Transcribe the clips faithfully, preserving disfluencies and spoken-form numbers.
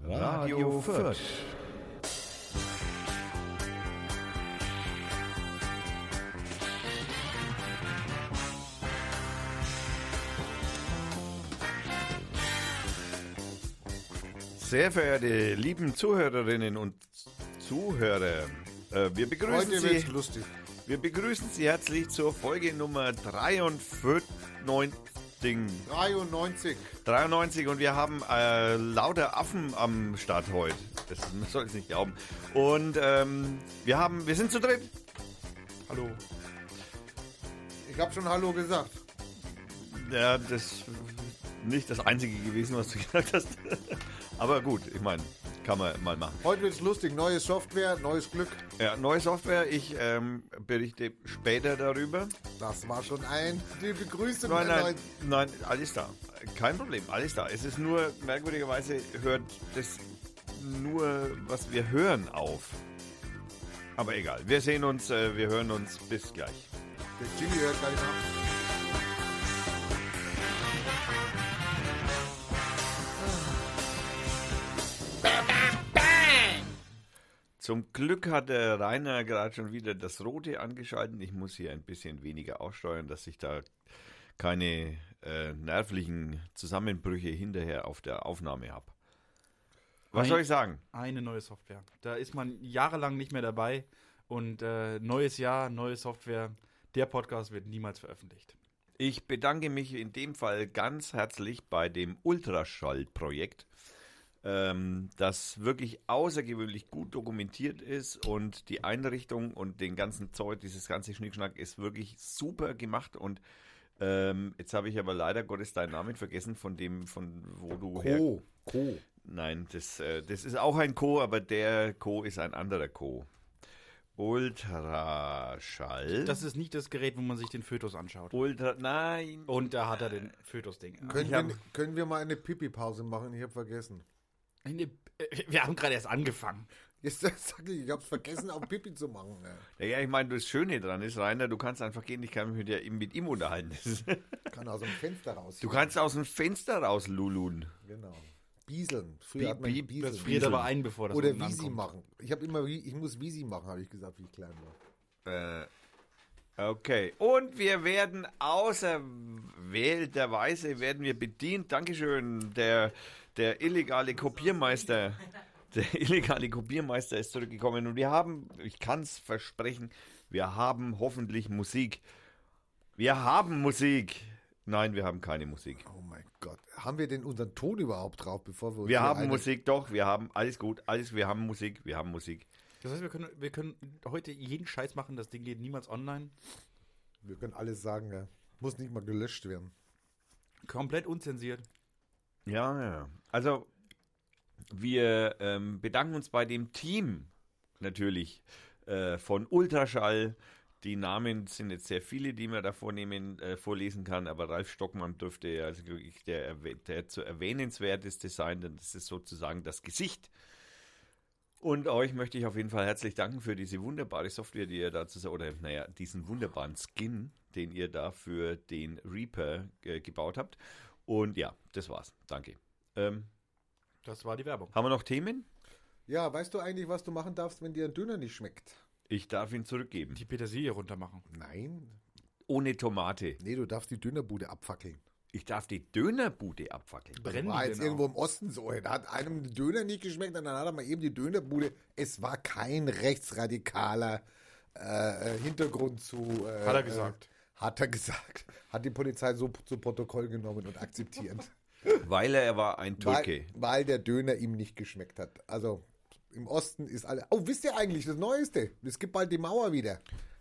Radio Fürth. Sehr verehrte lieben Zuhörerinnen und Zuhörer, äh, wir begrüßen Heute Sie. wird's lustig. Wir begrüßen Sie herzlich zur Folge Nummer dreiundvierzig. dreiundneunzig. dreiundneunzig und wir haben äh, lauter Affen am Start heute. Das man soll es nicht glauben. Und ähm, wir haben, wir sind zu dritt. Hallo. Ich habe schon Hallo gesagt. Ja, das ist nicht das Einzige gewesen, was du gesagt hast. Aber gut, ich meine, kann man mal machen. Heute wird's lustig. Neue Software, neues Glück. Ja, neue Software. Ich ähm, berichte später darüber. Das war schon ein die Begrüßung. Nein, der nein, neuen- nein, alles da. Kein Problem, alles da. Es ist nur, merkwürdigerweise hört das nur, was wir hören, auf. Aber egal, wir sehen uns, äh, wir hören uns, bis gleich. Der Jimmy hört gleich nach. Zum Glück hat der Rainer gerade schon wieder das Rote angeschaltet. Ich muss hier ein bisschen weniger aussteuern, dass ich da keine äh, nervlichen Zusammenbrüche hinterher auf der Aufnahme habe. Was Ein- soll ich sagen? Eine neue Software. Da ist man jahrelang nicht mehr dabei und äh, neues Jahr, neue Software. Der Podcast wird niemals veröffentlicht. Ich bedanke mich in dem Fall ganz herzlich bei dem Ultraschall-Projekt, ähm, das wirklich außergewöhnlich gut dokumentiert ist und die Einrichtung und den ganzen Zeug, dieses ganze Schnickschnack ist wirklich super gemacht und ähm, jetzt habe ich aber leider Gottes deinen Namen vergessen, von dem, von wo du her... Co. Co. Nein, das, äh, das ist auch ein Co, aber der Co ist ein anderer Co. Ultraschall. Das ist nicht das Gerät, wo man sich den Fötus anschaut. Ultra... Nein. Und da hat er den Fötus-Ding. Können, Ich wir, hab- können wir mal eine Pipi-Pause machen? Ich habe vergessen. Eine- äh, Wir haben gerade erst angefangen. Jetzt sag ich, ich habe vergessen, auch Pipi zu machen. Ne? Ja, ich meine, das Schöne dran ist, Rainer, du kannst einfach gehen, ich kann mich mit, dir, mit ihm unterhalten. Das ist- Ich kann aus dem Fenster raus. Du kannst aus dem Fenster raus lulun. Genau. Bieseln. Früher Bi- hat man bi- Bieseln. Das friert aber ein, bevor das Oder unten Visi ankommt. machen. Ich habe immer, wie- ich muss Visi machen, habe ich gesagt, wie ich klein war. Äh, okay. Und wir werden außerwählterweise werden wir bedient. Dankeschön, der, der illegale Kopiermeister. Der illegale Kopiermeister ist zurückgekommen und wir haben, ich kann es versprechen, wir haben hoffentlich Musik. Wir haben Musik. Nein, wir haben keine Musik. Oh mein Gott. Haben wir denn unseren Ton überhaupt drauf, bevor wir uns Wir hier haben eine- Musik, doch, wir haben alles gut, alles, wir haben Musik, wir haben Musik. Das heißt, wir können, wir können heute jeden Scheiß machen, das Ding geht niemals online. Wir können alles sagen, ja. Muss nicht mal gelöscht werden. Komplett unzensiert. Ja, ja. Also, wir ähm, bedanken uns bei dem Team natürlich äh, von Ultraschall. Die Namen sind jetzt sehr viele, die man da vornehmen, äh, vorlesen kann, aber Ralf Stockmann dürfte also wirklich der, erwäh- der zu erwähnenswerteste sein, denn das ist sozusagen das Gesicht. Und euch möchte ich auf jeden Fall herzlich danken für diese wunderbare Software, die ihr da zusammen, oder naja, diesen wunderbaren Skin, den ihr da für den Reaper äh, gebaut habt. Und ja, das war's. Danke. Ähm, Das war die Werbung. haben wir noch Themen? Ja, weißt du eigentlich, was du machen darfst, wenn dir ein Döner nicht schmeckt? Ich darf ihn zurückgeben. Die Petersilie runtermachen. Nein. Ohne Tomate. Nee, du darfst die Dönerbude abfackeln. Ich darf die Dönerbude abfackeln. Brennen War die jetzt denn irgendwo auch? im Osten so. Da hat einem der Döner nicht geschmeckt und dann hat er mal eben die Dönerbude. Es war kein rechtsradikaler äh, Hintergrund zu. Äh, Hat er gesagt. Äh, hat er gesagt. Hat die Polizei so zu Protokoll genommen und akzeptiert. Weil er, er war ein Türke. weil, weil der Döner ihm nicht geschmeckt hat. Also im Osten ist alle. Oh, wisst ihr eigentlich das Neueste? Es gibt bald die Mauer wieder.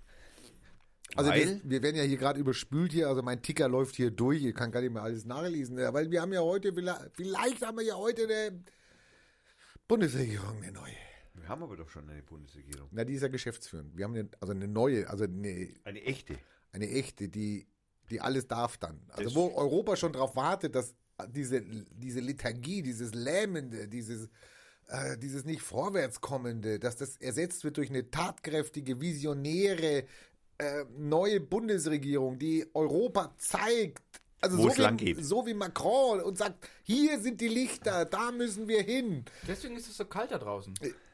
Also Weil? wir, wir werden ja hier gerade überspült hier, also mein Ticker läuft hier durch, ich kann gar nicht mehr alles nachlesen, ja, weil wir haben ja heute, vielleicht vielleicht haben wir ja heute eine Bundesregierung, eine neue. Wir haben aber doch schon eine Bundesregierung. Na, die ist ja geschäftsführend. Wir haben eine, also eine neue, also eine, Eine echte. eine echte, die, die alles darf dann. Also Das- wo Europa schon darauf wartet, dass diese, diese Lethargie, dieses Lähmende, dieses, äh, dieses nicht vorwärtskommende, dass das ersetzt wird durch eine tatkräftige, visionäre, äh, neue Bundesregierung, die Europa zeigt, Also wo so es lang wie, geht. so wie Macron und sagt, hier sind die Lichter, da müssen wir hin. Deswegen ist es so kalt da draußen.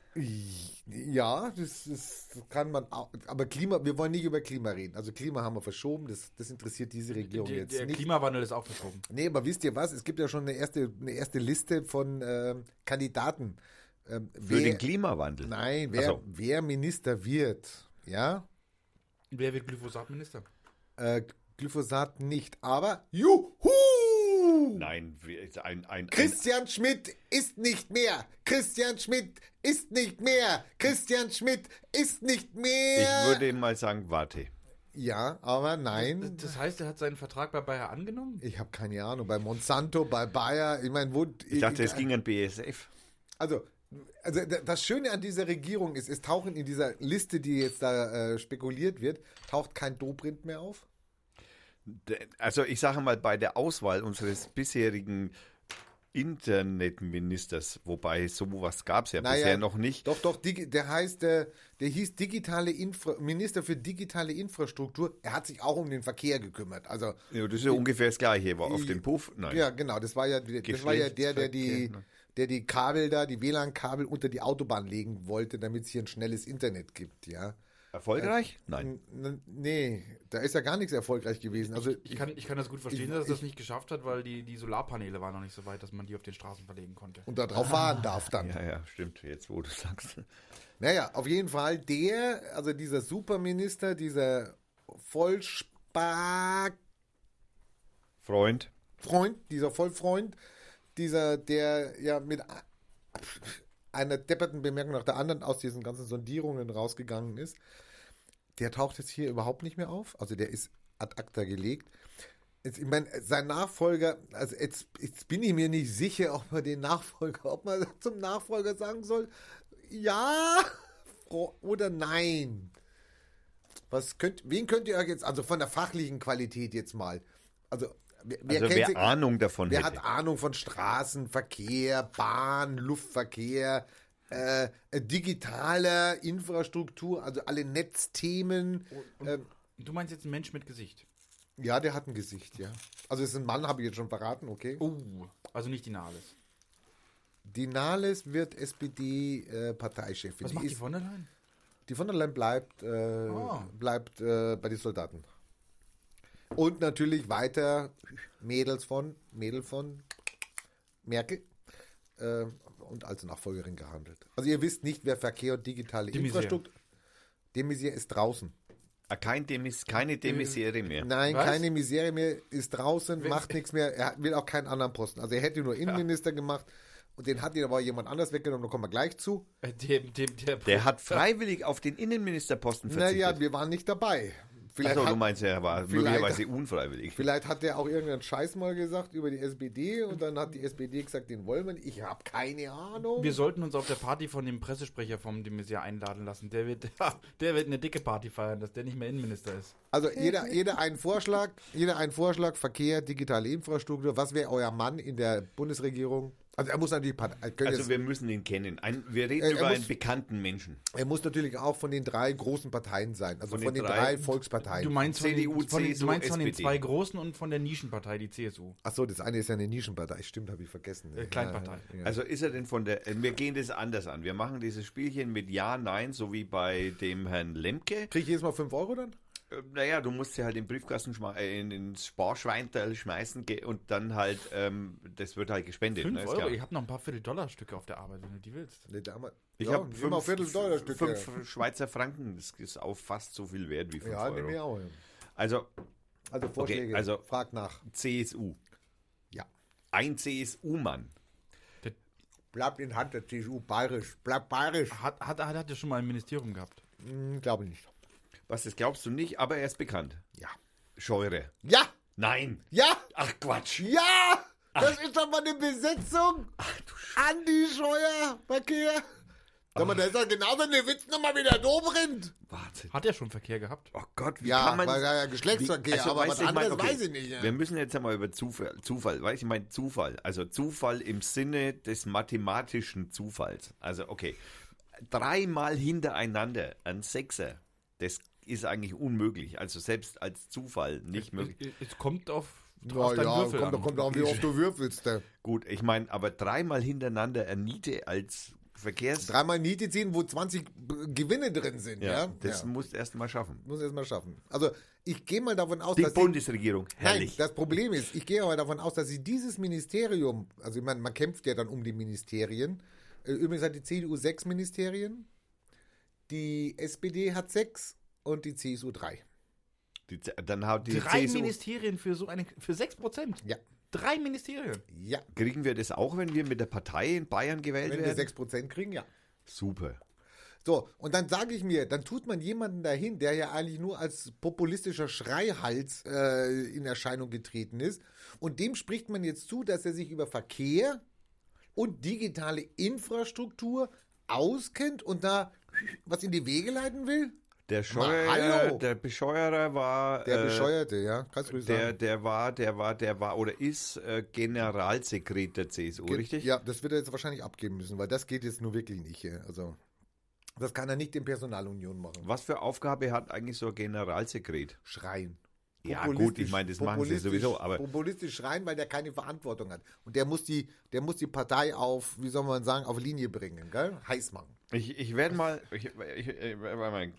Ja, das, das kann man auch. Aber Klima, wir wollen nicht über Klima reden. Also Klima haben wir verschoben, das, das interessiert diese Regierung Die, jetzt der nicht. Klimawandel ist auch verschoben. Nee, aber wisst ihr was? Es gibt ja schon eine erste, eine erste Liste von ähm, Kandidaten. Ähm, Für den Klimawandel. Nein, wer, Ach so. wer Minister wird. Ja, Wer wird Glyphosat-Minister? äh, Glyphosat nicht, aber Juhu! Nein, wir- ein, ein, ein, Christian Schmidt ist nicht mehr. Christian Schmidt ist nicht mehr. Christian Schmidt ist nicht mehr. ich würde mal sagen, warte. Ja, aber nein. Das heißt, er hat seinen Vertrag bei Bayer angenommen? Ich habe keine Ahnung. Bei Monsanto, bei Bayer. Ich meine, wo. Ich dachte, es ging an B S F. Also, also d- das Schöne an dieser Regierung ist, es tauchen in dieser Liste, die jetzt da äh, spekuliert wird, taucht kein Dobrindt mehr auf. Also ich sage mal, bei der Auswahl unseres bisherigen Internetministers, wobei sowas gab es ja Naja, bisher noch nicht. Doch, doch, digi- der heißt, äh, der hieß digitale Infra Minister für digitale Infrastruktur. Er hat sich auch um den Verkehr gekümmert. Also, Ja, das ist ja ungefähr das Gleiche. War auf den Puff? Nein. ja, genau, das war ja, das war ja der, der die, Geschlechtsverkehr, ne? der die Kabel da, die W L A N-Kabel unter die Autobahn legen wollte, damit es hier ein schnelles Internet gibt, ja. Erfolgreich? Nein. N- n- Nee, da ist ja gar nichts erfolgreich gewesen. Also Ich kann, ich kann das gut verstehen, ich- dass er das ich- nicht geschafft hat, weil die, die Solarpaneele waren noch nicht so weit, dass man die auf den Straßen verlegen konnte. und da drauf fahren darf dann. Ja, ja, stimmt. Jetzt, wo du sagst. Naja, auf jeden Fall der, also dieser Superminister, dieser Vollspark Freund. Freund, dieser Vollfreund, dieser, der ja mit a- einer depperten Bemerkung nach der anderen aus diesen ganzen Sondierungen rausgegangen ist, der taucht jetzt hier überhaupt nicht mehr auf. Also der ist ad acta gelegt. Jetzt, ich meine, sein Nachfolger, also jetzt, jetzt bin ich mir nicht sicher, ob man den Nachfolger, ob man zum Nachfolger sagen soll, ja oder nein. Was könnt, wen könnt ihr euch jetzt, also von der fachlichen Qualität jetzt mal, also wer, wer Also kennt wer sich, Ahnung davon wer hätte. hat Ahnung von Straßenverkehr, Bahn, Luftverkehr, äh, äh, digitaler Infrastruktur, also alle Netzthemen. Ähm, Du meinst jetzt ein Mensch mit Gesicht? ja, der hat ein Gesicht, ja. Also es ist ein Mann, habe ich jetzt schon verraten, okay. Oh, also nicht die Nahles. Die Nahles wird S P D-Parteichefin. Was macht die von der Leyen? Die von der Leyen bleibt, äh, Ah. bleibt äh, bei den Soldaten. Und natürlich weiter Mädels von, Mädel von Merkel äh, und als Nachfolgerin gehandelt. Also ihr wisst nicht, wer Verkehr und digitale De Maizière. Infrastruktur... De Maizière ist draußen. Ah, Kein Demis, keine Demisere mehr. Nein, Was? keine Misere mehr, ist draußen, Wer- macht nichts mehr. Er will auch keinen anderen Posten. Also er hätte nur Innenminister gemacht und den hat ihn aber jemand anders weggenommen, da kommen wir gleich zu. Äh, Dem, dem, der, Der hat freiwillig auf den Innenministerposten verzichtet. Naja, wir waren nicht dabei. Vielleicht, Achso, du hat, meinst, er war vielleicht- möglicherweise unfreiwillig. vielleicht hat er auch irgendeinen Scheiß mal gesagt über die S P D und dann hat die S P D gesagt, den wollen wir nicht. Ich habe keine Ahnung. Wir sollten uns auf der Party von dem Pressesprecher vom de Maizière einladen lassen. Der wird, der wird eine dicke Party feiern, dass der nicht mehr Innenminister ist. Also jeder, jeder einen Vorschlag, jeder einen Vorschlag, Verkehr, digitale Infrastruktur. Was wäre euer Mann in der Bundesregierung? Also er muss natürlich, er, könnte Also jetzt, wir müssen ihn kennen. Ein, wir reden Er- er über muss- einen bekannten Menschen. er muss natürlich auch von den drei großen Parteien sein. Also von, Von den, den drei, drei- Volksparteien. Du meinst von, C D U, den, von, den- C S U, du meinst von den S P D. zwei großen und von der Nischenpartei, die C S U. Achso, das eine ist ja eine Nischenpartei. Stimmt, habe ich vergessen. Äh, Kleinpartei. Ja, ja. Also ist er denn von der. äh, Wir gehen das anders an. Wir machen dieses Spielchen mit Ja, Nein, so wie bei dem Herrn Lemke. Krieg ich jedes Mal fünf Euro dann? Äh, Naja, du musst sie halt in den Briefkasten schma- äh, in den Sparschweinteil schmeißen ge- und dann halt, ähm, das wird halt gespendet. Fünf ne, ist Euro? klar. Ich habe noch ein paar Viertel-Dollar-Stücke auf der Arbeit, wenn du die willst. Nee, damals. Ich ja, habe nimm fünf, mal Viertel-Dollar-Stücke. fünf Schweizer Franken. Das ist auch fast so viel wert wie fünf Ja, nehme ich Euro. auch. Ja. Also Also Vorschläge. also- Frag nach. C S U. Ja. Ein C S U-Mann. Bleibt in Hand der C S U. Bayerisch. Bleibt bayerisch. Hat, hat, hat, hat er schon mal ein Ministerium gehabt? Hm, glaube ich nicht. Was, das glaubst du nicht, aber er ist bekannt. Ja. Scheure. Ja! Nein. Ja! Ach Quatsch. Ja! Das ist doch mal eine Besetzung. Andi Scheuer, Verkehr. Sag mal, da ist doch genauso eine Witznummer wie der Dobrindt. Warte. Hat er schon Verkehr gehabt? Oh Gott, wie Ja, kann man... weil ja Geschlechtsverkehr, Wie- also, aber weißt was du, ich mein, anderes okay, weiß ich nicht. Ja. Wir müssen jetzt einmal über Zufall, Zufall, weißt du, ich meine Zufall, also Zufall im Sinne des mathematischen Zufalls. Also okay, dreimal hintereinander ein Sechser, das ist eigentlich unmöglich, also selbst als Zufall nicht möglich. Es, es kommt auf Auf deinen ja, Würfel kommt, an. kommt auch, wie oft du würfelst. äh. Gut, ich meine, aber dreimal hintereinander eine Niete als Verkehrs... Dreimal Niete ziehen, wo zwanzig B- Gewinne drin sind. Ja, Ja, das ja. musst du erst mal schaffen. Muss erst mal schaffen. Also ich gehe mal davon aus, Die dass... Bundesregierung, Die, nein, herrlich. das Problem ist, ich gehe aber davon aus, dass sie dieses Ministerium, also ich meine, man kämpft ja dann um die Ministerien. Äh, Übrigens hat die C D U sechs Ministerien, die S P D hat sechs und die C S U drei. Die, Z- dann haut die Drei C S U... Ministerien für so eine, für sechs Prozent. Ja, Drei Ministerien. ja. Kriegen wir das auch, wenn wir mit der Partei in Bayern gewählt Wenn wir werden? sechs Prozent kriegen, ja. Super. So, und dann sage ich mir, dann tut man jemanden dahin, der ja eigentlich nur als populistischer Schreihals äh, in Erscheinung getreten ist. Und dem spricht man jetzt zu, dass er sich über Verkehr und digitale Infrastruktur auskennt und da was in die Wege leiten will? Der, Mal, Scheuer, hallo. der Bescheuerer war... Der äh, Bescheuerte, ja, kannst du ruhig Der, sagen. der war, der war, der war oder ist äh, Generalsekretär der C S U, Ge- richtig? Ja, das wird er jetzt wahrscheinlich abgeben müssen, weil das geht jetzt nur wirklich nicht. ja. Also, das kann er nicht in Personalunion machen. Was für Aufgabe hat eigentlich so ein Generalsekret? Schreien. Ja, Populistisch- gut, ich meine, das machen sie populistisch- sowieso, aber- Populistisch schreien, weil der keine Verantwortung hat. Und der muss die, der muss die Partei auf, wie soll man sagen, auf Linie bringen, gell? Heiß machen. Ich, ich werde mal, ich, ich, ich, warte mal,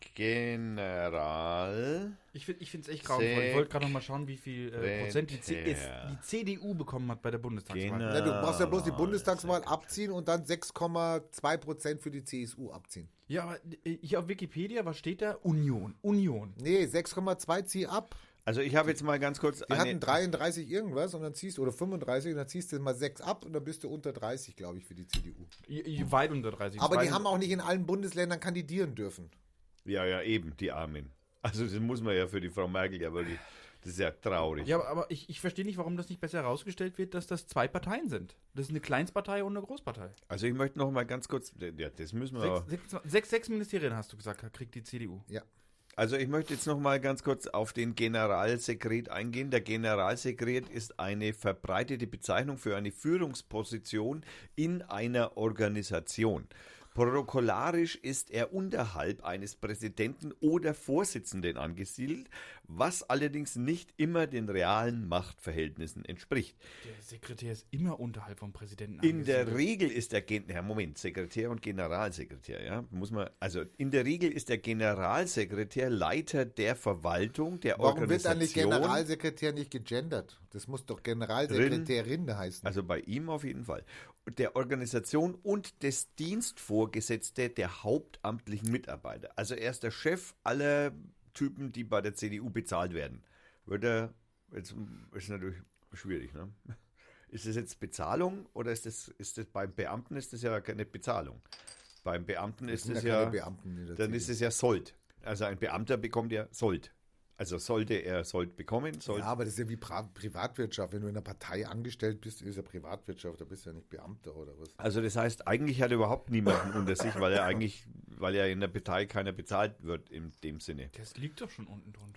General. Ich finde es echt grauenvoll. Ich wollte gerade noch mal schauen, wie viel äh, Prozent die, C Sekretär. die C D U bekommen hat bei der Bundestagswahl. Genau. Ja, du brauchst ja bloß die Ah, Bundestagswahl abziehen und dann sechs Komma zwei Prozent für die C S U abziehen. Ja, aber äh, hier auf Wikipedia, was steht da? Union. Union. Nee, sechs Komma zwei zieh ab. Also ich habe jetzt mal ganz kurz Wir hatten eine, dreiunddreißig irgendwas und dann ziehst du, oder fünfunddreißig, und dann ziehst du mal sechs ab und dann bist du unter dreißig, glaube ich, für die C D U. I- i- Weit unter dreißig. Aber die Weit- haben auch nicht in allen Bundesländern kandidieren dürfen. ja, ja, eben, die Armen. Also das muss man ja für die Frau Merkel ja wirklich, das ist ja traurig. Ja, aber- aber ich, ich verstehe nicht, warum das nicht besser herausgestellt wird, dass das zwei Parteien sind. Das ist eine Kleinstpartei und eine Großpartei. Also ich möchte noch mal ganz kurz, ja, das müssen wir Sechs, sechs, sechs, sechs Ministerien, hast du gesagt, kriegt die C D U. Ja. Also ich möchte jetzt noch mal ganz kurz auf den Generalsekret eingehen. Der Generalsekret ist eine verbreitete Bezeichnung für eine Führungsposition in einer Organisation. Protokollarisch ist er unterhalb eines Präsidenten oder Vorsitzenden angesiedelt, was allerdings nicht immer den realen Machtverhältnissen entspricht. Der Sekretär ist immer unterhalb vom Präsidenten. In der angesiedelt. Regel ist der Gen ja, Moment, Sekretär und Generalsekretär, ja, muss man, also in der Regel ist der Generalsekretär Leiter der Verwaltung, der Warum wird Organisation. eigentlich Generalsekretär nicht gegendert? Das muss doch Generalsekretärin heißen. Also bei ihm auf jeden Fall. Der Organisation und des Dienstvorgesetzte der hauptamtlichen Mitarbeiter. Also er ist der Chef aller Typen, die bei der C D U bezahlt werden. Wird er, jetzt ist natürlich schwierig, ne? Ist das jetzt Bezahlung oder ist das, ist das beim Beamten ist das ja keine Bezahlung? Beim Beamten ist sind das ja ja, keine Beamten in der dann C D U. ist es ja Sold. Also ein Beamter bekommt ja Sold. Also sollte er Sold bekommen, Sold. Ja, aber das ist ja wie Pra Privatwirtschaft. Wenn du in einer Partei angestellt bist, ist ja Privatwirtschaft, da bist du ja nicht Beamter oder was. Also das heißt, eigentlich hat er überhaupt niemanden unter sich, weil er eigentlich, weil er in der Partei keiner bezahlt wird in dem Sinne. Das liegt doch schon unten drunter.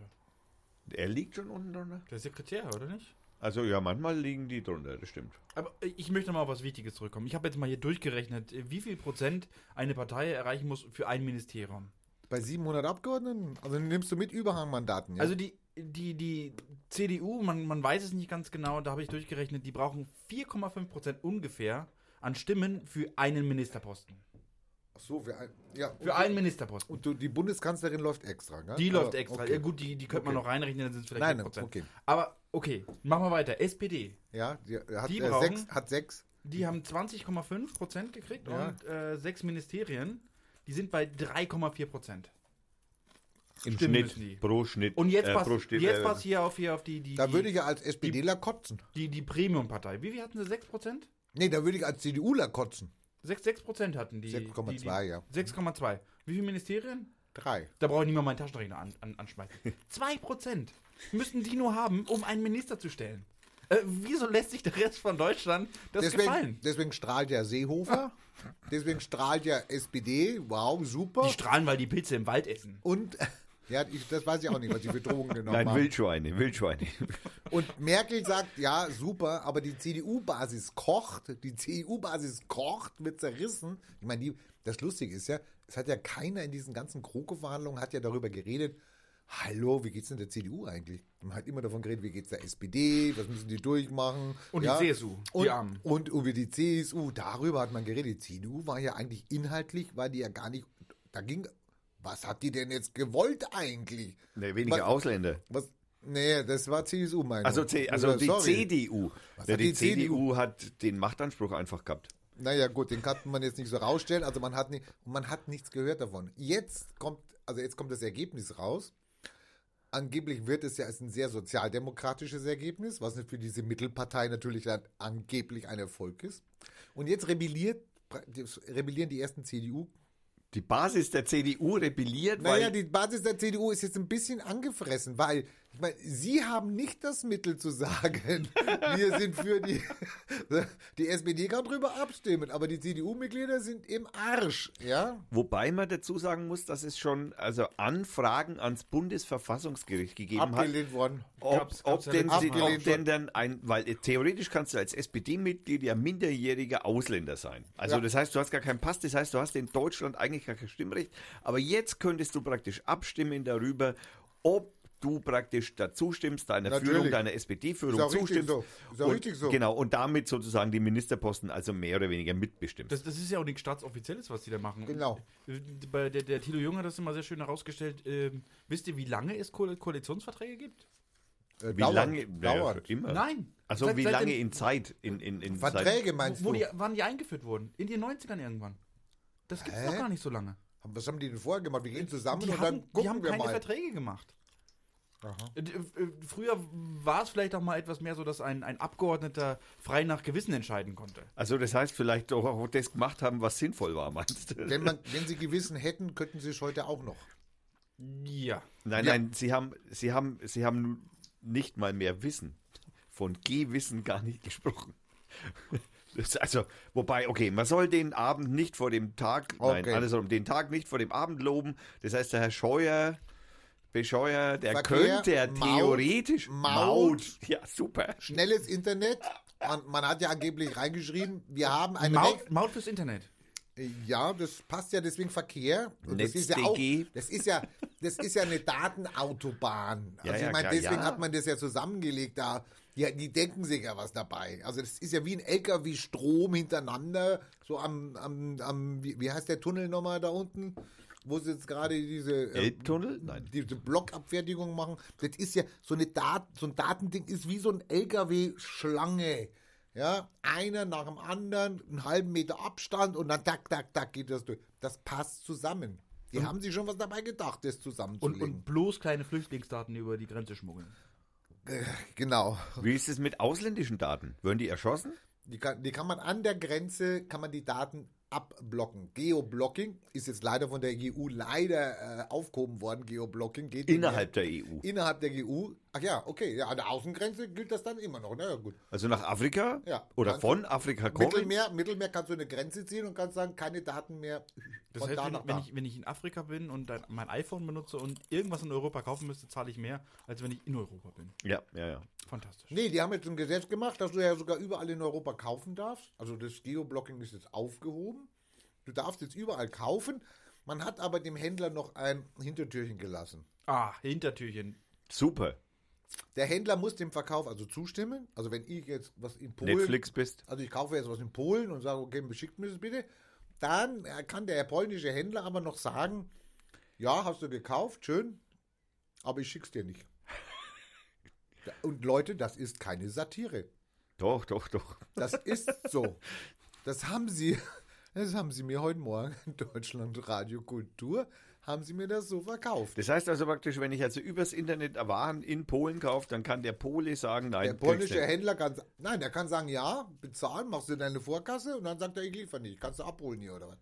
Er liegt schon unten drunter? Der Sekretär, oder nicht? Also ja, manchmal liegen die drunter, das stimmt. Aber äh, ich möchte mal auf was Wichtiges zurückkommen. Ich habe jetzt mal hier durchgerechnet, äh, wie viel Prozent eine Partei erreichen muss für ein Ministerium. Bei siebenhundert Abgeordneten? Also nimmst du mit Überhangmandaten, ja? Also die, die, die C D U, man, man weiß es nicht ganz genau, da habe ich durchgerechnet, die brauchen vier Komma fünf Prozent ungefähr an Stimmen für einen Ministerposten. Ach so, für, ein, ja, Für und, einen Ministerposten. und du, die Bundeskanzlerin läuft extra, gell? Die Aber, läuft extra. okay. Ja gut, die, die könnte man Okay. noch reinrechnen, dann sind es vielleicht Nein, vier Prozent. okay. Aber okay, machen wir weiter. S P D, Ja, die hat, Die äh, brauchen- sechs, hat sechs. die haben zwanzig Komma fünf Prozent gekriegt Ja. und äh, sechs Ministerien, die sind bei drei Komma vier Prozent. Im Stimmen Schnitt, müssen die. pro Schnitt. Und jetzt äh, passt pro Stimme, jetzt äh, passt hier auf, hier auf die, die, Da die, würde ich ja als SPDler kotzen. die, die Premium-Partei. Wie viel hatten sie? sechs Prozent? Nee, da würde ich als CDUler kotzen. sechs Prozent hatten die. sechs Komma die- zwei, die- ja. sechs Komma zwei. Wie viele Ministerien? Drei. Da brauche ich nicht mal meinen Taschenrechner an, an, anschmeißen. zwei Prozent müssten die nur haben, um einen Minister zu stellen. Äh, wieso lässt sich der Rest von Deutschland das Deswegen, gefallen? deswegen strahlt ja Seehofer. Deswegen strahlt ja S P D. Wow, super. Die strahlen, weil die Pilze im Wald essen. Und, ja, ich, das weiß ich auch nicht, was die für Drogen genommen Nein, haben. Wildschweine, Wildschweine. Und Merkel sagt, ja, super, aber die C D U-Basis kocht, die C D U-Basis kocht, wird zerrissen. Ich meine, die, das Lustige ist ja, es hat ja keiner in diesen ganzen GroKo-Verhandlungen hat ja darüber geredet, hallo, wie geht's denn der C D U eigentlich? Man hat immer davon geredet, wie geht's der S P D, was müssen die durchmachen. Und ja? die C S U, die und, Armen. Und über die C S U, darüber hat man geredet. Die C D U war ja eigentlich inhaltlich, war die ja gar nicht, da ging, was hat die denn jetzt gewollt eigentlich? Nee, weniger was, Ausländer. Was, nee, das war C S U, meine ich. Also, C, also die Sorry. C D U. Was Ja, hat die die C D U? C D U hat den Machtanspruch einfach gehabt. Naja, gut, den kann man jetzt nicht so rausstellen. Also man hat, nicht, man hat nichts gehört davon. Jetzt kommt, also jetzt kommt das Ergebnis raus. Angeblich wird es ja als ein sehr sozialdemokratisches Ergebnis, was für diese Mittelpartei natürlich dann angeblich ein Erfolg ist. Und jetzt rebelliert, rebellieren die ersten C D U. Die Basis der C D U rebelliert, Naja, weil... die Basis der C D U ist jetzt ein bisschen angefressen, weil, ich meine, sie haben nicht das Mittel zu sagen, wir sind für die, die S P D kann drüber abstimmen, aber die C D U-Mitglieder sind im Arsch, ja? Wobei man dazu sagen muss, dass es schon also Anfragen ans Bundesverfassungsgericht gegeben Abgelehnt worden. hat, ob, Gab's- ob, gab's ja denn, letztes sie- Mal. ob denn dann ein, weil äh, theoretisch kannst du als S P D-Mitglied ja minderjähriger Ausländer sein. Also Ja. das heißt, du hast gar keinen Pass, das heißt, du hast in Deutschland eigentlich gar kein Stimmrecht, aber jetzt könntest du praktisch abstimmen darüber, ob du praktisch dazu stimmst, deiner Natürlich. Führung, deiner S P D-Führung Ist auch richtig zustimmst. so. Ist auch und, richtig so. Genau, und damit sozusagen die Ministerposten also mehr oder weniger mitbestimmst. Das, das ist ja auch nichts Staatsoffizielles, was die da machen. Genau. Äh, Bei der, der Thilo Jung hat das immer sehr schön herausgestellt. Ähm, wisst ihr, wie lange es Ko Koalitionsverträge gibt? Äh, Wie dauernd, lange? Ja, dauernd. immer. Nein. Also Seit- wie seit lange dem- in Zeit? In, in, in Verträge Zeit? meinst wo du? die, wann die eingeführt wurden? In den neunzigern irgendwann. Das gibt es Hä? noch gar nicht so lange. Was haben die denn vorher gemacht? Wir gehen zusammen Die und haben, dann die gucken haben wir keine mal. Verträge gemacht. Aha. Äh, äh, Früher war es vielleicht auch mal etwas mehr so, dass ein, ein Abgeordneter frei nach Gewissen entscheiden konnte. Also das heißt vielleicht auch, auch das gemacht haben, was sinnvoll war, meinst du? Wenn, man, wenn sie Gewissen hätten, könnten sie es heute auch noch. Ja. Nein, Ja. nein, sie haben, sie haben, sie haben nicht mal mehr Wissen. Von Gehwissen gar nicht gesprochen. Das, also, wobei, okay, man soll den Abend nicht vor dem Tag, nein, Okay. also den Tag nicht vor dem Abend loben. Das heißt, der Herr Scheuer, Bescheuer, der Verkehr, könnte ja Maut, theoretisch Maut. Ja, super. Schnelles Internet. Man, man hat ja angeblich reingeschrieben, wir haben ein Maut, Recht. Maut fürs Internet. Ja, das passt ja deswegen Verkehr. Und das ist ja auch, NetzDG. das ist ja, das ist ja eine Datenautobahn. Ja, Also ja, ich meine, klar, deswegen ja. hat man das ja zusammengelegt da. Ja, die denken sich ja was dabei. Also das ist ja wie ein L K W-Strom hintereinander, so am, am, am wie, wie heißt der Tunnel nochmal da unten? Wo sie jetzt gerade diese äh, Elbtunnel? Nein. diese Blockabfertigung machen. Das ist ja so eine Dat so ein Datending ist wie so ein L K W-Schlange. Ja, einer nach dem anderen, einen halben Meter Abstand und dann tak, tak, tak geht das durch. Das passt zusammen. Die haben sich schon was dabei gedacht, das Und, zusammenzulegen. und bloß kleine Flüchtlingsdaten über die Grenze schmuggeln. Genau. Wie ist es mit ausländischen Daten? Würden die erschossen? Die kann, die kann man an der Grenze, kann man die Daten abblocken. Geoblocking ist jetzt leider von der E U leider äh, aufgehoben worden. Geoblocking geht nicht Innerhalb der E U. mehr. Innerhalb der E U. Ach ja, okay. Ja, an der Außengrenze gilt das dann immer noch. Na ja, gut. Also nach Afrika? Ja. Oder Dann- von Afrika kommen? Mittelmeer, Mittelmeer kannst du eine Grenze ziehen und kannst sagen, keine Daten mehr Das von heißt, da wenn, nach wenn, da. ich, wenn ich in Afrika bin und dann mein iPhone benutze und irgendwas in Europa kaufen müsste, zahle ich mehr, als wenn ich in Europa bin. Ja, ja, ja. Fantastisch. Nee, die haben jetzt ein Gesetz gemacht, dass du ja sogar überall in Europa kaufen darfst. Also das Geoblocking ist jetzt aufgehoben. Du darfst jetzt überall kaufen. Man hat aber dem Händler noch ein Hintertürchen gelassen. Ah, Hintertürchen. Super. Der Händler muss dem Verkauf also zustimmen. Also wenn ich jetzt was in Polen, Netflix bist. also ich kaufe jetzt was in Polen und sage, okay, beschickt mir das bitte, dann äh, kann der polnische Händler aber noch sagen, ja, hast du gekauft, schön, aber ich schick's dir nicht. Und Leute, das ist keine Satire. Doch, doch, doch. Das ist so. Das haben sie, das haben sie mir heute Morgen in Deutschland Radio Kultur, haben sie mir das so verkauft. Das heißt also praktisch, wenn ich also übers Internet Waren in Polen kaufe, dann kann der Pole sagen, nein, Der kriegst polnische nicht. Händler kann, nein, der kann sagen, ja, bezahlen, machst du deine Vorkasse und dann sagt er, ich liefere nicht. Kannst du abholen hier oder was?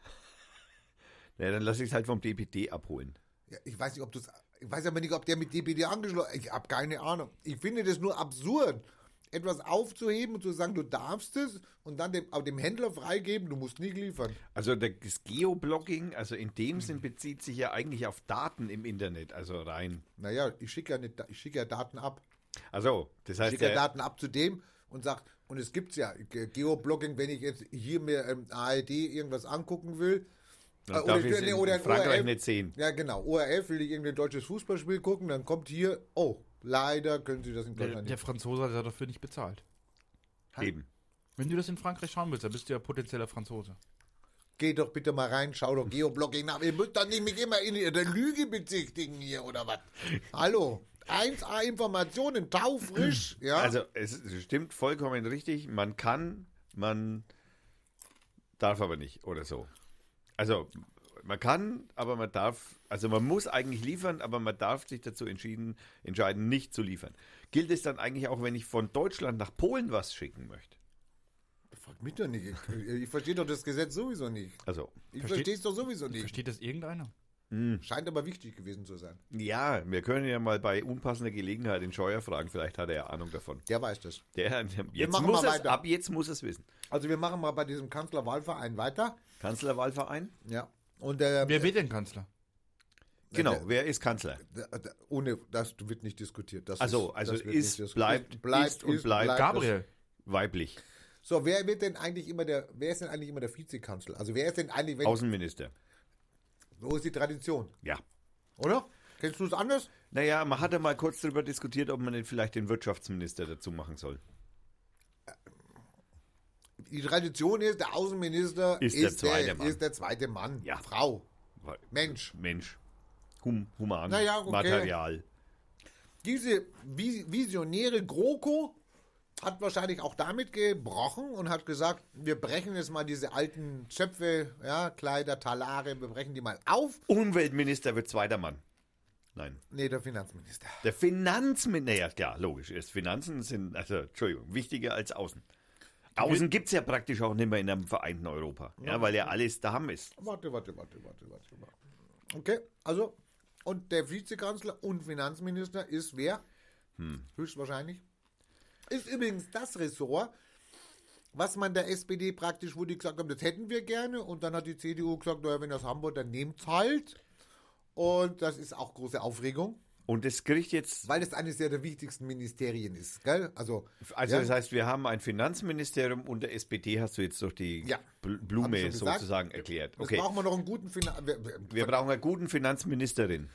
Ja, dann lasse ich es halt vom D P D abholen. Ja, ich weiß nicht, ob du ich weiß aber nicht, ob der mit D P D angeschlossen ist. Ich habe keine Ahnung. Ich finde das nur absurd, etwas aufzuheben und zu sagen, du darfst es und dann dem, auch dem Händler freigeben, du musst nicht liefern. Also das Geoblocking, also in dem Sinn bezieht sich ja eigentlich auf Daten im Internet, also rein. Naja, ich schicke ja, nicht, ich schicke ja Daten ab. Also, das Ich heißt schicke ja ja, Daten ab zu dem und sag, und es gibt's ja Ge- Geoblocking, wenn ich jetzt hier mir ähm, A R D irgendwas angucken will, Und Äh, oder- dafür ist nee, in oder ein Frankreich O R F. nicht zehn. Ja, genau. O R F will ich irgendwie ein deutsches Fußballspiel gucken, dann kommt hier, oh, leider können Sie das in Der, Deutschland der nicht. Franzose hat dafür nicht bezahlt. Eben. Wenn du das in Frankreich schauen willst, dann bist du ja potenzieller Franzose. Geh doch bitte mal rein, schau doch Geoblocking nach. Ihr müsst doch nicht mich immer in der Lüge bezichtigen hier, oder was? Hallo, eins A Informationen, taufrisch, ja? Also es es stimmt vollkommen richtig. Man kann, man darf aber nicht oder so. Also man kann, aber man darf, also man muss eigentlich liefern, aber man darf sich dazu entschieden, entscheiden, nicht zu liefern. Gilt es dann eigentlich auch, wenn ich von Deutschland nach Polen was schicken möchte? Frag mich doch nicht. Ich, ich verstehe doch das Gesetz sowieso nicht. Also, Ich Versteht- verstehe es doch sowieso nicht. Versteht das irgendeiner? Scheint aber wichtig gewesen zu sein. ja, wir können ja mal bei unpassender Gelegenheit den Scheuer fragen, vielleicht hat er ja Ahnung davon. Der weiß das. Der, jetzt machen muss mal es, weiter. ab jetzt muss es wissen. Also wir machen mal bei diesem Kanzlerwahlverein weiter. Kanzlerwahlverein? Ja. Und äh, Wer wird denn Kanzler? Genau, der- wer ist Kanzler? d- d- ohne das wird nicht diskutiert. Das Also, ist- also das wird ist, nicht diskutiert. bleibt, bleibt, ist und bleibt Gabriel. weiblich. So, wer wird denn eigentlich immer der, wer ist denn eigentlich immer der Vizekanzler? Also wer ist denn eigentlich, wenn, Außenminister. so ist die Tradition, Ja. oder? Kennst du es anders? Naja, man hatte mal kurz darüber diskutiert, ob man nicht vielleicht den Wirtschaftsminister dazu machen soll. Die Tradition ist, der Außenminister Ist der zweite Mann. ist der zweite Mann. Ja. Frau, Mensch. Mensch. Hum, human. Naja, okay. Material. Diese vi- visionäre GroKo hat wahrscheinlich auch damit gebrochen und hat gesagt, wir brechen jetzt mal diese alten Zöpfe, ja, Kleider, Talare, wir brechen die mal auf. Umweltminister wird zweiter Mann. Nein. Nee, der Finanzminister. Der Finanzminister, naja, ja, logisch. Ist Finanzen sind, also, Entschuldigung, wichtiger als Außen. Außen gibt es ja praktisch auch nicht mehr in einem vereinten Europa. Ja, weil ja alles da ist. Warte, warte, warte, warte, warte. warte. Okay, also, und der Vizekanzler und Finanzminister ist wer? Hm. Höchstwahrscheinlich. Ist übrigens das Ressort, was man der S P D praktisch, wo die gesagt haben, das hätten wir gerne. Und dann hat die C D U gesagt, naja, wenn das Hamburg, dann nehmt's halt. Und das ist auch große Aufregung, Und das kriegt jetzt, weil das eines der wichtigsten Ministerien ist, gell? Also, also ja, das heißt, wir haben ein Finanzministerium und der S P D hast du jetzt durch die Ja. Bl- hab ich Blume schon gesagt. sozusagen erklärt. das Okay, brauchen wir noch einen guten Finanz... wir brauchen eine guten Finanzministerin.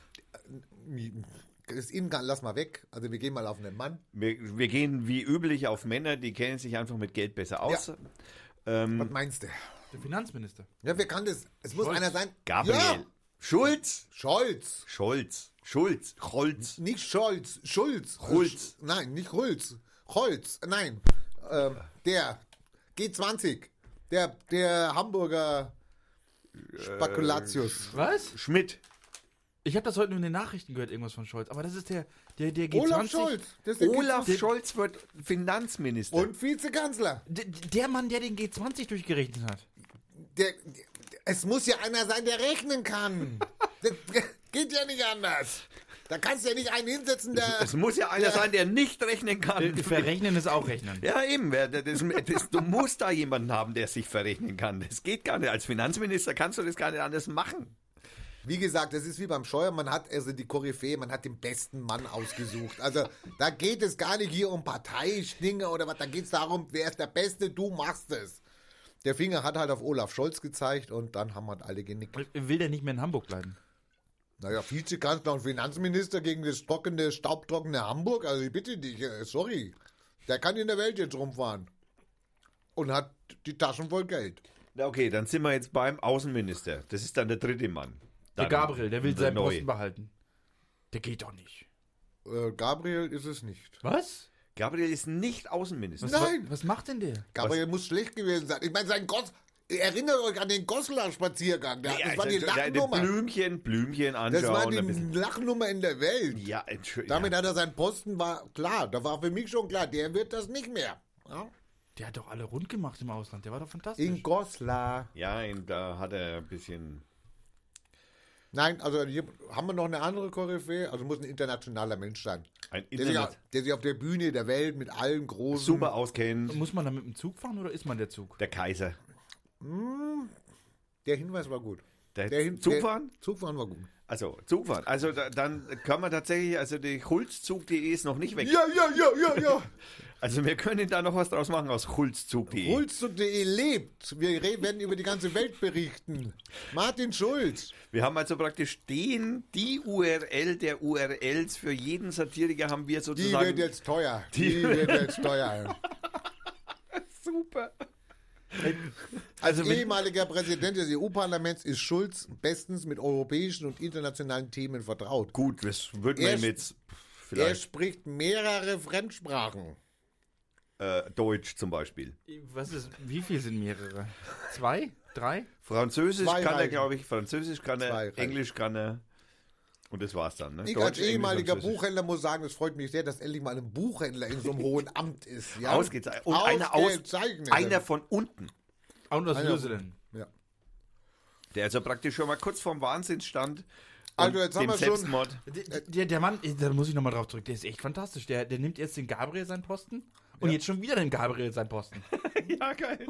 Das Ingang, lass mal weg. Also wir gehen mal auf einen Mann. Wir, wir gehen wie üblich auf Männer, die kennen sich einfach mit Geld besser aus. Ähm, Was meinst du? Der Finanzminister. Ja, wer kann das? Es muss Scholz. einer sein. Gabriel. Ja, Schulz. Scholz. Scholz. Schulz. Scholz. Nicht Scholz. Schulz. Schulz. Äh, Nein, nicht Schulz. Holz. Nein. Ähm, der. G zwanzig. Der, der Hamburger Spekulatius. Was? Schmidt. Ich habe das heute nur in den Nachrichten gehört, irgendwas von Scholz. Aber das ist der, der, der G zwanzig. Olaf Scholz. Das ist der Olaf G zwanzig. Scholz wird Finanzminister. Und Vizekanzler. D- Der Mann, der den G zwanzig durchgerechnet hat. Der, der, es muss ja einer sein, der rechnen kann. Das geht ja nicht anders. Da kannst du ja nicht einen hinsetzen, der... es muss ja einer Ja. sein, der nicht rechnen kann. Verrechnen ist auch Rechnen. Ja, eben. wer- Das, das, du musst da jemanden haben, der sich verrechnen kann. Das geht gar nicht. Als Finanzminister kannst du das gar nicht anders machen. Wie gesagt, das ist wie beim Steuer, man hat also die Koryphäe, man hat den besten Mann ausgesucht. Also da geht es gar nicht hier um Parteischlinge oder was, da geht es darum, wer ist der Beste, du machst es. Der Finger hat halt auf Olaf Scholz gezeigt und dann haben halt alle genickt. Will der nicht mehr in Hamburg bleiben? Naja, Vizekanzler und Finanzminister gegen das trockene, staubtrockene Hamburg, also ich bitte dich, äh, sorry. Der kann in der Welt jetzt rumfahren. Und hat die Taschen voll Geld. Na okay, dann sind wir jetzt beim Außenminister. Das ist dann der dritte Mann. Der Dann Gabriel, der will der seinen Neue. Posten behalten. Der geht doch nicht. Äh, Gabriel ist es nicht. Was? Gabriel ist nicht Außenminister. Was, Nein. Was, was macht denn der? Gabriel muss schlecht gewesen sein. Ich meine, sein Goss... Erinnert euch an den Goslar-Spaziergang. Der- Ja, Das war also, die ja, Lachnummer. Blümchen, Blümchen anschauen. Das war ein die bisschen- Lachnummer in der Welt. Ja, Entschuldigung. Damit hat er seinen Posten, war klar. Da war für mich schon klar, der wird das nicht mehr. Ja? Der hat doch alle rund gemacht im Ausland. Der war doch fantastisch. In Goslar. Ja, und da hat er ein bisschen. Nein, also hier haben wir noch eine andere Koryphäe. Also muss ein internationaler Mensch sein. Ein Der sich, Internet der sich auf der Bühne der Welt mit allen großen... super auskennt. Muss man da mit dem Zug fahren oder ist man der Zug? Der Kaiser. Der Hinweis war gut. Der, Der hin- Zugfahren? Der, Zugfahren war gut. Also, Zugfahren. Also, da, dann kann man tatsächlich, also die Hulzzug punkt de ist noch nicht weg. Ja, ja, ja, ja, ja. Also, wir können da noch was draus machen aus Hulzzug punkt de. Schulz punkt de lebt. Wir re- werden über die ganze Welt berichten. Martin Schulz. Wir haben also praktisch den, die U R L der U R Ls für jeden Satiriker haben wir Die sozusagen. wird jetzt teuer. Die, Die- wird jetzt teuer. Super. Als Also, wenn, ehemaliger Präsident des E U-Parlaments ist Schulz bestens mit europäischen und internationalen Themen vertraut. gut, das würden wir Er ihm sp- jetzt Er vielleicht spricht mehrere Fremdsprachen. äh, Deutsch zum Beispiel. Was ist, wie viel sind mehrere? Zwei? Drei? Französisch Zwei kann er, reichen. glaube ich. Französisch kann er, Zwei reichen. Englisch kann er. Und das war's dann. Ne? Ich Deutsch, als Englisch, ehemaliger Französisch. Buchhändler muss sagen, es freut mich sehr, dass endlich mal ein Buchhändler in so einem hohen Amt ist. Ja? Ausgezeichnet. Und einer, aus, Ausgezeichnet. einer von unten. Und was Einer- Würselen. Ja. Der also praktisch schon mal kurz vorm Wahnsinn stand. Also und jetzt haben dem wir schon- Selbstmord. Der, der, der Mann, da muss ich nochmal drauf zurück, der ist echt fantastisch. Der, der nimmt jetzt den Gabriel seinen Posten und jetzt schon wieder den Gabriel seinen Posten. Ja, geil.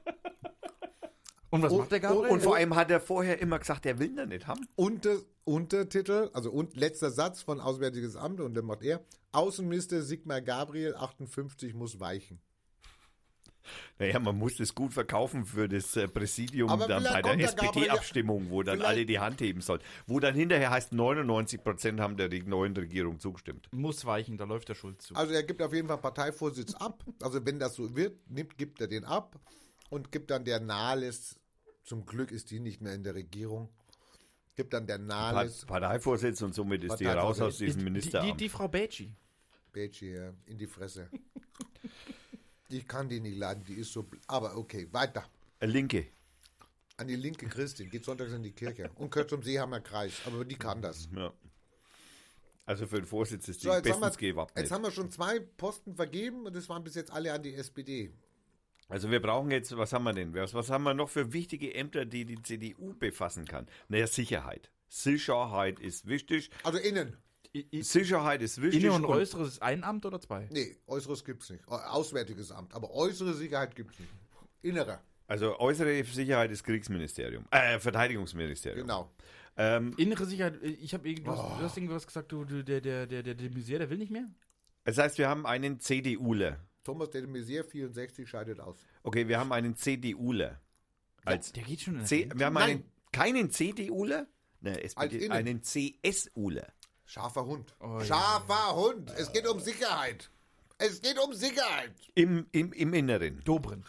Und was Oh, macht der oh, Gabriel? Und vor allem hat er vorher immer gesagt, er will da nicht haben. Unter, Untertitel, also und, letzter Satz von Auswärtiges Amt, und dann macht er, Außenminister Sigmar Gabriel, achtundfünfzig, muss weichen. Naja, man muss das gut verkaufen für das äh, Präsidium Aber dann vielleicht bei der kommt der S P Gabriel ja- D-Abstimmung, wo dann vielleicht- alle die Hand heben sollen. Wo dann hinterher heißt, neunundneunzig Prozent haben der neuen Regierung zugestimmt. Muss weichen, da läuft der Schulz zu. Also er gibt auf jeden Fall Parteivorsitz ab. Also wenn das so wird, nimmt, gibt er den ab und gibt dann der Nahles, zum Glück ist die nicht mehr in der Regierung, gibt dann der Nahles, Parteivorsitz und somit ist die raus Parteivorsitz. aus diesem die, die, Ministeramt. die Frau Becci. Betschi, ja, in die Fresse. Ich kann die nicht leiden, die ist so, bl- aber okay, weiter. Linke. An die linke Christin, geht sonntags in die Kirche und gehört zum Seehammer Kreis, aber die kann das. Ja. Also für den Vorsitz ist die So, jetzt haben, bestens wir, gewappnet. jetzt haben wir schon zwei Posten vergeben und das waren bis jetzt alle an die S P D. Also wir brauchen jetzt, was haben wir denn? Was, was haben wir noch für wichtige Ämter, die die C D U befassen kann? Naja, Sicherheit. Sicherheit ist wichtig. Also innen. I, I, Sicherheit ist wichtig. Inne und Äußeres ist ein Amt oder zwei? Nee, Äußeres gibt's nicht. Auswärtiges Amt, aber äußere Sicherheit gibt's nicht. Innere, Also äußere Sicherheit ist Kriegsministerium. Äh, Verteidigungsministerium. genau. Ähm, Innere Sicherheit, ich habe du, hast- du hast irgendwas gesagt, du, du, der, der, der, der, der Misier, der will nicht mehr? das heißt, wir haben einen CDUler. Thomas de Maizière, vierundsechzig, scheidet aus. Okay, wir haben einen CDUler. Als Der geht schon in der C, Rente. wir haben Nein. einen, keinen CDUler, ne, S P Als D, Innen. einen CSUler. Scharfer Hund. Oh, ja. Scharfer Hund. Es geht um Sicherheit. Es geht um Sicherheit. Im, im, im Inneren. Dobrindt.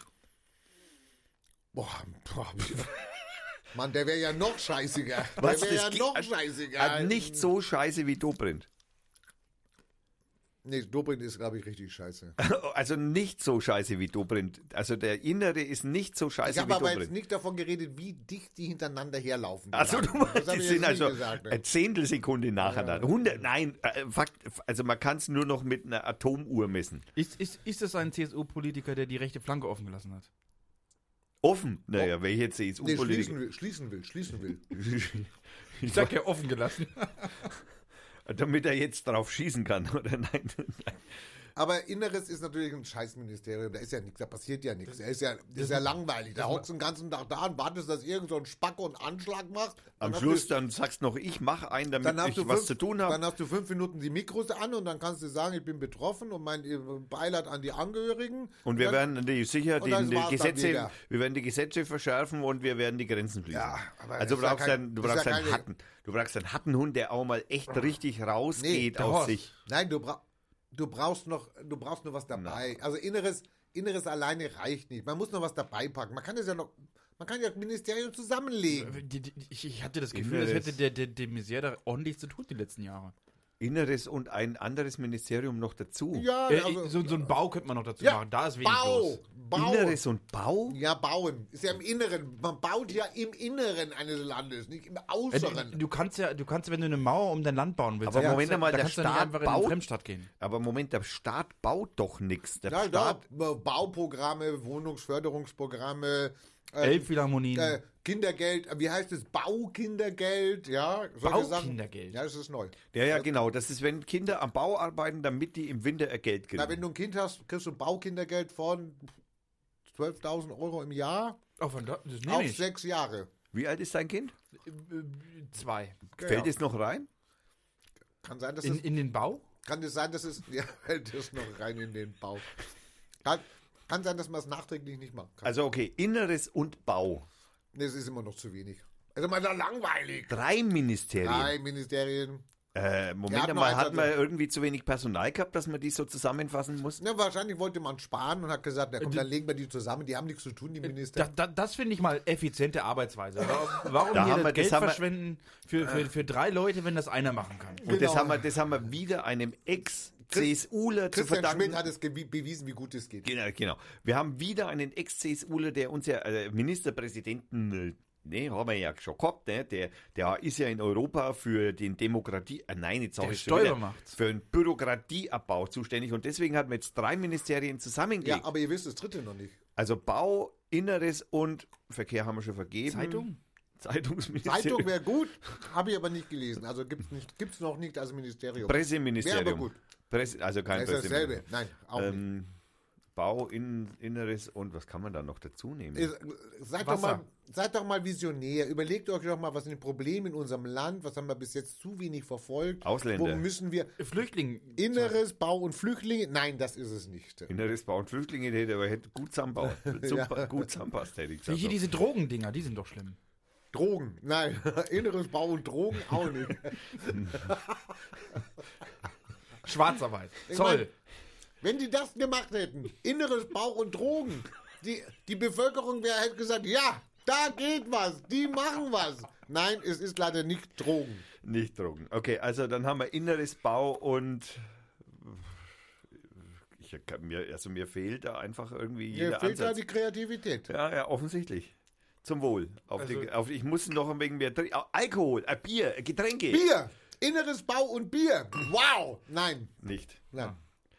Boah, boah. Mann, der wäre ja noch scheißiger. Was, der wäre das ja geht- noch also- scheißiger. Äh, nicht so scheiße wie Dobrindt. Nee, Dobrindt ist, glaube ich, richtig scheiße. Also nicht so scheiße wie Dobrindt. Also der Innere ist nicht so Ich scheiße wie habe aber jetzt Dobrindt. nicht davon geredet, wie dicht die hintereinander herlaufen. die Also beiden. du Das meinst, hab die ich sind jetzt also nicht gesagt, ne? eine Zehntelsekunde nacheinander. hundert, nein, äh, Fakt, also man kann es nur noch mit einer Atomuhr messen. Ist, ist, ist das ein C S U-Politiker, der die rechte Flanke offen gelassen hat? Offen. Naja, welche Nee, schließen C S U-Politiker? will, schließen will, schließen will. Ich sag ja offen gelassen. Damit er jetzt drauf schießen kann, oder nein? Aber Inneres ist natürlich ein Scheißministerium. Da ist ja nichts, da passiert ja nichts. Er ist ja, das ist ja langweilig. Da hockst du den ganzen Tag da und wartest, dass irgend so ein Spacko einen Anschlag macht. Am Dann hast Schluss du, dann sagst noch, ich mache einen, damit dann hast ich du was fünf, zu tun Dann habe. hast du fünf Minuten die Mikros an und dann kannst du sagen, ich bin betroffen und mein Beileid an die Angehörigen. Und wir dann, werden die sicher und die, dann die war's dann Gesetze, wieder. wir werden die Gesetze verschärfen und wir werden die Grenzen schließen. Ja, aber also du das ist ja brauchst, kein- einen, du das ist brauchst ja einen keine- Hatten. Du brauchst einen Hattenhund, der auch mal echt richtig rausgeht der aus Horst. sich. Nein, du, bra du brauchst noch, du brauchst nur was dabei. Also Inneres, Inneres alleine reicht nicht. Man muss noch was dabei packen. Man kann das ja noch, man kann ja Ministerium zusammenlegen. Die- die- Ich, ich hatte das Gefühl, als Inneres. hätte der, der, der Misier da ordentlich zu tun die letzten Jahre. Inneres und ein anderes Ministerium noch dazu. Ja, Äh, also, so, so ein Bau könnte man noch dazu ja, machen. Da ist wenig Bau, los. Bau. Inneres und Bau? Ja, bauen. Ist ja im Inneren. Man baut ja im Inneren eines Landes, nicht im Äh, Äußeren. du, du kannst ja, du kannst, wenn du eine Mauer um dein Land bauen willst, Aber dann Moment kannst du- mal, da der kannst du nicht Staat einfach in baut- eine Fremdstadt gehen. Aber Moment, der Staat baut doch nichts. Der Ja, da, Staat, Bauprogramme, Wohnungsförderungsprogramme, äh, Elbphilharmonien. äh, Kindergeld, äh, wie heißt es? Baukindergeld, ja. solche Sachen. Baukindergeld? Ja, das ist neu. ja, ja, genau. Das ist, wenn Kinder am Bau arbeiten, damit die im Winter ihr Geld kriegen. Na, wenn du ein Kind hast, kriegst du Baukindergeld von zwölftausend Euro im Jahr Oh, von da, das auf nehme ich. sechs Jahre. Wie alt ist dein Kind? Zwei. Fällt Ja. es noch rein? Kann sein, dass In, es, in den Bau? kann es sein, dass es, ja, fällt das noch rein in den Bauch. Kann, kann sein, dass man es nachträglich nicht machen kann. Also okay, Inneres und Bau. Nee, es ist immer noch zu wenig. Also mal da langweilig. Drei Ministerien. Drei Ministerien. Äh, Moment Wir hatten mal, noch hat eins, man also- irgendwie zu wenig Personal gehabt, dass man die so zusammenfassen muss? Ja, wahrscheinlich wollte man sparen und hat gesagt, na komm, dann legen wir die zusammen. Die haben nichts zu tun, die Minister. Da, da, das finde ich mal effiziente Arbeitsweise. Warum, warum Da hier haben wir- das Geld das haben wir- verschwenden für, für, für drei Leute, wenn das einer machen kann? Und das, Genau. haben wir, das haben wir wieder einem Ex-CSUler zu Christian verdanken. Schmidt hat es gewi- bewiesen, wie gut es geht. Genau, genau. Wir haben wieder einen Ex-CSUler, der uns ja äh, Ministerpräsidenten, äh, ne, haben wir ja schon gehabt, ne? Der, der ist ja in Europa für den Demokratie, äh, nein, jetzt sag Der ich schon wieder, Stoiber macht's. für den Bürokratieabbau zuständig und deswegen hat man jetzt drei Ministerien zusammengelegt. Ja, aber ihr wisst das dritte noch nicht. Also Bau, Inneres und Verkehr haben wir schon vergeben. Zeitung? Zeitungsministerium. Zeitung wäre gut, habe ich aber nicht gelesen. Also gibt es nicht, gibt's noch nicht als Ministerium. Presseministerium. Wäre aber gut. Presse, also kein Das ist dasselbe. Presseministerium. Nein, auch nicht. Ähm, Bau, in, Inneres und was kann man da noch dazu nehmen? Ihr- Seid doch, Wasser. mal, seid doch mal visionär. Überlegt euch doch mal, was sind die Probleme in unserem Land? Was haben wir bis jetzt zu wenig verfolgt? Ausländer. Wo müssen wir Flüchtlinge. Inneres, Bau und Flüchtlinge? Nein, das ist es nicht. Inneres Bau und Flüchtlinge hätte aber hätte gut zusammenbaut. Ja. Gut zusammenpasst, hätte ich gesagt. Hier diese Drogendinger, die sind doch schlimm. Drogen? Nein. Inneres, Bau und Drogen auch nicht. Schwarzarbeit. Ich Zoll. mein, wenn die das gemacht hätten, Inneres, Bau und Drogen, die, die Bevölkerung wäre hätte gesagt, ja, da geht was, die machen was. Nein, es ist leider nicht Drogen. Nicht Drogen. Okay, also dann haben wir Inneres Bau und ich kann mir, also mir fehlt da einfach irgendwie Mir jeder fehlt da Ansatz. die Kreativität. Ja, ja, offensichtlich. Zum Wohl. Auf Also- die, auf, ich muss noch ein wenig mehr Trin- Alkohol, äh, Bier, äh, Getränke. Bier! Inneres Bau und Bier! Wow! Nein, Nicht. nein.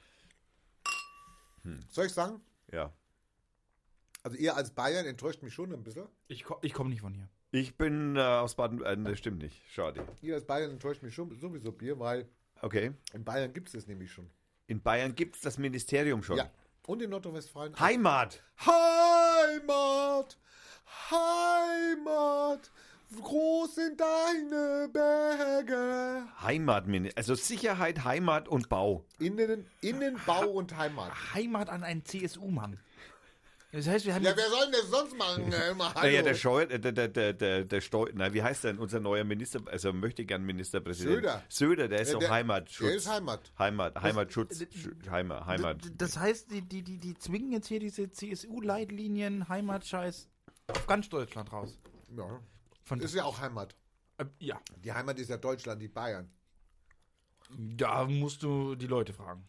Soll ich sagen? Ja. Also ihr als Bayern enttäuscht mich schon ein bisschen. Ich, ko ich komme nicht von hier. Ich bin äh, aus Baden, äh, das stimmt nicht. Schade. Ihr als Bayern enttäuscht mich schon sowieso Bier, weil Okay. in Bayern gibt es das nämlich schon. In Bayern gibt es das Ministerium schon. Ja. Und in Nordrhein-Westfalen. auch. Heimat. Heimat! Heimat! Groß sind deine Berge. Heimatministerium. Also Sicherheit, Heimat und Bau. Innen, Innenbau und Heimat. Heimat an einen C S U-Mann. Das heißt, wir haben Ja, jetzt wer soll denn das sonst machen? Äh, immer, hallo. Naja, der Scheu, äh, der, der, der, der, der Steu, na, wie heißt denn unser neuer Minister, also möchte gern Ministerpräsident? Söder. Söder, der ist Ja, doch der- Heimatschutz. der ist Heimat. Heimat, Heimatschutz, Sch- Heimat, Heimat. Das heißt, die, die, die, die zwingen jetzt hier diese C S U-Leitlinien, Heimatscheiß auf ganz Deutschland raus. Ja. Von, Ist ja auch Heimat. äh, ja, Die Heimat ist ja Deutschland, die Bayern. da musst du die Leute fragen.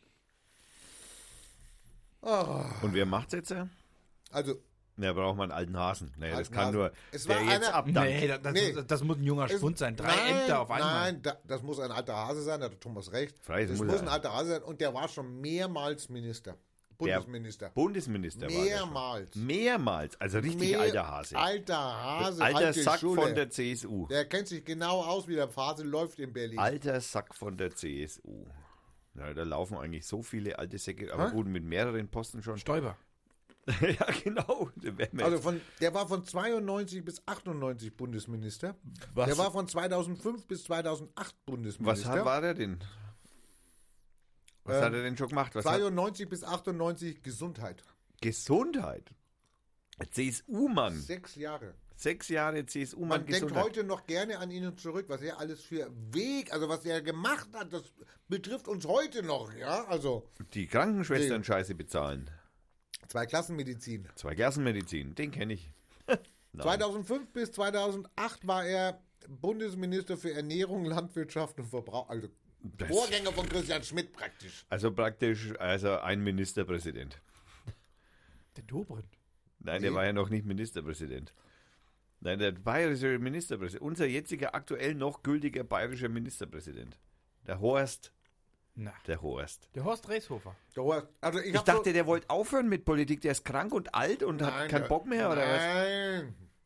Und wer macht's jetzt? Ja, Also, braucht man einen alten Hasen. Naja, das Alten kann Hasen. nur, Es der war jetzt einer- abdankt. Nee, das, das, Nee. das muss ein junger es- Spund sein. Drei nein, Ämter auf einmal. Nein, da, das muss ein alter Hase sein, da hat Thomas recht. Freies das muss muss er. ein alter Hase sein und der war schon mehrmals Minister. Bundesminister. Bundesminister war der schon. Mehrmals. Mehrmals, also richtig Mehr- alter Hase. Alter Hase, Alter alte Sack Schule. von der C S U. Der kennt sich genau aus, wie der Phase läuft in Berlin. Alter Sack von der C S U. Ja, da laufen eigentlich so viele alte Säcke, aber gut, mit mehreren Posten schon. Stoiber. Ja, genau. Da werden wir Also jetzt- von, der war von zweiundneunzig bis achtundneunzig Bundesminister. Was- Der war von zweitausendfünf bis zweitausendacht was Bundesminister. hat, war er denn? Was Ähm, hat er denn schon gemacht? Was hat, zweiundneunzig bis achtundneunzig Gesundheit. Gesundheit. C S U-Mann. Sechs Jahre. Sechs Jahre C S U-Mann Man denkt Gesundheit. heute noch gerne an ihn zurück, was er alles für Weg, also was er gemacht hat, das betrifft uns heute noch, ja, also Die Krankenschwestern Scheiße bezahlen. Zweiklassenmedizin. Zwei Klassenmedizin, den kenne ich. zweitausendfünf bis zweitausendacht war er Bundesminister für Ernährung, Landwirtschaft und Verbrauch, also Das- Vorgänger von Christian Schmidt praktisch. Also praktisch, also ein Ministerpräsident. Der Dobrindt. Nein, der Nee. war ja noch nicht Ministerpräsident. Nein, der bayerische Ministerpräsident. Unser jetziger aktuell noch gültiger bayerischer Ministerpräsident. Der Horst. Na, Der Horst. der Horst Reishofer. Also ich, Ich hab dachte, so, der wollte aufhören mit Politik. Der ist krank und alt und hat Nein, keinen der- Bock mehr, oder was? Nein,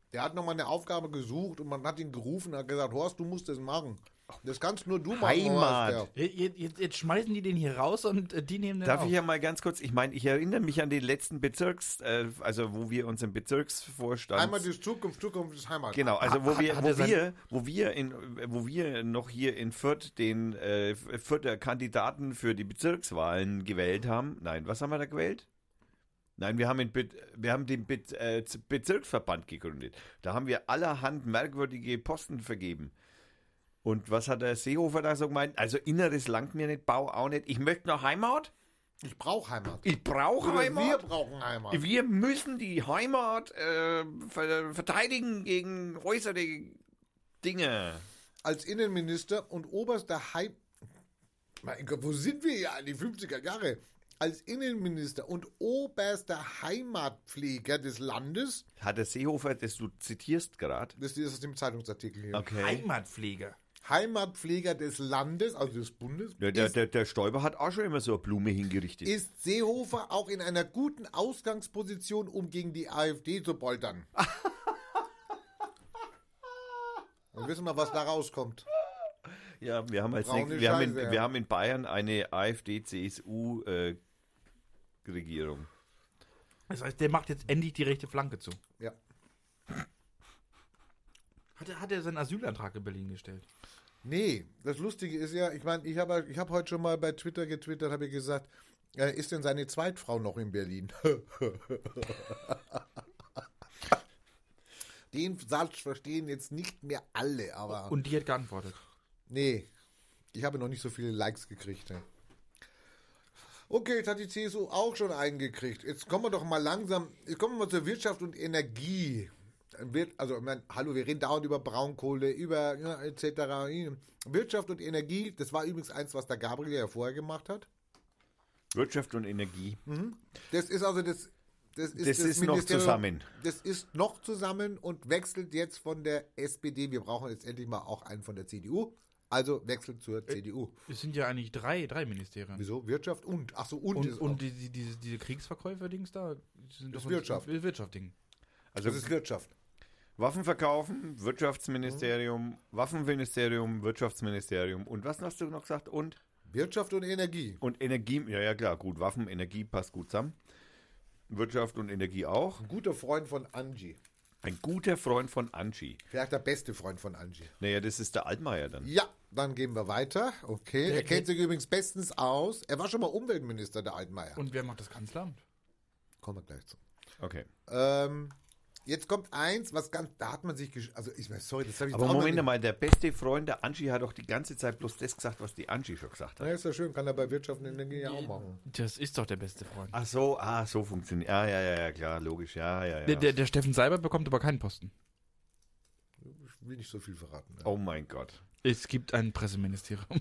Der hat nochmal eine Aufgabe gesucht und man hat ihn gerufen und hat gesagt, Horst, du musst das machen. Das kannst nur du machen. Heimat. Horst, ja. Jetzt, jetzt, jetzt schmeißen die den hier raus und äh, die nehmen den Darf auf. ich ja mal ganz kurz, ich meine, ich erinnere mich an den letzten Bezirks, äh, also wo wir uns im Bezirksvorstand... Heimat ist Zukunft, Zukunft ist Heimat. Genau, also wo Hat- wir, hat wo er sein- wir, wo wir in, wo wir noch hier in Fürth den äh, Fürther Kandidaten für die Bezirkswahlen gewählt haben. Nein, was haben wir da gewählt? Nein, wir haben, in Be- wir haben den Be- äh, Bezirksverband gegründet. Da haben wir allerhand merkwürdige Posten vergeben. Und was hat der Seehofer da so gemeint? Also Inneres langt mir nicht, Bau auch nicht. Ich möchte noch Heimat. Ich brauche Heimat. Ich brauche Oder Heimat. wir brauchen Heimat. Wir müssen die Heimat äh, ver verteidigen gegen äußere Dinge. Als Innenminister und oberster Heim... Mein Gott, wo sind wir hier? Die fünfziger Jahre. Als Innenminister und oberster Heimatpfleger des Landes, Hat der Seehofer, das du zitierst gerade. das ist aus dem Zeitungsartikel hier, Okay. Heimatpfleger. Heimatpfleger des Landes, also des Bundes, Ja, der, ist, der, der Stoiber hat auch schon immer so eine Blume hingerichtet. ist Seehofer auch in einer guten Ausgangsposition, um gegen die AfD zu poltern. Und wissen wir, was da rauskommt. Ja, wir haben als Braune nächstes, wir, haben in, Scheiße, ja. wir haben in Bayern eine AfD-C S U-Regierung. Das heißt, der macht jetzt endlich die rechte Flanke zu. Ja. Hat er, hat er seinen Asylantrag in Berlin gestellt? Nee, das Lustige ist ja, ich meine, ich habe ich hab heute schon mal bei Twitter getwittert, habe ich gesagt, äh, ist denn seine Zweitfrau noch in Berlin? Den Satz verstehen jetzt nicht mehr alle, aber Und die hat geantwortet. nee, ich habe noch nicht so viele Likes gekriegt. Ne? Okay, jetzt hat die C S U auch schon einen gekriegt. Jetzt kommen wir doch mal langsam, jetzt kommen wir mal zur Wirtschaft und Energie. Wird, also, ich meine, hallo, wir reden dauernd über Braunkohle, über ja, et cetera. Wirtschaft und Energie, das war übrigens eins, was der Gabriel ja vorher gemacht hat. Wirtschaft und Energie. Das ist also das. Das ist, Das ist noch Ministerium- zusammen. Das ist noch zusammen und wechselt jetzt von der S P D. Wir brauchen jetzt endlich mal auch einen von der C D U. Also wechselt zur C D U. Es sind ja eigentlich drei, drei Ministerien. Wieso? Wirtschaft und. Ach so, und. Und, ist und auch- die, die, diese, diese Kriegsverkäufer-Dings da? die Sind Das doch- Wirtschaft. Wirtschaft-Ding. Also das ist Wirtschaft. Waffen verkaufen, Wirtschaftsministerium, Waffenministerium, Wirtschaftsministerium und was hast du noch gesagt? Und? Wirtschaft und Energie. Und Energie, ja, ja klar, gut, Waffen, Energie passt gut zusammen. Wirtschaft und Energie auch. Ein guter Freund von Angie. Ein guter Freund von Angie. Vielleicht der beste Freund von Angie. Naja, das ist der Altmaier dann. Ja, dann gehen wir weiter. Okay. Er kennt sich übrigens bestens aus. Er war schon mal Umweltminister, der Altmaier. Und wer macht das Kanzleramt? Kommen wir gleich zu. Okay. Ähm, jetzt kommt eins, was ganz, da hat man sich, gesch- also ich weiß, sorry, das habe ich Aber jetzt auch noch Moment nicht- mal, der beste Freund der Angie hat doch die ganze Zeit bloß das gesagt, was die Angie schon gesagt Na, hat. ist ja schön, kann er bei Wirtschaft und Energie ja auch machen. Das ist doch der beste Freund. Ach so, ah, so funktioniert. Ja, ja, ja, ja, klar, logisch, ja, ja, ja. Der, der, der Steffen Seibert bekommt aber keinen Posten. Ich will nicht so viel verraten. Ne? Oh mein Gott. Es gibt ein Presseministerium.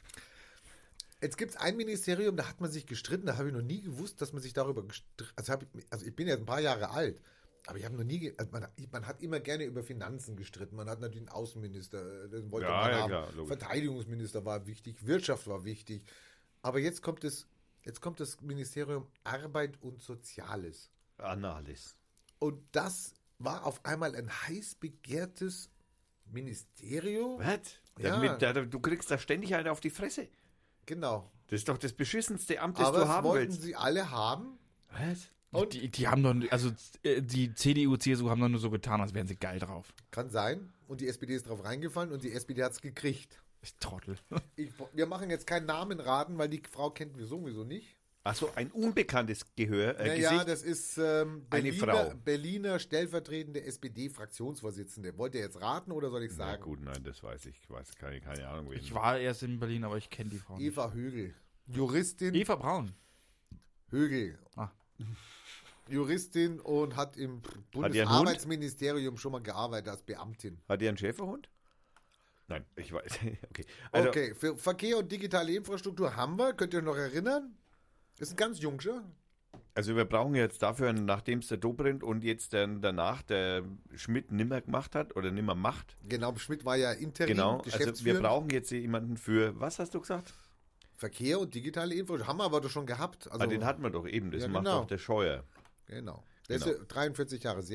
Jetzt gibt es ein Ministerium, da hat man sich gestritten, da habe ich noch nie gewusst, dass man sich darüber gestritten also, hab ich, also ich bin jetzt ein paar Jahre alt, aber ich habe noch nie, ge- also man, man hat immer gerne über Finanzen gestritten, man hat natürlich einen Außenminister, den wollte Ja, man ja, haben, klar, logisch. Verteidigungsminister war wichtig, Wirtschaft war wichtig, aber jetzt kommt es, jetzt kommt das Ministerium Arbeit und Soziales Analyst. und das war auf einmal ein heiß begehrtes Ministerium. Was? Ja. Damit, da, du kriegst da ständig eine auf die Fresse. Genau. Das ist doch das beschissenste Amt, das Aber du es haben wollten willst. sie alle haben. Was? Und Die, die haben doch, also äh, die C D U, C S U haben doch nur so getan, als wären sie geil drauf. kann sein. Und die S P D ist drauf reingefallen und die S P D hat es gekriegt. Ich Trottel. Ich, wir machen jetzt keinen Namen raten, weil die Frau kennt wir sowieso nicht. Achso, ein unbekanntes Gehör, äh, Naja, Gesicht. das ist ähm, Eine Berliner, Frau. Berliner stellvertretende S P D-Fraktionsvorsitzende. Wollt ihr jetzt raten oder soll ich Na sagen? gut, nein, das weiß ich. Ich weiß keine, keine Ahnung. Wen. Ich war erst in Berlin, aber ich kenne die Frau nicht. Eva Högel. Juristin. Eva Braun. Högel. Ah. Juristin und hat im die einen Hund? Bundesarbeitsministerium schon mal gearbeitet als Beamtin. Hat die einen Schäferhund? Nein, ich weiß. Okay. Also, Okay, für Verkehr und digitale Infrastruktur haben wir. Könnt ihr euch noch erinnern? Ist ein ganz jungscher. also wir brauchen jetzt dafür, nachdem es der Dobrindt und jetzt dann danach der Schmidt nimmer gemacht hat oder nimmer macht. Genau, Schmidt war ja Interim, Genau, also wir Geschäftsführer. brauchen jetzt jemanden für, was hast du gesagt? Verkehr und digitale Infrastruktur. Haben wir aber doch schon gehabt. Also, Ah, den hatten wir doch eben, das Ja, macht genau. doch der Scheuer. Genau. Der Genau. ist ja dreiundvierzig Jahre, sehr jung.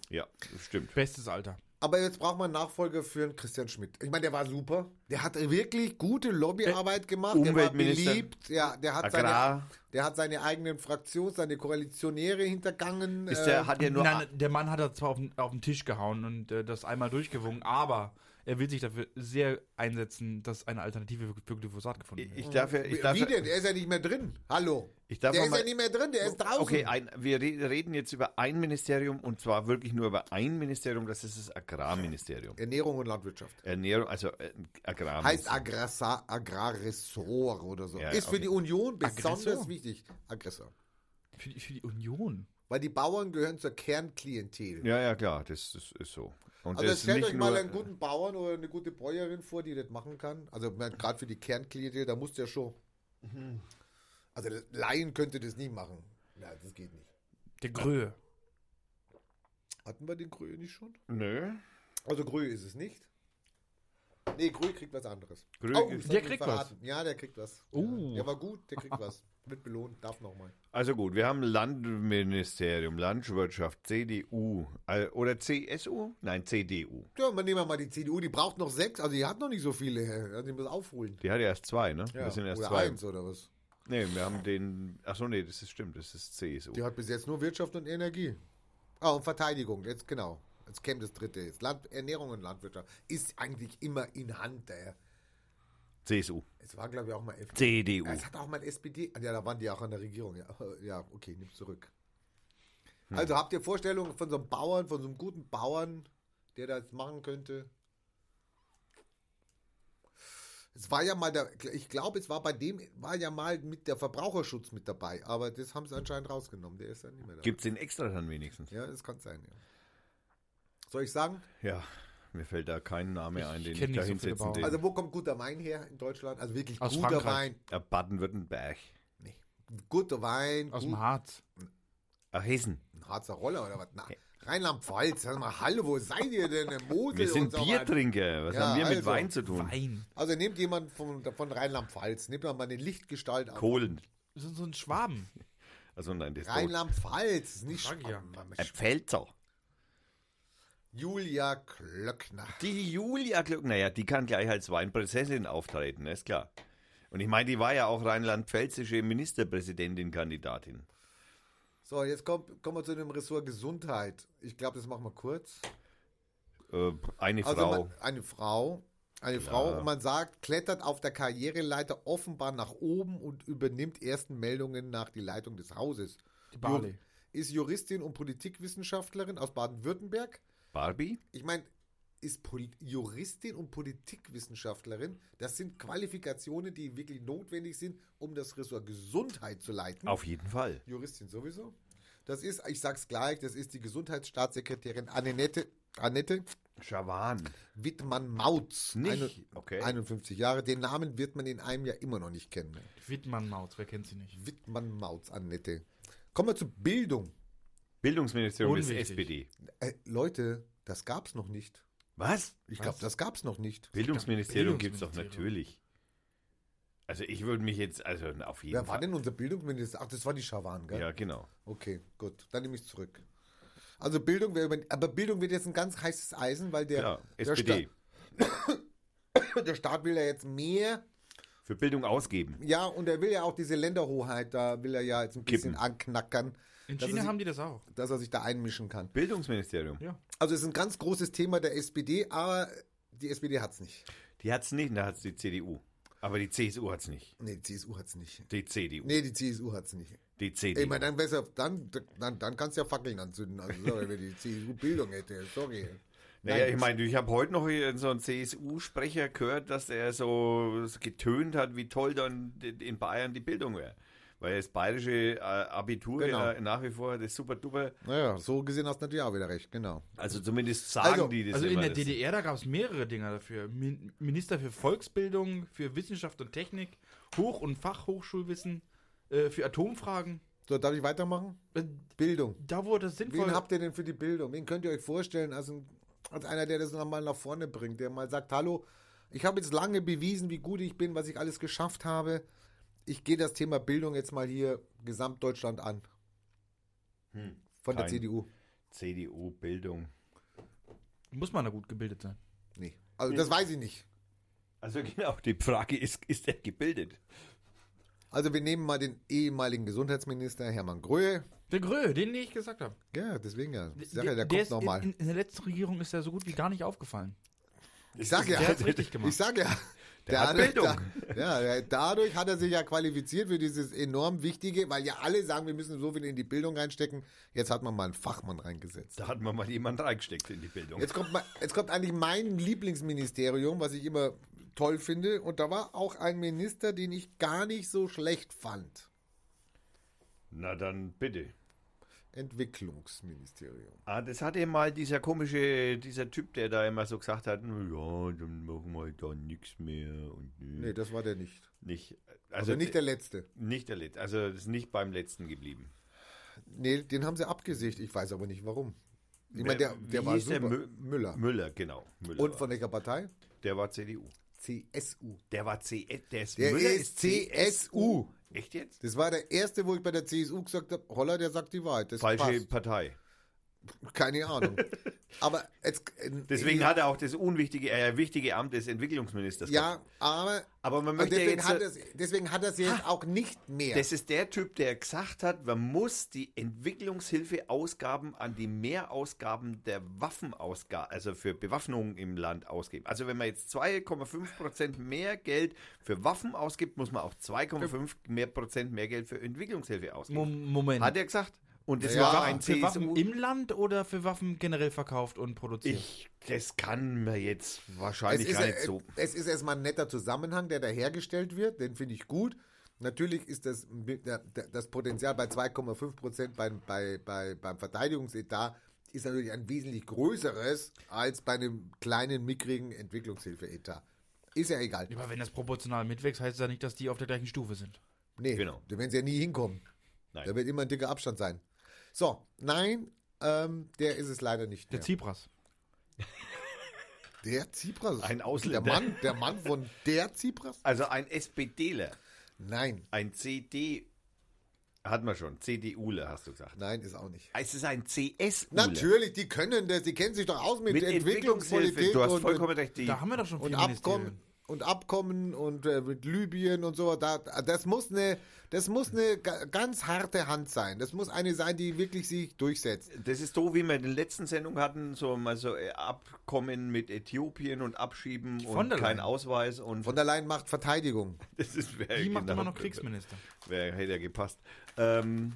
Ja, das stimmt. Bestes Alter. Aber jetzt braucht man einen Nachfolger für einen Christian Schmidt. Ich meine, der war super. Der hat wirklich gute Lobbyarbeit gemacht. Der war Umweltminister, beliebt. Ja, der hat seine, Agrar. der hat seine eigenen Fraktionen, seine Koalitionäre hintergangen. Ist äh, der, hat ja nur... Nein, der Mann hat das zwar auf den, auf den Tisch gehauen und äh, das einmal durchgewungen, aber er will sich dafür sehr einsetzen, dass eine Alternative für, für Glyphosat gefunden wird. Ich darf ja... Ich Wie darf wie ja, denn? Der ist ja nicht mehr drin. Hallo. Ich darf der noch ist mal- ja nicht mehr drin, der ist draußen. Okay, ein, wir re- reden jetzt über ein Ministerium und zwar wirklich nur über ein Ministerium, das ist das Agrarministerium. Ernährung und Landwirtschaft. Ernährung, also äh, Agrarministerium. Heißt Agrassa, Agrarressort oder so. Ja, ist für okay. die Union besonders Aggressor? wichtig. Aggressor. Für die, für die Union. Weil die Bauern gehören zur Kernklientel. Ja, ja, klar, das, das ist so. Und Also das stellt nicht euch mal nur- einen guten Bauern oder eine gute Bäuerin vor, die das machen kann. Also gerade für die Kernklientel, da muss der schon... Also Laien könnte das nie machen. Ja, das geht nicht. Der Gröhe. Hatten wir den Gröhe nicht schon? Nö. Also Gröhe ist es nicht. Nee, Gröhe kriegt was anderes. Gröhe oh, kriegt- das Der hab ich kriegt verraten. Ja, der kriegt was. Oh. Ja, der war gut, der kriegt was. Wird belohnt, darf nochmal. Also gut, wir haben Landministerium, Landwirtschaft, C D U äh, oder C S U? Nein, C D U. Ja, man nehmen wir mal die C D U, die braucht noch sechs, also die hat noch nicht so viele. Also die muss aufholen. Die hat ja erst zwei, ne? Ja, Wir sind erst oder zwei. eins oder was. Nee, wir haben den. Achso, nee, das ist stimmt, das ist C S U. Die hat bis jetzt nur Wirtschaft und Energie. Ah, und Verteidigung, jetzt genau. Jetzt käme das dritte jetzt. Land, Ernährung und Landwirtschaft ist eigentlich immer in Hand. Äh. C S U. Es war, glaube ich, auch mal F D P. C D U. Ja, es hat auch mal S P D. Ja, da waren die auch an der Regierung. Ja, ja okay, nimm zurück. Also habt ihr Vorstellungen von so einem Bauern, von so einem guten Bauern, der das machen könnte? Es war ja mal der, ich glaube, es war bei dem, war ja mal mit der Verbraucherschutz mit dabei, aber das haben sie anscheinend rausgenommen. Der ist dann nicht mehr da. Gibt es den extra dann wenigstens? Ja, das kann sein, ja. Soll ich sagen? Ja, mir fällt da kein Name ein, den ich kenn da nicht so viele hinsetzen Bauern. will. Also wo kommt guter Wein her in Deutschland? Also wirklich Aus guter Frankreich. Wein. Ja, Baden-Württemberg. Nee. Guter Wein. Aus gut, dem Harz. Ach, Hessen. ein Harzer Roller oder was? Na, Rheinland-Pfalz. Sag mal, hallo, wo seid ihr denn? Im Mosel Wir sind und so weiter. Biertrinker. Was Ja, haben wir mit also, Wein zu tun? Wein. Also nehmt jemand von, von Rheinland-Pfalz, nehmt doch mal eine Lichtgestalt auf. Kohlen. So, so ein Schwaben. Also nein, das ist Rheinland-Pfalz, ist nicht Sag ich ja. Ein Pfälzer. Julia Klöckner. Die Julia Glück, naja, die kann gleich als Weinprinzessin auftreten, ist klar. Und ich meine, die war ja auch rheinland-pfälzische Ministerpräsidentin-Kandidatin. So, jetzt kommt, kommen wir zu dem Ressort Gesundheit. Ich glaube, das machen wir kurz. Äh, eine Also Frau. man, eine Frau. Eine Frau, und man sagt, klettert auf der Karriereleiter offenbar nach oben und übernimmt ersten Meldungen nach die Leitung des Hauses. Die Barley. Ist Juristin und Politikwissenschaftlerin aus Baden-Württemberg. Barbie? Ich meine, ist Poli Juristin und Politikwissenschaftlerin, das sind Qualifikationen, die wirklich notwendig sind, um das Ressort Gesundheit zu leiten. Auf jeden Fall. Juristin sowieso. Das ist, ich sag's gleich, das ist die Gesundheitsstaatssekretärin Annette, Annette Schawan. Wittmann-Mautz. Nicht? Okay. einundfünfzig Jahre. Den Namen wird man in einem Jahr immer noch nicht kennen. Wittmann-Mautz, wer kennt sie nicht? Wittmann-Mautz, Annette. Kommen wir zur Bildung. Bildungsministerium ist Unwichtig. S P D. Äh, Leute, das gab's noch nicht. Was? Ich glaube, das gab's noch nicht. Bildungsministerium gibt es doch Bildungsministerium. natürlich. Also ich würde mich jetzt, also auf jeden Wer war Fall. denn unser Bildungsminister? Ach, das war die Schawan, gell? Ja, genau. Okay, gut. Dann nehme ich es zurück. Also Bildung wäre über, aber Bildung wird jetzt ein ganz heißes Eisen, weil der, Ja, der, S P D. Staat, der Staat will ja jetzt mehr. Für Bildung ausgeben. Ja, und er will ja auch diese Länderhoheit, da will er ja jetzt ein bisschen Kippen. anknackern, In dass China er, sich, haben die das auch. dass er sich da einmischen kann. Bildungsministerium. Ja. Also es ist ein ganz großes Thema der S P D, aber die S P D hat es nicht. Die hat es nicht, da hat es die C D U. Aber die C S U hat es nicht. Nee, die C S U hat es nicht. Die C D U. Nee, die C S U hat es nicht. Die C D Ey, U. man, dann, besser, dann, dann, dann kannst du ja Fackeln anzünden. Also, sorry, wenn die C S U Bildung hätte. Sorry. Naja, Nein, ich meine, ich habe heute noch hier so einen C S U-Sprecher gehört, dass er so getönt hat, wie toll dann in Bayern die Bildung wäre. Weil das bayerische äh, Abitur Genau. ja nach wie vor das super duper. Naja, so gesehen hast du natürlich auch wieder recht, genau. Also zumindest sagen Also- die das Also in immer. der das- D D R, da gab es mehrere Dinger dafür. Min Minister für Volksbildung, für Wissenschaft und Technik, Hoch- und Fachhochschulwissen, äh, für Atomfragen. So, darf ich weitermachen? Äh, Bildung. Da wurde das sinnvoll. Wen habt ihr denn für die Bildung? Wen könnt ihr euch vorstellen als, ein, als einer, der das nochmal nach vorne bringt, der mal sagt, hallo, ich habe jetzt lange bewiesen, wie gut ich bin, was ich alles geschafft habe. Ich gehe das Thema Bildung jetzt mal hier Gesamtdeutschland an. Hm, Von der kein- C D U. C D U, Bildung. Muss man da gut gebildet sein. Nee. Also das weiß ich nicht. Also genau, die Frage ist, ist er gebildet? Also wir nehmen mal den ehemaligen Gesundheitsminister Hermann Gröhe. Der Grö, den, den ich gesagt habe. Ja, deswegen ja. Ich sag Der, ja, der, der kommt ist nochmal. in, in der letzten Regierung ist er so gut wie gar nicht aufgefallen. Ich sag ja, Der hat's richtig gemacht. ich sag ja. Der hat dadurch, Bildung. Da, ja, der- dadurch hat er sich ja qualifiziert für dieses enorm Wichtige, weil ja alle sagen, wir müssen so viel in die Bildung reinstecken. Jetzt hat man mal einen Fachmann reingesetzt. Da hat man mal jemand reingesteckt in die Bildung. Jetzt kommt, mal, jetzt kommt eigentlich mein Lieblingsministerium, was ich immer toll finde. Und da war auch ein Minister, den ich gar nicht so schlecht fand. Na dann bitte. Entwicklungsministerium. Ah, das hatte mal dieser komische, dieser Typ, der da immer so gesagt hat, "Na ja, dann machen wir da nichts mehr und nö." Nee, das war der nicht. nicht. Also nicht der letzte. Nicht der letzte, also das ist nicht beim letzten geblieben. Nee, den haben sie abgesägt. Ich weiß aber nicht warum. Ich Wer- meine, der, wie der war hieß der? super. Mü- Müller. Müller, genau. Müller Und war von das. welcher Partei? Der war C D U. C S U. Der war C S U. Der ist, Der Müller ist C S U. Echt jetzt? Das war der erste, wo ich bei der C S U gesagt habe, Holla, der sagt die Wahrheit. Das Falsche passt. Partei. Keine Ahnung. Aber jetzt, äh, Deswegen äh, hat er auch das unwichtige, äh, wichtige Amt des Entwicklungsministers. gehabt. Ja, aber Aber man und möchte ja deswegen, jetzt, hat es, deswegen hat er es jetzt auch nicht mehr. das ist der Typ, der gesagt hat, man muss die Entwicklungshilfeausgaben an die Mehrausgaben der Waffenausgaben, also für Bewaffnung im Land ausgeben. Also wenn man jetzt zwei Komma fünf Prozent mehr Geld für Waffen ausgibt, muss man auch zwei Komma fünf mehr Prozent mehr Geld für Entwicklungshilfe ausgeben. Mom- Moment. Hat er gesagt? Und das Ja, war ein für C S Waffen U. im Land oder für Waffen generell verkauft und produziert? Ich, das kann man jetzt es, wahrscheinlich ist, gar äh, nicht so. es ist erstmal ein netter Zusammenhang, der da hergestellt wird. Den finde ich gut. Natürlich ist das, das Potenzial bei zwei Komma fünf Prozent beim, bei, bei, beim Verteidigungsetat ist natürlich ein wesentlich größeres als bei einem kleinen, mickrigen Entwicklungshilfe-Etat. Ist ja egal. Aber wenn das proportional mitwächst, heißt das ja nicht, dass die auf der gleichen Stufe sind. Nee, Genau. da werden sie ja nie hinkommen. Nein. Da wird immer ein dicker Abstand sein. So, nein, ähm, der ist es leider nicht Der mehr. Tsipras. Der Tsipras? Ein Ausländer. Der Mann, der Mann von der Tsipras? Also ein SPDler, Nein, ein C D, hat man schon, CDUler hast du gesagt. nein, ist auch nicht. Es ist ein C S U. Natürlich, die können das, die kennen sich doch aus mit, Mit Entwicklungspolitik Entwicklungspolitik. Du hast und, vollkommen recht. Die, Da haben wir doch schon und viele Abkommen Ministerien. und Abkommen und äh, mit Libyen und so. Da, das muss eine, das muss eine ga- ganz harte Hand sein. Das muss eine sein, die wirklich sich durchsetzt. das ist so, wie wir in den letzten Sendungen hatten, so mal so äh, Abkommen mit Äthiopien und Abschieben Von und der kein Leyen. Ausweis. Und Von der Leyen macht Verteidigung. das ist, wär, Die macht genau, immer noch Kriegsminister. Wer hätte ja gepasst. Ähm,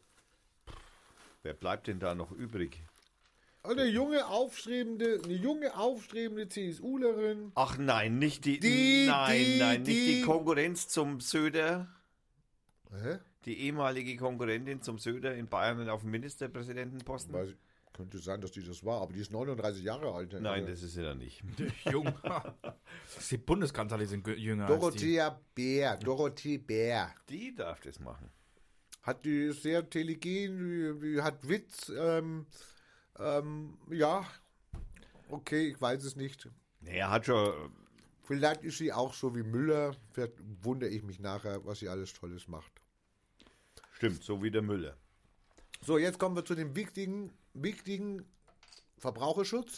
wer bleibt denn da noch übrig? Eine junge, aufstrebende, eine junge, aufstrebende CSUlerin. Ach nein, nicht die, Die, nein, die, nein, nicht die die- Konkurrenz zum Söder. Hä? Die ehemalige Konkurrentin zum Söder in Bayern auf dem Ministerpräsidentenposten? Weiß ich, könnte sein, dass die das war, aber die ist neununddreißig Jahre alt. Nein, Also das ist sie dann nicht. Jung. Die Bundeskanzler sind gö- jünger als die. Dorothea Bär, Dorothee Bär. Die darf das machen. Hat die ist sehr intelligent, die, die hat Witz, ähm, ähm, ja, okay, ich weiß es nicht. Er hat schon. Vielleicht ist sie auch so wie Müller, vielleicht wundere ich mich nachher, was sie alles Tolles macht. Stimmt, so wie der Müller. So, jetzt kommen wir zu dem wichtigen, wichtigen Verbraucherschutz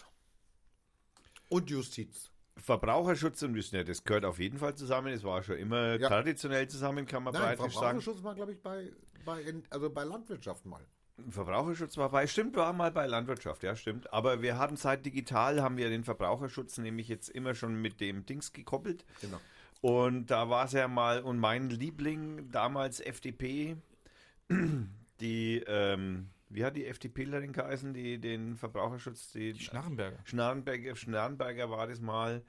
und Justiz. Verbraucherschutz und Wissen, ja, das gehört auf jeden Fall zusammen. Es war schon immer Ja. traditionell zusammen, kann man Nein, breitlich sagen. Verbraucherschutz war, glaube ich, bei, bei, also bei Landwirtschaft mal. Verbraucherschutz war bei, stimmt, war mal bei Landwirtschaft, ja, stimmt. Aber wir haben seit digital, haben wir den Verbraucherschutz nämlich jetzt immer schon mit dem Dings gekoppelt. Genau. Und da war es ja mal, und mein Liebling, damals F D P, die, ähm, wie hat die FDPlerin geheißen, die den Verbraucherschutz, die, Die Schnarrenberger. Schnarrenberger, Schnarrenberger war das mal.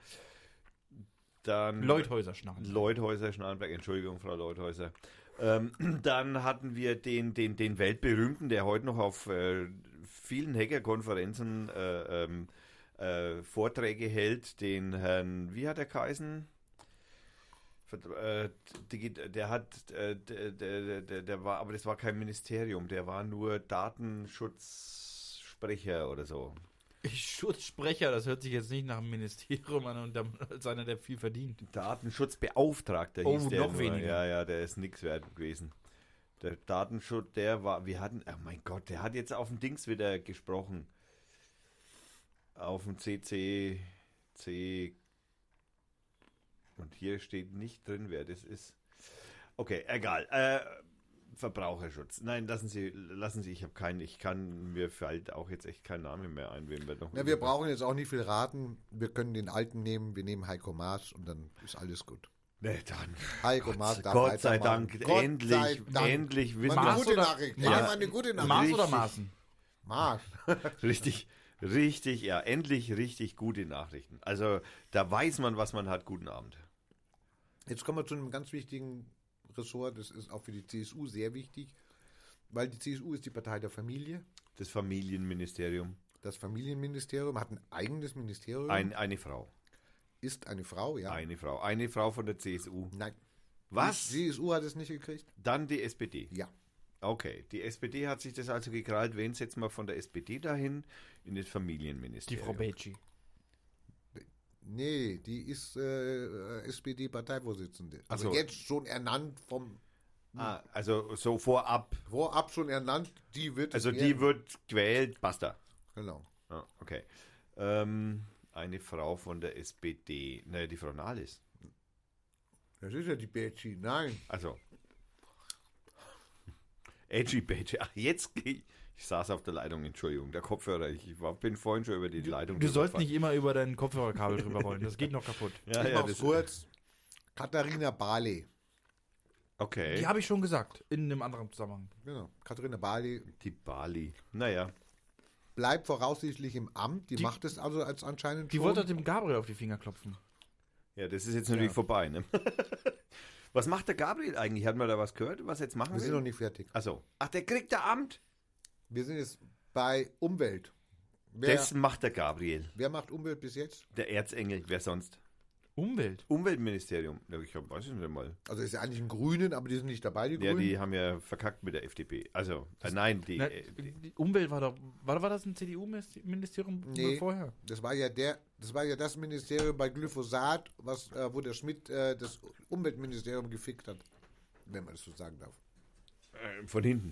Dann Leuthäuser Schnarrenberger. Leuthäuser, Schnarrenberg, Entschuldigung, Frau Leuthäuser. Ähm, dann hatten wir den, den, den weltberühmten, der heute noch auf äh, vielen Hackerkonferenzen äh, ähm, äh, Vorträge hält, den Herrn, wie hat er geheißen? Äh, die, der hat, äh, der, der, der, der war, aber das war kein Ministerium, der war nur Datenschutzsprecher oder so. Schutzsprecher, das hört sich jetzt nicht nach einem Ministerium an und dann als einer, der viel verdient. Datenschutzbeauftragter Oh, hieß der noch nur. weniger. Ja, ja, der ist nichts wert gewesen. Der Datenschutz, der war, wir hatten, oh mein Gott, der hat jetzt auf dem Dings wieder gesprochen. Auf dem C C C. Und hier steht nicht drin, wer das ist. Okay, egal. Äh, Verbraucherschutz. Nein, lassen Sie, lassen Sie, ich habe keinen, ich kann, mir fällt auch jetzt echt kein Name mehr ein, wen wir noch. Ja, wir brauchen jetzt auch nicht viel raten. Wir können den alten nehmen, wir nehmen Heiko Maas und dann ist alles gut. Nee, dann. Heiko Gott, Maas darf Gott sei weitermachen. Dank, Gott endlich, sei Dank. endlich Mal wissen eine Maas gute oder- Nachricht. Ja. Ja, mal eine gute Nachricht. Maß oder Richtig. Maßen? Maas. Richtig, richtig, ja, endlich richtig gute Nachrichten. Also, da weiß man, was man hat. Guten Abend. Jetzt kommen wir zu einem ganz wichtigen Ressort. Das ist auch für die C S U sehr wichtig, weil die C S U ist die Partei der Familie. Das Familienministerium. Das Familienministerium hat ein eigenes Ministerium. Ein, eine Frau. Ist eine Frau, ja. Eine Frau. Eine Frau von der C S U. Nein. Was? Die C S U hat es nicht gekriegt? Dann die S P D. Ja. Okay, die S P D hat sich das also gekrallt. Wen setzen wir von der S P D dahin in das Die Familienministerium? Frau Becci. Nee, die ist äh, S P D-Parteivorsitzende. Also Ach so. jetzt schon ernannt vom Ah, also so vorab. Vorab schon ernannt, die wird es Also die werden. wird gewählt, basta. Genau. Ah, okay. Ähm, eine Frau von der S P D. Naja, die Frau Nahles. Das ist ja die Becci. Nein. Also. Edgy Badge. Ach, jetzt gehe ich. Ich saß auf der Leitung, Entschuldigung, der Kopfhörer. Ich war, bin vorhin schon über die Leitung. Du sollst drüber nicht immer über dein Kopfhörerkabel drüber rollen. Das geht noch kaputt. gefahren. ich Ja, ja, mach's das, kurz. Katharina Barley. okay. Die habe ich schon gesagt, in einem anderen Zusammenhang. Genau. Katharina Barley Die Bali. Naja. bleibt voraussichtlich im Amt. Die, Die- macht es also als anscheinend Die schon. wollte dem Gabriel auf die Finger klopfen. Ja, das ist jetzt natürlich Ja. vorbei, ne? Was macht der Gabriel eigentlich? Hat man da was gehört, was er jetzt machen Wir sind will? noch nicht fertig. Achso. Ach, der kriegt der Amt? Wir sind jetzt bei Umwelt. Wer, Das macht der Gabriel. wer macht Umwelt bis jetzt? Der Erzengel, wer sonst? Umwelt. Umweltministerium. Ja, ich hab, weiß ich nicht mal. Also ist ja eigentlich ein Grünen, aber die sind nicht dabei, die Ja, Grünen. die haben ja verkackt mit der F D P. Also, äh, nein, die. Na, äh, die die Umwelt war doch. War, war das ein C D U-Ministerium Nee. vorher? Das war ja der, das war ja das Ministerium bei Glyphosat, was, äh, wo der Schmidt äh, das Umweltministerium gefickt hat, wenn man das so sagen darf. äh, von hinten.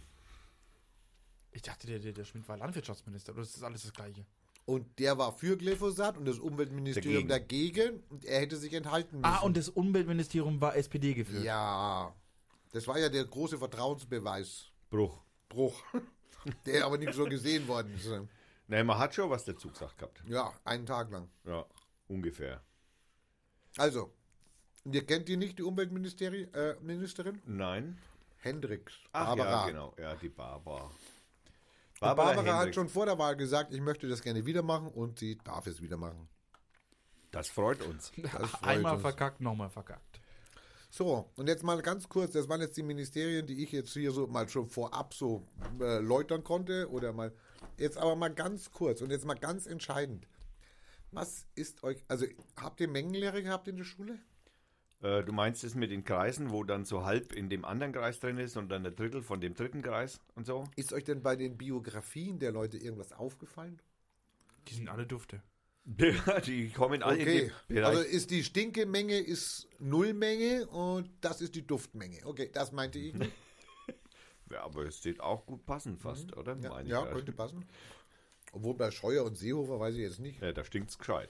Ich dachte, der, der, der Schmidt war Landwirtschaftsminister. Oder ist das alles das Gleiche? Und der war für Glyphosat und das Umweltministerium dagegen, und er hätte sich enthalten müssen. Ah, und das Umweltministerium war S P D geführt. ja, das war ja der große Vertrauensbeweis. Bruch. Bruch. Der aber nicht so gesehen worden ist. Nein, man hat schon was dazu gesagt gehabt. Ja, einen Tag lang. Ja, ungefähr. Also, und ihr kennt die nicht, die Umweltministerin? Äh, Ministerin? Nein. Hendricks. Ach Barbara. ja, genau. Ja, die Barbara. Und Barbara, hat Hendricks. schon vor der Wahl gesagt, ich möchte das gerne wieder machen, und sie darf es wieder machen. Das freut uns. Das freut Einmal uns. verkackt, nochmal verkackt. So, und jetzt mal ganz kurz, das waren jetzt die Ministerien, die ich jetzt hier so mal schon vorab so äh, läutern konnte, oder mal, jetzt aber mal ganz kurz und jetzt mal ganz entscheidend. Was ist euch, also habt ihr Mengenlehre gehabt in der Schule? Äh, du meinst es mit den Kreisen, wo dann so halb in dem anderen Kreis drin ist und dann ein Drittel von dem dritten Kreis und so? Ist euch denn bei den Biografien der Leute irgendwas aufgefallen? Die sind alle Dufte. Die kommen alle Okay, in den Bereich. also ist die Stinkemenge ist Nullmenge und das ist die Duftmenge. Okay, das meinte ich nicht. ja, aber es steht auch gut passend fast, oder? Ja, Meine ich ja gerade. könnte passen. Obwohl bei Scheuer und Seehofer weiß ich jetzt nicht. Ja, da stinkt's gescheit.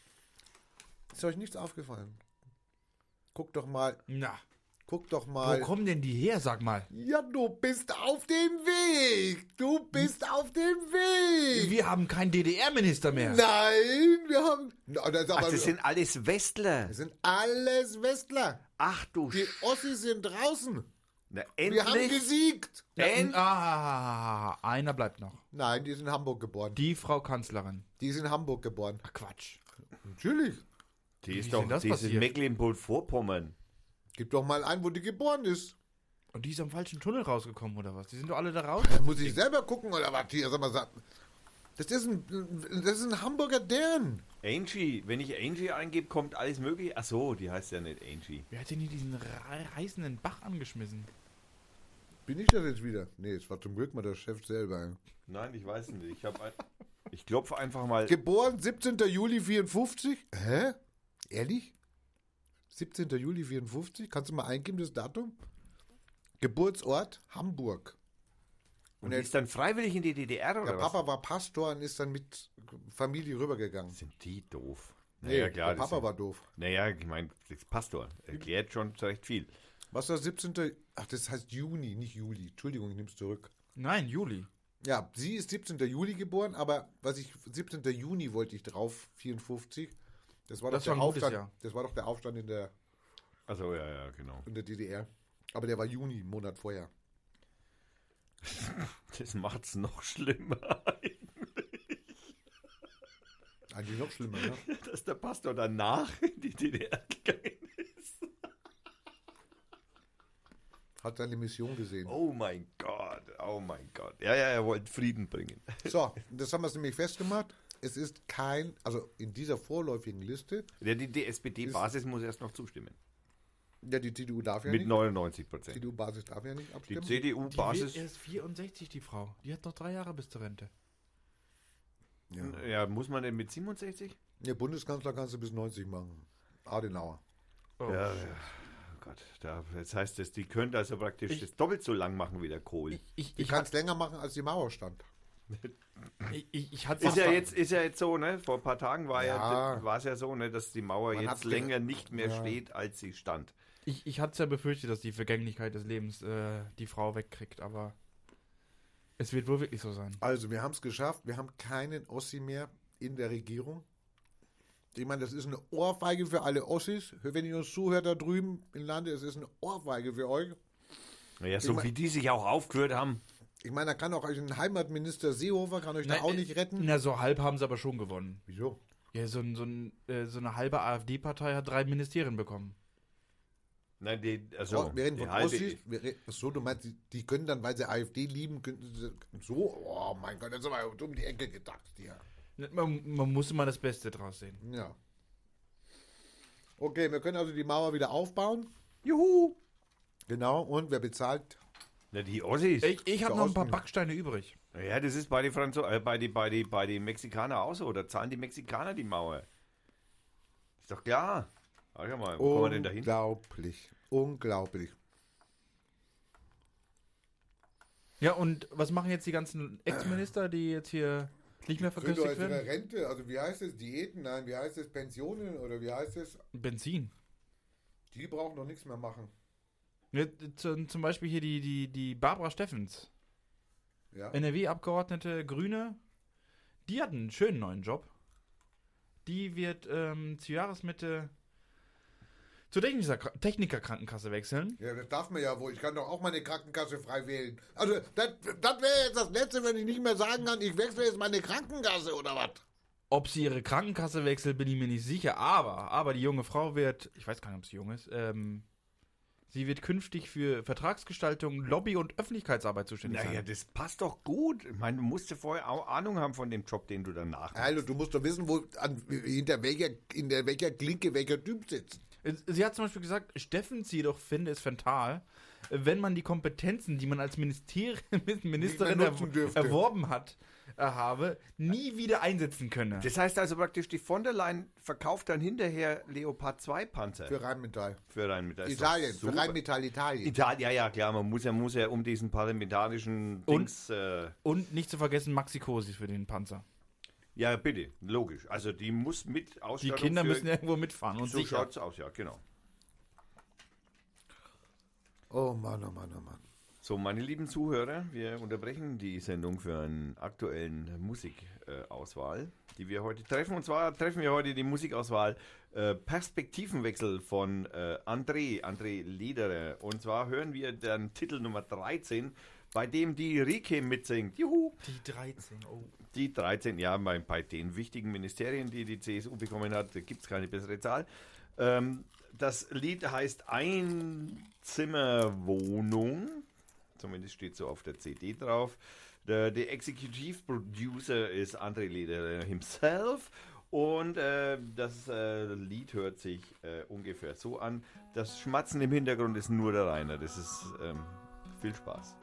Ist euch nichts aufgefallen? Guckt doch mal, Na, guckt doch wo mal. kommen denn die her, sag mal? Ja, du bist auf dem Weg. Du bist auf dem Weg. Wir haben keinen D D R-Minister mehr. Nein, wir haben. Na, das, ist Ach, aber, das sind alles Westler. das sind alles Westler. Ach du Die Sch... Ossis sind draußen. Na, Wir haben endlich. gesiegt. Ja, End- und- ah, einer bleibt noch. Nein, die ist in Hamburg geboren. Die Frau Kanzlerin. Die ist in Hamburg geboren. Ach, Quatsch. Natürlich. Die Wie ist ist doch denn das die ist in passiert? Mecklenburg-Vorpommern. Gib doch mal ein, wo die geboren ist. Und die ist am falschen Tunnel rausgekommen, oder was? Die sind doch alle da raus. Da muss ich selber gucken, oder was hier, sag mal, sag. Das ist ein, das ist ein Hamburger Dern. Angie, wenn ich Angie eingebe, kommt alles mögliche. Ach so, die heißt ja nicht Angie. Wer hat denn hier diesen re- reißenden Bach angeschmissen? Bin ich das jetzt wieder? Nee, es war zum Glück mal der Chef selber. Nein, ich weiß nicht. Ich habe ein... Ich klopfe einfach mal. Geboren siebzehnter Juli vierundfünfzig. Hä? Ehrlich? siebzehnter Juli vierundfünfzig? Kannst du mal eingeben, das Datum? Geburtsort Hamburg. Und er ist dann freiwillig in die D D R oder Der was? Papa war Pastor und ist dann mit Familie rübergegangen. Sind die doof? Nee, Naja, klar, der das Papa sind- war doof. Naja, ich meine, das Pastor erklärt schon recht viel. Was war siebzehnten Ach, das heißt Juni, nicht Juli. Entschuldigung, ich nehme es zurück. Nein, Juli. Ja, sie ist siebzehnten Juli geboren, aber was ich siebzehnten Juni wollte ich drauf, vierundfünfzig. Das war doch Das war der ein gutes Aufstand. Jahr. Das war doch der Aufstand in der, Also ja, ja, genau. in der D D R. Aber der war Juni, einen Monat vorher. Das macht's noch schlimmer, Eigentlich noch schlimmer, ne? dass der Pastor danach in die D D R gegangen ist. Hat seine Mission gesehen. Oh mein Gott, oh mein Gott. Ja, ja, er wollte Frieden bringen. So, das haben wir es nämlich festgemacht. Es ist kein, also in dieser vorläufigen Liste, Ja, die, die S P D-Basis muss erst noch zustimmen. ja, die C D U darf ja Mit nicht. neunundneunzig Prozent. C D U-Basis darf ja nicht Die abstimmen. Die wird C D U-Basis, erst vierundsechzig, die Frau. Die hat noch drei Jahre bis zur Rente. ja. ja, muss man denn mit siebenundsechzig? Ja, Bundeskanzler kannst du bis neunzig machen. Adenauer. Oh. Ja, ja. Oh Gott, da, das heißt, das, die könnte also praktisch Ich- das doppelt so lang machen wie der Kohl. Ich, ich, Die ich, kannst länger machen, als die Mauer stand. ich, ich, ich hatte Ist ja, jetzt, ist ja jetzt so, ne? Vor ein paar Tagen war ja, Ja. war es ja so, ne, dass die Mauer Man jetzt hat's ge- länger nicht mehr Ja. steht, als sie stand. Ich, ich hatte es ja befürchtet, dass die Vergänglichkeit des Lebens äh, die Frau wegkriegt, aber es wird wohl wirklich so sein. Also, wir haben es geschafft. Wir haben keinen Ossi mehr in der Regierung. Ich meine, das ist eine Ohrfeige für alle Ossis. Wenn ihr uns zuhört da drüben im Lande, es ist eine Ohrfeige für euch. Naja, so Ich mein- wie die sich auch aufgehört haben. Ich meine, da kann auch euch ein Heimatminister Seehofer, kann euch da auch nicht retten. Na, so halb haben sie aber schon gewonnen. Wieso? Ja, so, ein, so, ein, äh, so eine halbe AfD-Partei hat drei Ministerien bekommen. Nein, die, also, Oh, wir reden die von halbe- Ossis. Wir re- so, du meinst, die, die können dann, weil sie AfD lieben, können sie so, oh mein Gott, das ist aber um die Ecke gedacht hier. Man, man muss immer das Beste draus sehen. Ja. Okay, wir können also die Mauer wieder aufbauen. Juhu! Genau, und wer bezahlt? Na, die Ossis. Ich, ich habe Der noch ein paar Osten. Backsteine übrig. Ja, das ist bei den Franzo äh, bei den bei die, bei den Mexikanern auch so. Da zahlen die Mexikaner die Mauer. Ist doch klar. Warte mal, wo kommen wir denn dahin? Unglaublich. Unglaublich. Ja, und was machen jetzt die ganzen Ex-Minister, die jetzt hier nicht mehr Kriegt ihr vergünstigt als werden? Rente, also wie heißt es, Diäten, nein, wie heißt es, Pensionen oder wie heißt es? Benzin. Die brauchen doch nichts mehr machen. Ja, z- zum Beispiel hier die, die, die Barbara Steffens, Ja? N R W-Abgeordnete, Grüne, die hat einen schönen neuen Job. Die wird ähm, zur Jahresmitte zur Techniker Technikerkrankenkasse wechseln. Ja, das darf man ja wohl. Ich kann doch auch meine Krankenkasse frei wählen. Also, das, das wäre jetzt das Letzte, wenn ich nicht mehr sagen kann, ich wechsle jetzt meine Krankenkasse oder was? Ob sie ihre Krankenkasse wechselt, bin ich mir nicht sicher. Aber, aber die junge Frau wird, ich weiß gar nicht, ob sie jung ist, ähm, sie wird künftig für Vertragsgestaltung, Lobby- und Öffentlichkeitsarbeit zuständig Naja, sein. das passt doch gut. Ich meine, du musst ja vorher auch Ahnung haben von dem Job, den du danach machst. Also, du musst doch wissen, wo, an, hinter welcher, in der welcher Klinke welcher Typ sitzt. Sie hat zum Beispiel gesagt, Steffens jedoch finde es fatal, wenn man die Kompetenzen, die man als Minister Ministerin Nicht mehr nutzen erw dürfte. erworben hat, äh, habe, nie wieder einsetzen könne. Das heißt also praktisch, die von der Leyen verkauft dann hinterher Leopard zwei Panzer Für Rheinmetall. für Rheinmetall. Das ist doch Italien, für super. Rheinmetall Italien. Italien, ja, ja, klar, man muss ja, muss ja um diesen parlamentarischen Und- Dings, äh, Und nicht zu vergessen Maxi Cosi für den Panzer. ja, bitte, logisch. Also die muss mit Die Ausstattung Kinder für, müssen irgendwo mitfahren und so sicher. schaut's aus, ja, genau. Oh Mann, oh Mann, oh Mann. So, meine lieben Zuhörer, wir unterbrechen die Sendung für einen aktuellen Musikauswahl, die wir heute treffen. Und zwar treffen wir heute die Musikauswahl äh, Perspektivenwechsel von äh, André, André Lederer. Und zwar hören wir den Titel Nummer dreizehn, bei dem die Rike mitsingt. Juhu! Die dreizehn, oh. Die dreizehn, ja, bei, bei den wichtigen Ministerien, die die C S U bekommen hat, gibt es keine bessere Zahl. Ähm, das Lied heißt Einzimmerwohnung. Zumindest steht so auf der C D drauf. Der, der Executive Producer ist André Lederer himself. Und äh, das äh, Lied hört sich äh, ungefähr so an. Das Schmatzen im Hintergrund ist nur der Rainer. Das ist ähm, viel Spaß.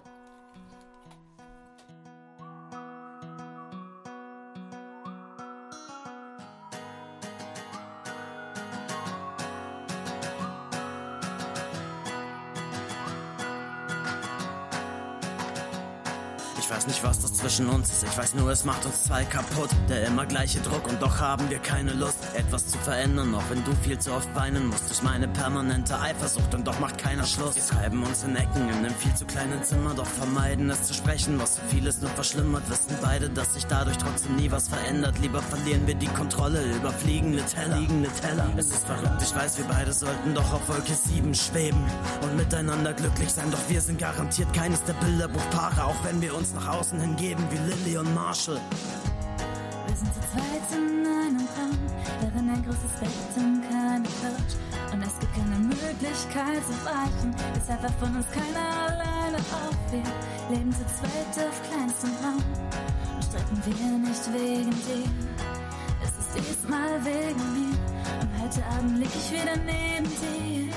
weiß nicht, was das zwischen uns ist. Ich weiß nur, es macht uns zwei kaputt. Der immer gleiche Druck und doch haben wir keine Lust, etwas zu verändern, auch wenn du viel zu oft weinen musst. Durch meine permanente Eifersucht und doch macht keiner Schluss. Wir treiben uns in Ecken in einem viel zu kleinen Zimmer, doch vermeiden es zu sprechen, was so vieles nur verschlimmert. Wissen beide, dass sich dadurch trotzdem nie was verändert. Lieber verlieren wir die Kontrolle, überfliegen wir Teller, liegen wir Teller. Es ist verrückt, ich weiß, wir beide sollten doch auf Wolke sieben schweben und miteinander glücklich sein, doch wir sind garantiert keines der Bilderbuchpaare, auch wenn wir uns nach außen hingeben wie Lily und Marshall. Wir sind zu zweit in einem Raum, darin ein großes Bett und keine Couch. Und es gibt keine Möglichkeit zu weichen, weshalb war von uns keiner alleine auf. Wir leben zu zweit auf kleinstem Raum und streiten wir nicht wegen dir. Es ist diesmal wegen mir und heute Abend lieg ich wieder neben dir.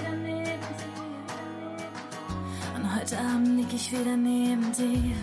Und heute Abend lieg ich wieder neben dir.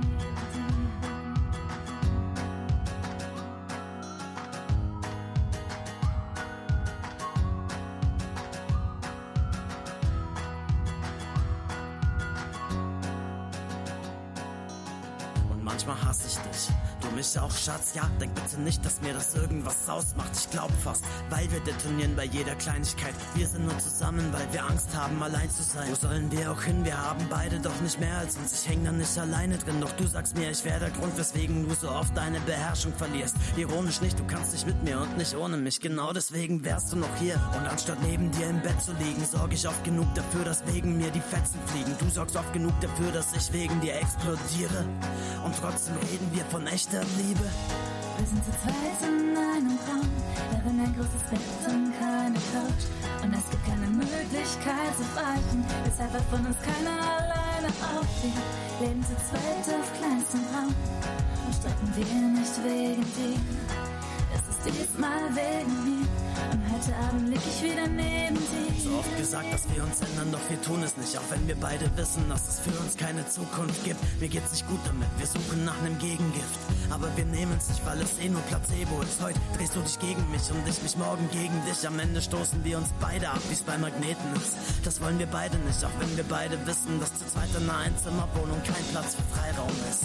Manchmal hasse ich dich, du mich auch, Schatz, ja, denk bitte nicht, dass mir das irgendwas ausmacht, ich glaub fast, weil wir detonieren bei jeder Kleinigkeit, wir sind nur zusammen, weil wir Angst haben, allein zu sein. Wo sollen wir auch hin, wir haben beide doch nicht mehr als uns, ich häng da nicht alleine drin, doch du sagst mir, ich wär der Grund, weswegen du so oft deine Beherrschung verlierst. Ironisch nicht, du kannst nicht mit mir und nicht ohne mich, genau deswegen wärst du noch hier. Und anstatt neben dir im Bett zu liegen, sorg ich oft genug dafür, dass wegen mir die Fetzen fliegen. Du sorgst oft genug dafür, dass ich wegen dir explodiere. Und trotzdem reden wir von echter Liebe. Wir sind zu zweit in einem Raum, darin ein großes Bett und keine Couch. Und es gibt keine Möglichkeit zu weichen, weshalb war von uns keiner alleine auf. Wir leben zu zweit auf kleinstem Raum und streiten wir nicht wegen dir. Es ist diesmal wegen mir und heute Abend lieg ich wieder neben dir. So oft gesagt, dass wir uns ändern, doch wir tun es nicht. Auch wenn wir beide wissen, dass es für uns keine Zukunft gibt. Mir geht's nicht gut damit, wir suchen nach einem Gegengift. Aber wir nehmen es nicht, weil es eh nur Placebo ist. Heute drehst du dich gegen mich und ich mich morgen gegen dich. Am Ende stoßen wir uns beide ab, wie es bei Magneten ist. Das wollen wir beide nicht, auch wenn wir beide wissen, dass zu zweit in einer Einzimmerwohnung kein Platz für Freiraum ist.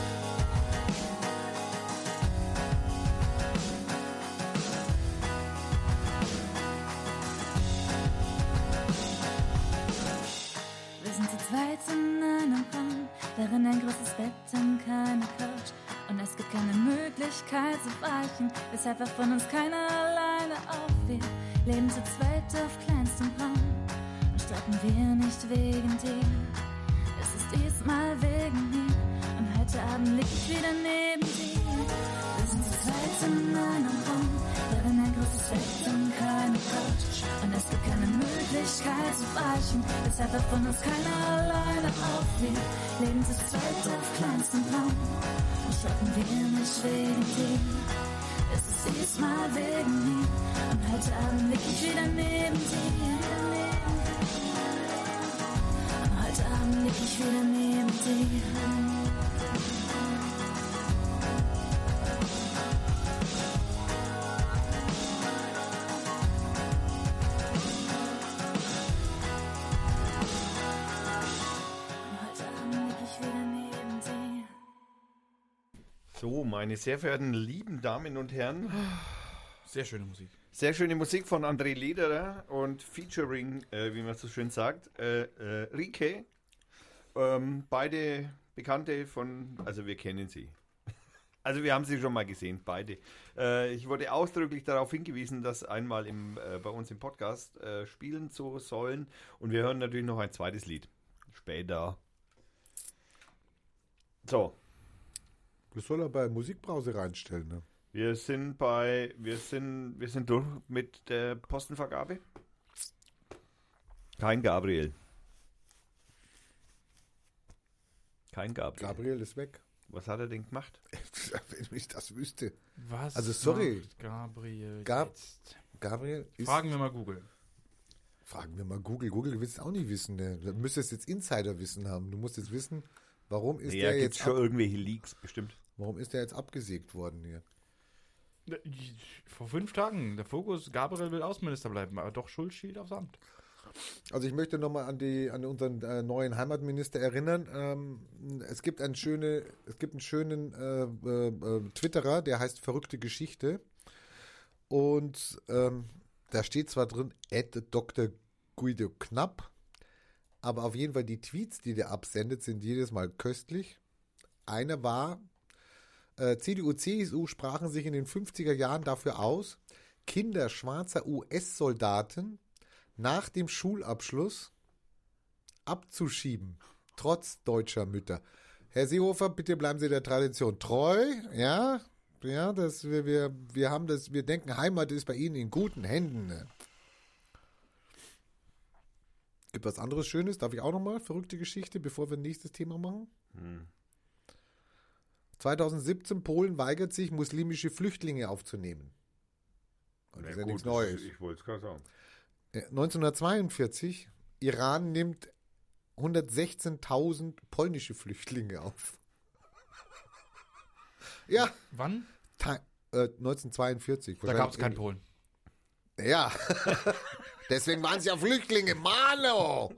In einem Raum, darin ein großes Bett und keine Couch. Und es gibt keine Möglichkeit zu weichen, weshalb war von uns keiner alleine auf. Wir leben zu zweit auf kleinstem Raum und streiten wir nicht wegen dir. Es ist diesmal wegen mir und heute Abend lieg ich wieder neben dir. Wir sind zu zweit in einem Raum, darin ein großes Bett und keine Couch. Und es gibt keine Möglichkeit zu weichen, weshalb war von uns keiner alleine auf. Wir leben zu zweit auf kleinstem Raum und streiten wir nicht wegen dir. Es ist diesmal wegen mir und heute Abend lieg ich wieder neben dir. Und heute Abend lieg ich wieder neben dir. So, meine sehr verehrten lieben Damen und Herren. Sehr schöne Musik. Sehr schöne Musik von André Lederer und featuring, äh, wie man so schön sagt, äh, äh, Rike. Ähm, beide Bekannte von, also wir kennen sie. Also wir haben sie schon mal gesehen, beide. Äh, ich wurde ausdrücklich darauf hingewiesen, das einmal im, äh, bei uns im Podcast äh, spielen zu sollen. Und wir hören natürlich noch ein zweites Lied. Später. So. Das soll er bei Musikbrause reinstellen, ne? Wir sind bei, wir sind, wir sind durch mit der Postenvergabe. Kein Gabriel. Kein Gabriel. Gabriel ist weg. Was hat er denn gemacht? Wenn ich das wüsste. Was? Also, sorry. macht Gabriel Gab- jetzt? Gabriel ist... Fragen wir mal Google. Fragen wir mal Google. Google will es auch nicht wissen. Ne? Du müsstest jetzt Insiderwissen haben. Du musst jetzt wissen, warum ist Ja, der gibt's jetzt schon ab, irgendwelche Leaks, bestimmt. warum ist der jetzt abgesägt worden hier? Vor fünf Tagen. Der Fokus, Gabriel will Außenminister bleiben, aber doch Schuld schielt aufs Amt. Also ich möchte nochmal an die an unseren äh, neuen Heimatminister erinnern. Ähm, es gibt einen schöne, es gibt einen schönen äh, äh, Twitterer, der heißt Verrückte Geschichte. Und ähm, da steht zwar drin at Doktor Guido Knapp, aber auf jeden Fall die Tweets, die der absendet, sind jedes Mal köstlich. Einer war, äh, C D U, C S U sprachen sich in den fünfziger Jahren dafür aus, Kinder schwarzer U S-Soldaten nach dem Schulabschluss abzuschieben, trotz deutscher Mütter. Herr Seehofer, bitte bleiben Sie der Tradition treu, ja, ja, das, wir, wir, wir haben das, wir denken, Heimat ist bei Ihnen in guten Händen. Ne? Gibt was anderes Schönes? Darf ich auch nochmal? Verrückte Geschichte, bevor wir nächstes Thema machen? Hm. zwanzig siebzehn, Polen weigert sich, muslimische Flüchtlinge aufzunehmen. Das Na ist ja gut, nichts Neues. Ich wollte es gerade sagen. neunzehnhundertzweiundvierzig, Iran nimmt hundertsechzehntausend polnische Flüchtlinge auf. Ja. Wann? Ta- äh, neunzehnhundertzweiundvierzig. Da gab es keinen Polen. Ja. Deswegen waren es ja Flüchtlinge. Mano!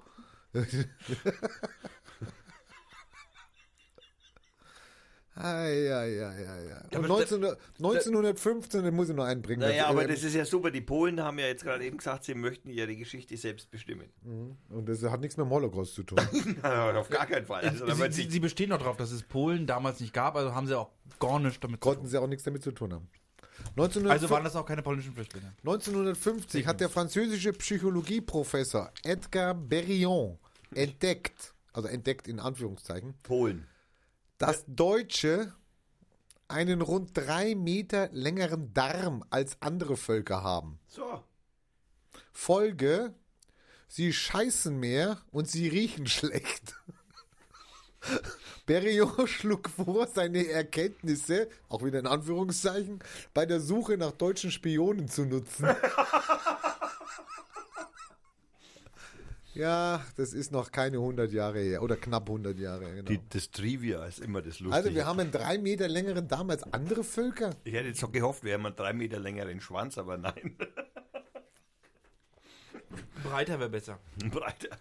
Ai, ai, ai, ai. Und neunzehn, neunzehnhundertfünfzehn, den muss ich noch einbringen. Naja, das, aber äh, das ist ja super. Die Polen haben ja jetzt gerade eben gesagt, sie möchten ja die Geschichte selbst bestimmen. Und das hat nichts mit dem Holocaust zu tun. Auf gar keinen Fall. Also, da Sie, wird sie, sich- sie bestehen doch darauf, dass es Polen damals nicht gab, also haben sie auch gar nichts damit zu Konnten tun. sie auch nichts damit zu tun haben. Also neunzehnhundertfünfzig waren das auch keine polnischen Flüchtlinge. neunzehnhundertfünfzig hat der französische Psychologieprofessor Edgar Berillon entdeckt, also entdeckt in Anführungszeichen, Polen. dass Deutsche einen rund drei Meter längeren Darm als andere Völker haben. So. Folge, sie scheißen mehr und sie riechen schlecht. Berillon schlug vor, seine Erkenntnisse, auch wieder in Anführungszeichen, bei der Suche nach deutschen Spionen zu nutzen. Ja, das ist noch keine hundert Jahre her, oder knapp hundert Jahre her, genau. Die, das Trivia ist immer das Lustige. Also wir haben einen drei Meter längeren Darm als andere Völker. Ich hätte jetzt doch gehofft, wir haben einen drei Meter längeren Schwanz, aber nein. Breiter wäre besser. Breiter.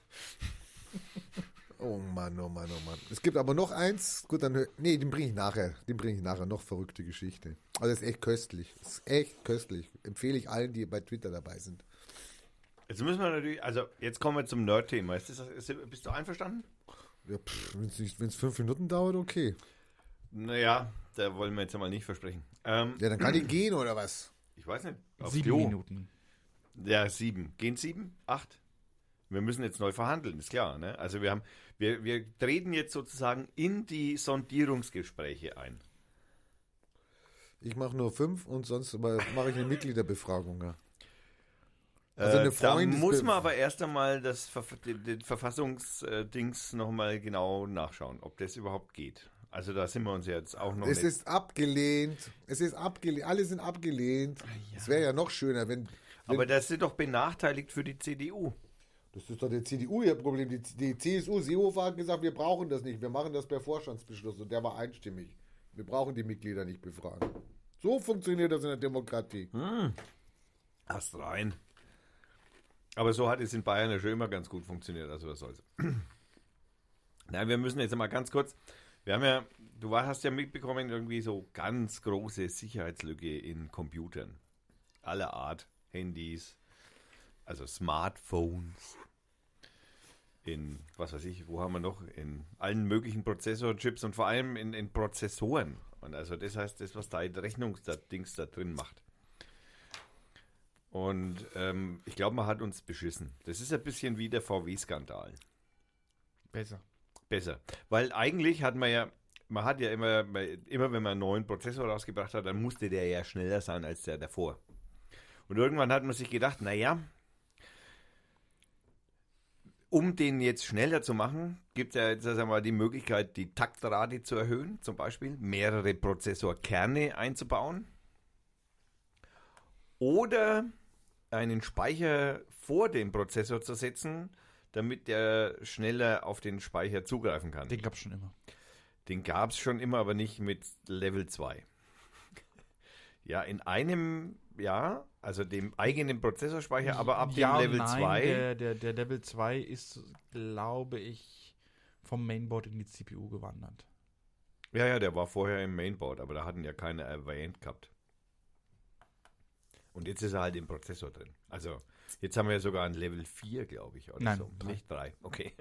Oh Mann, oh Mann, oh Mann. Es gibt aber noch eins. Gut, dann hör, nee, den bringe ich nachher. Den bringe ich nachher. Noch verrückte Geschichte. Also das ist echt köstlich. Das ist echt köstlich. Empfehle ich allen, die bei Twitter dabei sind. Jetzt müssen wir natürlich, also jetzt kommen wir zum Nerd-Thema. Ist das, ist, bist du einverstanden? Ja, wenn es fünf Minuten dauert, okay. Naja, da wollen wir jetzt einmal nicht versprechen. Ähm, Ja, dann kann ich gehen, oder was? ich weiß nicht. Aufs Sieben Klo. Minuten. Ja, sieben. Gehen sieben? Acht? Wir müssen jetzt neu verhandeln, ist klar. Ne? Also wir haben, wir, wir treten jetzt sozusagen in die Sondierungsgespräche ein. Ich mache nur fünf und sonst mache ich eine Mitgliederbefragung. Ja. Also Äh, eine da Freundes- muss man aber erst einmal das Verf den, den Verfassungsdings nochmal genau nachschauen, ob das überhaupt geht. Also da sind wir uns jetzt auch noch Es nicht. ist abgelehnt. Es ist abgelehnt. Alle sind abgelehnt. Es wäre ja noch schöner, wenn, wenn Aber das ist doch benachteiligt für die C D U. Das ist doch der C D U ihr Problem. Die, die C S U, Seehofer hat gesagt, wir brauchen das nicht. Wir machen das per Vorstandsbeschluss. Und der war einstimmig. Wir brauchen die Mitglieder nicht befragen. So funktioniert das in der Demokratie. Hm. Hast rein. Aber so hat es in Bayern ja schon immer ganz gut funktioniert. Also was soll's. Nein, wir müssen jetzt mal ganz kurz. Wir haben ja, du hast ja mitbekommen, irgendwie so ganz große Sicherheitslücke in Computern. Aller Art. Handys, also Smartphones. In, was weiß ich, wo haben wir noch? In allen möglichen Prozessorchips und vor allem in, in Prozessoren. Und also das heißt, das, was da in Rechnungsdings da drin macht. Und ähm, ich glaube, man hat uns beschissen. Das ist ein bisschen wie der V W-Skandal. Besser. Besser. Weil eigentlich hat man ja, man hat ja immer, immer wenn man einen neuen Prozessor rausgebracht hat, dann musste der ja schneller sein als der davor. Und irgendwann hat man sich gedacht, naja, um den jetzt schneller zu machen, gibt es ja jetzt also mal die Möglichkeit, die Taktrate zu erhöhen, zum Beispiel mehrere Prozessorkerne einzubauen. Oder einen Speicher vor den Prozessor zu setzen, damit der schneller auf den Speicher zugreifen kann. Den gab es schon immer. Den gab es schon immer, aber nicht mit Level zwei. Ja, in einem ja, also dem eigenen Prozessorspeicher, aber ab ja, dem Level nein, zwei. Der, der, der Level zwei ist, glaube ich, vom Mainboard in die C P U gewandert. Ja, ja, der war vorher im Mainboard, aber da hatten ja keine erwähnt gehabt. Und jetzt ist er halt im Prozessor drin. Also, jetzt haben wir ja sogar ein Level vier, glaube ich, oder Nein, so. drei. Nicht drei, okay.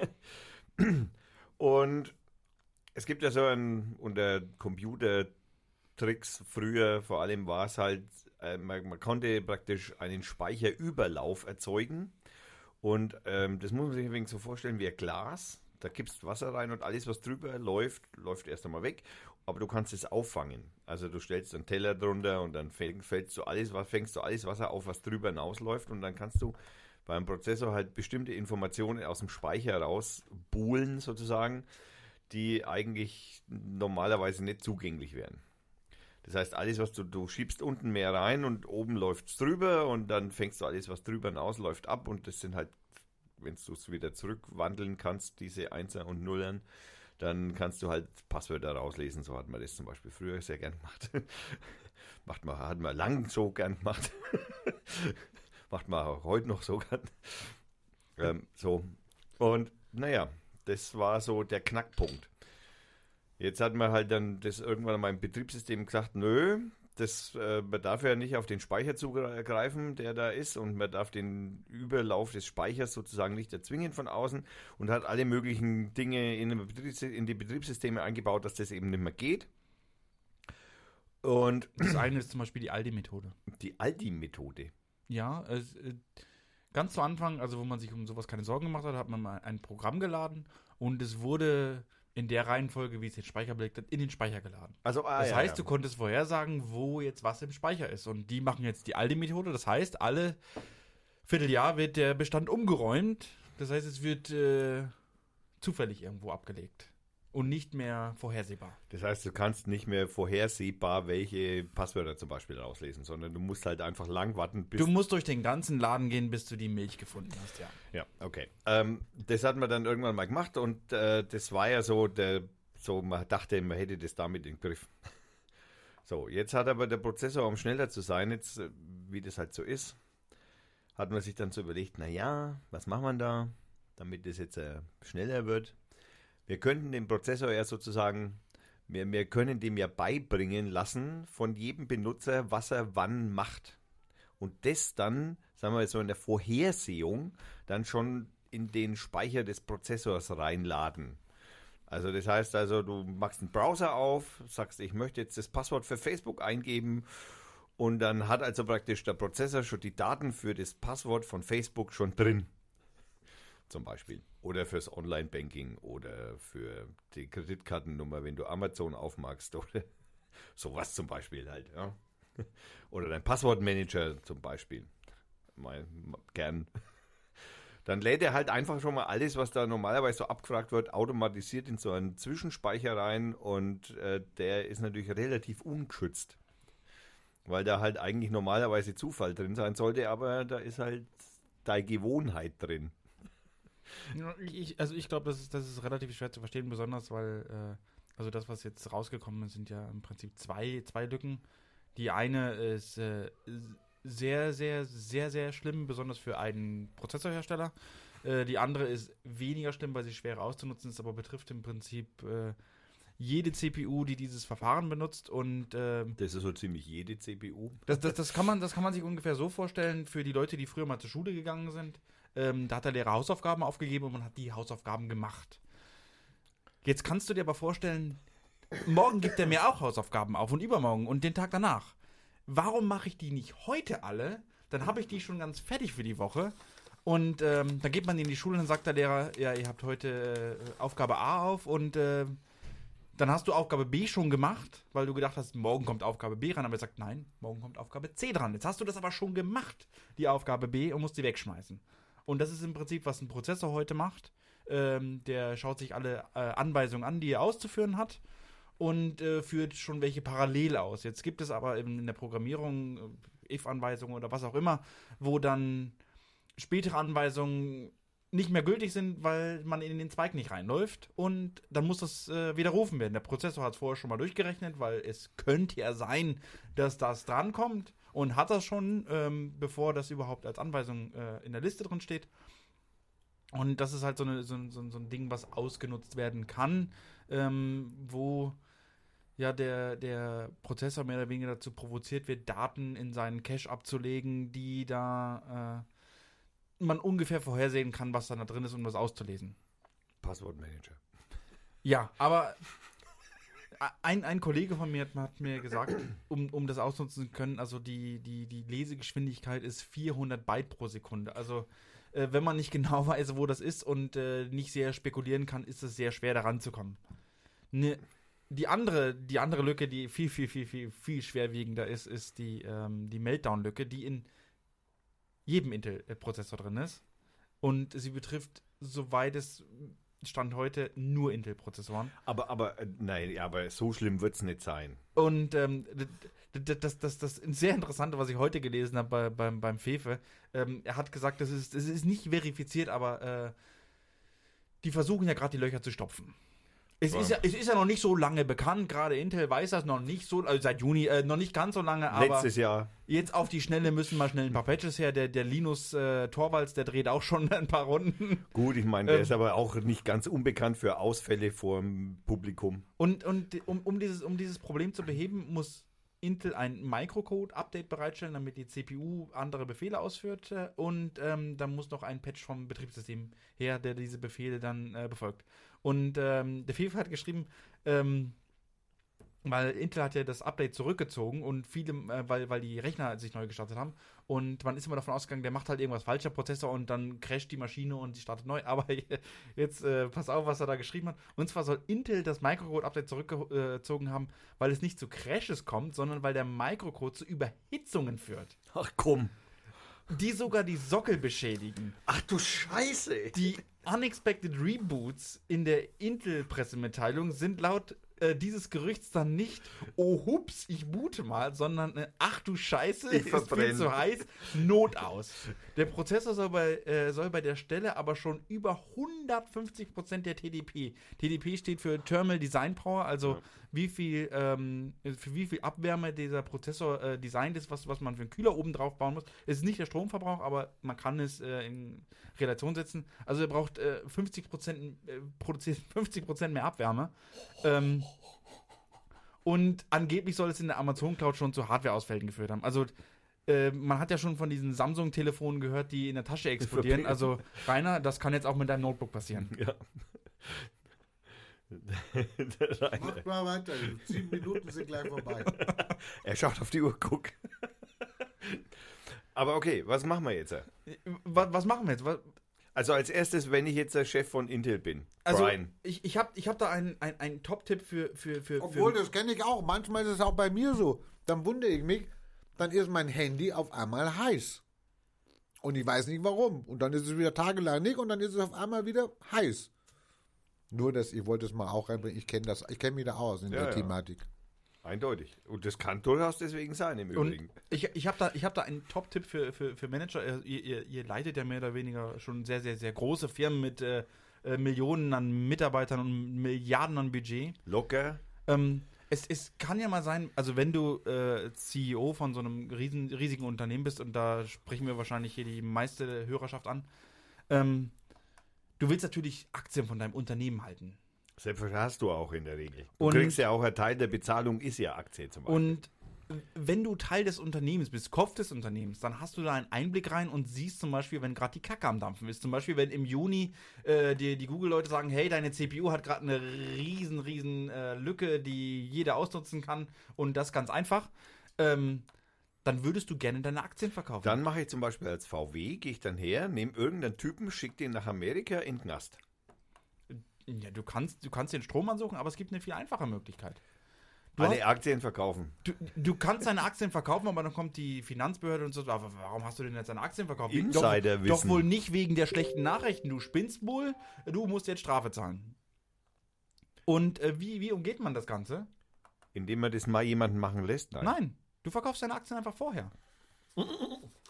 Und es gibt ja so ein, unter Computertricks früher, vor allem war es halt, äh, man, man konnte praktisch einen Speicherüberlauf erzeugen. Und ähm, das muss man sich ein wenig so vorstellen wie ein Glas. Da gibst Wasser rein und alles, was drüber läuft, läuft erst einmal weg. Aber du kannst es auffangen. Also du stellst einen Teller drunter und dann fängst du alles, fängst du alles Wasser auf, was drüber hinausläuft. Und dann kannst du beim Prozessor halt bestimmte Informationen aus dem Speicher rausbuhlen sozusagen, die eigentlich normalerweise nicht zugänglich wären. Das heißt, alles, was du, du schiebst unten mehr rein und oben läuft es drüber und dann fängst du alles, was drüber hinaus läuft, ab. Und das sind halt, wenn du es wieder zurückwandeln kannst, diese Einser und Nullern, dann kannst du halt Passwörter rauslesen. So hat man das zum Beispiel früher sehr gern gemacht. Macht man, hat man lang so gern gemacht. Macht man auch heute noch so gern. Ähm, so. Und naja, das war so der Knackpunkt. Jetzt hat man halt dann das irgendwann mal im Betriebssystem gesagt, nö, das, äh, man darf ja nicht auf den Speicher zugreifen, der da ist, und man darf den Überlauf des Speichers sozusagen nicht erzwingen von außen, und hat alle möglichen Dinge in, den Betriebs- in die Betriebssysteme eingebaut, dass das eben nicht mehr geht. Und Das eine ist zum Beispiel die Aldi-Methode. die Aldi-Methode. Ja, es, äh, ganz zu Anfang, also wo man sich um sowas keine Sorgen gemacht hat, hat man mal ein Programm geladen und es wurde in der Reihenfolge, wie es den Speicher belegt hat, in den Speicher geladen. Also, ah, Das ja, heißt, ja. du konntest vorhersagen, wo jetzt was im Speicher ist. Und die machen jetzt die Aldi-Methode. Das heißt, alle Vierteljahr wird der Bestand umgeräumt. Das heißt, es wird äh, zufällig irgendwo abgelegt. Und nicht mehr vorhersehbar. Das heißt, du kannst nicht mehr vorhersehbar welche Passwörter zum Beispiel rauslesen, sondern du musst halt einfach lang warten, bis... Du musst durch den ganzen Laden gehen, bis du die Milch gefunden hast, ja. Ja, okay. Ähm, das hat man dann irgendwann mal gemacht und äh, das war ja so, der, so, man dachte, man hätte das damit im Griff. So, jetzt hat aber der Prozessor, um schneller zu sein, jetzt, äh, wie das halt so ist, hat man sich dann so überlegt, naja, was macht man da, damit das jetzt äh, schneller wird? Wir könnten dem Prozessor ja sozusagen, wir, wir können dem ja beibringen lassen von jedem Benutzer, was er wann macht. Und das dann, sagen wir jetzt so in der Vorhersehung, dann schon in den Speicher des Prozessors reinladen. Also das heißt also, du machst einen Browser auf, sagst, ich möchte jetzt das Passwort für Facebook eingeben, und dann hat also praktisch der Prozessor schon die Daten für das Passwort von Facebook schon drin. Zum Beispiel. Oder fürs Online-Banking oder für die Kreditkartennummer, wenn du Amazon aufmachst oder sowas zum Beispiel halt, ja. Oder dein Passwortmanager zum Beispiel. Mal, mal gern. Dann lädt er halt einfach schon mal alles, was da normalerweise so abgefragt wird, automatisiert in so einen Zwischenspeicher rein, und äh, der ist natürlich relativ ungeschützt. Weil da halt eigentlich normalerweise Zufall drin sein sollte, aber da ist halt deine Gewohnheit drin. Ja, Ich, also ich glaube, das ist, das ist relativ schwer zu verstehen, besonders weil, äh, also das, was jetzt rausgekommen ist, sind ja im Prinzip zwei, zwei Lücken. Die eine ist äh, sehr, sehr, sehr, sehr schlimm, besonders für einen Prozessorhersteller. Äh, die andere ist weniger schlimm, weil sie schwerer auszunutzen ist, aber betrifft im Prinzip äh, jede C P U, die dieses Verfahren benutzt. Und äh, Das ist so ziemlich jede C P U. das, das, das, kann man, das kann man sich ungefähr so vorstellen für die Leute, die früher mal zur Schule gegangen sind. Ähm, da hat der Lehrer Hausaufgaben aufgegeben und man hat die Hausaufgaben gemacht. Jetzt kannst du dir aber vorstellen, morgen gibt er mir auch Hausaufgaben auf und übermorgen und den Tag danach. Warum mache ich die nicht heute alle? Dann habe ich die schon ganz fertig für die Woche. Und ähm, dann geht man in die Schule und dann sagt der Lehrer, ja, ihr habt heute äh, Aufgabe A auf und äh, dann hast du Aufgabe B schon gemacht, weil du gedacht hast, morgen kommt Aufgabe B ran, aber er sagt, nein, morgen kommt Aufgabe C dran. Jetzt hast du das aber schon gemacht, die Aufgabe B, und musst die wegschmeißen. Und das ist im Prinzip, was ein Prozessor heute macht. Ähm, der schaut sich alle äh, Anweisungen an, die er auszuführen hat, und äh, führt schon welche parallel aus. Jetzt gibt es aber in der Programmierung äh, if-Anweisungen oder was auch immer, wo dann spätere Anweisungen nicht mehr gültig sind, weil man in den Zweig nicht reinläuft, und dann muss das äh, widerrufen werden. Der Prozessor hat es vorher schon mal durchgerechnet, weil es könnte ja sein, dass das drankommt, und hat das schon, ähm, bevor das überhaupt als Anweisung äh, in der Liste drin steht. Und das ist halt so, eine, so, so, so ein Ding, was ausgenutzt werden kann, ähm, wo ja der, der Prozessor mehr oder weniger dazu provoziert wird, Daten in seinen Cache abzulegen, die da äh, man ungefähr vorhersehen kann, was da drin ist, um das auszulesen. Passwortmanager. Ja, aber ein, ein Kollege von mir hat, hat mir gesagt, um, um das ausnutzen zu können, also die, die, die Lesegeschwindigkeit ist vierhundert Byte pro Sekunde. Also äh, wenn man nicht genau weiß, wo das ist und äh, nicht sehr spekulieren kann, ist es sehr schwer, daran zu kommen. Ne, die andere, die andere Lücke, die viel, viel, viel, viel, viel schwerwiegender ist, ist die, ähm, die Meltdown-Lücke, die in jedem Intel-Prozessor drin ist. Und sie betrifft, soweit es Stand heute, nur Intel-Prozessoren. Aber, aber, äh, nein, aber so schlimm wird es nicht sein. Und ähm, das, das, das, das sehr Interessante, was ich heute gelesen habe bei, beim, beim Fefe, ähm, er hat gesagt, das ist, das ist nicht verifiziert, aber äh, die versuchen ja gerade die Löcher zu stopfen. Es, Ja. ist ja, es ist ja noch nicht so lange bekannt, gerade Intel weiß das noch nicht so, also seit Juni, äh, noch nicht ganz so lange, aber Letztes Jahr. jetzt auf die Schnelle müssen mal schnell ein paar Patches her. Der, der Linus äh, Torvalds, der dreht auch schon ein paar Runden. Gut, ich meine, der Ähm. ist aber auch nicht ganz unbekannt für Ausfälle vor dem Publikum. Und, und um, um, dieses, um dieses Problem zu beheben, muss Intel ein Microcode-Update bereitstellen, damit die C P U andere Befehle ausführt. äh, Und ähm, dann muss noch ein Patch vom Betriebssystem her, der diese Befehle dann äh, befolgt. Und ähm, der FIFA hat geschrieben, ähm, weil Intel hat ja das Update zurückgezogen und viele, äh, weil, weil die Rechner sich neu gestartet haben. Und man ist immer davon ausgegangen, der macht halt irgendwas falsch, der Prozessor, und dann crasht die Maschine und sie startet neu. Aber jetzt, äh, pass auf, was er da geschrieben hat. Und zwar soll Intel das Microcode-Update zurückgezogen haben, weil es nicht zu Crashes kommt, sondern weil der Microcode zu Überhitzungen führt, Ach komm. die sogar die Sockel beschädigen. Ach du Scheiße. Die Unexpected Reboots in der Intel-Pressemitteilung sind laut äh, dieses Gerüchts dann nicht, oh hups, ich boote mal, sondern äh, ach du Scheiße, Ich ist viel verbrenne. zu heiß, Not aus. Der Prozessor soll bei, äh, soll bei der Stelle aber schon über hundertfünfzig Prozent der T D P. T D P steht für Thermal Design Power, also Ja. wie viel, ähm, für wie viel Abwärme dieser Prozessor äh, designt ist, was, was man für einen Kühler oben drauf bauen muss. Es ist nicht der Stromverbrauch, aber man kann es äh, in Relation setzen. Also er braucht äh, fünfzig Prozent, äh, produziert fünfzig Prozent mehr Abwärme. Ähm, und angeblich soll es in der Amazon Cloud schon zu Hardwareausfällen geführt haben. Also äh, man hat ja schon von diesen Samsung-Telefonen gehört, die in der Tasche explodieren. Also Rainer, das kann jetzt auch mit deinem Notebook passieren. Ja. Macht mal weiter. Sieben Minuten sind gleich vorbei. Er schaut auf die Uhr, guck. Aber okay, was machen wir jetzt? Was, was machen wir jetzt? Was, Also als erstes, wenn ich jetzt der Chef von Intel bin, also Brian. ich, ich habe ich hab da einen ein Top-Tipp für, für, für, Obwohl, für das kenne ich auch. Manchmal ist es auch bei mir so. Dann wundere ich mich, dann ist mein Handy auf einmal heiß. Und ich weiß nicht warum. Und dann ist es wieder tagelang nicht und dann ist es auf einmal wieder heiß. Nur, dass ich wollte es mal auch reinbringen. Ich kenne das, ich kenne mich da aus in Ja, der ja. Thematik. Eindeutig. Und das kann durchaus deswegen sein im Und Übrigen. ich, ich habe da, ich hab da einen Top-Tipp für, für, für Manager. Ihr, ihr, ihr leitet ja mehr oder weniger schon sehr, sehr, sehr große Firmen mit äh, äh, Millionen an Mitarbeitern und Milliarden an Budget. Locker. Ähm, es, es kann ja mal sein, also wenn du äh, C E O von so einem riesen, riesigen Unternehmen bist, und da sprechen wir wahrscheinlich hier die meiste Hörerschaft an, ähm, du willst natürlich Aktien von deinem Unternehmen halten. Selbstverständlich hast du auch in der Regel. Du Und- kriegst ja auch einen Teil der Bezahlung, ist ja Aktie zum Beispiel. Und wenn du Teil des Unternehmens bist, Kopf des Unternehmens, dann hast du da einen Einblick rein und siehst zum Beispiel, wenn gerade die Kacke am Dampfen ist. Zum Beispiel, wenn im Juni äh, die, die Google-Leute sagen, hey, deine C P U hat gerade eine riesen, riesen äh, Lücke, die jeder ausnutzen kann, und das ganz einfach, ähm, dann würdest du gerne deine Aktien verkaufen. Dann mache ich zum Beispiel als V W, gehe ich dann her, nehme irgendeinen Typen, schicke den nach Amerika in den Knast. Ja, du kannst, du kannst den Strom ansuchen, aber es gibt eine viel einfache Möglichkeit. Du Alle Aktien verkaufen. Du, du kannst deine Aktien verkaufen, aber dann kommt die Finanzbehörde und so, aber warum hast du denn jetzt deine Aktien verkauft? Insiderwissen. Doch, doch wohl nicht wegen der schlechten Nachrichten. Du spinnst wohl, du musst jetzt Strafe zahlen. Und äh, wie, wie umgeht man das Ganze? Indem man das mal jemanden machen lässt? Nein. Nein, du verkaufst deine Aktien einfach vorher.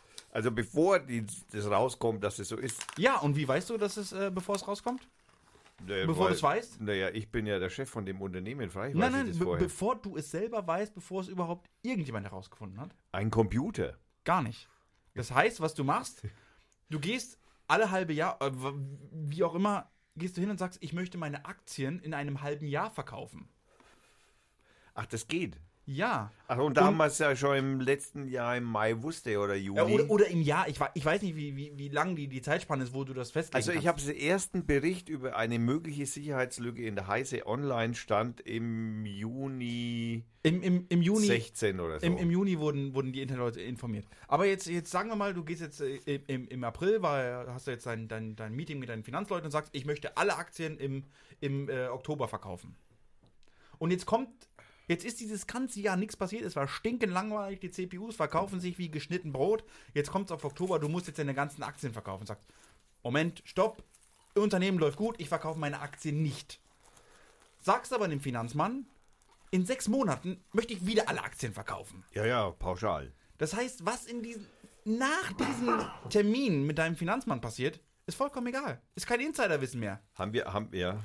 Also bevor die, das rauskommt, dass es so ist. Ja, und wie weißt du, dass es, äh, bevor es rauskommt? Naja, bevor weil- du es weißt? Naja, ich bin ja der Chef von dem Unternehmen, frei. Nein, weiß nein, ich das be vorher. bevor du es selber weißt, bevor es überhaupt irgendjemand herausgefunden hat. Ein Computer. Gar nicht. Das heißt, was du machst, du gehst alle halbe Jahr, äh, wie auch immer, gehst du hin und sagst, ich möchte meine Aktien in einem halben Jahr verkaufen. Ach, das geht. Ja. Ach, und da Und- haben wir es ja schon im letzten Jahr im Mai wusste oder Juni. Ja, oder, oder im Jahr, ich, wei- ich weiß nicht, wie, wie, wie lang die, die Zeitspanne ist, wo du das festlegen Also ich kannst. habe den ersten Bericht über eine mögliche Sicherheitslücke in der Heise Online stand im Juni Im, im, im Juni, sechzehn oder so. im, im Juni wurden, wurden die Internetleute informiert. Aber jetzt, jetzt sagen wir mal, du gehst jetzt äh, im, im April, war, hast du jetzt dein, dein, dein Meeting mit deinen Finanzleuten und sagst, ich möchte alle Aktien im, im äh, Oktober verkaufen. Und jetzt kommt, jetzt ist dieses ganze Jahr nichts passiert, es war stinkend langweilig, die C P Us verkaufen sich wie geschnitten Brot. Jetzt kommt es auf Oktober, du musst jetzt deine ganzen Aktien verkaufen. Sagst, Moment, stopp, Unternehmen läuft gut, ich verkaufe meine Aktien nicht. Sagst aber dem Finanzmann, in sechs Monaten möchte ich wieder alle Aktien verkaufen. ja, ja, pauschal. Das heißt, was in diesen, nach diesem Termin mit deinem Finanzmann passiert, ist vollkommen egal. Ist kein Insiderwissen mehr. Haben wir, haben wir,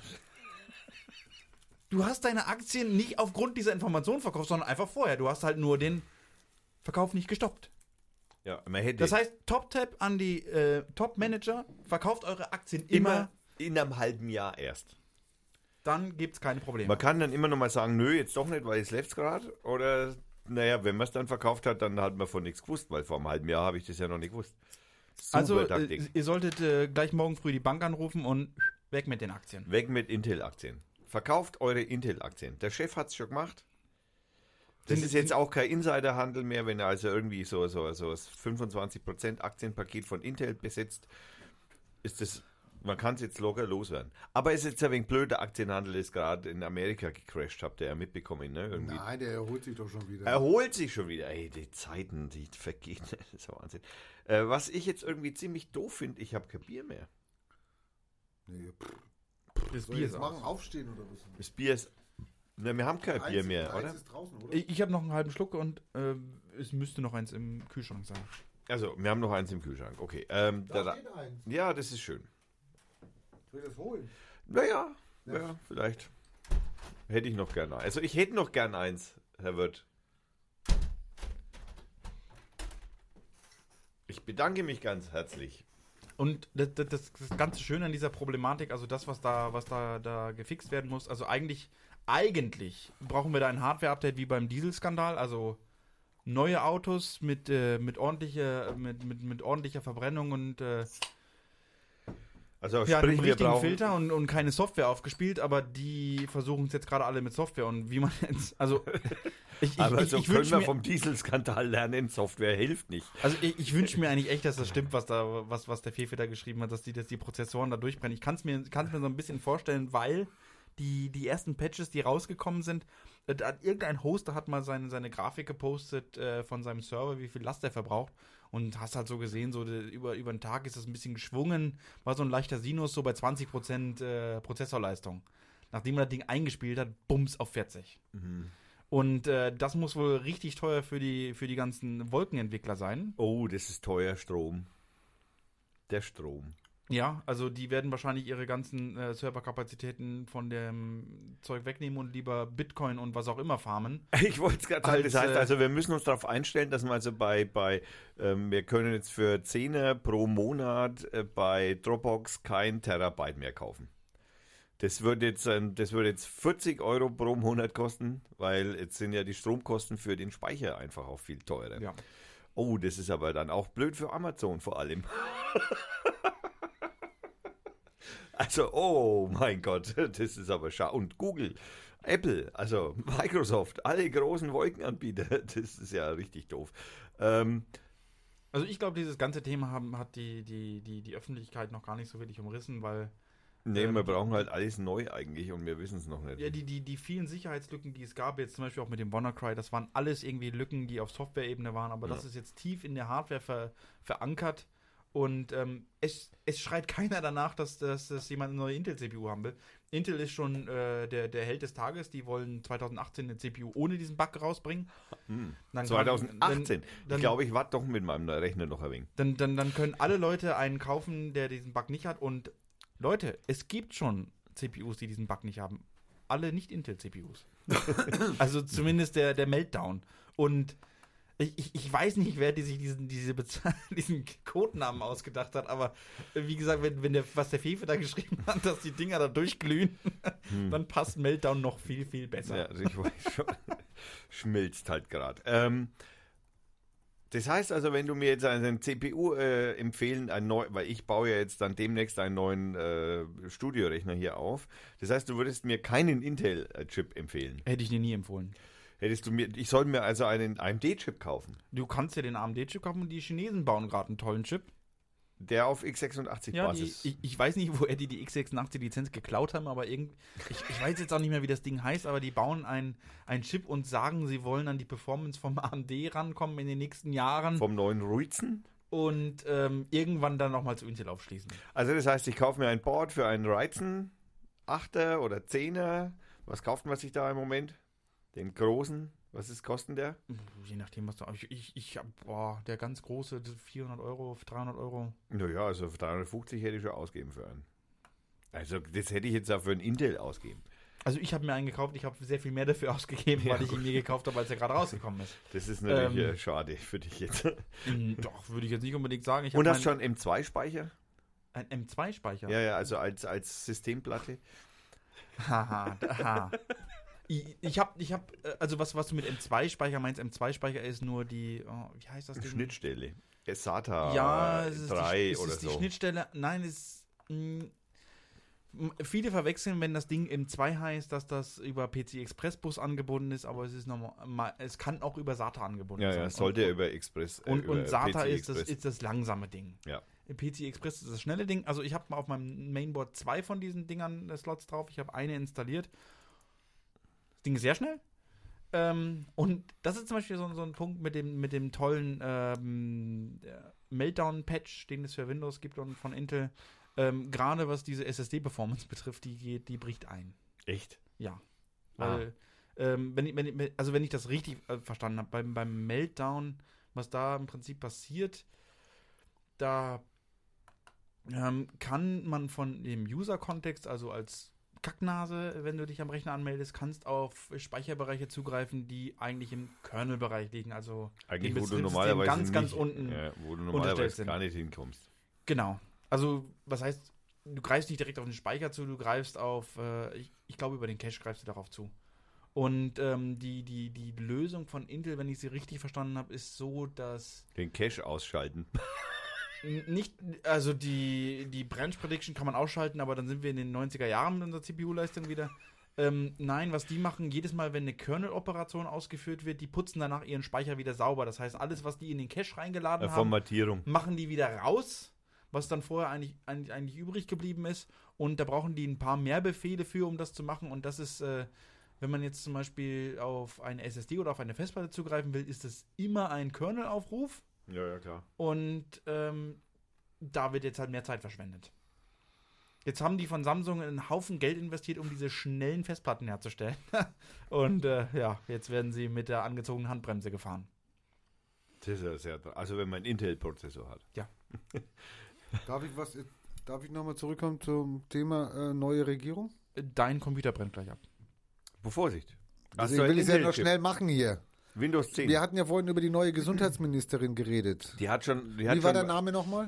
Du hast deine Aktien nicht aufgrund dieser Information verkauft, sondern einfach vorher. Du hast halt nur den Verkauf nicht gestoppt. ja, man hätte Das heißt, Top-Tap an die äh, Top-Manager, verkauft eure Aktien immer, immer in einem halben Jahr erst. dann gibt es keine Probleme. Man kann dann immer noch mal sagen, nö, jetzt doch nicht, weil es läuft gerade. Oder, naja, wenn man es dann verkauft hat, dann hat man von nichts gewusst, weil vor einem halben Jahr habe ich das ja noch nicht gewusst. Super also, äh, Taktik. ihr solltet äh, gleich morgen früh die Bank anrufen und weg mit den Aktien. Weg mit Intel-Aktien. Verkauft eure Intel-Aktien. Der Chef hat es schon gemacht. Das Sind- ist jetzt auch kein Insiderhandel mehr, wenn er also irgendwie so, so, so das fünfundzwanzig Prozent Aktienpaket von Intel besetzt, ist das, man kann es jetzt locker loswerden. Aber es ist jetzt ein wenig blöd, der Aktienhandel ist gerade in Amerika gecrashed, habt ihr ja mitbekommen, ne? Irgendwie. Nein, der erholt sich doch schon wieder. Erholt sich schon wieder. Ey, die Zeiten, die vergehen. Das ist ja Wahnsinn. Äh, was ich jetzt irgendwie ziemlich doof finde, ich habe kein Bier mehr. Nee, pff, Das soll ich jetzt machen, aufstehen oder was? Das Bier ist. Ne, wir haben kein Bier Eins- mehr, eins oder? ist draußen, oder? Ich, ich habe noch einen halben Schluck und äh, es müsste noch eins im Kühlschrank sein. Also, wir haben noch eins im Kühlschrank. Okay. Ähm, da da, steht eins. ja, das ist schön. Soll ich das holen? Naja, ja, vielleicht. Hätte ich noch gerne eins. Also, ich hätte noch gern eins, Herr Wirth. Ich bedanke mich ganz herzlich. Und das, das, das, das ganze Schöne an dieser Problematik, also das, was da, was da, da gefixt werden muss, also eigentlich, eigentlich brauchen wir da ein Hardware-Update wie beim Dieselskandal, also neue Autos mit, äh, mit, ordentlicher, mit, mit, mit ordentlicher Verbrennung und äh, Also, ja, einem sprich, wir richtigen brauchen. Filter und, und keine Software aufgespielt, aber die versuchen es jetzt gerade alle mit Software und wie man jetzt, also ich, ich, Aber ich, so ich können wünsche wir mir, vom Dieselskandal lernen, Software hilft nicht. also ich, ich wünsche mir eigentlich echt, dass das stimmt, was da, was, was der Fefe da geschrieben hat, dass die, dass die Prozessoren da durchbrennen. Ich kann es mir, kann's mir so ein bisschen vorstellen, weil die, die ersten Patches, die rausgekommen sind, äh, da hat irgendein Hoster hat mal seine, seine Grafik gepostet äh, von seinem Server, wie viel Last er verbraucht. Und hast halt so gesehen, so de, über, über den Tag ist das ein bisschen geschwungen, war so ein leichter Sinus, so bei zwanzig Prozent äh, Prozessorleistung. Nachdem man das Ding eingespielt hat, bums auf vierzig. Mhm. Und äh, das muss wohl richtig teuer für die, für die ganzen Wolkenentwickler sein. Oh, das ist teuer Strom. Der Strom. Ja, also die werden wahrscheinlich ihre ganzen äh, Serverkapazitäten von dem Zeug wegnehmen und lieber Bitcoin und was auch immer farmen. Ich wollte es gerade sagen, Als, das heißt äh, also, wir müssen uns darauf einstellen, dass wir also bei, bei ähm, wir können jetzt für Zehner pro Monat äh, bei Dropbox kein Terabyte mehr kaufen. Das würde jetzt, ähm, das würde jetzt vierzig Euro pro Monat kosten, weil jetzt sind ja die Stromkosten für den Speicher einfach auch viel teurer. Ja. Oh, das ist aber dann auch blöd für Amazon vor allem. Also, oh mein Gott, das ist aber schade. Und Google, Apple, also Microsoft, alle großen Wolkenanbieter, das ist ja richtig doof. Ähm, Also ich glaube, dieses ganze Thema haben, hat die, die, die, die Öffentlichkeit noch gar nicht so wirklich umrissen, weil nee, Ähm, wir brauchen halt alles neu eigentlich und wir wissen es noch nicht. ja, die, die, die vielen Sicherheitslücken, die es gab, jetzt zum Beispiel auch mit dem WannaCry, das waren alles irgendwie Lücken, die auf Software-Ebene waren, aber Ja. das ist jetzt tief in der Hardware ver, verankert und ähm, es, es schreit keiner danach, dass, dass, dass jemand eine neue Intel-C P U haben will. Intel ist schon äh, der, der Held des Tages, die wollen zwanzig achtzehn eine C P U ohne diesen Bug rausbringen. Hm. Dann kann- zwanzig achtzehn. dann- ich glaube, ich warte doch mit meinem Rechner noch ein wenig. Dann, dann, dann können alle Leute einen kaufen, der diesen Bug nicht hat. Und Leute, es gibt schon C P Us, die diesen Bug nicht haben. Alle nicht Intel-C P Us. Also zumindest der, der Meltdown. Und ich, ich, ich weiß nicht, wer die sich diesen, diese Bezahl- diesen Codenamen ausgedacht hat, aber wie gesagt, wenn, wenn der, was der Fefe da geschrieben hat, dass die Dinger da durchglühen, hm. dann passt Meltdown noch viel, viel besser. Ja, also ich weiß schon, schmilzt halt gerade. Ähm, das heißt also, wenn du mir jetzt einen C P U äh, empfehlen, ein neu, weil ich baue ja jetzt dann demnächst einen neuen äh, Studiorechner hier auf. Das heißt, du würdest mir keinen Intel-Chip empfehlen. Hätte ich dir nie empfohlen. Hättest du mir, ich soll mir also einen A M D-Chip kaufen. Du kannst ja den A M D-Chip kaufen und die Chinesen bauen gerade einen tollen Chip. Der auf x sechsundachtzig Ja, Basis. die, ich, ich weiß nicht, woher die die x sechsundachtzig-Lizenz geklaut haben, aber irgend, ich, ich weiß jetzt auch nicht mehr, wie das Ding heißt, aber die bauen einen Chip und sagen, sie wollen an die Performance vom A M D rankommen in den nächsten Jahren. Vom neuen Ryzen? Und ähm, irgendwann dann nochmal zu Intel aufschließen. Also das heißt, ich kaufe mir ein Board für einen Ryzen achter oder zehner. Was kauft man sich da im Moment? Den großen? Was ist kosten der? Je nachdem, was du... Ich, ich, ich hab, boah, der ganz große, vierhundert Euro, dreihundert Euro. Naja, also für dreihundertfünfzig hätte ich schon ausgeben für einen. Also das hätte ich jetzt auch für einen Intel ausgeben. Also ich habe mir einen gekauft, ich habe sehr viel mehr dafür ausgegeben, ja, weil ich ihn mir gekauft habe, als er gerade rausgekommen ist. Das ist natürlich ähm, äh, schade für dich jetzt. Doch, würde ich jetzt nicht unbedingt sagen. Ich Und hast du schon M zwei Speicher? Ein M zwei Speicher? Ja, ja, also als, als Systemplatte. Haha, ha. Ich, ich habe, ich hab, also was, was du mit M zwei Speicher meinst, M zwei Speicher ist nur die, oh, wie heißt das Ding? Schnittstelle. SATA ja, es ist drei die, es oder ist so. Die Schnittstelle, nein, es ist, mh, viele verwechseln, wenn das Ding M zwei heißt, dass das über P C Express Bus angebunden ist, aber es ist normal, es kann auch über SATA angebunden ja, sein. Ja, sollte und, über Express. Äh, und, über und SATA P C ist das, ist das langsame Ding. Ja. P C Express ist das schnelle Ding. Also ich habe mal auf meinem Mainboard zwei von diesen Dingern äh, Slots drauf. Ich habe eine installiert. Das Ding ist sehr schnell. Ähm, und das ist zum Beispiel so, so ein Punkt mit dem, mit dem tollen ähm, Meltdown-Patch, den es für Windows gibt und von Intel. Ähm, gerade was diese S S D-Performance betrifft, die geht, die bricht ein. Echt? Ja. Ah. Weil, ähm, wenn ich, wenn ich, also wenn ich das richtig äh, verstanden habe, beim, beim Meltdown, was da im Prinzip passiert, da ähm, kann man von dem User-Kontext, also als Kacknase, wenn du dich am Rechner anmeldest, kannst auf Speicherbereiche zugreifen, die eigentlich im Kernel-Bereich liegen, also eigentlich, dem wo du Betriebssystem normalerweise ganz, nicht, ganz unten. Ja, wo du unterstellt normalerweise sind. gar nicht hinkommst. Genau. Also, was heißt, du greifst nicht direkt auf den Speicher zu, du greifst auf, äh, ich, ich glaube, über den Cache greifst du darauf zu. Und ähm, die, die, die Lösung von Intel, wenn ich sie richtig verstanden habe, ist so, dass Den Cache ausschalten. nicht, also die, die Branch Prediction kann man ausschalten, aber dann sind wir in den neunziger Jahren mit unserer C P U-Leistung wieder. Ähm, nein, was die machen, jedes Mal, wenn eine Kernel-Operation ausgeführt wird, die putzen danach ihren Speicher wieder sauber. Das heißt, alles, was die in den Cache reingeladen Äh, haben, Formatierung. machen die wieder raus, was dann vorher eigentlich, eigentlich, eigentlich übrig geblieben ist. Und da brauchen die ein paar mehr Befehle für, um das zu machen. Und das ist, äh, wenn man jetzt zum Beispiel auf eine S S D oder auf eine Festplatte zugreifen will, ist das immer ein Kernel-Aufruf. Ja, ja, klar. Und ähm, da wird jetzt halt mehr Zeit verschwendet. Jetzt haben die von Samsung einen Haufen Geld investiert, um diese schnellen Festplatten herzustellen. Und äh, ja, jetzt werden sie mit der angezogenen Handbremse gefahren. Das ist ja sehr, also wenn man einen Intel-Prozessor hat. Ja. Darf ich was, darf ich nochmal zurückkommen zum Thema äh, neue Regierung? Dein Computer brennt gleich ab. Vorsicht. Deswegen will ich es ja noch schnell machen hier. Windows zehn. Wir hatten ja vorhin über die neue Gesundheitsministerin geredet. Die hat schon. Die hat Wie war schon der Name nochmal?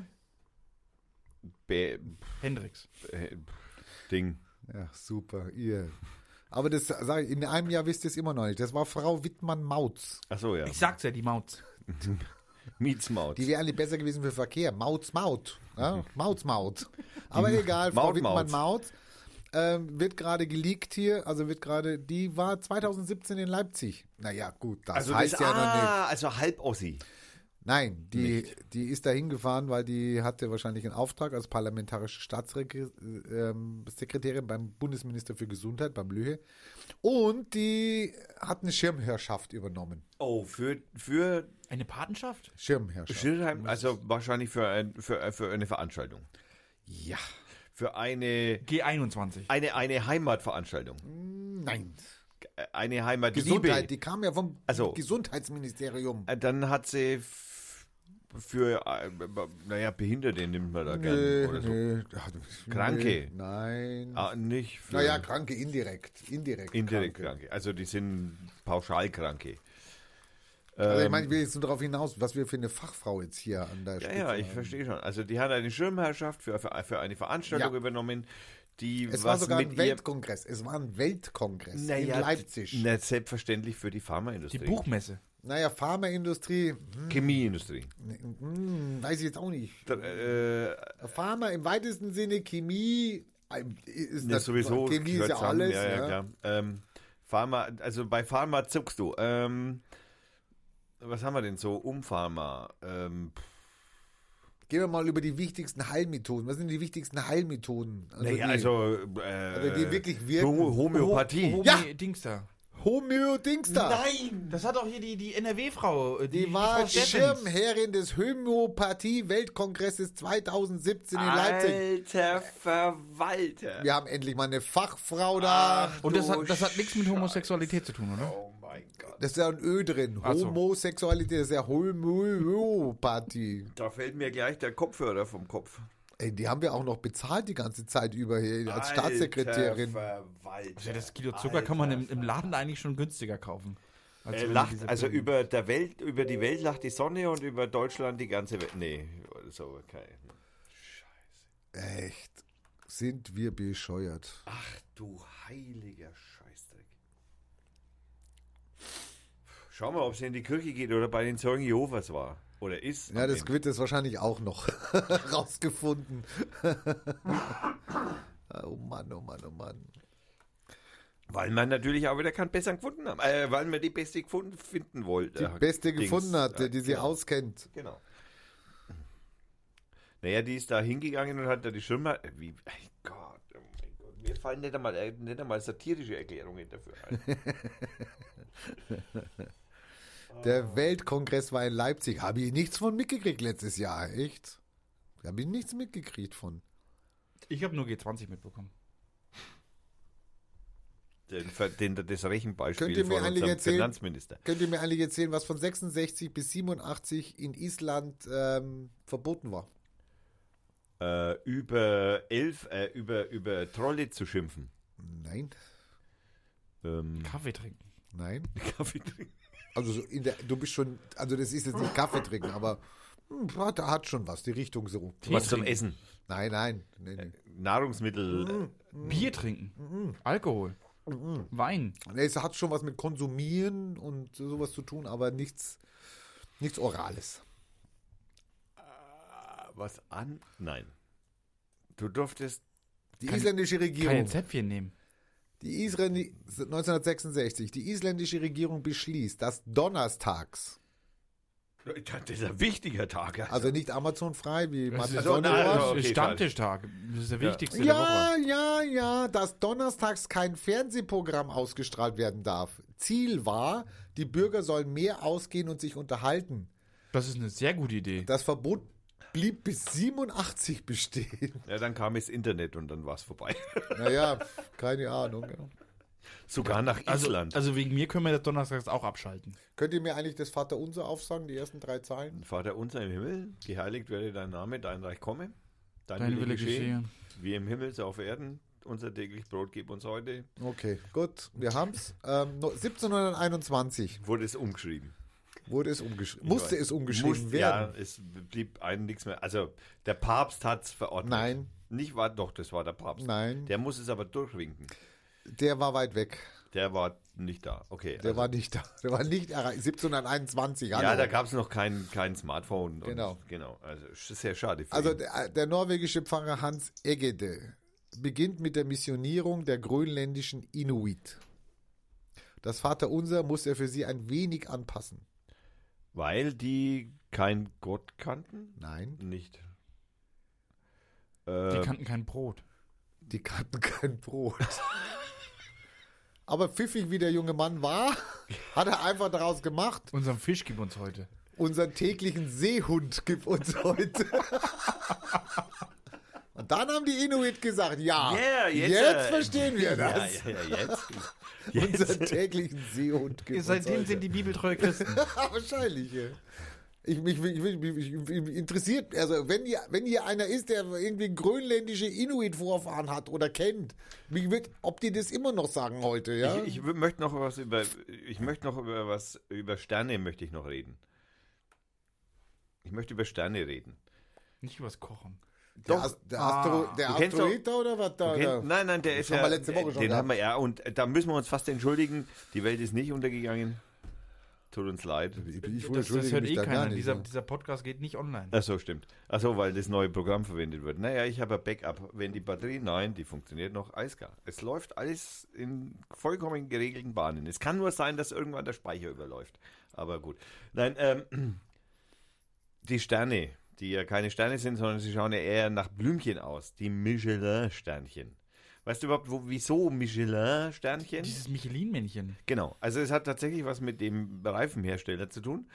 Be Hendrix. äh, Ding. Ja, super, ihr. Aber das sage ich, in einem Jahr wisst ihr es immer noch nicht. Das war Frau Wittmann-Mautz. Achso, ja. Ich sag's ja, die Mautz. Mietsmaut. Die wäre eigentlich besser gewesen für Verkehr. Mautz, Maut. Ja? Mautz, Maut. Aber egal, Frau Maut, Maut. Wittmann-Mautz ähm, wird gerade geleakt hier. Also wird gerade, die war zwanzig siebzehn in Leipzig. Naja, gut, das also heißt das, ja ah, noch nicht. also halb Ossi. Nein, die, die ist da hingefahren, weil die hatte wahrscheinlich einen Auftrag als parlamentarische Staatssekretärin beim Bundesminister für Gesundheit, beim Lühe. Und die hat eine Schirmherrschaft übernommen. Oh, für, für Eine Patenschaft? Schirmherrschaft. Schirnheim, also wahrscheinlich für, ein, für, für eine Veranstaltung. Ja. Für eine, G einundzwanzig. eine, eine Heimatveranstaltung. Nein. Eine Heimatliebe. Gesundheit, die kam ja vom Also- Gesundheitsministerium. Dann hat sie f- für, äh, naja, Behinderte nimmt man da Nö, gerne oder so. nö. Kranke? Nö, nein. Ah, nicht für Naja, Kranke indirekt. Indirekt. indirekt Kranke. Kranke. Also die sind pauschal Kranke. Also ich Ähm, meine, ich will jetzt nur darauf hinaus, was wir für eine Fachfrau jetzt hier an der Ja, Spitze ja, ich haben. verstehe schon. Also die hat eine Schirmherrschaft für, für, für eine Veranstaltung Ja. übernommen, die Es was war sogar mit ein ihr... Weltkongress. Es war ein Weltkongress in Leipzig. Nicht selbstverständlich für die Pharmaindustrie. Die Buchmesse. Naja, Pharmaindustrie, hm, Chemieindustrie. hm, weiß ich jetzt auch nicht. Da, äh, Pharma im weitesten Sinne, Chemie äh, ist ja, das, sowieso. Chemie ist gehört ja zusammen. alles. Ja, ja, ja. klar. Ähm, Pharma, also bei Pharma zuckst du. Ähm, was haben wir denn so um Pharma? Ähm, Gehen wir mal über die wichtigsten Heilmethoden. Was sind die wichtigsten Heilmethoden? Also naja, die also, äh, also die wirklich wirken. Ho- Homöopathie. Ho- Ho- Ja. Dings da. Homö-Dings da. Nein! Das hat doch hier die, die N R W-Frau. Die, Die war Frau Steffens. Schirmherrin des Homöopathie-Weltkongresses zweitausendsiebzehn in Leipzig. Alter Verwalter. Wir haben endlich mal eine Fachfrau da. Ach, Und das du hat, das hat nichts mit Scheiße. Homosexualität zu tun, oder? Oh mein Gott. Das ist ja ein Ö drin. Ach so. Homosexualität, das ist ja Homöopathie. Da fällt mir gleich der Kopfhörer vom Kopf. Ey, die haben wir auch noch bezahlt die ganze Zeit über hier als Staatssekretärin. Alter Verwalter. Also das Kilo Zucker kann man im, im Laden eigentlich schon günstiger kaufen. Als Äh, wenn lacht, diese also Pillen- über der Welt, über die Welt lacht die Sonne und über Deutschland die ganze Welt. Nee, so okay. Echt, sind wir bescheuert. Ach du heiliger Scheißdreck. Schau mal, ob es in die Kirche geht oder bei den Zeugen Jehovas war. Oder ist. Ja, am das Ende. wird es wahrscheinlich auch noch rausgefunden. Oh Mann, oh Mann, oh Mann. Weil man natürlich auch wieder keinen besseren gefunden haben. Äh, weil man die beste gefunden finden wollte. Die beste Dings. gefunden hatte, Ja, die sie genau. auskennt. Genau. Naja, die ist da hingegangen und hat da die Schirme. Wie, mein Gott, oh mein Gott. Mir fallen nicht einmal, äh, nicht einmal satirische Erklärungen dafür ein. Der Weltkongress war in Leipzig. Habe ich nichts von mitgekriegt letztes Jahr, echt? Habe ich nichts mitgekriegt von. Ich habe nur G zwanzig mitbekommen. Den, den, das Rechenbeispiel Könnt ihr mir von eigentlich unserem erzählen- Finanzminister. Könnt ihr mir eigentlich erzählen, was von sechsundsechzig bis siebenundachtzig in Island ähm, verboten war? Äh, über elf, äh, über, über Trolle zu schimpfen. Nein, Ähm, Kaffee trinken. nein. Kaffee trinken. Also so in der, du bist schon, also das ist jetzt nicht Kaffee trinken, aber hm, da hat schon was, die Richtung so. Was zum Essen. Nein, nein. Nee, nee. Nahrungsmittel. Bier trinken. Alkohol. Wein. Nee, es hat schon was mit Konsumieren und sowas zu tun, aber nichts, nichts Orales. Äh, was an? Nein. Du durftest. Die Kein- isländische Keine Regierung, Zäpfchen nehmen. die Isländi- neunzehnhundertsechsundsechzig, die isländische Regierung beschließt, dass donnerstags, Das ist ein wichtiger Tag. Ja. also nicht Amazon-frei, wie Das Martin ist, so, Sonne nein, war. also- okay, Stammtischtag. Das ist der Ja. wichtigste der Woche. Ja, ja, ja, dass donnerstags kein Fernsehprogramm ausgestrahlt werden darf. Ziel war, die Bürger sollen mehr ausgehen und sich unterhalten. Das ist eine sehr gute Idee. Das Verbot blieb bis siebenundachtzig bestehen. Ja, dann kam das Internet und dann war es vorbei. Naja, keine Ahnung. Ja. Sogar nach Also, Island. also wegen mir können wir das donnerstags auch abschalten. Könnt ihr mir eigentlich das Vaterunser aufsagen, die ersten drei Zeilen? Vater unser im Himmel, geheiligt werde dein Name, dein Reich komme. Dein, Dein Wille, Wille geschehe, geschehe. wie im Himmel, so auf Erden. Unser täglich Brot gib uns heute. Okay, gut, wir haben's. Ähm, no- siebzehnhunderteinundzwanzig Wurde es umgeschrieben. wurde es umgeschrieben. Musste es umgeschrieben Muss- werden? Ja, es blieb einem nichts mehr. Also, der Papst hat es verordnet. Nein. Nicht war, doch, das war der Papst. Nein, Der muss es aber durchwinken. der war weit weg. Der war nicht da. Okay. Der also, war nicht da. Der war nicht erreicht. siebzehnhunderteinundzwanzig. ja, hallo. da gab es noch kein, kein Smartphone. Und, Genau. Genau. Also, es ist sehr schade. Für Also ihn. der, der norwegische Pfarrer Hans Egede beginnt mit der Missionierung der grönländischen Inuit. Das Vaterunser muss er für sie ein wenig anpassen. Weil die kein Gott kannten? Nein, Nicht. Die Äh, kannten kein Brot. die kannten kein Brot. Aber pfiffig wie der junge Mann war, hat er einfach daraus gemacht, Unseren Fisch gib uns heute. unseren täglichen Seehund gibt uns heute. Und dann haben die Inuit gesagt, ja, yeah, jetzt, äh, verstehen wir ja, das. Ja, ja, jetzt. jetzt. Unseren täglichen Seehund gibt uns Seitdem heute. sind die bibeltreue Christen. Wahrscheinlich. Ja. Ich, mich, mich, mich, mich, mich interessiert, also wenn hier, wenn hier einer ist, der irgendwie grönländische Inuit-Vorfahren hat oder kennt, mich wird, ob die das immer noch sagen heute, ja? Ich, ich w- möchte noch was über, ich möchte noch über was, über Sterne möchte ich noch reden. Ich möchte über Sterne reden. Nicht übers Kochen. Der, Doch. Ast- der, Ah. Astro, der Du kennst Asteroid da oder was da? Du kenn- da? nein, nein, der Das ist haben ja, wir letzte Woche schon den gehabt. haben wir ja, und da müssen wir uns fast entschuldigen, die Welt ist nicht untergegangen. Tut uns leid. Ich, ich Das, entschuldige das hört mich eh da gar keiner. nicht, Dieser, ja. dieser Podcast geht nicht online. Ach so, stimmt. Ach so, weil das neue Programm verwendet wird. Naja, ich habe ein Backup. Wenn die Batterie, nein, die funktioniert noch, alles klar. Es läuft alles in vollkommen geregelten Bahnen. Es kann nur sein, dass irgendwann der Speicher überläuft. Aber gut. Nein, ähm, die Sterne, die ja keine Sterne sind, sondern sie schauen ja eher nach Blümchen aus. Die Michelin-Sternchen. Weißt du überhaupt, wo, wieso Michelin-Sternchen? Dieses Michelin-Männchen. Genau, also es hat tatsächlich was mit dem Reifenhersteller zu tun.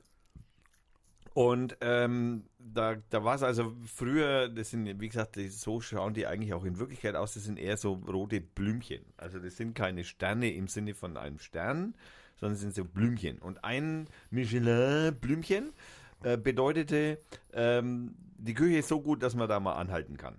Und ähm, da, da war es also früher, das sind, wie gesagt, die, so schauen die eigentlich auch in Wirklichkeit aus, das sind eher so rote Blümchen. Also das sind keine Sterne im Sinne von einem Stern, sondern es sind so Blümchen. Und ein Michelin-Blümchen äh, bedeutete, ähm, die Küche ist so gut, dass man da mal anhalten kann.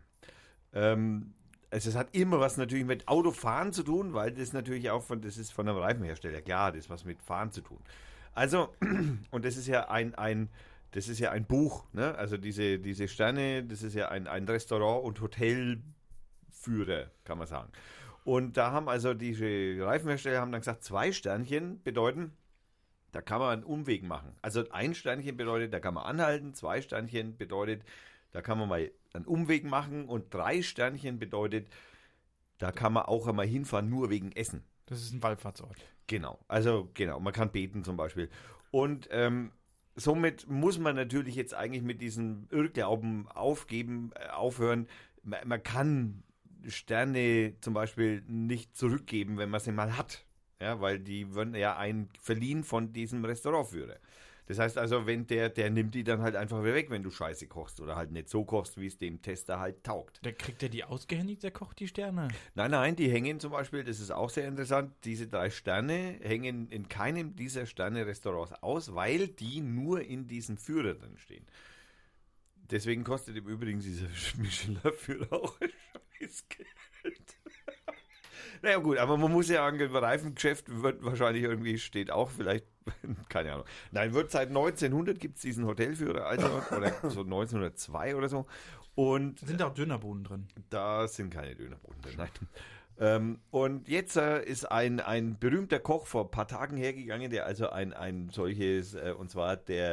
Ähm, Also es hat immer was natürlich mit Autofahren zu tun, weil das natürlich auch von, das ist von einem Reifenhersteller, klar, das ist was mit Fahren zu tun. Also, und das ist ja ein, ein, das ist ja ein Buch, ne? Also diese, diese Sterne, das ist ja ein, ein Restaurant- und Hotelführer, kann man sagen. Und da haben also diese Reifenhersteller haben dann gesagt, zwei Sternchen bedeuten, da kann man einen Umweg machen. Also ein Sternchen bedeutet, da kann man anhalten, zwei Sternchen bedeutet, da kann man mal einen Umweg machen und drei Sternchen bedeutet, da kann man auch einmal hinfahren, nur wegen Essen. Das ist ein Wallfahrtsort. Genau, also genau, man kann beten zum Beispiel. Und ähm, somit muss man natürlich jetzt eigentlich mit diesem Irrglauben aufgeben, äh, aufhören. Man, man kann Sterne zum Beispiel nicht zurückgeben, wenn man sie mal hat. Ja, weil die werden ja einen verliehen von diesem Restaurantführer. Das heißt also, wenn der, der nimmt die dann halt einfach wieder weg, wenn du Scheiße kochst oder halt nicht so kochst, wie es dem Tester halt taugt. Der kriegt ja die ausgehändigt, der kocht die Sterne. Nein, nein, die hängen zum Beispiel, das ist auch sehr interessant, diese drei Sterne hängen in keinem dieser Sterne-Restaurants aus, weil die nur in diesem Führer drin stehen. Deswegen kostet im Übrigen dieser Michelin-Führer auch ein Scheißgeld. Naja gut, aber man muss ja sagen, im Reifengeschäft wird wahrscheinlich irgendwie, steht auch vielleicht, keine Ahnung. Nein, wird seit neunzehnhundert gibt es diesen Hotelführer, also, oder so neunzehnhundertzwei oder so. Und Sind da auch Dönerbohnen drin? da sind keine Dönerboden drin, nein. Ähm, und jetzt äh, ist ein, ein berühmter Koch vor ein paar Tagen hergegangen, der also ein, ein solches, äh, und zwar der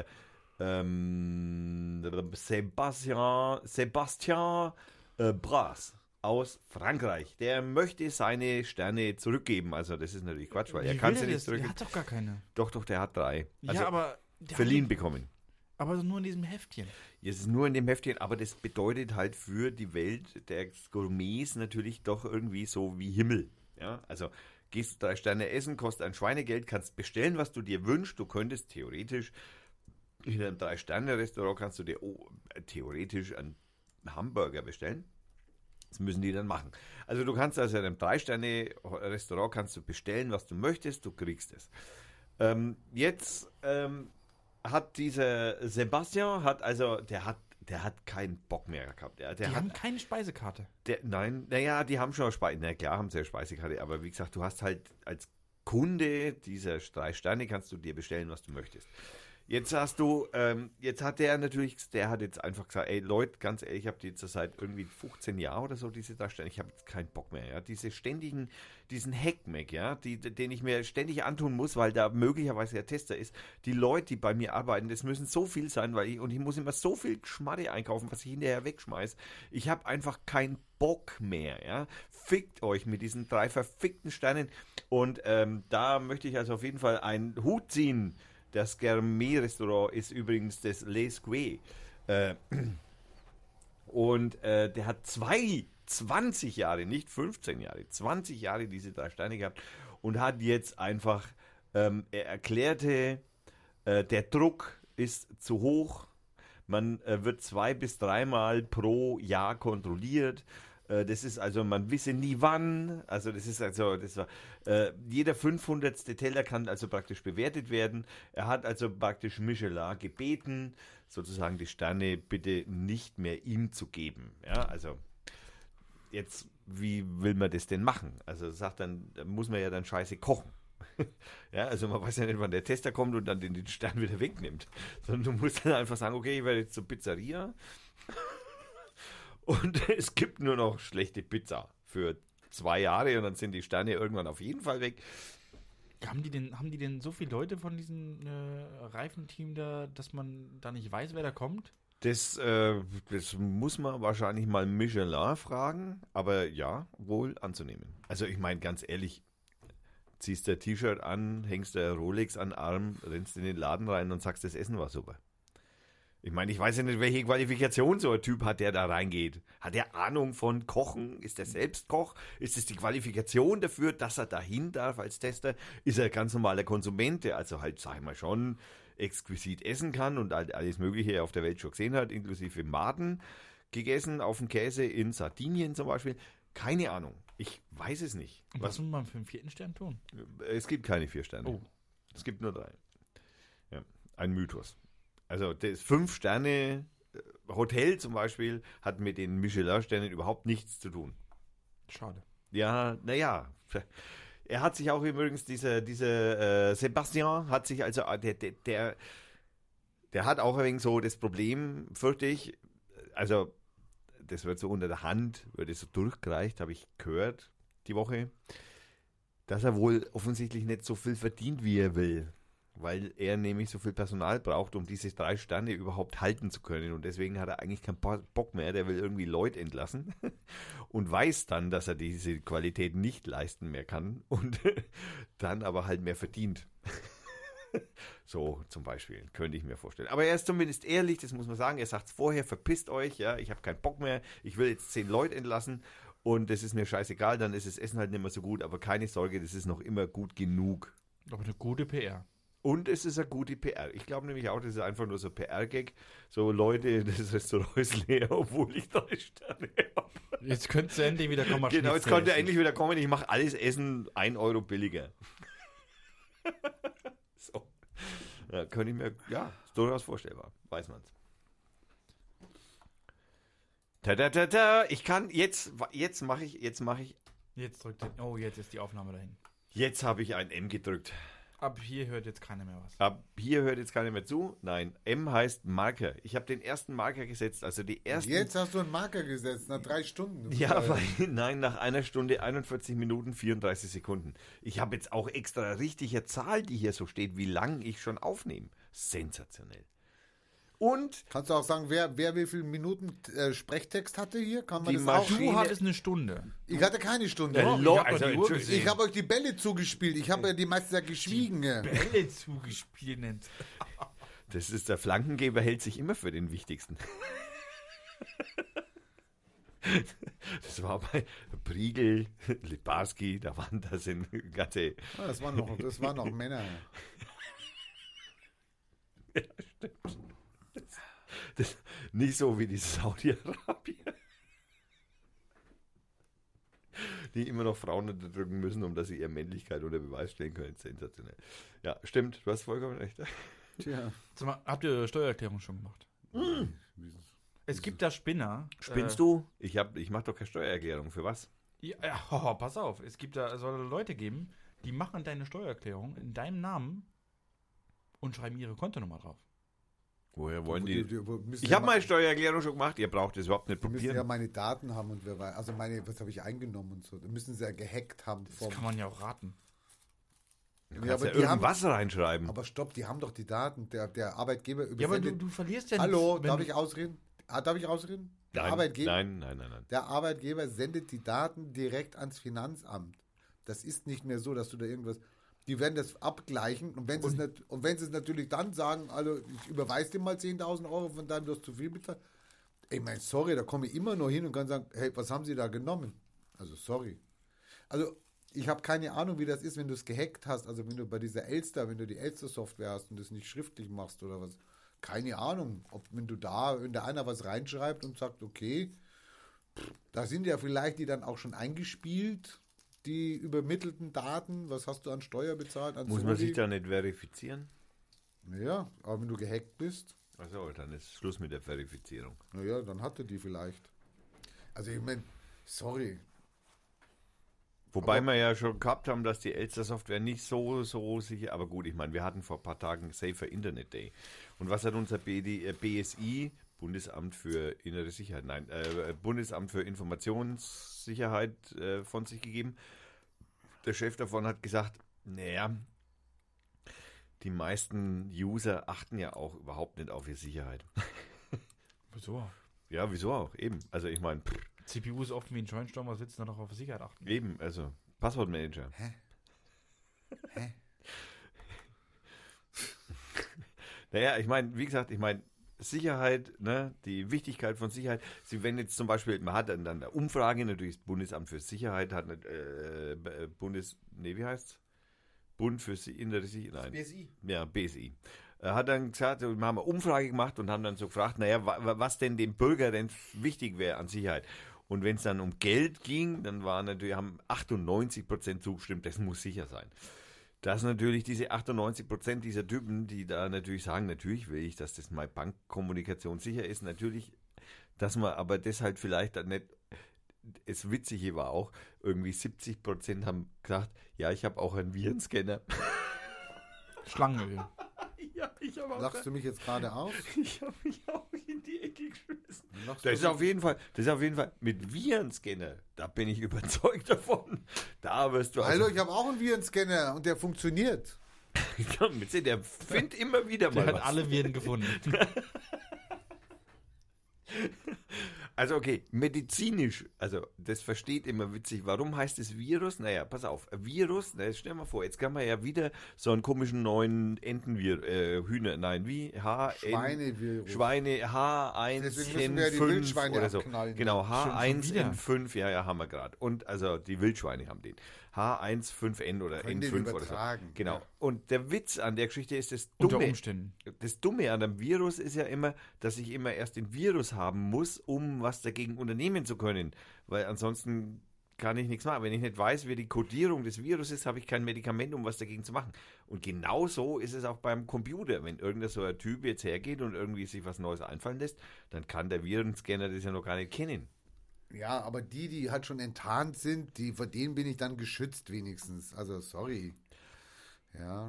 ähm, Sebastian, Sebastian äh, Bras aus Frankreich. Der möchte seine Sterne zurückgeben. Also das ist natürlich Quatsch, weil Wie er will kann der sie nicht das? Der zurückgeben. hat doch gar keine. Doch, doch, der hat drei. Also ja, aber... der verliehen hat, bekommen. aber nur in diesem Heftchen. Es ist nur in dem Heftchen, aber das bedeutet halt für die Welt der Gourmets natürlich doch irgendwie so wie Himmel. Ja, also gehst drei Sterne essen, kostet ein Schweinegeld, kannst bestellen, was du dir wünschst. Du könntest theoretisch in einem Drei-Sterne-Restaurant kannst du dir oh, theoretisch einen Hamburger bestellen. Das müssen die dann machen. Also du kannst also in einem Drei-Sterne-Restaurant kannst du bestellen, was du möchtest, du kriegst es. Ähm, jetzt ähm, hat dieser Sebastian, hat also, der hat, der hat keinen Bock mehr gehabt. Der, der Die hat, haben keine Speisekarte. der, nein, naja, die haben schon Speise, na klar haben sie eine Speisekarte, aber wie gesagt, du hast halt als Kunde dieser drei Sterne kannst du dir bestellen, was du möchtest. Jetzt hast du, ähm, jetzt hat der natürlich, der hat jetzt einfach gesagt, ey Leute, ganz ehrlich, ich habe die jetzt seit irgendwie fünfzehn Jahren oder so, diese Darstellung, ich habe jetzt keinen Bock mehr, ja, diese ständigen, diesen Hackmack, ja, die, den ich mir ständig antun muss, weil da möglicherweise der Tester ist, die Leute, die bei mir arbeiten, das müssen so viel sein, weil ich, und ich muss immer so viel Schmarre einkaufen, was ich hinterher wegschmeiß, ich habe einfach keinen Bock mehr, ja, fickt euch mit diesen drei verfickten Sternen und ähm, da möchte ich also auf jeden Fall einen Hut ziehen. Das Gourmet-Restaurant ist übrigens das Les Square. Äh, und äh, der hat zwei, zwanzig Jahre, nicht fünfzehn Jahre, zwanzig Jahre diese drei Sterne gehabt und hat jetzt einfach, ähm, er erklärte, äh, der Druck ist zu hoch. Man äh, wird zwei bis dreimal pro Jahr kontrolliert. Äh, das ist also, man wisse nie wann. Also das ist also, das war, äh, jeder fünfhundertste Teller kann also praktisch bewertet werden. Er hat also praktisch Michelin gebeten, sozusagen die Sterne bitte nicht mehr ihm zu geben. Ja, also jetzt, wie will man das denn machen? Also sagt dann, da muss man ja dann scheiße kochen. Ja, also man weiß ja nicht, wann der Tester kommt und dann den, den Stern wieder wegnimmt. Sondern du musst dann einfach sagen, okay, ich werde jetzt zur Pizzeria und es gibt nur noch schlechte Pizza für zwei Jahre und dann sind die Sterne irgendwann auf jeden Fall weg. Haben die denn, haben die denn so viele Leute von diesem äh, Reifenteam da, dass man da nicht weiß, wer da kommt? Das, äh, das muss man wahrscheinlich mal Michelin fragen, aber ja, wohl anzunehmen. Also ich meine, ganz ehrlich, ziehst der T-Shirt an, hängst der Rolex an den Arm, rennst in den Laden rein und sagst, das Essen war super. Ich meine, ich weiß ja nicht, welche Qualifikation so ein Typ hat, der da reingeht. Hat er Ahnung von Kochen? Ist er selbst Koch? Ist es die Qualifikation dafür, dass er dahin darf als Tester? Ist er ganz normaler Konsument, der also halt, sag ich mal, schon exquisit essen kann und alles Mögliche auf der Welt schon gesehen hat, inklusive Maden gegessen, auf dem Käse in Sardinien zum Beispiel? Keine Ahnung. Ich weiß es nicht. Und was muss man für einen vierten Stern tun? Es gibt keine vier Sterne. Oh. Es gibt nur drei. Ja, ein Mythos. Also das Fünf-Sterne-Hotel zum Beispiel hat mit den Michelin-Sternen überhaupt nichts zu tun. Schade. Ja, naja. Er hat sich auch übrigens, dieser, dieser äh, Sebastian hat sich also, der, der, der, der hat auch ein wenig so das Problem, fürchte ich, also das wird so unter der Hand, wird es so durchgereicht, habe ich gehört die Woche, dass er wohl offensichtlich nicht so viel verdient, wie er will. Weil er nämlich so viel Personal braucht, um diese drei Sterne überhaupt halten zu können. Und deswegen hat er eigentlich keinen Bock mehr. Der will irgendwie Leute entlassen und weiß dann, dass er diese Qualität nicht leisten mehr kann und dann aber halt mehr verdient. So zum Beispiel, könnte ich mir vorstellen. Aber er ist zumindest ehrlich, das muss man sagen. Er sagt es vorher, verpisst euch, ja, ich habe keinen Bock mehr. Ich will jetzt zehn Leute entlassen und das ist mir scheißegal. Dann ist das Essen halt nicht mehr so gut. Aber keine Sorge, das ist noch immer gut genug. Aber eine gute P R. Und es ist eine gute P R. Ich glaube nämlich auch, das ist einfach nur so ein P R-Gag. So, Leute, das Restaurant ist leer, obwohl ich drei Sterne habe. Jetzt könntest du endlich wieder kommen. Genau, jetzt konnte er endlich wieder kommen. Ich mache alles Essen ein Euro billiger. So. Ja, könnte ich mir, ja, ist durchaus vorstellbar. Weiß man's. Ta ta ta ta. Ich kann, jetzt, jetzt mache ich, jetzt mache ich. Jetzt drückt den, oh, jetzt ist die Aufnahme dahin. Jetzt habe ich ein M gedrückt. Ab hier hört jetzt keiner mehr was. Ab hier hört jetzt keiner mehr zu. Nein, M heißt Marker. Ich habe den ersten Marker gesetzt, also die ersten... Jetzt hast du einen Marker gesetzt, nach drei Stunden. Ja, weil, nein, nach einer Stunde, einundvierzig Minuten, vierunddreißig Sekunden. Ich habe jetzt auch extra richtige Zahl, die hier so steht, wie lang ich schon aufnehme. Sensationell. Und... Kannst du auch sagen, wer, wer wie viele Minuten äh, Sprechtext hatte hier? Kann man Die das auch? Maschine- Du hattest eine Stunde. Ich hatte keine Stunde. Äh, Doch, Lo- ich hab doch also, die Uhr Entschuldigung. gesehen. Ich habe euch die Bälle zugespielt. Ich habe ja die meiste Zeit geschwiegen. ja. Bälle zugespielt nennt. Das ist der Flankengeber, hält sich immer für den Wichtigsten. Das war bei Priegel, Liparski, da waren das sind ganze... Ah, das, waren noch, das waren noch Männer. Ja, stimmt. Das, das, nicht so wie die Saudi-Arabier, die immer noch Frauen unterdrücken müssen, um dass sie ihre Männlichkeit unter Beweis stellen können. Sensationell. Ja, stimmt, du hast vollkommen recht. Tja. Sag mal, habt ihr Steuererklärung schon gemacht? Hm. Es gibt da Spinner. Spinnst äh, du? Ich, hab, ich mache doch keine Steuererklärung. Für was? Ja, ja, oh, pass auf. Es gibt da, soll Leute geben, die machen deine Steuererklärung in deinem Namen und schreiben ihre Kontonummer drauf. Woher wollen die? müssen Ich ja habe mal- meine Steuererklärung schon gemacht. Ihr braucht das überhaupt nicht Die müssen ja probieren. meine Daten haben und wer weiß. Also meine, was habe ich eingenommen und so. Da müssen sie ja gehackt haben. Das Vom, kann man ja auch raten. Du Ja, kannst aber ja die haben- irgendwas reinschreiben. aber stopp, die haben doch die Daten. Der, der Arbeitgeber übersendet. Ja, aber du, du verlierst ja Hallo, nichts, wenn darf du- ich ausreden? Ah, darf ich ausreden? Der, nein, Arbeitgeber, nein, nein, nein, nein. der Arbeitgeber sendet die Daten direkt ans Finanzamt. Das ist nicht mehr so, dass du da irgendwas. Die werden das abgleichen und wenn sie es nicht, und wenn sie es natürlich dann sagen, also ich überweise dir mal zehntausend Euro von deinem, du hast zu viel bezahlt. Ich meine, sorry, da komme ich immer nur hin und kann sagen, hey, was haben sie da genommen? Also sorry. Also ich habe keine Ahnung, wie das ist, wenn du es gehackt hast, also wenn du bei dieser Elster, wenn du die Elster-Software hast und das nicht schriftlich machst oder was. Keine Ahnung, ob wenn du da, wenn da einer was reinschreibt und sagt, okay, Da sind ja vielleicht die dann auch schon eingespielt, die übermittelten Daten. Was hast du an Steuer bezahlt? An Muss man Soli? sich da nicht verifizieren? Ja, aber wenn du gehackt bist, Achso, dann ist Schluss mit der Verifizierung. naja, dann hatte die vielleicht. Also ich meine, sorry. Wobei Aber- wir ja schon gehabt haben, dass die Elster-Software nicht so, so sicher, aber gut, ich meine, wir hatten vor ein paar Tagen Safer Internet Day. Und was hat unser B D, äh, B S I, Bundesamt für Innere Sicherheit, nein, äh, Bundesamt für Informationssicherheit äh, von sich gegeben? Der Chef davon hat gesagt, naja, die meisten User achten ja auch überhaupt nicht auf ihre Sicherheit. Wieso? Ja, wieso auch? Eben. Also ich meine, pff, C P U ist offen wie ein Scheunensturm, was willst du da noch auf Sicherheit achten? eben, also Passwortmanager. Hä? Hä? Naja, ich meine, wie gesagt, ich meine, Sicherheit, ne, die Wichtigkeit von Sicherheit. Sie, wenn jetzt zum Beispiel, man hat dann, dann eine Umfrage, natürlich das Bundesamt für Sicherheit hat eine, äh, B- Bundes, nee, wie heißt's? Bund für Si- innere Sicherheit, nein. B S I. Ja, B S I. Er hat dann gesagt, wir haben eine Umfrage gemacht und haben dann so gefragt, naja, wa- wa- was denn dem Bürger denn wichtig wäre an Sicherheit. Und wenn es dann um Geld ging, dann waren natürlich, haben achtundneunzig Prozent zugestimmt, das muss sicher sein. Dass natürlich diese achtundneunzig Prozent dieser Typen, die da natürlich sagen, natürlich will ich, dass das meine Bankkommunikation sicher ist, natürlich, dass man aber das halt vielleicht dann nicht, das Witzige war auch, irgendwie siebzig Prozent haben gesagt, ja, ich habe auch einen Virenscanner. Schlangenöl. Ja, ich habe auch, Lachst du mich jetzt gerade aus? ich habe mich auch in die Ecke geschmissen. Lachst Das du ist auf jeden Fall, das ist auf jeden Fall mit Virenscanner, da bin ich überzeugt davon. Da wirst du Hallo, ich habe auch einen Virenscanner und der funktioniert. mit sehen, der findet immer wieder Der mal hat was. alle Viren gefunden. Also okay, medizinisch, also das versteht immer witzig. Warum heißt es Virus? Naja, pass auf, Virus, na, jetzt stell dir mal vor, jetzt kann man ja wieder so einen komischen neuen Entenvirus, äh, Hühner, nein, wie? H N Schweinevirus. Schweine, H eins Deswegen N müssen wir ja die fünf Wildschweine oder so. abknallen. Genau, H eins wieder? N fünf, ja, ja, haben wir gerade. Und also die Wildschweine haben den. H eins fünf N oder Können N den fünf oder so. übertragen. Genau. Ja. Und der Witz an der Geschichte ist, das Unter Dumme, Umständen. das Dumme an einem Virus ist ja immer, dass ich immer erst den Virus haben muss, um was dagegen unternehmen zu können. Weil ansonsten kann ich nichts machen. Wenn ich nicht weiß, wie die Kodierung des Virus ist, habe ich kein Medikament, um was dagegen zu machen. Und genau so ist es auch beim Computer. Wenn irgendein so ein Typ jetzt hergeht und irgendwie sich was Neues einfallen lässt, dann kann der Virenscanner das ja noch gar nicht kennen. Ja, aber die, die halt schon enttarnt sind, die, vor denen bin ich dann geschützt wenigstens. Also sorry. Ja,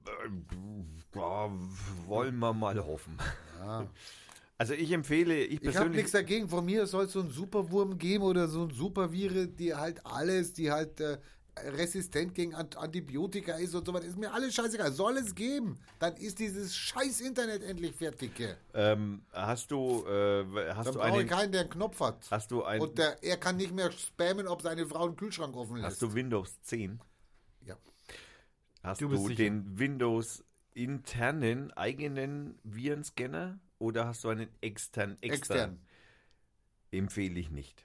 Ja, wollen wir mal hoffen. ja. Also ich empfehle, ich Ich habe persönlich... nichts dagegen. Von mir soll es so einen Superwurm geben oder so ein Supervire, die halt alles, die halt äh, resistent gegen Ant- Antibiotika ist und so was. Ist mir alles scheißegal. Soll es geben. Dann ist dieses scheiß Internet endlich fertig. Hier. ähm, hast du, äh, hast Dann du brauche ich einen... keinen, der einen Knopf hat. Hast du ein, Und der, er kann nicht mehr spammen, ob seine Frau einen Kühlschrank offen lässt. hast du Windows zehn? Ja. Hast Du du, bist sicher. den Windows internen eigenen Virenscanner oder hast du einen externen? Extern. Empfehle ich nicht.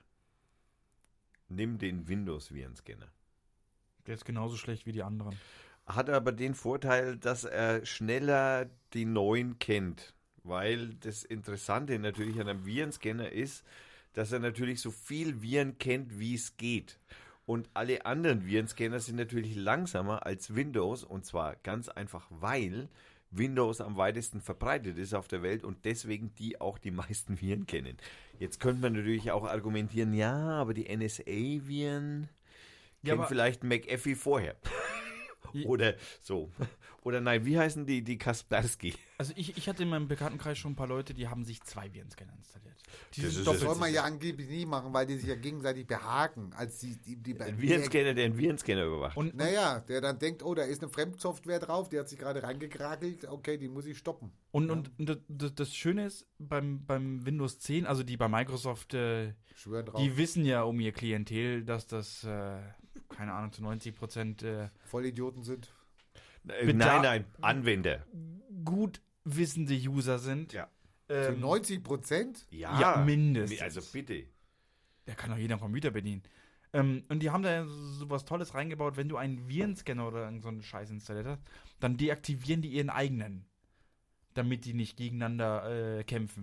Nimm den Windows Virenscanner. Der ist genauso schlecht wie die anderen. Hat aber den Vorteil, dass er schneller die neuen kennt. Weil das Interessante natürlich an einem Virenscanner ist, dass er natürlich so viel Viren kennt, wie es geht. Und alle anderen Virenscanner sind natürlich langsamer als Windows. Und zwar ganz einfach, weil Windows am weitesten verbreitet ist auf der Welt und deswegen die auch die meisten Viren kennen. Jetzt könnte man natürlich auch argumentieren, ja, aber die N S A-Viren Ja, kennen aber- vielleicht McAfee vorher. Oder so. Oder nein, wie heißen die, die Kaspersky? Also ich, ich hatte in meinem Bekanntenkreis schon ein paar Leute, die haben sich zwei Virenscanner installiert. Die Das sind ist Das doppelt soll man sicher. ja angeblich nie machen, weil die sich ja gegenseitig behaken. Als die, die, die, Ein Virenscanner, der einen Virenscanner überwacht. Und, Naja, der dann denkt, oh, da ist eine Fremdsoftware drauf, die hat sich gerade reingekrakelt, okay, die muss ich stoppen. und, und, und das- das, das Schöne ist, beim, beim Windows zehn, also die bei Microsoft, äh, Schwören drauf. die wissen ja um ihr Klientel, dass das, äh, keine Ahnung, zu neunzig Prozent äh, Vollidioten sind. Äh, Beda- nein, nein, Anwender. gut wissende User sind. Ja. Zu Ähm, neunzig Prozent? Ja, Ja, mindestens. Also bitte. Der kann doch jeder Computer bedienen. Ähm, und die haben da so was Tolles reingebaut, wenn du einen Virenscanner oder irgend so einen Scheiß installiert hast, dann deaktivieren die ihren eigenen, damit die nicht gegeneinander äh, kämpfen.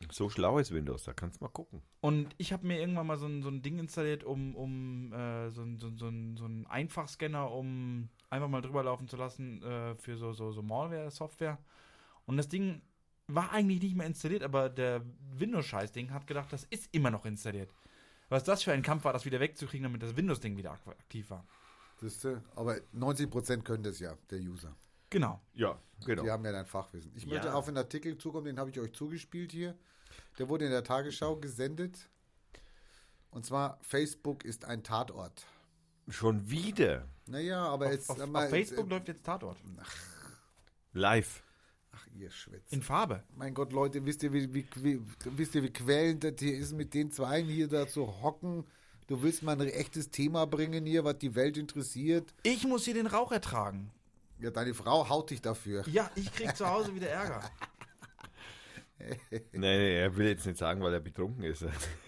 So schlau ist Windows, da kannst du mal gucken. Und ich habe mir irgendwann mal so ein, so ein Ding installiert, um, um äh, so, ein, so, so, ein, so einen Einfachscanner, um einfach mal drüber laufen zu lassen äh, für so, so, so Malware-Software. Und das Ding war eigentlich nicht mehr installiert, aber der Windows-Scheiß-Ding hat gedacht, das ist immer noch installiert. Was das für ein Kampf war, das wieder wegzukriegen, damit das Windows-Ding wieder ak- aktiv war. Das, äh, aber neunzig Prozent können das ja, der User. Genau. Ja, genau. Die haben ja dein Fachwissen. Ich Ja. möchte auf einen Artikel zukommen, den habe ich euch zugespielt hier. Der wurde in der Tagesschau gesendet. Und zwar, Facebook ist ein Tatort. Schon wieder Naja, aber Auf, jetzt... auf, sag mal, auf Facebook äh, läuft jetzt Tatort. live. Ach, ihr Schwätzt. In Farbe. Mein Gott, Leute, wisst ihr, wie, wie, wie, wisst ihr, wie quälend das hier ist, mit den Zweien hier da zu hocken? Du willst mal ein echtes Thema bringen hier, was die Welt interessiert. Ich muss hier den Rauch ertragen. Ja, deine Frau haut dich dafür. Ja, ich krieg zu Hause wieder Ärger. Nee, nee, er will jetzt nicht sagen, weil er betrunken ist.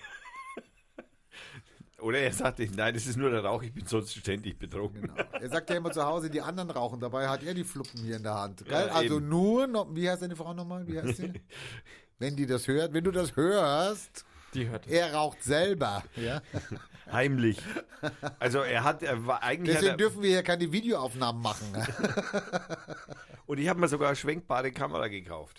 Oder er sagt, nein, das ist nur der Rauch, ich bin sonst ständig betrunken. Genau. Er sagt ja immer zu Hause, die anderen rauchen, dabei hat er die Fluppen hier in der Hand. Gell? Ja, also eben. nur noch, wie heißt deine Frau nochmal? Wie heißt sie? Wenn die das hört, wenn du das hörst, Die hört es. er raucht selber. Ja? Heimlich. Also er hat, er war eigentlich... Deswegen hat er, dürfen wir hier keine Videoaufnahmen machen. und ich habe mir sogar eine schwenkbare Kamera gekauft.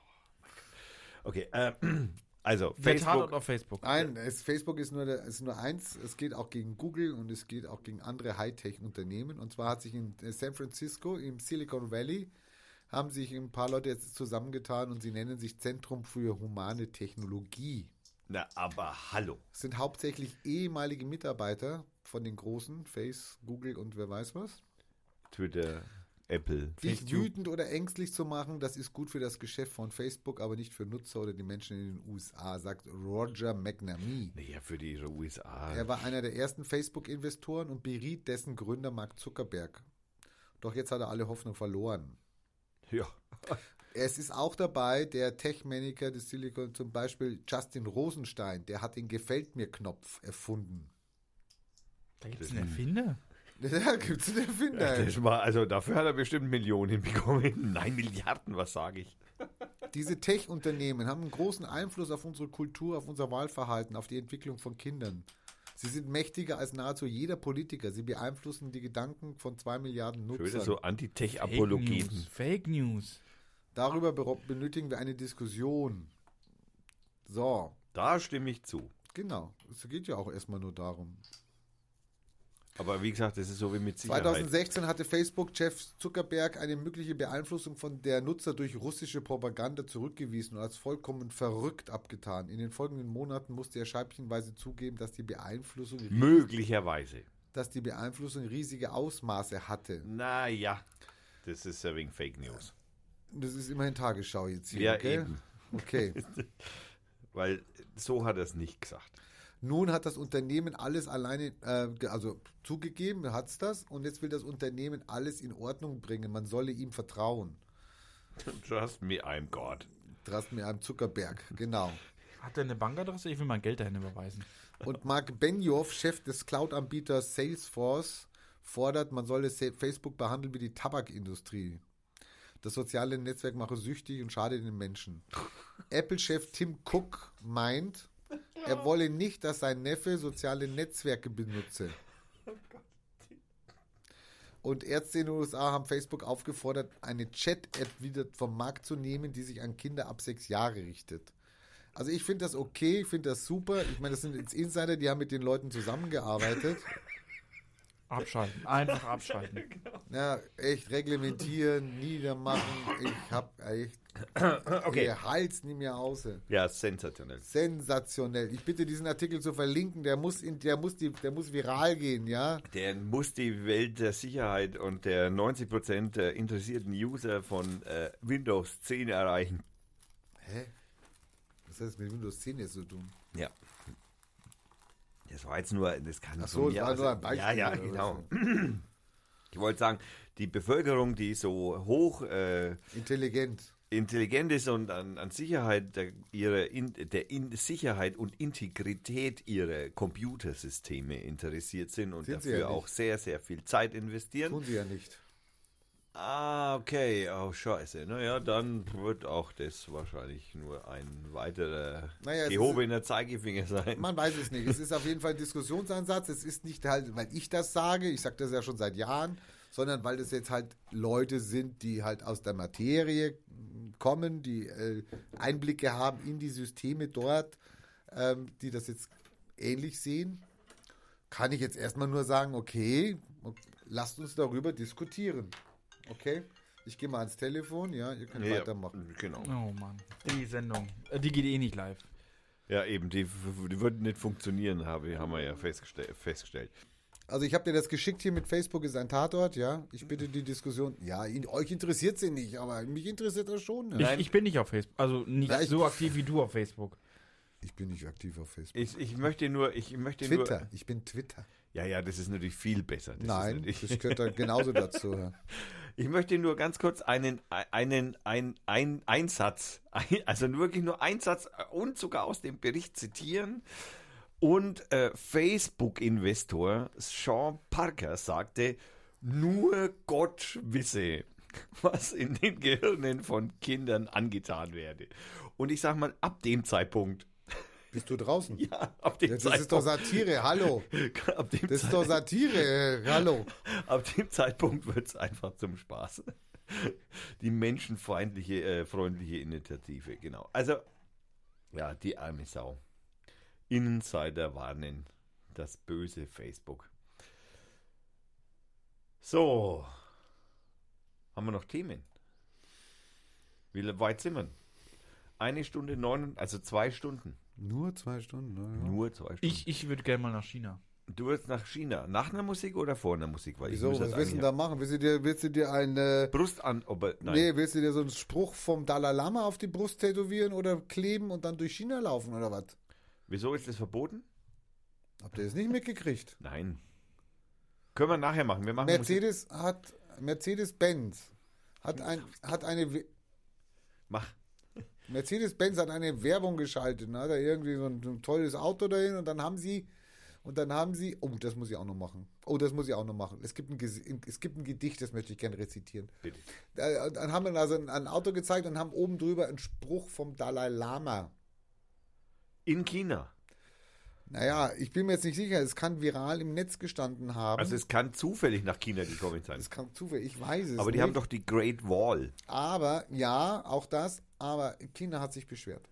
Okay, äh, also Der Facebook... Tatort auf Facebook. Nein, es, Facebook ist nur, der, ist nur eins. Es geht auch gegen Google und es geht auch gegen andere Hightech-Unternehmen. Und zwar hat sich in San Francisco, im Silicon Valley, haben sich ein paar Leute jetzt zusammengetan und sie nennen sich Zentrum für humane Technologie. Na, aber hallo. Es sind hauptsächlich ehemalige Mitarbeiter von den großen, Face, Google und wer weiß was. Twitter, Apple, Dich Facebook. wütend oder ängstlich zu machen, das ist gut für das Geschäft von Facebook, aber nicht für Nutzer oder die Menschen in den U S A, sagt Roger McNamee. Naja, für die U S A. Er war einer der ersten Facebook-Investoren und beriet dessen Gründer Mark Zuckerberg. Doch jetzt hat er alle Hoffnung verloren. Ja. Es ist auch dabei der Tech-Manager des Silicon, zum Beispiel Justin Rosenstein, der hat den Gefällt-mir-Knopf erfunden. Da gibt es einen Erfinder. Da gibt es einen Erfinder. Das war, also dafür hat er bestimmt Millionen bekommen. Nein, Milliarden, was sage ich? Diese Tech-Unternehmen haben einen großen Einfluss auf unsere Kultur, auf unser Wahlverhalten, auf die Entwicklung von Kindern. Sie sind mächtiger als nahezu jeder Politiker. Sie beeinflussen die Gedanken von zwei Milliarden Schon wieder Nutzern. so Fake Anti-Tech-Apologeten. News. Fake News. Darüber bero- benötigen wir eine Diskussion. So, Da stimme ich zu. genau. Es geht ja auch erstmal nur darum. Aber wie gesagt, das ist so wie mit Sicherheit. zweitausendsechzehn hatte Facebook-Chef Zuckerberg eine mögliche Beeinflussung von der Nutzer durch russische Propaganda zurückgewiesen und als vollkommen verrückt abgetan. In den folgenden Monaten musste er scheibchenweise zugeben, dass die Beeinflussung, Möglicherweise. dass die Beeinflussung riesige Ausmaße hatte. Naja, das ist ja wegen Fake News. Das ist immerhin Tagesschau jetzt hier, Ja, gell? eben. Okay. Weil so hat er es nicht gesagt. Nun hat das Unternehmen alles alleine, äh, ge- also zugegeben, hat es das, und jetzt will das Unternehmen alles in Ordnung bringen. Man solle ihm vertrauen. Trust me, I'm God. Drast mir einem Zuckerberg, genau. Hat er eine Bankadresse? Ich will mein Geld dahin überweisen. Und Mark Benioff, Chef des Cloud-Anbieters Salesforce, fordert, man solle Sa- Facebook behandeln wie die Tabakindustrie. Das soziale Netzwerk mache süchtig und schade den Menschen. Apple-Chef Tim Cook meint, er wolle nicht, dass sein Neffe soziale Netzwerke benutze. Und Ärzte in den U S A haben Facebook aufgefordert, eine Chat-App wieder vom Markt zu nehmen, die sich an Kinder ab sechs Jahre richtet. Also ich finde das okay, ich finde das super. Ich meine, das sind jetzt Insider, die haben mit den Leuten zusammengearbeitet. Abschalten. Einfach abschalten. Ja, echt reglementieren, niedermachen. Ich hab echt Okay. der Hals nie mehr aus. Ja, sensationell. Sensationell. Ich bitte diesen Artikel zu verlinken, der muss in, der muss die, der muss viral gehen, ja. Der muss die Welt der Sicherheit und der neunzig Prozent der interessierten User von äh, Windows zehn erreichen. Hä? Was hat das mit Windows zehn jetzt zu tun? Ja. Das war jetzt nur, das kann Ach so, von das mir war aus- nur ein Beispiel, Ja, ja, oder genau. Ich wollte sagen, die Bevölkerung, die so hoch äh, Intelligent. intelligent ist und an, an Sicherheit der, ihre in, der in Sicherheit und Integrität ihrer Computersysteme interessiert sind und Sind sie dafür ja nicht. auch sehr, sehr viel Zeit investieren. Tun sie ja nicht. Ah, okay. Oh, scheiße. Naja, dann wird auch das wahrscheinlich nur ein weiterer Naja, es gehobener Zeigefinger sein. Man weiß es nicht. Es ist auf jeden Fall ein Diskussionsansatz. Es ist nicht halt, weil ich das sage, ich sage das ja schon seit Jahren, sondern weil das jetzt halt Leute sind, die halt aus der Materie kommen, die äh, Einblicke haben in die Systeme dort, ähm, die das jetzt ähnlich sehen. Kann ich jetzt erstmal nur sagen, okay, lasst uns darüber diskutieren. Okay? Ich gehe mal ans Telefon, ja, ihr könnt Ja, weitermachen. genau. Oh Mann, die Sendung. Äh, Die geht eh nicht live. Ja, eben, die, die wird nicht funktionieren, habe, haben wir ja festgestell, festgestellt. Also ich habe dir das geschickt hier mit Facebook ist ein Tatort, ja. Ich bitte die Diskussion. Ja, ihn, euch interessiert sie nicht, aber mich interessiert das schon. Ja. Ich, ich bin nicht auf Facebook, also nicht Ja, ich- so aktiv wie du auf Facebook. Ich bin nicht aktiv auf Facebook. Ich, ich möchte nur, ich möchte Twitter, nur. ich bin Twitter. Ja, ja, das ist natürlich viel besser. Das Nein, ist das natürlich, gehört da genauso dazu. Ja. ich möchte nur ganz kurz einen, einen, ein, ein, ein Satz, ein, also wirklich nur einen Satz und sogar aus dem Bericht zitieren. Und äh, Facebook-Investor Sean Parker sagte, nur Gott wisse, was in den Gehirnen von Kindern angetan werde. Und ich sag mal, ab dem Zeitpunkt, Bist du draußen? ja, ab dem Ja, das Zeitpunkt, ist doch Satire, hallo. ab dem Das ist doch Satire, äh, hallo. Ab dem Zeitpunkt wird es einfach zum Spaß. Die menschenfeindliche, äh, freundliche Initiative, genau. Also, ja, die arme Sau. Insider warnen das böse Facebook. So. Haben wir noch Themen? Wie weit sind wir? Eine Stunde neun, also zwei Stunden. Nur zwei Stunden, ne? Ja. Nur zwei Stunden. Ich, ich würde gerne mal nach China. Du willst nach China. Nach einer Musik oder vor einer Musik? Weil Wieso, ich muss was das willst du denn eigentlich- da machen? Willst du dir, willst du dir eine... Brust an, aber nein. Nee, willst du dir so einen Spruch vom Dalai Lama auf die Brust tätowieren oder kleben und dann durch China laufen oder was? Wieso ist das verboten? Habt ihr das nicht mitgekriegt? Nein. Können wir nachher machen. Wir machen Musik. Mercedes hat, Mercedes-Benz hat, ein, hat eine, We- Mach. Mercedes-Benz hat eine Werbung geschaltet, ne? Da irgendwie so ein, ein tolles Auto dahin und dann haben sie, und dann haben sie, oh, das muss ich auch noch machen. Oh, das muss ich auch noch machen. Es gibt ein, Ges- es gibt ein Gedicht, das möchte ich gerne rezitieren. Bitte. Da- Dann haben wir also ein, ein Auto gezeigt und haben oben drüber einen Spruch vom Dalai Lama. In China. Naja, ich bin mir jetzt nicht sicher, es kann viral im Netz gestanden haben. Also es kann zufällig nach China gekommen sein. es kann zufällig, ich weiß es Aber die nicht. haben doch die Great Wall. Aber, ja, auch das, aber China hat sich beschwert.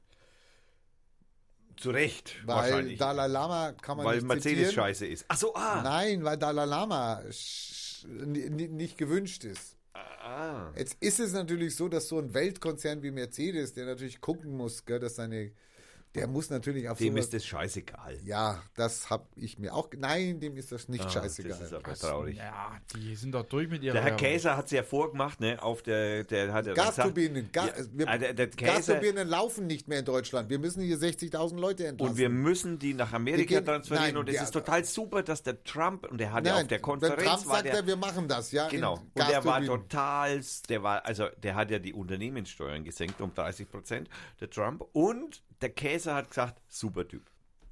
Zu Recht, Weil wahrscheinlich. Dalai Lama kann man Weil nicht Mercedes zitieren. scheiße ist. Ach so, ah. Nein, weil Dalai Lama sch- n- n- nicht gewünscht ist. ah. Jetzt ist es natürlich so, dass so ein Weltkonzern wie Mercedes, der natürlich gucken muss, gell, dass seine, der muss natürlich auf Dem sowas, ist das scheißegal. ja, das habe ich mir auch, nein, dem ist das nicht Ah, scheißegal. Das ist aber traurig. Ja, die sind doch durch mit ihrer Der Herr Werbung. Käser hat es ja vorgemacht, ne? Auf der, der hat ja gesagt- Gasturbinen, Ga Ja, wir, ah, der, der Käser, Gasturbinen laufen nicht mehr in Deutschland. Wir müssen hier sechzigtausend Leute entlassen. und wir müssen die nach Amerika Die gehen- transferieren nein, und es ja, ist total super, dass der Trump, und der hat ja Nein, auf der wenn Konferenz, Trump war sagt, der, er, wir machen das, ja. genau, in und der war Gasturbinen. total, der war, also der hat ja die Unternehmenssteuern gesenkt um dreißig Prozent, der Trump, und der Käser hat gesagt, super Typ.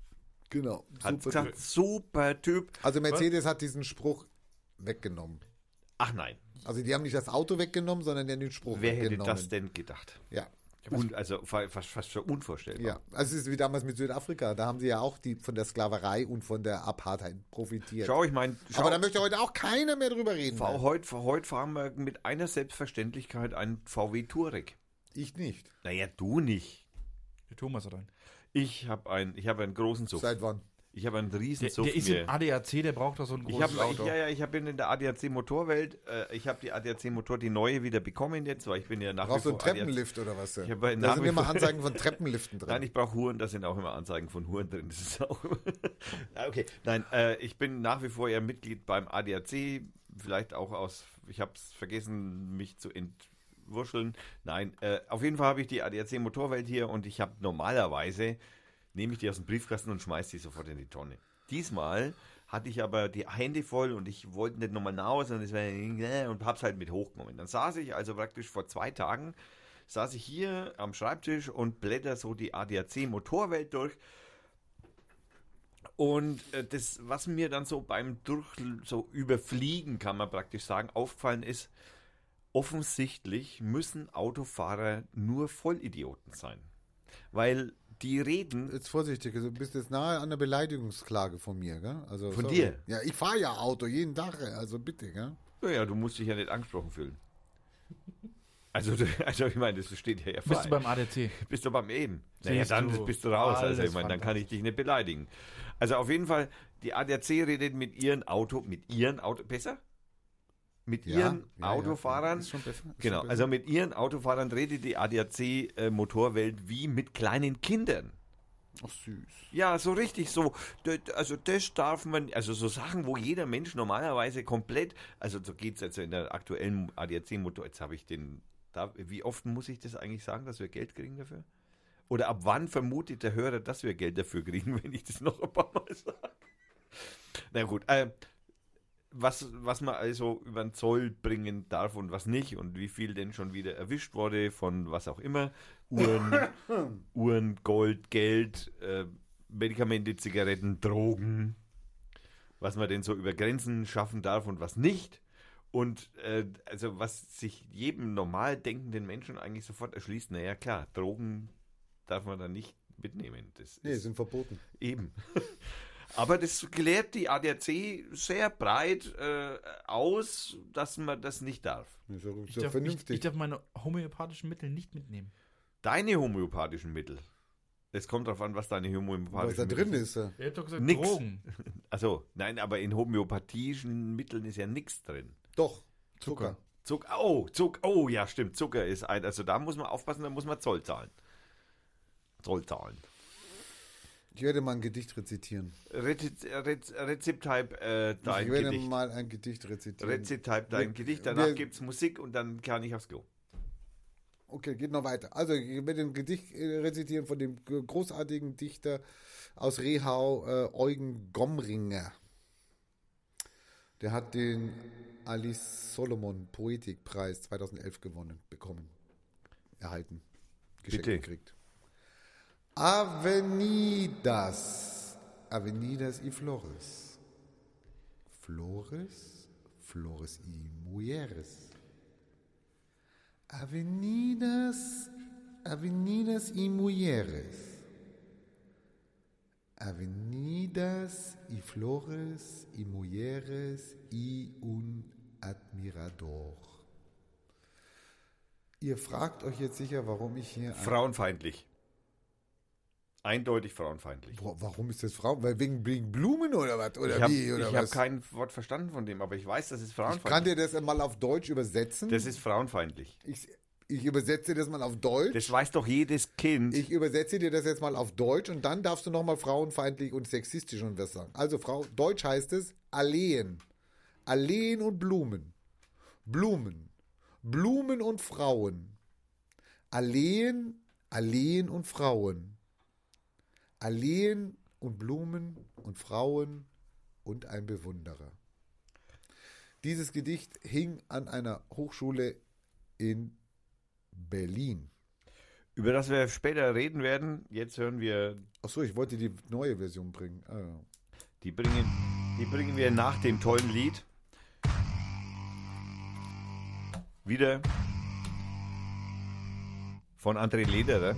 Genau, Hat super. gesagt, super Typ. Also Mercedes hat diesen Spruch weggenommen. Ach nein, Also die haben nicht das Auto weggenommen, sondern die haben den Spruch wer hätte weggenommen. das denn gedacht? Ja. Und, also fa- fast, fast schon unvorstellbar. Ja, also es ist wie damals mit Südafrika. Da haben sie ja auch die von der Sklaverei und von der Apartheid profitiert. Schau, ich meine, Aber da möchte heute auch keiner mehr drüber reden. V- heute, heute fahren wir mit einer Selbstverständlichkeit einen V W Touareg. Ich nicht. Naja, du nicht. Der Thomas hat einen. Ich habe ein, ich habe einen großen Suff. Seit wann? Ich habe einen riesen Der, Suff der ist mir. im A D A C, der braucht doch so ein Ich großes habe, Auto. ja, ja, ich habe in der A D A C Motorwelt, äh, ich habe die A D A C Motor, die neue wieder bekommen jetzt, weil ich bin ja nach Brauchst wie du einen vor A D A C. Treppenlift oder was? Ich habe Da nach sind wie immer vor- Anzeigen von Treppenliften drin. Nein, ich brauche Huren, da sind auch immer Anzeigen von Huren drin. Das ist auch Ah, okay. Nein, äh, ich bin nach wie vor ja Mitglied beim A D A C, vielleicht auch aus, ich habe es vergessen, mich zu entwurscheln. Nein, äh, auf jeden Fall habe ich die A D A C Motorwelt hier und ich habe normalerweise, nehme ich die aus dem Briefkasten und schmeiße die sofort in die Tonne. Diesmal hatte ich aber die Hände voll und ich wollte nicht nochmal nach Hause und, es war, und hab's halt mit hochgenommen. Dann saß ich also praktisch vor zwei Tagen, saß ich hier am Schreibtisch und blätter so die A D A C Motorwelt durch. Und äh, das, was mir dann so beim Durch, so überfliegen, kann man praktisch sagen, aufgefallen ist, offensichtlich müssen Autofahrer nur Vollidioten sein. Weil die reden... Jetzt vorsichtig, du bist jetzt nahe an der Beleidigungsklage von mir, gell? Also, Von sorry. dir? Ja, ich fahre ja Auto jeden Tag, also bitte, gell? Naja, du musst dich ja nicht angesprochen fühlen. Also, du- also ich meine, das steht ja ja Bist frei. du beim A D C? Bist du beim Eben. Naja, Siehst dann du. bist du raus. Also Alles ich meine, dann kann ich fantastisch. dich nicht beleidigen. Also auf jeden Fall, die A D A C redet mit ihren Auto, mit ihren Auto, besser? Mit Ja, ihren ja, ja, Autofahrern. ist schon besser, ist Genau, schon besser. also mit ihren Autofahrern redet die A D A C äh, Motorwelt wie mit kleinen Kindern. Ach, süß. Ja, so richtig so. D- Also das darf man, also so Sachen, wo jeder Mensch normalerweise komplett, also so geht es also in der aktuellen A D A C-Motor, jetzt habe ich den, da, wie oft muss ich das eigentlich sagen, dass wir Geld kriegen dafür? Oder ab wann vermutet der Hörer, dass wir Geld dafür kriegen, wenn ich das noch ein paar Mal sage? Na gut, äh, was, was man also über den Zoll bringen darf und was nicht und wie viel denn schon wieder erwischt wurde von was auch immer, Uhren, Uhren, Gold, Geld, äh, Medikamente, Zigaretten, Drogen, was man denn so über Grenzen schaffen darf und was nicht. Und äh, also was sich jedem normal denkenden Menschen eigentlich sofort erschließt, naja klar, Drogen darf man dann nicht mitnehmen. Das Nee, ist sind verboten. eben. Aber das klärt die A D A C sehr breit äh, aus, dass man das nicht darf. Ist ja, Ich ist ja darf, ich, vernünftig. ich darf meine homöopathischen Mittel nicht mitnehmen. Deine homöopathischen Mittel. Es kommt darauf an, was deine Was homöopathischen da drin Mittel ist. ja. Er hat doch gesagt, Nix. Drogen. Also, nein, aber in homöopathischen Mitteln ist ja nichts drin. Doch, Zucker. Zucker, oh, Zucker, oh, ja, stimmt, Zucker ist ein, also da muss man aufpassen, da muss man Zoll zahlen. Zoll zahlen. Ich werde mal ein Gedicht rezitieren. Rez, Rez, Rezepttype äh, dein ich werde Gedicht. mal ein Gedicht rezitieren. Rezepttype dein Wir- Gedicht, danach wir- gibt's Musik und dann kann ich aufs Klo. Okay, geht noch weiter. Also, ich werde ein Gedicht äh, rezitieren von dem g- großartigen Dichter aus Rehau, äh, Eugen Gomringer. Der hat den Alice Solomon Poetikpreis zweitausendelf gewonnen, bekommen, erhalten, geschenkt Bitte. gekriegt. Avenidas, Avenidas y Flores. Flores, Flores y Mujeres. Avenidas, Avenidas y Mujeres. Avenidas y Flores y Mujeres y un Admirador. Ihr fragt euch jetzt sicher, warum ich hier... ein- Frauenfeindlich. Eindeutig frauenfeindlich. Boah, warum ist das Frau? Weil wegen, wegen Blumen oder was? Oder Ich habe wie? Oder hab was? kein Wort verstanden von dem, aber ich weiß, das ist Ich kann frauenfeindlich. dir das mal auf Deutsch übersetzen. Das ist frauenfeindlich. ich, ich übersetze das mal auf Deutsch. Das weiß doch jedes Kind. Ich übersetze dir das jetzt mal auf Deutsch und dann darfst du nochmal frauenfeindlich und sexistisch und was sagen. Also Frau, Deutsch heißt es Alleen. Alleen und Blumen. Blumen. Blumen und Frauen. Alleen, Alleen und Frauen. Alleen und Blumen und Frauen und ein Bewunderer. Dieses Gedicht hing an einer Hochschule in Berlin. Über das wir später reden werden. Jetzt hören wir, Achso, ich wollte die neue Version bringen. Ah, ja. die bringen, die bringen wir nach dem tollen Lied. Wieder von André Lederer.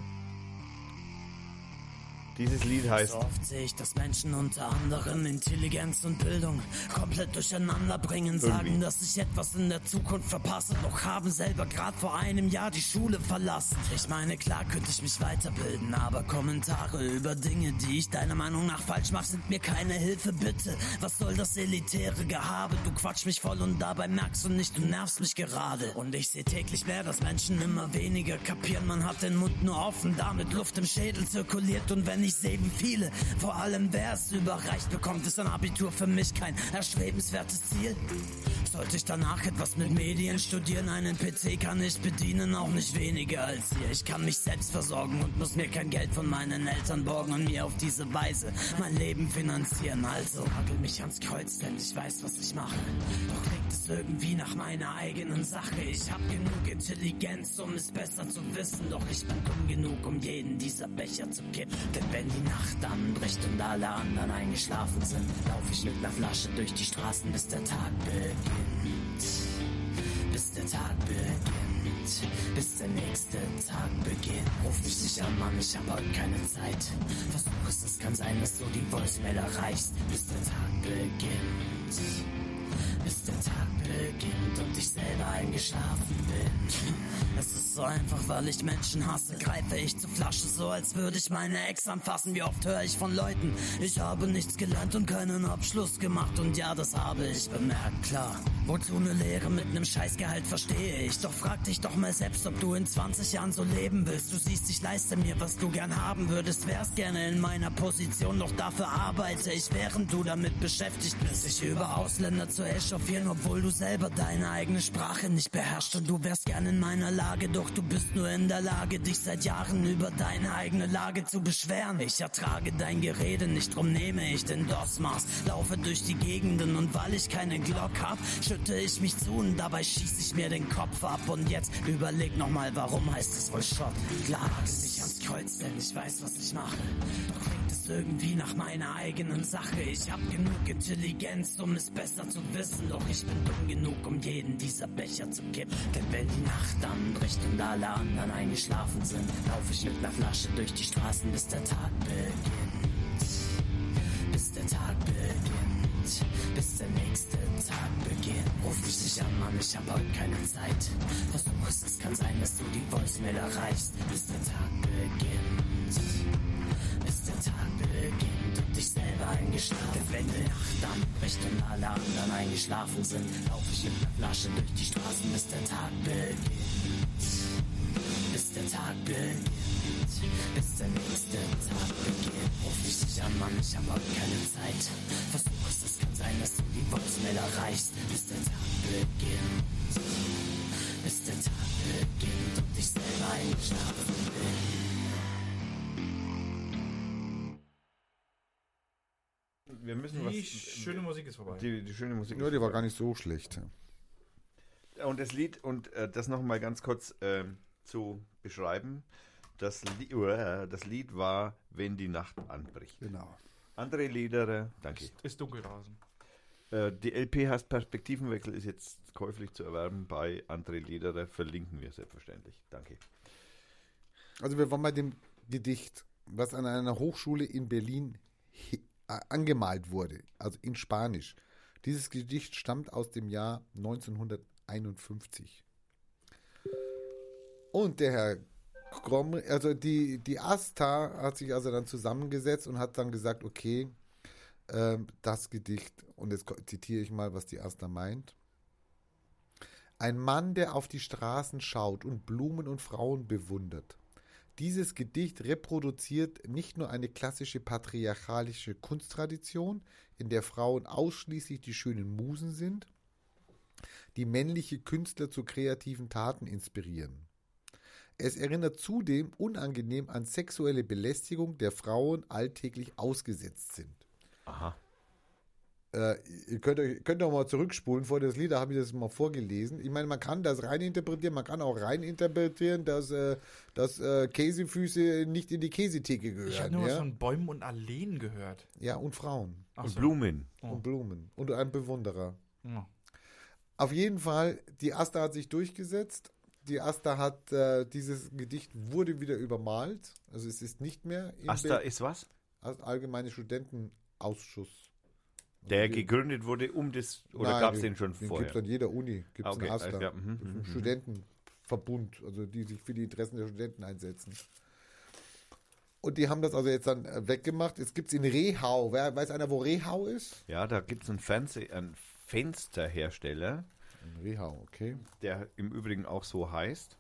Dieses Lied heißt So oft sehe ich, dass Menschen unter anderem Intelligenz und Bildung komplett durcheinander bringen, sagen, Irgendwie. dass ich etwas in der Zukunft verpasse, doch haben selber gerade vor einem Jahr die Schule verlassen. Ich meine, klar könnte ich mich weiterbilden, aber Kommentare über Dinge, die ich deiner Meinung nach falsch mache, sind mir keine Hilfe, bitte. Was soll das elitäre Gehabe? Du quatsch mich voll und dabei merkst du nicht, du nervst mich gerade. Und ich sehe täglich mehr, dass Menschen immer weniger kapieren, man hat den Mund nur offen, damit Luft im Schädel zirkuliert und wenn ich sehe, wie viele, vor allem wer es überreicht bekommt, ist ein Abitur für mich kein erstrebenswertes Ziel. Sollte ich danach etwas mit Medien studieren, einen P C kann ich bedienen, auch nicht weniger als ihr. Ich kann mich selbst versorgen und muss mir kein Geld von meinen Eltern borgen und mir auf diese Weise mein Leben finanzieren. Also nagel mich ans Kreuz, denn ich weiß, was ich mache. Doch klingt es irgendwie nach meiner eigenen Sache. Ich hab genug Intelligenz, um es besser zu wissen, doch ich bin dumm genug, um jeden dieser Becher zu kippen. Denn wenn die Nacht anbricht und alle anderen eingeschlafen sind, lauf ich mit einer Flasche durch die Straßen, bis der Tag beginnt. Bis der der Tag beginnt, bis der nächste Tag beginnt. Ruf mich nicht an, Mann, ich hab heute keine Zeit. Versuch es, es kann sein, dass du die Voicemail erreichst, bis der Tag beginnt. Bis der Tag beginnt und ich selber eingeschlafen bin. Es ist so einfach, weil ich Menschen hasse. Greife ich zur Flasche, so als würde ich meine Ex anfassen. Wie oft höre ich von Leuten, ich habe nichts gelernt und keinen Abschluss gemacht. Und ja, das habe ich bemerkt, klar. Wozu eine Lehre mit nem Scheißgehalt, verstehe ich. Doch frag dich doch mal selbst, ob du in zwanzig Jahren so leben willst. Du siehst, ich leiste mir, was du gern haben würdest. Wärst gerne in meiner Position, doch dafür arbeite ich, während du damit beschäftigt bist. Ich über Ausländer zu echauffieren, obwohl du selber deine eigene Sprache nicht beherrschst. Und du wärst gern in meiner Lage, doch du bist nur in der Lage, dich seit Jahren über deine eigene Lage zu beschweren. Ich ertrage dein Gerede nicht, drum nehme ich den Dosmas. Laufe durch die Gegenden und weil ich keine Glock hab, schütte ich mich zu und dabei schieß ich mir den Kopf ab. Und jetzt überleg nochmal, warum heißt es wohl Schott? Klar, ich ans Kreuz, denn ich weiß, was ich mache. Doch klingt es irgendwie nach meiner eigenen Sache. Ich hab genug Intelligenz, um es besser zu wissen. Doch ich bin dumm genug, um jeden dieser Becher zu kippen. Denn wenn die Nacht anbricht und alle anderen eingeschlafen sind, laufe ich mit ner Flasche durch die Straßen, bis der Tag beginnt. Bis der Tag beginnt. Bis der nächste Tag beginnt. Ruf mich nicht an, Mann, ich hab heute keine Zeit. Versuch es, es kann sein, dass du die Voicemail erreichst, bis der Tag beginnt. Bis der Tag beginnt und ich selber eingeschlafen. Denn wenn die Nacht anbricht und alle anderen eingeschlafen sind, laufe ich mit ner Flasche durch die Straßen, bis der Tag beginnt. Bis der Tag beginnt. Bis der nächste Tag beginnt. Ruf mich nicht an, Mann, ich hab heute keine Zeit. Versuch es, es kann sein, dass du die Voicemail erreichst, bis der Tag beginnt. Bis der Tag beginnt und ich selber eingeschlafen bin. Wir müssen was. Die schöne Musik ist vorbei. Die, die schöne Musik. Ja, die war gar nicht so schlecht. Und das Lied, und äh, das nochmal ganz kurz äh, zu beschreiben. Das, Li uh, das Lied war Wenn die Nacht anbricht. Genau. André Lederer, danke. Ist dunkel draußen. Äh, die L P heißt Perspektivenwechsel, ist jetzt käuflich zu erwerben bei André Lederer. Verlinken wir selbstverständlich. Danke. Also wir waren bei dem Gedicht, was an einer Hochschule in Berlin angemalt wurde, also in Spanisch. Dieses Gedicht stammt aus dem Jahr neunzehnhunderteinundfünfzig. Und der Herr Grom, also die, die Asta hat sich also dann zusammengesetzt und hat dann gesagt, okay, äh, das Gedicht, und jetzt zitiere ich mal, was die Asta meint. Ein Mann, der auf die Straßen schaut und Blumen und Frauen bewundert. Dieses Gedicht reproduziert nicht nur eine klassische patriarchalische Kunsttradition, in der Frauen ausschließlich die schönen Musen sind, die männliche Künstler zu kreativen Taten inspirieren. Es erinnert zudem unangenehm an sexuelle Belästigung, der Frauen alltäglich ausgesetzt sind. Aha. Äh, ihr könnt, euch, könnt auch mal zurückspulen vor das Lied, da habe ich das mal vorgelesen. Ich meine, man kann das rein interpretieren, man kann auch rein interpretieren, dass, äh, dass äh, Käsefüße nicht in die Käsetheke gehören. Ich habe nur ja? was von Bäumen und Alleen gehört. Ja, und Frauen. Ach Und so. Blumen. Oh. Und Blumen. Und ein Bewunderer. Ja. Auf jeden Fall, die Asta hat sich durchgesetzt. Die Asta hat, äh, dieses Gedicht wurde wieder übermalt. Also es ist nicht mehr im Asta Be- ist was? Allgemeine Studentenausschuss. Der gegründet wurde um das, oder Nein, gab es den schon Den vorher? gibt es an jeder Uni. Gibt es Okay, einen Asta. ja, mhm, Das ist ein mhm, Studentenverbund, also die sich für die Interessen der Studenten einsetzen. Und die haben das also jetzt dann äh, weggemacht. Es gibt es in Rehau. Wer, weiß einer, wo Rehau ist? Ja, da gibt es einen, Fernseh-, einen Fensterhersteller, In Rehau, okay. der im Übrigen auch so heißt.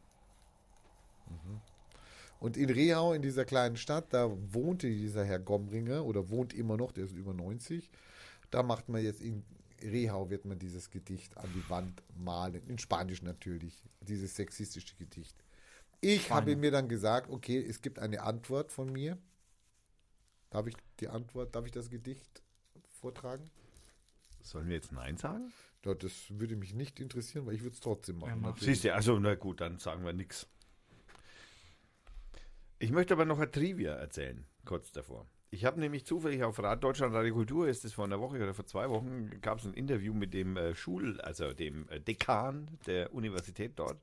Und in Rehau, in dieser kleinen Stadt, da wohnte dieser Herr Gomringer oder wohnt immer noch, der ist über neunzig. Da macht man jetzt in Rehau, wird man dieses Gedicht an die Wand malen. In Spanisch natürlich, dieses sexistische Gedicht. Ich habe mir dann gesagt, okay, es gibt eine Antwort von mir. Darf ich die Antwort, darf ich das Gedicht vortragen? Sollen wir jetzt Nein sagen? Ja, das würde mich nicht interessieren, weil ich würde es trotzdem machen. Ja, mach. natürlich. Siehst du, also na gut, dann sagen wir nichts. Ich möchte aber noch ein Trivia erzählen, kurz davor. Ich habe nämlich zufällig auf Rad Deutschland Radio Kultur, ist es vor einer Woche oder vor zwei Wochen, gab es ein Interview mit dem äh, Schul, also dem äh, Dekan der Universität dort.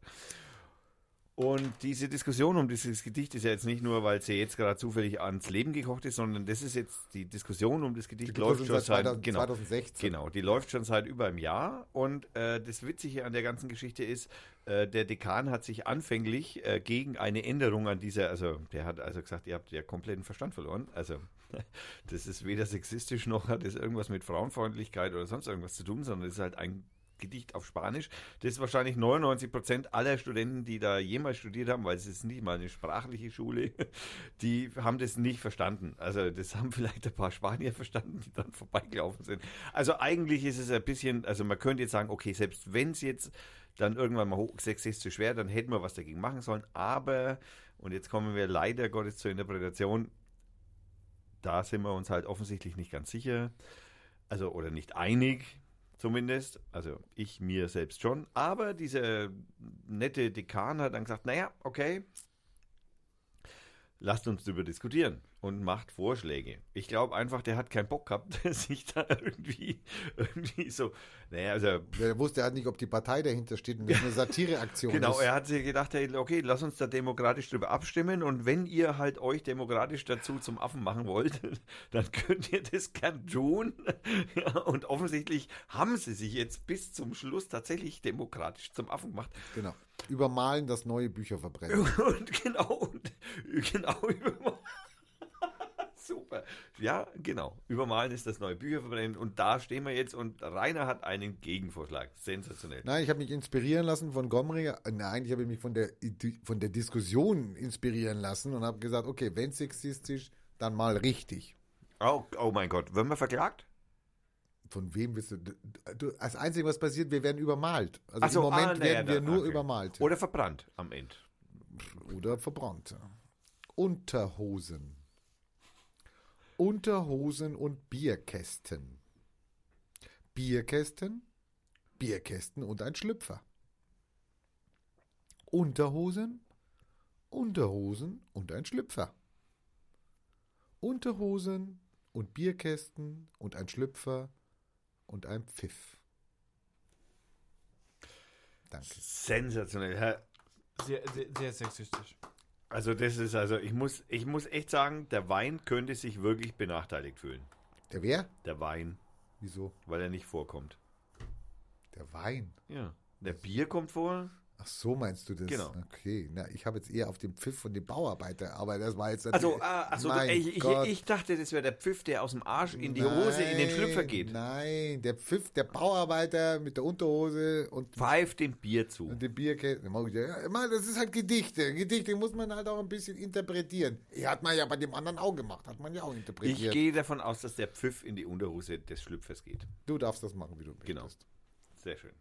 Und diese Diskussion um dieses Gedicht ist ja jetzt nicht nur, weil es ja jetzt gerade zufällig ans Leben gekocht ist, sondern das ist jetzt, die Diskussion um das Gedicht Die läuft schon seit, zweitausend, genau, zweitausendsechzehn. genau, die läuft schon seit über einem Jahr. Und äh, das Witzige an der ganzen Geschichte ist, äh, der Dekan hat sich anfänglich äh, gegen eine Änderung an dieser, also der hat also gesagt, ihr habt ja kompletten Verstand verloren. Also das ist weder sexistisch noch hat es irgendwas mit Frauenfreundlichkeit oder sonst irgendwas zu tun, sondern es ist halt ein Gedicht auf Spanisch. Das ist wahrscheinlich neunundneunzig Prozent aller Studenten, die da jemals studiert haben, weil es ist nicht mal eine sprachliche Schule, die haben das nicht verstanden. Also das haben vielleicht ein paar Spanier verstanden, die dann vorbeigelaufen sind. Also eigentlich ist es ein bisschen, also man könnte jetzt sagen, okay, selbst wenn es jetzt dann irgendwann mal hoch sexistisch wäre, dann hätten wir was dagegen machen sollen. Aber, und jetzt kommen wir leider Gottes zur Interpretation, da sind wir uns halt offensichtlich nicht ganz sicher, also oder nicht einig, zumindest, also ich mir selbst schon, aber dieser nette Dekan hat dann gesagt, naja, okay, lasst uns darüber diskutieren und macht Vorschläge. Ich glaube einfach, der hat keinen Bock gehabt, sich da irgendwie, irgendwie so, naja, also... Der wusste halt nicht, ob die Partei dahinter steht und das eine Satireaktion genau, ist. er hat sich gedacht, hey, okay, lass uns da demokratisch drüber abstimmen und wenn ihr halt euch demokratisch dazu zum Affen machen wollt, dann könnt ihr das gern tun. Ja, und offensichtlich haben sie sich jetzt bis zum Schluss tatsächlich demokratisch zum Affen gemacht. Genau. Übermalen das neue Bücherverbrennen. Und genau, und, genau, übermalen. Super. Ja, genau. Übermalen ist das neue Bücherverbrennen und da stehen wir jetzt und Rainer hat einen Gegenvorschlag. Sensationell. Nein, ich habe mich inspirieren lassen von Gomri. Nein, eigentlich habe ich mich von der, von der Diskussion inspirieren lassen und habe gesagt, okay, wenn sexistisch, dann mal richtig. Oh, oh mein Gott, werden wir verklagt? Von wem bist du? du? Das Einzige, was passiert, wir werden übermalt. Also Ach so, im Moment ah, na werden ja, wir da, nur okay. übermalt. Oder verbrannt am Ende. Oder verbrannt. Unterhosen. Unterhosen und Bierkästen. Bierkästen, Bierkästen und ein Schlüpfer. Unterhosen, Unterhosen und ein Schlüpfer. Unterhosen und Bierkästen und ein Schlüpfer und ein Pfiff. Danke. Sensationell. Herr, Sehr, sehr, sehr sexistisch. Also das ist also, ich muss, ich muss echt sagen, der Wein könnte sich wirklich benachteiligt fühlen. Der wer? Der Wein, Wieso? weil er nicht vorkommt. Der Wein. Ja. Der Bier kommt vor. Ach so, meinst du das? Genau. Okay, na, ich habe jetzt eher auf den Pfiff von dem Bauarbeiter, aber das war jetzt... Also, ah, also du, Mein ich, ich, Gott. ich dachte, das wäre der Pfiff, der aus dem Arsch in die Nein, Hose, in den Schlüpfer geht. Nein, der Pfiff, der Bauarbeiter mit der Unterhose und, Pfeift dem Bier zu. und dem Bierkästen. Ja, Mann, das ist halt Gedichte. Gedichte muss man halt auch ein bisschen interpretieren. Ja, hat man ja bei dem anderen auch gemacht, hat man ja auch Ich interpretiert. gehe davon aus, dass der Pfiff in die Unterhose des Schlüpfers geht. Du darfst das machen, wie du Genau. möchtest. Sehr schön.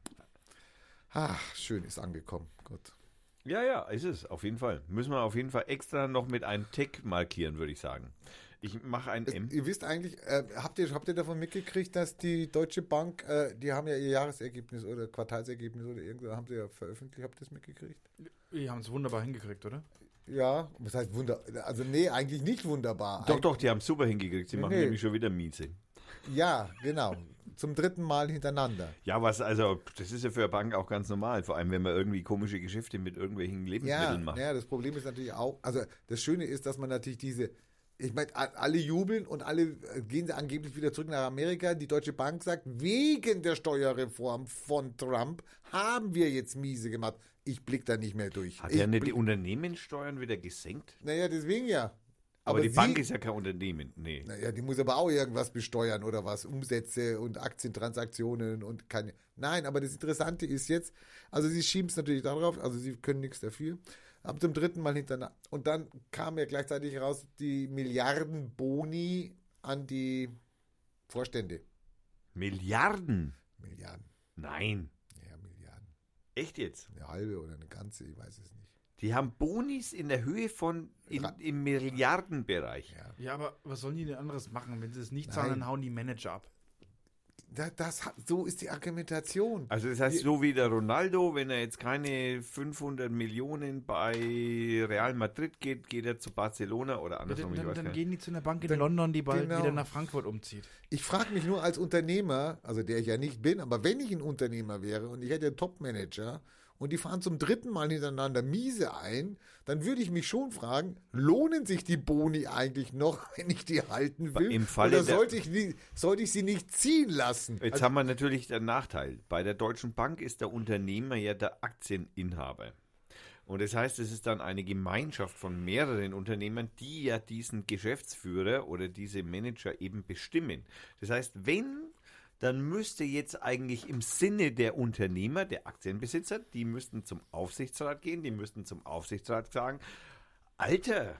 Ach, schön ist angekommen. Gut. Ja, ja, ist es, auf jeden Fall. Müssen wir auf jeden Fall extra noch mit einem Tag markieren, würde ich sagen. Ich mache ein M. Ihr wisst eigentlich, äh, habt, ihr, habt ihr davon mitgekriegt, dass die Deutsche Bank, äh, die haben ja ihr Jahresergebnis oder Quartalsergebnis oder irgendwas, haben sie ja veröffentlicht, habt ihr das mitgekriegt? Die haben es wunderbar hingekriegt, oder? Ja, was heißt wunder, also nee, eigentlich nicht wunderbar. Doch, doch, die haben es super hingekriegt. Sie machen Nee. nämlich schon wieder miese. Ja, genau. Zum dritten Mal hintereinander. Ja, was, also, das ist ja für eine Bank auch ganz normal. Vor allem, wenn man irgendwie komische Geschäfte mit irgendwelchen Ja, Lebensmitteln macht. ja, das Problem ist natürlich auch, also das Schöne ist, dass man natürlich diese, ich meine, a- alle jubeln und alle äh, gehen sie angeblich wieder zurück nach Amerika. Die Deutsche Bank sagt, wegen der Steuerreform von Trump haben wir jetzt miese gemacht. Ich blick da nicht mehr durch. Hat ich er nicht die blick- Unternehmenssteuern wieder gesenkt? Naja, deswegen ja. Aber, die sie- Bank ist ja kein Unternehmen. Nee. Naja, die muss aber auch irgendwas besteuern oder was. Umsätze und Aktientransaktionen und keine. Nein, aber das Interessante ist jetzt, also sie schieben es natürlich darauf, also sie können nichts dafür. Ab zum dritten Mal hintereinander. Und dann kam ja gleichzeitig raus die Milliarden Boni an die Vorstände. Milliarden? Milliarden. Nein. Ja, Milliarden. Echt jetzt? Eine halbe oder eine ganze, ich weiß es nicht. Die haben Bonis in der Höhe von in, Ra- im Milliardenbereich. Ja. Ja, aber was sollen die denn anderes machen? Wenn sie es nicht Nein. zahlen, dann hauen die Manager ab. das, das, so ist die Argumentation. Also das heißt, so wie der Ronaldo, wenn er jetzt keine fünfhundert Millionen bei Real Madrid geht, geht er zu Barcelona oder Dann, andersrum. ich dann, weiß dann gar nicht. gehen die zu einer Bank in Dann- London, die bald genau. wieder nach Frankfurt umzieht. Ich frage mich nur als Unternehmer, also der ich ja nicht bin, aber wenn ich ein Unternehmer wäre und ich hätte einen Top-Manager und die fahren zum dritten Mal hintereinander miese ein, dann würde ich mich schon fragen, lohnen sich die Boni eigentlich noch, wenn ich die halten will? Im Falle Oder der- sollte ich, die, sollte ich sie nicht ziehen lassen? Jetzt Also, haben wir natürlich den Nachteil. Bei der Deutschen Bank ist der Unternehmer ja der Aktieninhaber. Und das heißt, es ist dann eine Gemeinschaft von mehreren Unternehmern, die ja diesen Geschäftsführer oder diese Manager eben bestimmen. Das heißt, wenn, dann müsste jetzt eigentlich im Sinne der Unternehmer, der Aktienbesitzer, die müssten zum Aufsichtsrat gehen, die müssten zum Aufsichtsrat sagen, Alter,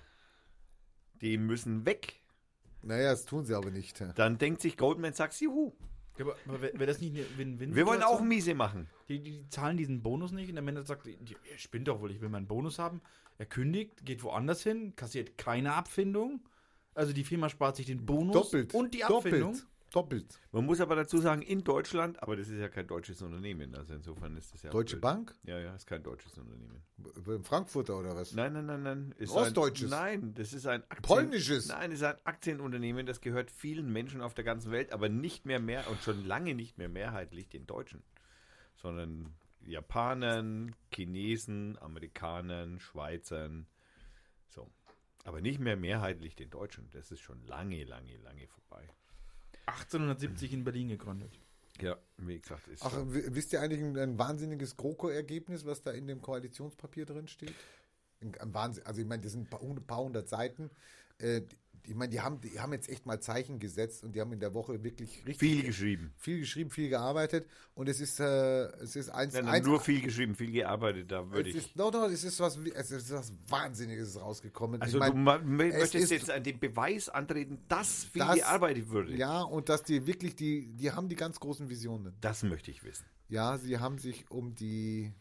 die müssen weg. naja, das tun sie aber nicht. Ja. Dann denkt sich Goldman Sachs, juhu, Ja, aber aber wäre wär das nicht eine Win-Win? wir wollen auch miese machen. Die, die, die zahlen diesen Bonus nicht und der Manager sagt, die, ihr spinnt doch wohl, ich will meinen Bonus haben. Er kündigt, geht woanders hin, kassiert keine Abfindung. Also die Firma spart sich den Bonus Doppelt. und die Abfindung. Doppelt. Doppelt. Man muss aber dazu sagen, in Deutschland, aber das ist ja kein deutsches Unternehmen, also insofern ist das ja... Deutsche blöd. Bank? Ja, ja, ist kein deutsches Unternehmen. Über Frankfurter oder was? Nein, nein, nein, nein. Ist Ostdeutsches? Ein, nein, das ist ein Aktien, Polnisches? Nein, es ist ein Aktienunternehmen, das gehört vielen Menschen auf der ganzen Welt, aber nicht mehr mehr und schon lange nicht mehr mehrheitlich den Deutschen, sondern Japanern, Chinesen, Amerikanern, Schweizern, so. Aber nicht mehr mehrheitlich den Deutschen. Das ist schon lange, lange, lange vorbei. achtzehnhundertsiebzig in Berlin gegründet. Ja, wie gesagt, ist Ach, so. w- wisst ihr eigentlich ein, ein wahnsinniges GroKo-Ergebnis, was da in dem Koalitionspapier drin steht? Ein, ein Wahnsinn. Also ich meine, das sind ein paar, ein paar hundert Seiten. Äh, die- ich meine, die haben, die haben jetzt echt mal Zeichen gesetzt und die haben in der Woche wirklich richtig Viel geschrieben. viel geschrieben, viel gearbeitet. Und es ist, äh, es ist eins, Nein, eins nur viel geschrieben, viel gearbeitet, da würde es ich... ist, no, no, es ist was, es ist was Wahnsinniges rausgekommen. Also ich mein, du ma- mö- es möchtest ist- jetzt an den Beweis antreten, dass viel Das- gearbeitet würde. ja, und dass die wirklich, die, die haben die ganz großen Visionen. Das möchte ich wissen. Ja, sie haben sich um die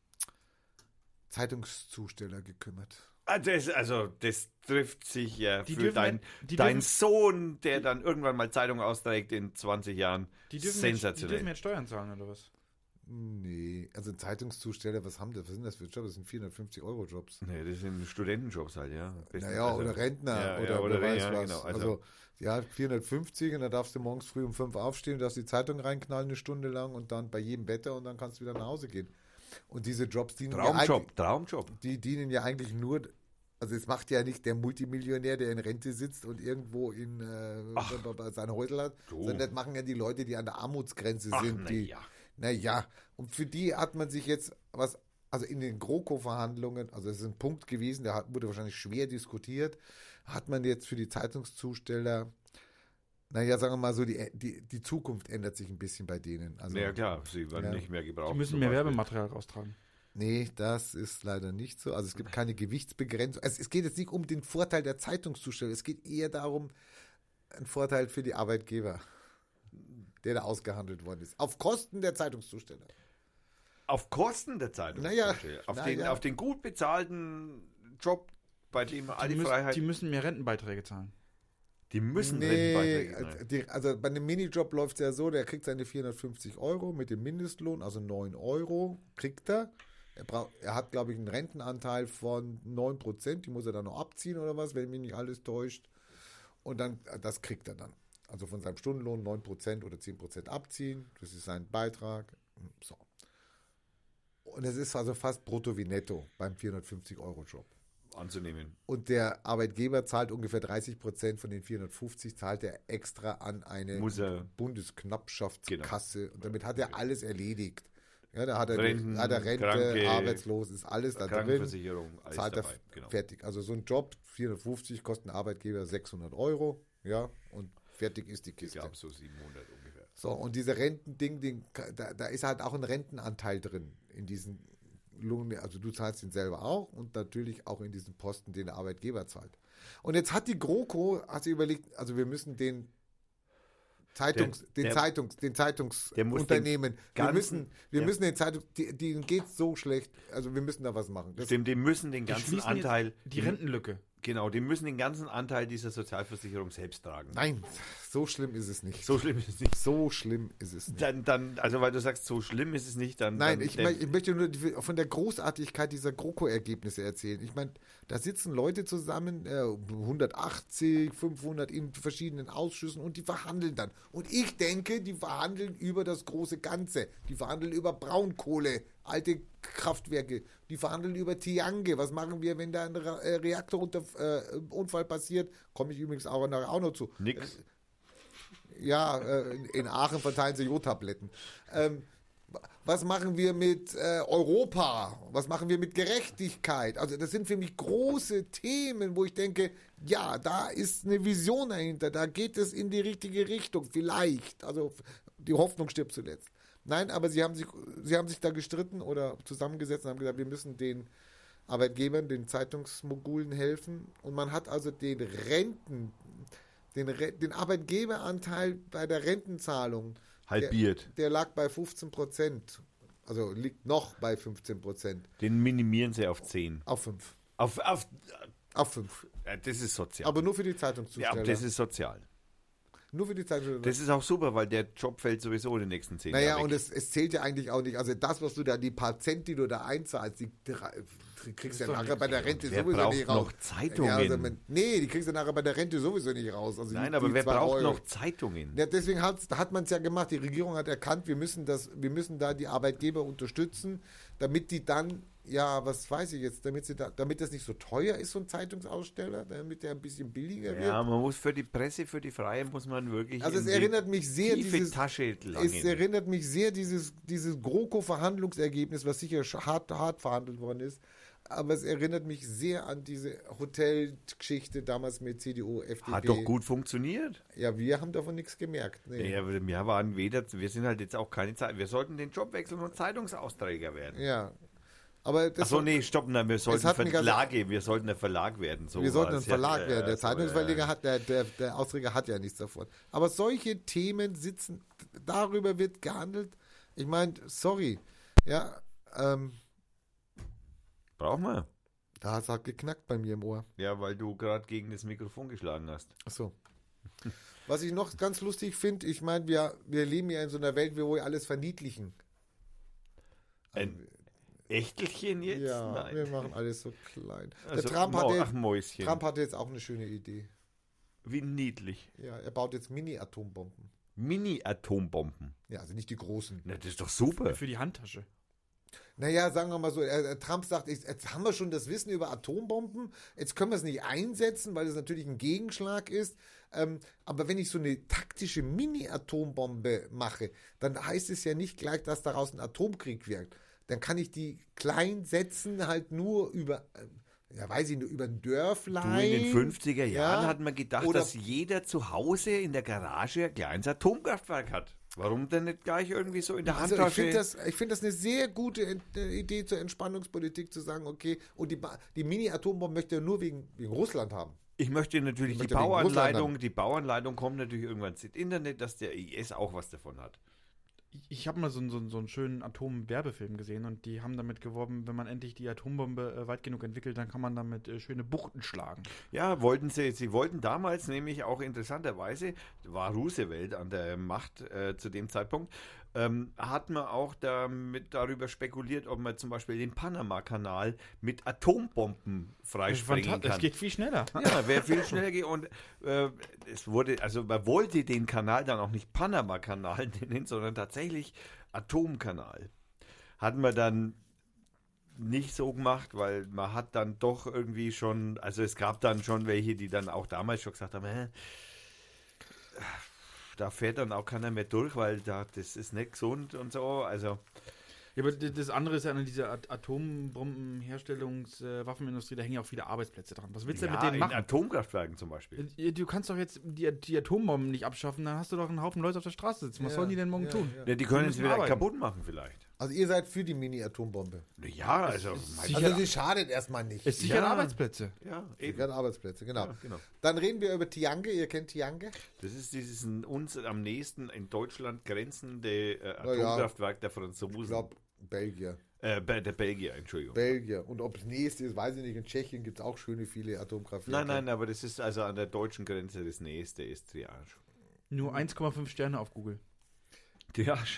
Zeitungszusteller gekümmert. Ah, Das, also das trifft sich ja Die für dürfen dein, nicht- die dein dürfen- Sohn, der dann irgendwann mal Zeitung austrägt in zwanzig Jahren. Die dürfen, jetzt, die Sensationell. dürfen jetzt Steuern zahlen, oder was? Nee, also Zeitungszusteller, was haben das? Was sind das für Jobs? Das sind vierhundertfünfzig Euro Jobs. Nee, das sind Studentenjobs halt, ja. Besten- Naja, also- oder Rentner ja, oder, ja, oder wer weiß ja, was. genau, also, also- ja, vierhundertfünfzig und dann darfst du morgens früh um fünf aufstehen, darfst die Zeitung reinknallen eine Stunde lang und dann bei jedem Wetter und dann kannst du wieder nach Hause gehen. Und diese Jobs dienen ja eigentlich, Traumjob, Traumjob. die dienen ja eigentlich nur, also es macht ja nicht der Multimillionär, der in Rente sitzt und irgendwo in äh, sein Häusl hat, du. sondern das machen ja die Leute, die an der Armutsgrenze Ach, sind. na die, ja. Naja, und für die hat man sich jetzt was, also in den GroKo-Verhandlungen, also es ist ein Punkt gewesen, der hat, wurde wahrscheinlich schwer diskutiert, hat man jetzt für die Zeitungszusteller, naja, sagen wir mal so, die, die, die Zukunft ändert sich ein bisschen bei denen. Also, Ja klar, sie werden Ja. nicht mehr gebraucht. Die müssen zum mehr Beispiel. Werbematerial raustragen. Nee, das ist leider nicht so. Also es gibt keine Gewichtsbegrenzung. Also es geht jetzt nicht um den Vorteil der Zeitungszusteller, es geht eher darum, ein Vorteil für die Arbeitgeber, der da ausgehandelt worden ist. Auf Kosten der Zeitungszusteller. Auf Kosten der Zeitung. Naja, auf, na den, ja. auf den gut bezahlten Job, bei dem all Die, die müssen, Freiheit... die müssen mehr Rentenbeiträge zahlen. Die müssen Nee, Rentenbeiträge zahlen. die, also bei einem Minijob läuft es ja so, der kriegt seine vierhundertfünfzig Euro mit dem Mindestlohn, also neun Euro kriegt er. Er, braucht, er hat, glaube ich, einen Rentenanteil von neun Prozent, die muss er dann noch abziehen oder was, wenn mich nicht alles täuscht. Und dann, das kriegt er dann. Also von seinem Stundenlohn neun Prozent oder zehn Prozent abziehen, das ist sein Beitrag. So. Und es ist also fast brutto wie netto beim vierhundertfünfzig Euro Job. Anzunehmen. Und der Arbeitgeber zahlt ungefähr dreißig Prozent von den vierhundertfünfzig, zahlt er extra an eine Muss er- Bundesknappschaftskasse. Und damit hat er alles erledigt. Ja, da hat er, Renten, hat er Rente, Kranke, arbeitslos, ist alles da drin. Krankenversicherung, alles Zahlt er dabei. Genau. fertig. Also so ein Job, vierhundertfünfzig, kostet ein Arbeitgeber sechshundert Euro. Ja, und fertig ist die Ich Kiste. glaube so siebenhundert ungefähr. So, und diese Rentending, den, da, da ist halt auch ein Rentenanteil drin in diesen Lohn, also du zahlst ihn selber auch und natürlich auch in diesen Posten, den der Arbeitgeber zahlt. Und jetzt hat die GroKo, hat sie überlegt, also wir müssen den Zeitungs, Der- den der- Zeitungs, den Der muss Zeitungsunternehmen, den wir ganzen- müssen, wir ja. müssen den Zeitungs, die, denen geht's so schlecht, also wir müssen da was machen. Das, Stimmt, die müssen den Die ganzen schließen Anteil... jetzt die Rentenlücke. Genau, die müssen den ganzen Anteil dieser Sozialversicherung selbst tragen. Nein, so schlimm ist es nicht. So schlimm ist es nicht. So schlimm ist es nicht. Dann, dann, also weil du sagst, so schlimm ist es nicht, dann... Nein, dann, ich, der, mein, ich möchte nur die, von der Großartigkeit dieser GroKo-Ergebnisse erzählen. Ich meine, da sitzen Leute zusammen, äh, hundertachtzig, fünfhundert in verschiedenen Ausschüssen und die verhandeln dann. Und ich denke, die verhandeln über das große Ganze. Die verhandeln über Braunkohle, alte Kraftwerke. Die verhandeln über Tiange. Was machen wir, wenn da ein Re äh, Reaktorunfall äh, passiert? Komme ich übrigens auch, nachher auch noch zu. Nix. Ja, äh, in Aachen verteilen sie Jodtabletten. Ähm, was machen wir mit äh, Europa? Was machen wir mit Gerechtigkeit? Also das sind für mich große Themen, wo ich denke, ja, da ist eine Vision dahinter, da geht es in die richtige Richtung, vielleicht. Also die Hoffnung stirbt zuletzt. Nein, aber sie haben sich, sie haben sich da gestritten oder zusammengesetzt und haben gesagt, wir müssen den Arbeitgebern, den Zeitungsmogulen helfen. Und man hat also den Renten, den, Re den Arbeitgeberanteil bei der Rentenzahlung halbiert. Der, der lag bei fünfzehn Prozent. Also liegt noch bei fünfzehn Prozent. Den minimieren sie auf zehn. Auf fünf. Auf, auf, auf fünf. Ja, das ist sozial. Aber nur für die Ja, Zeitungszusteller. aber das ist sozial. Nur für die Zeitungszusteller. Das ist auch super, weil der Job fällt sowieso in den nächsten zehn Naja, Jahren weg. und es, es zählt ja eigentlich auch nicht. Also das, was du da, die paar Cent, die du da einzahlst, die kriegst du ja nachher bei der Rente Wer sowieso braucht nicht raus. noch Zeitungen? Ja, also, man, nee, die kriegst du nachher bei der Rente sowieso nicht raus. Also Nein, die, aber die wer zwei braucht Euro. noch Zeitungen? Ja, deswegen hat, hat man es ja gemacht. Die Regierung hat erkannt, wir müssen, das, wir müssen da die Arbeitgeber unterstützen, damit die dann, ja, was weiß ich jetzt, damit, sie da, damit das nicht so teuer ist, so ein Zeitungsaussteller, damit der ein bisschen billiger wird. Ja, man muss für die Presse, für die Freie, muss man wirklich Also es in die erinnert mich sehr, tiefe dieses, Tasche langen. es erinnert mich sehr dieses, dieses GroKo-Verhandlungsergebnis, was sicher hart, hart verhandelt worden ist, aber es erinnert mich sehr an diese Hotelgeschichte damals mit C D U, F D P. Hat doch gut funktioniert. Ja, wir haben davon nichts gemerkt. Nee. Ja, wir waren weder, wir sind halt jetzt auch keine Zeit. Wir sollten den Job wechseln und Zeitungsausträger werden. Ja. Aber das Achso, nee, stopp, nein, wir sollten hat mich Verlage, wir sollten ein Verlag werden. So wir sollten ein war's. Verlag Ja, werden. ja, Der so, Zeitungsverleger ja. hat, der, der, der Austräger hat ja nichts davon. Aber solche Themen sitzen, darüber wird gehandelt. Ich meine, sorry, ja, ähm, Brauchen wir. da hat es halt geknackt bei mir im Ohr. Ja, weil du gerade gegen das Mikrofon geschlagen hast. Achso. Was ich noch ganz lustig finde, ich meine, wir, wir leben ja in so einer Welt, wo wir alles verniedlichen. Ein Ächtelchen jetzt? Ja, Nein. wir machen alles so klein. Also, der Trump, Mau- hat ach, jetzt, Mäuschen. Trump hatte jetzt auch eine schöne Idee. Wie niedlich. Ja, er baut jetzt Mini-Atombomben. Mini-Atombomben. Ja, also nicht die großen. Na, das ist doch super. Für die Handtasche. Naja, sagen wir mal so, er, er, Trump sagt, ich, jetzt haben wir schon das Wissen über Atombomben, jetzt können wir es nicht einsetzen, weil es natürlich ein Gegenschlag ist. Ähm, aber wenn ich so eine taktische Mini-Atombombe mache, dann heißt es ja nicht gleich, dass daraus ein Atomkrieg wird. Dann kann ich die klein setzen, halt nur über, äh, ja weiß ich, nur über ein Dörflein. Du, in den fünfziger Jahren Ja. hat man gedacht, Oder- dass jeder zu Hause in der Garage ein kleines Atomkraftwerk hat. Warum denn nicht gleich irgendwie so in der Also ich Handtasche? finde das, ich find das eine sehr gute Ent- äh, Idee zur Entspannungspolitik, zu sagen, okay, und die, Ba- die Mini-Atombombe möchte er nur wegen, wegen Russland haben. Ich möchte natürlich Ich die möchte wegen Russland Bauanleitung, haben. die Bauanleitung kommt natürlich irgendwann ins Internet, dass der I S auch was davon hat. Ich, ich habe mal so, einen- so, einen- so einen schönen Atom-Werbefilm gesehen und die haben damit geworben, wenn man endlich die Atombombe äh, weit genug entwickelt, dann kann man damit äh, schöne Buchten schlagen. Ja, wollten sie, sie wollten damals nämlich auch interessanterweise, war Roosevelt an der Macht äh, zu dem Zeitpunkt, ähm, hat man auch damit darüber spekuliert, ob man zum Beispiel den Panama-Kanal mit Atombomben freisprengen Fanta- Es kann. geht viel schneller. Ja, wäre viel schneller gehen und äh, es wurde, also man wollte den Kanal dann auch nicht Panama-Kanal nennen, sondern tatsächlich Atomkanal. Hatten wir dann nicht so gemacht, weil man hat dann doch irgendwie schon, also es gab dann schon welche, die dann auch damals schon gesagt haben, hä, da fährt dann auch keiner mehr durch, weil da das ist nicht gesund und so, also Ja, aber d- das andere ist ja an dieser At Atombombenherstellungs-, äh, Waffenindustrie, da hängen ja auch viele Arbeitsplätze dran. Was willst du denn ja, mit denen in machen? Atomkraftwerken zum Beispiel. Äh, Du kannst doch jetzt die, die Atombomben nicht abschaffen, dann hast du doch einen Haufen Leute auf der Straße sitzen. Was Ja, sollen die denn morgen ja, tun? ja. Ja, die können es müssen wieder arbeiten. kaputt machen vielleicht. Also ihr seid für die Mini-Atombombe. Ja, also, mein- sicher- Also sie schadet erstmal nicht. Es sichert Ja. Arbeitsplätze. ja, Sie eben. werden Arbeitsplätze, genau. Ja, genau. Dann reden wir über Tiange. Ihr kennt Tiange? Das ist dieses uns am nächsten in Deutschland grenzende äh, Na ja. Atomkraftwerk der Ich Franzosen. glaube, Belgier. Äh, Be- der Belgier, Entschuldigung. Belgier. Und ob das nächste ist, weiß ich nicht. In Tschechien gibt es auch schöne viele Atomkraftwerke. Nein, nein, aber das ist also an der deutschen Grenze das nächste ist Triage. Nur eins Komma fünf Sterne auf Google. Triage.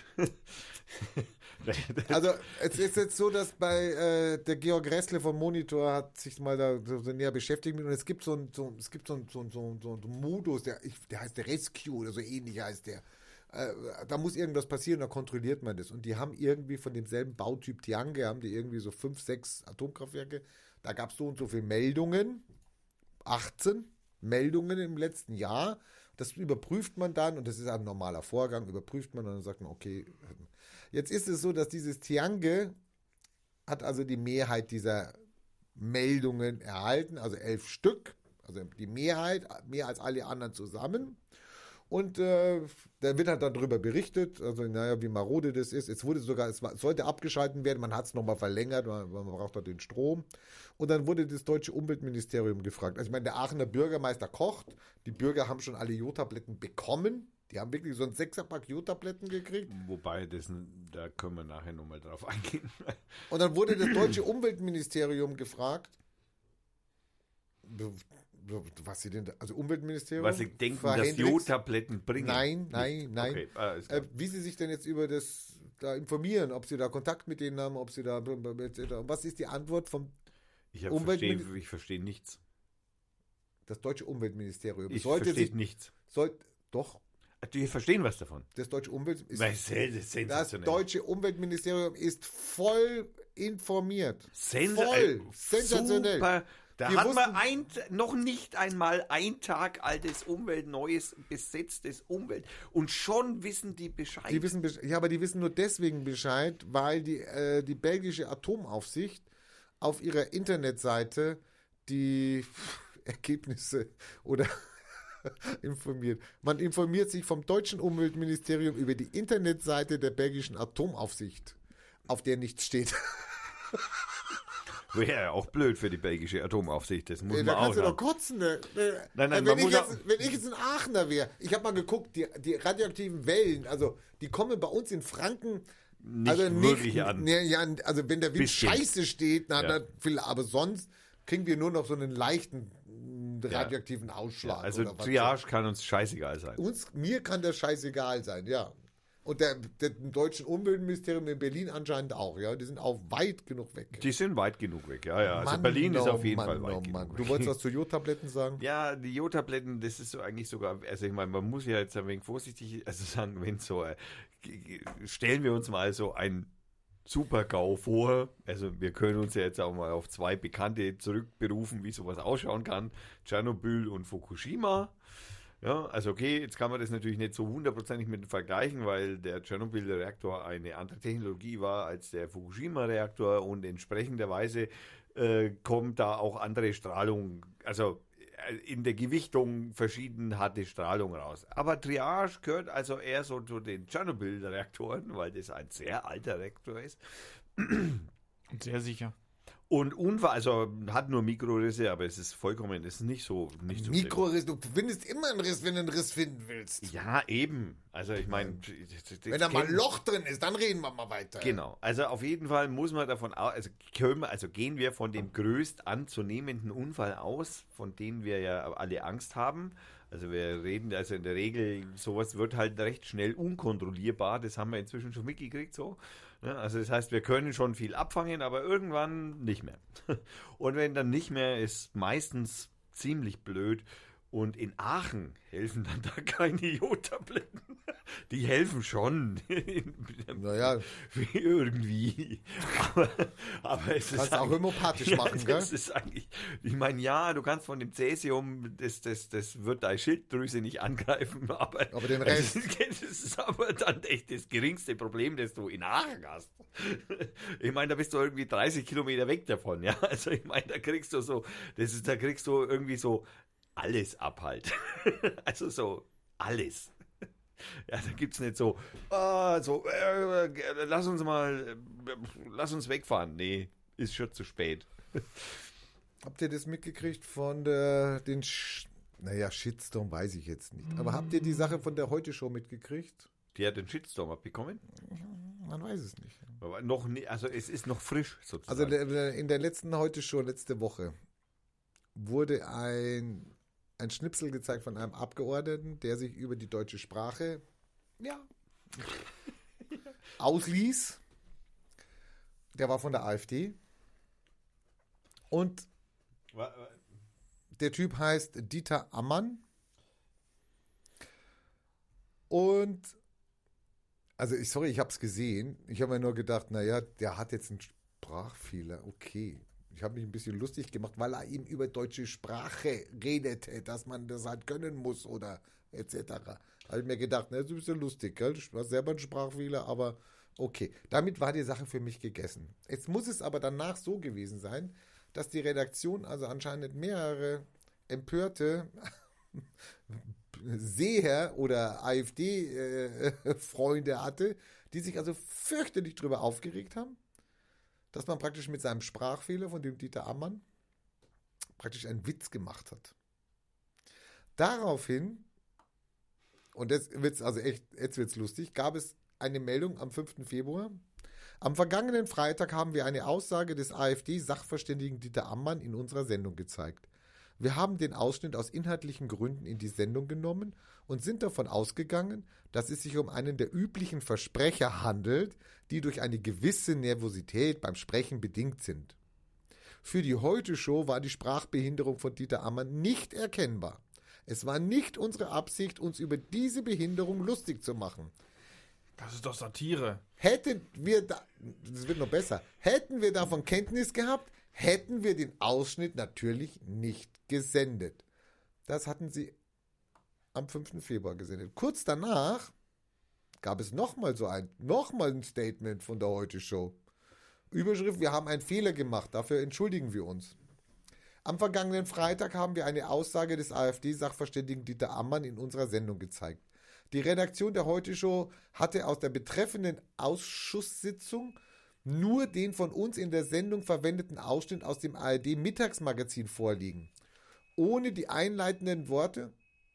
Also es ist jetzt so, dass bei äh, der Georg Ressle vom Monitor hat sich mal da so, so näher beschäftigt mit und es gibt so ein so, es gibt so ein so, so, so, so ein Modus, der, ich, der heißt der Rescue oder so ähnlich heißt der. Äh, da muss irgendwas passieren, da kontrolliert man das. Und die haben irgendwie von demselben Bautyp Tiange, haben die irgendwie so fünf, sechs Atomkraftwerke. Da gab es so und so viele Meldungen, achtzehn Meldungen im letzten Jahr. Das überprüft man dann und das ist ein normaler Vorgang, überprüft man und dann sagt man, okay, jetzt ist es so, dass dieses Tiange hat also die Mehrheit dieser Meldungen erhalten, also elf Stück, also die Mehrheit, mehr als alle anderen zusammen. Und äh, da wird halt dann darüber berichtet, also naja, wie marode das ist. Es wurde sogar, es, war, es sollte abgeschalten werden, man hat es nochmal verlängert, weil man braucht da den Strom. Und dann wurde das deutsche Umweltministerium gefragt. Also ich meine, der Aachener Bürgermeister kocht, die Bürger haben schon alle Jodtabletten bekommen. Die haben wirklich so ein Sechserpack Jodtabletten gekriegt. Wobei, das, da können wir nachher nochmal drauf eingehen. Und dann wurde das deutsche Umweltministerium gefragt, was sie denn, da, also Umweltministerium? Was sie denken, Frau dass Hendricks? Jodtabletten bringen. Nein, nein, nein. Okay, alles klar. Äh, wie sie sich denn jetzt über das da informieren, ob sie da Kontakt mit denen haben, ob sie da, et cetera. Und was ist die Antwort vom ich hab Umweltmin- verstehe, ich verstehe nichts. das deutsche Umweltministerium? Ich sollte verstehe sich, nichts. sollte, doch, Die verstehen was davon. das deutsche Umwelt, ist, Weil es ist das sensationell. deutsche Umweltministerium ist voll informiert. Sensa- voll, äh, sensationell. Super. Da Wir hat man wussten- ein, noch nicht einmal ein Tag altes Umwelt, neues besetztes Umwelt. Und schon wissen die Bescheid. Die wissen, besch- ja, aber die wissen nur deswegen Bescheid, weil die, äh, die belgische Atomaufsicht auf ihrer Internetseite die Ergebnisse oder informiert. Man informiert sich vom deutschen Umweltministerium über die Internetseite der belgischen Atomaufsicht, auf der nichts steht. Wäre ja auch blöd für die belgische Atomaufsicht. Das muss Äh, man da auch kannst du doch sagen. kotzen. Ne? Äh, Nein, nein, wenn, man ich muss jetzt, auch- wenn ich jetzt ein Aachener wäre, ich habe mal geguckt, die, die radioaktiven Wellen, also die kommen bei uns in Franken Nicht also wirklich an. Ne, ja, also wenn der Wind Bisschen. scheiße steht, na, Ja. na, viel, aber sonst kriegen wir nur noch so einen leichten mh, radioaktiven Ausschlag. Also oder was. Triage kann uns scheißegal sein. Uns, mir kann das scheißegal sein, ja. Und der, der im deutschen Umweltministerium in Berlin anscheinend auch, ja. Die sind auch weit genug weg. Die sind weit genug weg, ja, ja. Also Mann, Berlin ist oh auf jeden Mann, Fall weit oh genug Mann. weg. Du wolltest was zu Jodtabletten sagen? Ja, die Jodtabletten, das ist so eigentlich sogar, also ich meine, man muss ja jetzt ein wenig vorsichtig, also sagen, wenn so, äh, g- g- stellen wir uns mal so ein Super-GAU vor, also wir können uns ja jetzt auch mal auf zwei Bekannte zurückberufen, wie sowas ausschauen kann, Tschernobyl und Fukushima. Ja, also okay, jetzt kann man das natürlich nicht so hundertprozentig mit vergleichen, weil der Tschernobyl-Reaktor eine andere Technologie war als der Fukushima-Reaktor und entsprechenderweise äh, kommt da auch andere Strahlung, also äh, in der Gewichtung verschieden harte Strahlung raus. Aber Triage gehört also eher so zu den Tschernobyl-Reaktoren, weil das ein sehr alter Reaktor ist. Und sehr sicher. Und Unfall, also hat nur Mikrorisse, aber es ist vollkommen, es ist nicht so, nicht so schlimm. Mikroriss, du findest immer einen Riss, wenn du einen Riss finden willst. Ja, eben. Also ich meine, Wenn da mal ein Loch drin ist, dann reden wir mal weiter. Genau. Also auf jeden Fall muss man davon aus, also, können wir, also gehen wir von dem größt anzunehmenden Unfall aus, von dem wir ja alle Angst haben. Also wir reden, also in der Regel, sowas wird halt recht schnell unkontrollierbar. Das haben wir inzwischen schon mitgekriegt so. Ja, also das heißt, wir können schon viel abfangen, aber irgendwann nicht mehr. Und wenn dann nicht mehr, ist meistens ziemlich blöd. Und in Aachen helfen dann da keine Jodtabletten. Die helfen schon. Naja, Irgendwie. Aber, aber es kannst ist du auch eigentlich- homöopathisch ja, machen, gell? das ist eigentlich, ich meine, ja, du kannst von dem Cäsium, das, das, das wird deine Schilddrüse nicht angreifen, aber, Aber den Rest. Das ist aber dann echt das geringste Problem, das du in Aachen hast. Ich meine, da bist du irgendwie dreißig Kilometer weg davon, ja. Also ich meine, da kriegst du so, das ist, da kriegst du irgendwie so alles ab halt. Also so alles. Ja, da gibt es nicht so, ah, so äh, lass uns mal, äh, lass uns wegfahren. Nee, ist schon zu spät. Habt ihr das mitgekriegt von der, den, Sch naja, Shitstorm weiß ich jetzt nicht. Aber habt ihr die Sache von der Heute-Show mitgekriegt? Die hat den Shitstorm abbekommen. Man weiß es nicht. Aber noch nie, also es ist noch frisch Also sozusagen. der- in der letzten Heute-Show letzte Woche wurde ein, ein Schnipsel gezeigt von einem Abgeordneten, der sich über die deutsche Sprache ja, ausließ. Der war von der AfD. Und Wa- wa- der Typ heißt Dieter Ammann. Und, also ich, sorry, ich habe es gesehen. Ich habe mir nur gedacht, naja, der hat jetzt einen Sprachfehler. Okay. Ich habe mich ein bisschen lustig gemacht, weil er eben über deutsche Sprache redete, dass man das halt können muss oder et cetera. Habe ich mir gedacht, na, das ist ein bisschen lustig, gell? Du hast selber einen Sprachfehler, aber okay. Damit war die Sache für mich gegessen. Jetzt muss es aber danach so gewesen sein, dass die Redaktion also anscheinend mehrere empörte Seher oder AfD-Freunde hatte, die sich also fürchterlich darüber aufgeregt haben, dass man praktisch mit seinem Sprachfehler von dem Dieter Ammann praktisch einen Witz gemacht hat. Daraufhin, und jetzt wird's also echt, jetzt wird's lustig, gab es eine Meldung am fünften Februar. Am vergangenen Freitag haben wir eine Aussage des AfD-Sachverständigen Dieter Ammann in unserer Sendung gezeigt. Wir haben den Ausschnitt aus inhaltlichen Gründen in die Sendung genommen und sind davon ausgegangen, dass es sich um einen der üblichen Versprecher handelt, die durch eine gewisse Nervosität beim Sprechen bedingt sind. Für die Heute-Show war die Sprachbehinderung von Dieter Ammann nicht erkennbar. Es war nicht unsere Absicht, uns über diese Behinderung lustig zu machen. Das ist doch Satire. Hätten wir da, das wird noch besser, hätten wir davon Kenntnis gehabt, hätten wir den Ausschnitt natürlich nicht gesendet. Das hatten sie am fünften Februar gesendet. Kurz danach gab es nochmal so ein, nochmal ein Statement von der Heute-Show. Überschrift, wir haben einen Fehler gemacht, dafür entschuldigen wir uns. Am vergangenen Freitag haben wir eine Aussage des AfD-Sachverständigen Dieter Ammann in unserer Sendung gezeigt. Die Redaktion der Heute-Show hatte aus der betreffenden Ausschusssitzung nur den von uns in der Sendung verwendeten Ausschnitt aus dem A R D-Mittagsmagazin vorliegen. Ohne die einleitenden Worte,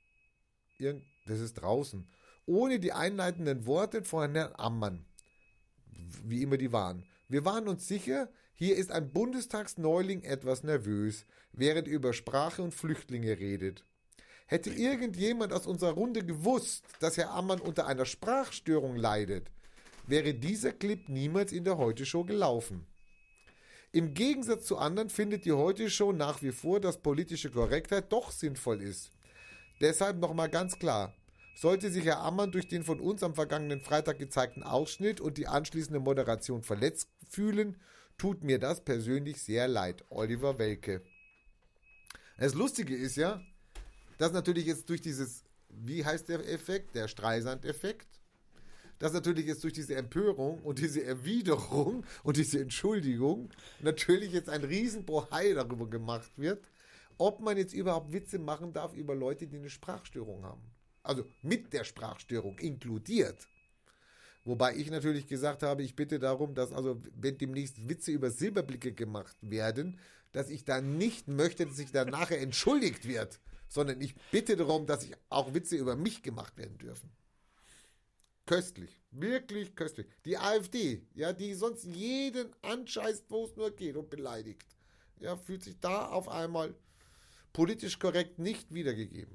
das ist draußen, ohne die einleitenden Worte von Herrn Ammann, wie immer die waren. Wir waren uns sicher, hier ist ein Bundestagsneuling etwas nervös, während er über Sprache und Flüchtlinge redet. Hätte irgendjemand aus unserer Runde gewusst, dass Herr Ammann unter einer Sprachstörung leidet, wäre dieser Clip niemals in der Heute-Show gelaufen. Im Gegensatz zu anderen findet die Heute-Show nach wie vor, dass politische Korrektheit doch sinnvoll ist. Deshalb nochmal ganz klar, sollte sich Herr Ammann durch den von uns am vergangenen Freitag gezeigten Ausschnitt und die anschließende Moderation verletzt fühlen, tut mir das persönlich sehr leid. Oliver Welke. Das Lustige ist ja, dass natürlich jetzt durch dieses, wie heißt der Effekt? Der Streisand-Effekt. Dass natürlich jetzt durch diese Empörung und diese Erwiderung und diese Entschuldigung natürlich jetzt ein Riesenbohai darüber gemacht wird, ob man jetzt überhaupt Witze machen darf über Leute, die eine Sprachstörung haben. Also mit der Sprachstörung inkludiert. Wobei ich natürlich gesagt habe, ich bitte darum, dass also, wenn demnächst Witze über Silberblicke gemacht werden, dass ich da nicht möchte, dass sich da nachher entschuldigt wird, sondern ich bitte darum, dass ich auch Witze über mich gemacht werden dürfen. Köstlich, wirklich köstlich. Die AfD, ja, die sonst jeden anscheißt, wo es nur geht und beleidigt, ja, fühlt sich da auf einmal politisch korrekt nicht wiedergegeben.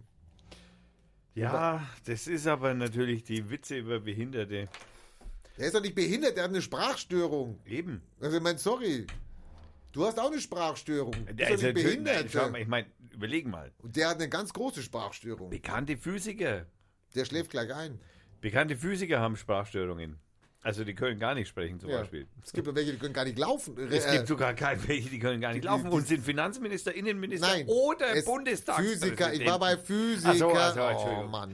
Ja, das ist aber natürlich die Witze über Behinderte. Der ist doch nicht behindert, der hat eine Sprachstörung. Eben. Also ich meine, sorry, du hast auch eine Sprachstörung. Du bist Der doch ist nicht natürlich- behindert. Schau mal, ich meine, überlegen mal. Und der hat eine ganz große Sprachstörung. Bekannte Physiker. Der schläft gleich ein. Bekannte Physiker haben Sprachstörungen. Also die können gar nicht sprechen zum Ja. Beispiel. Es gibt welche, die können gar nicht laufen. Es Äh, gibt sogar keine, welche, die können gar nicht die- laufen die- und sind Finanzminister, Innenminister Nein, oder es- Bundestagspräsident. Physiker, ich war bei Physiker. Ach so, also, oh Entschuldigung. Mann.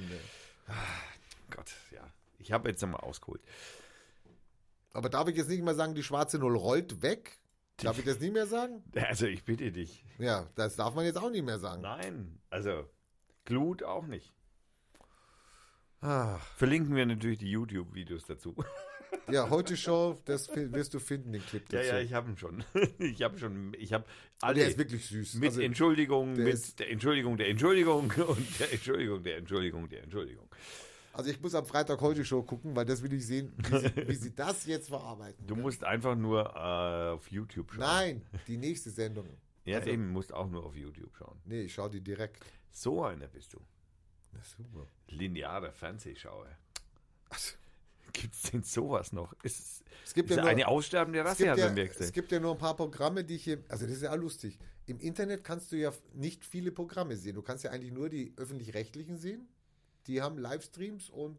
Gott, ja. Ich habe jetzt nochmal ausgeholt. Aber darf ich jetzt nicht mehr sagen, die schwarze Null rollt weg? Darf ich das nicht mehr sagen? Also ich bitte dich. Ja, das darf man jetzt auch nicht mehr sagen. Nein, also Glut auch nicht. Ah, Verlinken wir natürlich die YouTube-Videos dazu. ja, heute Show, das fi- wirst du finden, den Clip Ja, dazu. ja, ich habe ihn schon. Ich habe schon, ich habe Aber alle der ist wirklich süß. mit Also, Entschuldigung, der mit ist- der Entschuldigung, der Entschuldigung und der Entschuldigung, der Entschuldigung, der Entschuldigung. Also ich muss am Freitag heute Show gucken, weil das will ich sehen, wie sie, wie sie das jetzt verarbeiten. Du musst einfach nur äh, auf YouTube schauen. Nein, die nächste Sendung. Ja, also, eben, musst auch nur auf YouTube schauen. Nee, ich schaue die direkt. So einer bist du. Na, super. Linearer Fernsehschauer. Also, Gibt es denn sowas noch? Ist, es gibt ist ja nur, eine aussterbende es Rasse, gibt, hat ja, man mir es gesagt. gibt ja nur ein paar Programme, die ich hier, also das ist ja auch lustig. Im Internet kannst du ja nicht viele Programme sehen. Du kannst ja eigentlich nur die öffentlich-rechtlichen sehen. Die haben Livestreams und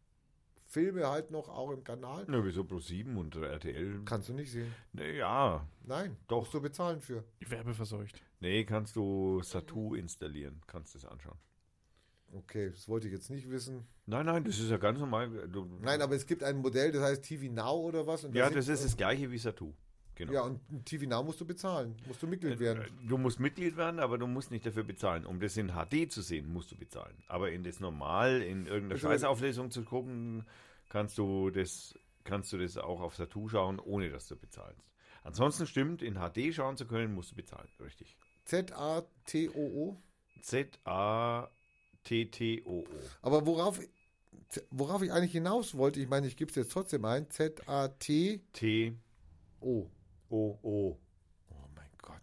Filme halt noch auch im Kanal. Na, wieso ProSieben und R T L? Kannst du nicht sehen. Nee, ja. Nein, Doch. musst du bezahlen für. Werbeverseucht. Nee, kannst du Satu installieren. Kannst das anschauen. Okay, das wollte ich jetzt nicht wissen. Nein, nein, das ist ja ganz normal. Du, Nein, aber es gibt ein Modell, das heißt T V Now oder was. Und da ja, sind- das ist das gleiche wie Satu. Genau. Ja, und T V Now musst du bezahlen. Musst du Mitglied werden. Du musst Mitglied werden, aber du musst nicht dafür bezahlen. Um das in H D zu sehen, musst du bezahlen. Aber in das normal, in irgendeiner Also- Scheißauflösung zu gucken, kannst du das, kannst du das auch auf Satu schauen, ohne dass du bezahlst. Ansonsten stimmt, in H D schauen zu können, musst du bezahlen. Richtig. Z A T O O. Z A T T O O. Aber worauf, worauf ich eigentlich hinaus wollte, ich meine, ich gebe es jetzt trotzdem ein. Z A T T O. O O. Oh mein Gott.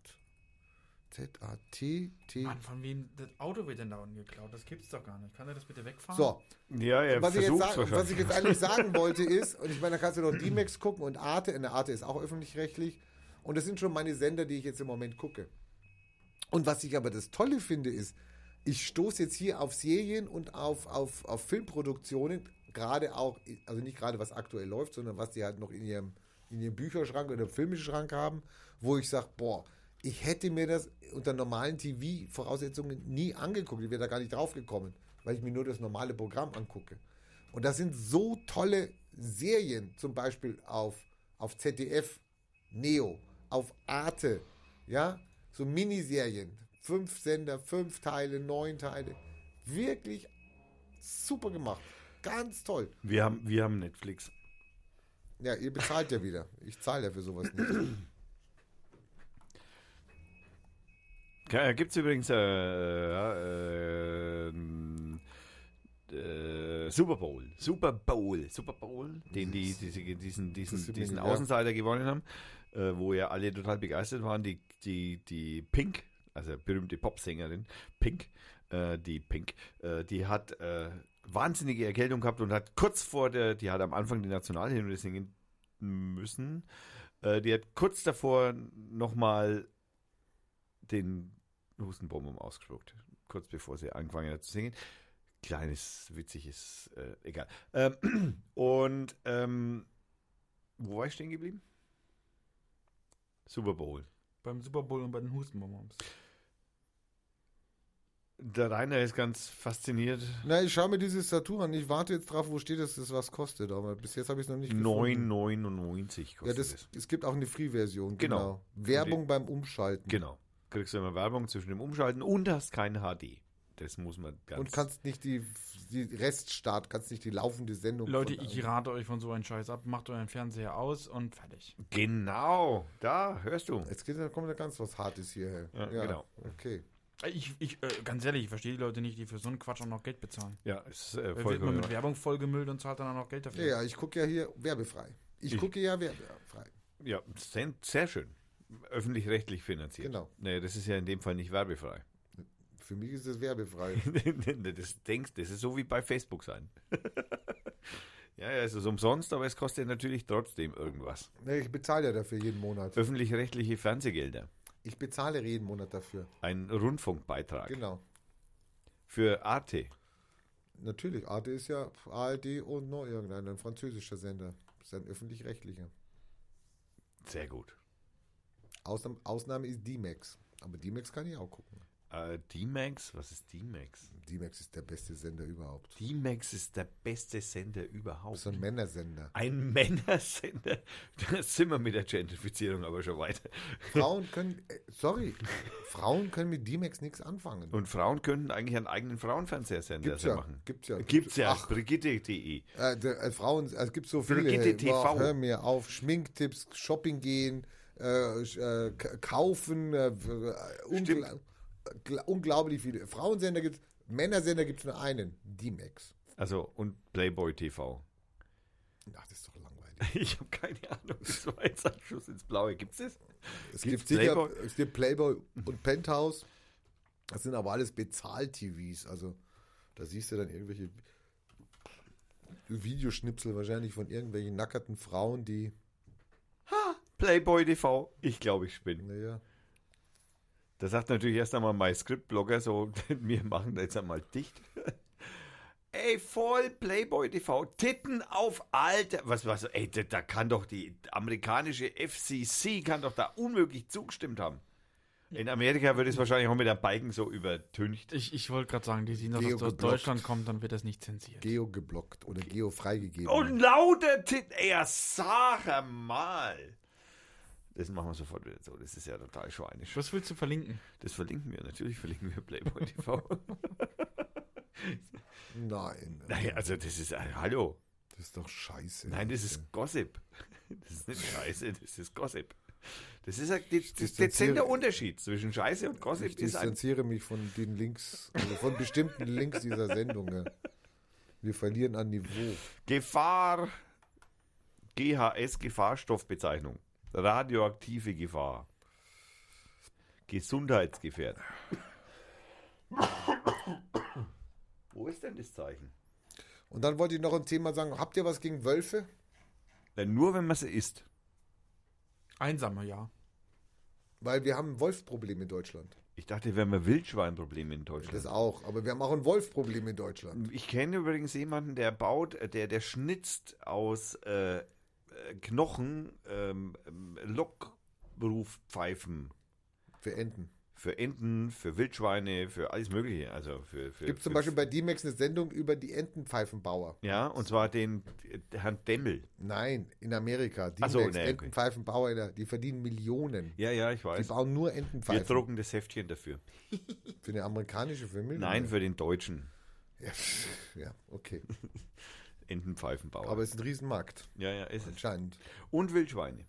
Z A T T. Mann, von wem das Auto wird denn da unten geklaut? Das gibt's doch gar nicht. Kann er das bitte wegfahren? So, Ja, er was ich, jetzt versucht sag, was ich jetzt eigentlich sagen wollte ist, und ich meine, da kannst du noch D-Max gucken und Arte. In der Arte ist auch öffentlich-rechtlich. Und das sind schon meine Sender, die ich jetzt im Moment gucke. Und was ich aber das Tolle finde, ist, ich stoße jetzt hier auf Serien und auf, auf, auf Filmproduktionen, gerade auch, also nicht gerade was aktuell läuft, sondern was die halt noch in ihrem, in ihrem Bücherschrank oder Filmschrank haben, wo ich sage, boah, ich hätte mir das unter normalen T V-Voraussetzungen nie angeguckt. Ich wäre da gar nicht drauf gekommen, weil ich mir nur das normale Programm angucke. Und das sind so tolle Serien, zum Beispiel auf, auf Z D F, Neo, auf Arte, ja, so Miniserien, fünf Sender, fünf Teile, neun Teile, wirklich super gemacht, ganz toll. Wir haben, wir haben Netflix. Ja, ihr bezahlt ja wieder, ich zahle ja für sowas nicht. Gibt es übrigens äh, äh, äh, Super Bowl. Super Bowl. Super Bowl, den die, diese, diesen, Das diesen, ist diesen ja. Außenseiter gewonnen haben, äh, wo ja alle total begeistert waren. Die, die, die Pink, also berühmte Popsängerin Pink, äh, die Pink, äh, die hat äh, wahnsinnige Erkältung gehabt und hat kurz vor der, die hat am Anfang die Nationalhymne singen müssen. Äh, die hat kurz davor nochmal den Hustenbonbon ausgespuckt, kurz bevor sie angefangen hat zu singen. Kleines, witziges, äh, egal. Ähm, und ähm, wo war ich stehen geblieben? Super Bowl. Beim Super Bowl und bei den Hustenbonbons. Der Rainer ist ganz fasziniert. Na, ich schaue mir dieses Saturn an, ich warte jetzt drauf, wo steht, dass das was kostet, aber bis jetzt habe ich es noch nicht neun gefunden. neunundneunzig Ja, kostet das, es. es gibt auch eine Free-Version, Genau. genau. Werbung beim Umschalten. Genau. Kriegst du immer Werbung zwischen dem Umschalten und hast kein H D. Das muss man ganz... Und kannst nicht die, die Reststart, kannst nicht die laufende Sendung. Leute, von- ich rate euch von so einem Scheiß ab. Macht euren Fernseher aus und fertig. Genau, da hörst du. Jetzt geht, da kommt da ganz was Hartes hierher. Ja, genau. Okay. Ich, ich äh, ganz ehrlich, ich verstehe die Leute nicht, die für so einen Quatsch auch noch Geld bezahlen. Ja, ist äh, Wer wird man vollkommen... mit Werbung vollgemüllt und zahlt dann auch noch Geld dafür. Ja, ja, ich gucke ja hier werbefrei. Ich, Ich- gucke ja werbefrei. Ja, sehr, sehr schön. Öffentlich-rechtlich finanziert. Genau. Nee, das ist ja in dem Fall nicht werbefrei. Für mich ist es werbefrei. das denkst, das ist so wie bei Facebook sein. Ja, ja, es ist umsonst, aber es kostet natürlich trotzdem irgendwas. Nee, ich bezahle ja dafür jeden Monat. Öffentlich-rechtliche Fernsehgelder. Ich bezahle jeden Monat dafür. Ein Rundfunkbeitrag. Genau. Für Arte. Natürlich, Arte ist ja A R D und noch irgendein ein französischer Sender. Das ist ein öffentlich-rechtlicher. Sehr gut. Ausnahme, Ausnahme ist D-Max. Aber D-Max kann ich auch gucken. Äh, D-Max? Was ist D-Max? D-Max ist der beste Sender überhaupt. D-Max ist der beste Sender überhaupt. Das ist ein Männersender. Ein Männersender. Da sind wir mit der Gentrifizierung aber schon weiter. Frauen können, äh, sorry, Frauen können mit D-Max nichts anfangen. Und Frauen könnten eigentlich einen eigenen Frauenfernsehsender Gibt's ja, machen. gibt's ja. Gibt's ja. Ach, Brigitte punkt de. äh, der, äh, Frauen, es gibt so viele. Brigitte T V. Boah, hör mir auf, Schminktipps, Shopping gehen, äh, äh, k- kaufen, äh, ungl ungl unglaublich viele. Frauensender gibt es, Männersender gibt es nur einen, D-Max. Also, und Playboy T V. Ach, das ist doch langweilig. Ich habe keine Ahnung, das war jetzt ein Schuss ins Blaue. Gibt's das? Es Gibt's gibt sicher, Playboy? es gibt Playboy und Penthouse. Das sind aber alles Bezahl-T Vs. Also da siehst du dann irgendwelche Videoschnipsel wahrscheinlich von irgendwelchen nackerten Frauen, die, Playboy T V. Ich glaube, ich spinne. naja, Da sagt natürlich erst einmal mein Script-Blogger so, wir machen das jetzt einmal dicht. Ey, voll Playboy T V. Titten auf Alter. Was, was, ey, da, da kann doch die amerikanische F C C kann doch da unmöglich zugestimmt haben. In Amerika wird es wahrscheinlich auch mit der Balken so übertüncht. Ich, ich wollte gerade sagen, die sehen, dass Geo das aus geblockt. Deutschland kommt, dann wird das nicht zensiert. Geo geblockt oder Geo freigegeben. Und lauter Titten. Ey, ja, sag mal. Das machen wir sofort wieder so. Das ist ja total schweinisch. Was willst du verlinken? Das verlinken wir. Natürlich verlinken wir Playboy T V. Nein, Naja, also das ist, äh, hallo. das ist doch scheiße. Nein, das ist Gossip. Das ist nicht Scheiße, das ist Gossip. Das ist ein de- de- distanziere- dezenter Unterschied zwischen Scheiße und Ich Gossip. Ist ein, distanziere mich von den Links, also von bestimmten Links dieser Sendung. Ja. Wir verlieren an Niveau. Gefahr, G H S, Gefahrstoffbezeichnung. Radioaktive Gefahr. Gesundheitsgefährdung. Wo ist denn das Zeichen? Und dann wollte ich noch ein Thema sagen. Habt ihr was gegen Wölfe? Na, nur wenn man sie isst. Einsamer, ja. Weil wir haben ein Wolfproblem in Deutschland. Ich dachte, wir haben ein Wildschweinproblem in Deutschland. Das auch. Aber wir haben auch ein Wolfproblem in Deutschland. Ich kenne übrigens jemanden, der baut, der, der schnitzt aus äh, äh, Knochen ähm, ähm, Lockrufpfeifen Für Enten. für Enten, für Wildschweine, für alles Mögliche. Also für, für, Gibt zum für, Beispiel bei D-Max eine Sendung über die Entenpfeifenbauer. Ja, und zwar den äh, Herrn Demmel. Nein, in Amerika. Ach D-Max, so, nee, okay. Entenpfeifenbauer, die verdienen Millionen. Ja, ja, ich Die weiß. bauen nur Wir Entenpfeifen. drucken das Heftchen dafür. Für eine amerikanische Familie? Nein, für den Deutschen Ja, ja, okay. Entenpfeifenbauer. Aber es ist ein Riesenmarkt. ja, ja, ist es. Anscheinend. Und Wildschweine.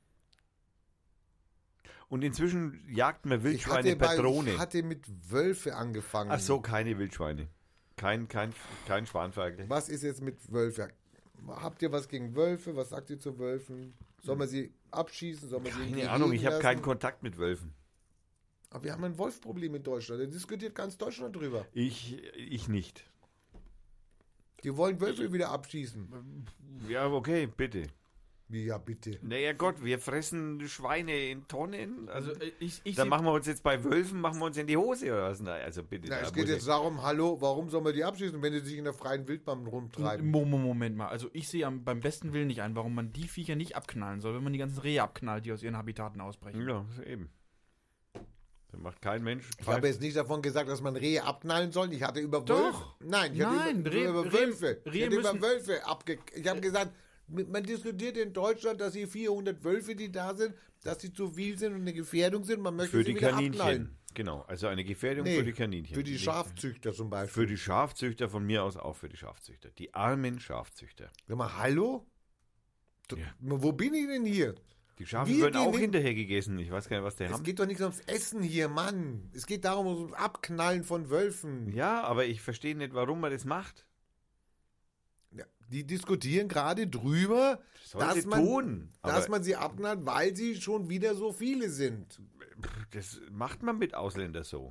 Und inzwischen jagt man Ich Wildschweine hatte, per bei, Drohne. ich hatte mit Wölfe angefangen. Ach so, keine Wildschweine. Kein, kein, kein Schwanferkel. Was ist jetzt mit Wölfe? Habt ihr was gegen Wölfe? Was sagt ihr zu Wölfen? Soll man sie abschießen? Soll man sie irgendwie Keine Ahnung, ich liegen habe keinen lassen? Kontakt mit Wölfen. Aber wir haben ein Wolfproblem in Deutschland. Da diskutiert ganz Deutschland drüber. Ich, ich nicht. Die wollen Wölfe wieder abschießen. Ja, okay, bitte. Wie, ja, bitte. Naja Gott, wir fressen Schweine in Tonnen. Also, Also äh, ich, ich da seh- machen wir uns jetzt bei Wölfen, machen wir uns in die Hose oder was? Na, also bitte. Na, da es geht muss jetzt darum, hallo, warum soll man die abschießen, wenn die sich in der freien Wildbahn rumtreiben? Mo- Mo- Moment mal, also ich sehe am- beim besten Willen nicht ein, warum man die Viecher nicht abknallen soll, wenn man die ganzen Rehe abknallt, die aus ihren Habitaten ausbrechen. Ja, eben. Da macht kein Mensch. Ich habe jetzt nicht davon gesagt, dass man Rehe abknallen soll. Ich hatte über Doch. Wölfe. Nein, ich hatte Nein, über, Rehe- über Rehe- Wölfe. Rehe ich hatte über müssen- Wölfe abge. Ich habe gesagt, man diskutiert in Deutschland, dass hier vierhundert Wölfe, die da sind, dass sie zu viel sind und eine Gefährdung sind. Man möchte Für sie die wieder Kaninchen. abknallen. Genau, also eine Gefährdung Nee, für die Kaninchen. Für die Schafzüchter zum Beispiel. Für die Schafzüchter, von mir aus auch für die Schafzüchter. Die armen Schafzüchter. Sag mal, hallo? Du- Ja. Wo bin ich denn hier? Die Schafe Wir werden gehen auch hin- hinterher gegessen. Ich weiß gar nicht, was die Es haben. geht doch nicht ums Essen hier, Mann. Es geht darum, ums Abknallen von Wölfen. Ja, aber ich verstehe nicht, warum man das macht. Ja, die diskutieren gerade drüber, Soll dass, sie man, tun. dass Aber man sie abknallt, weil sie schon wieder so viele sind. das macht man mit Ausländern so.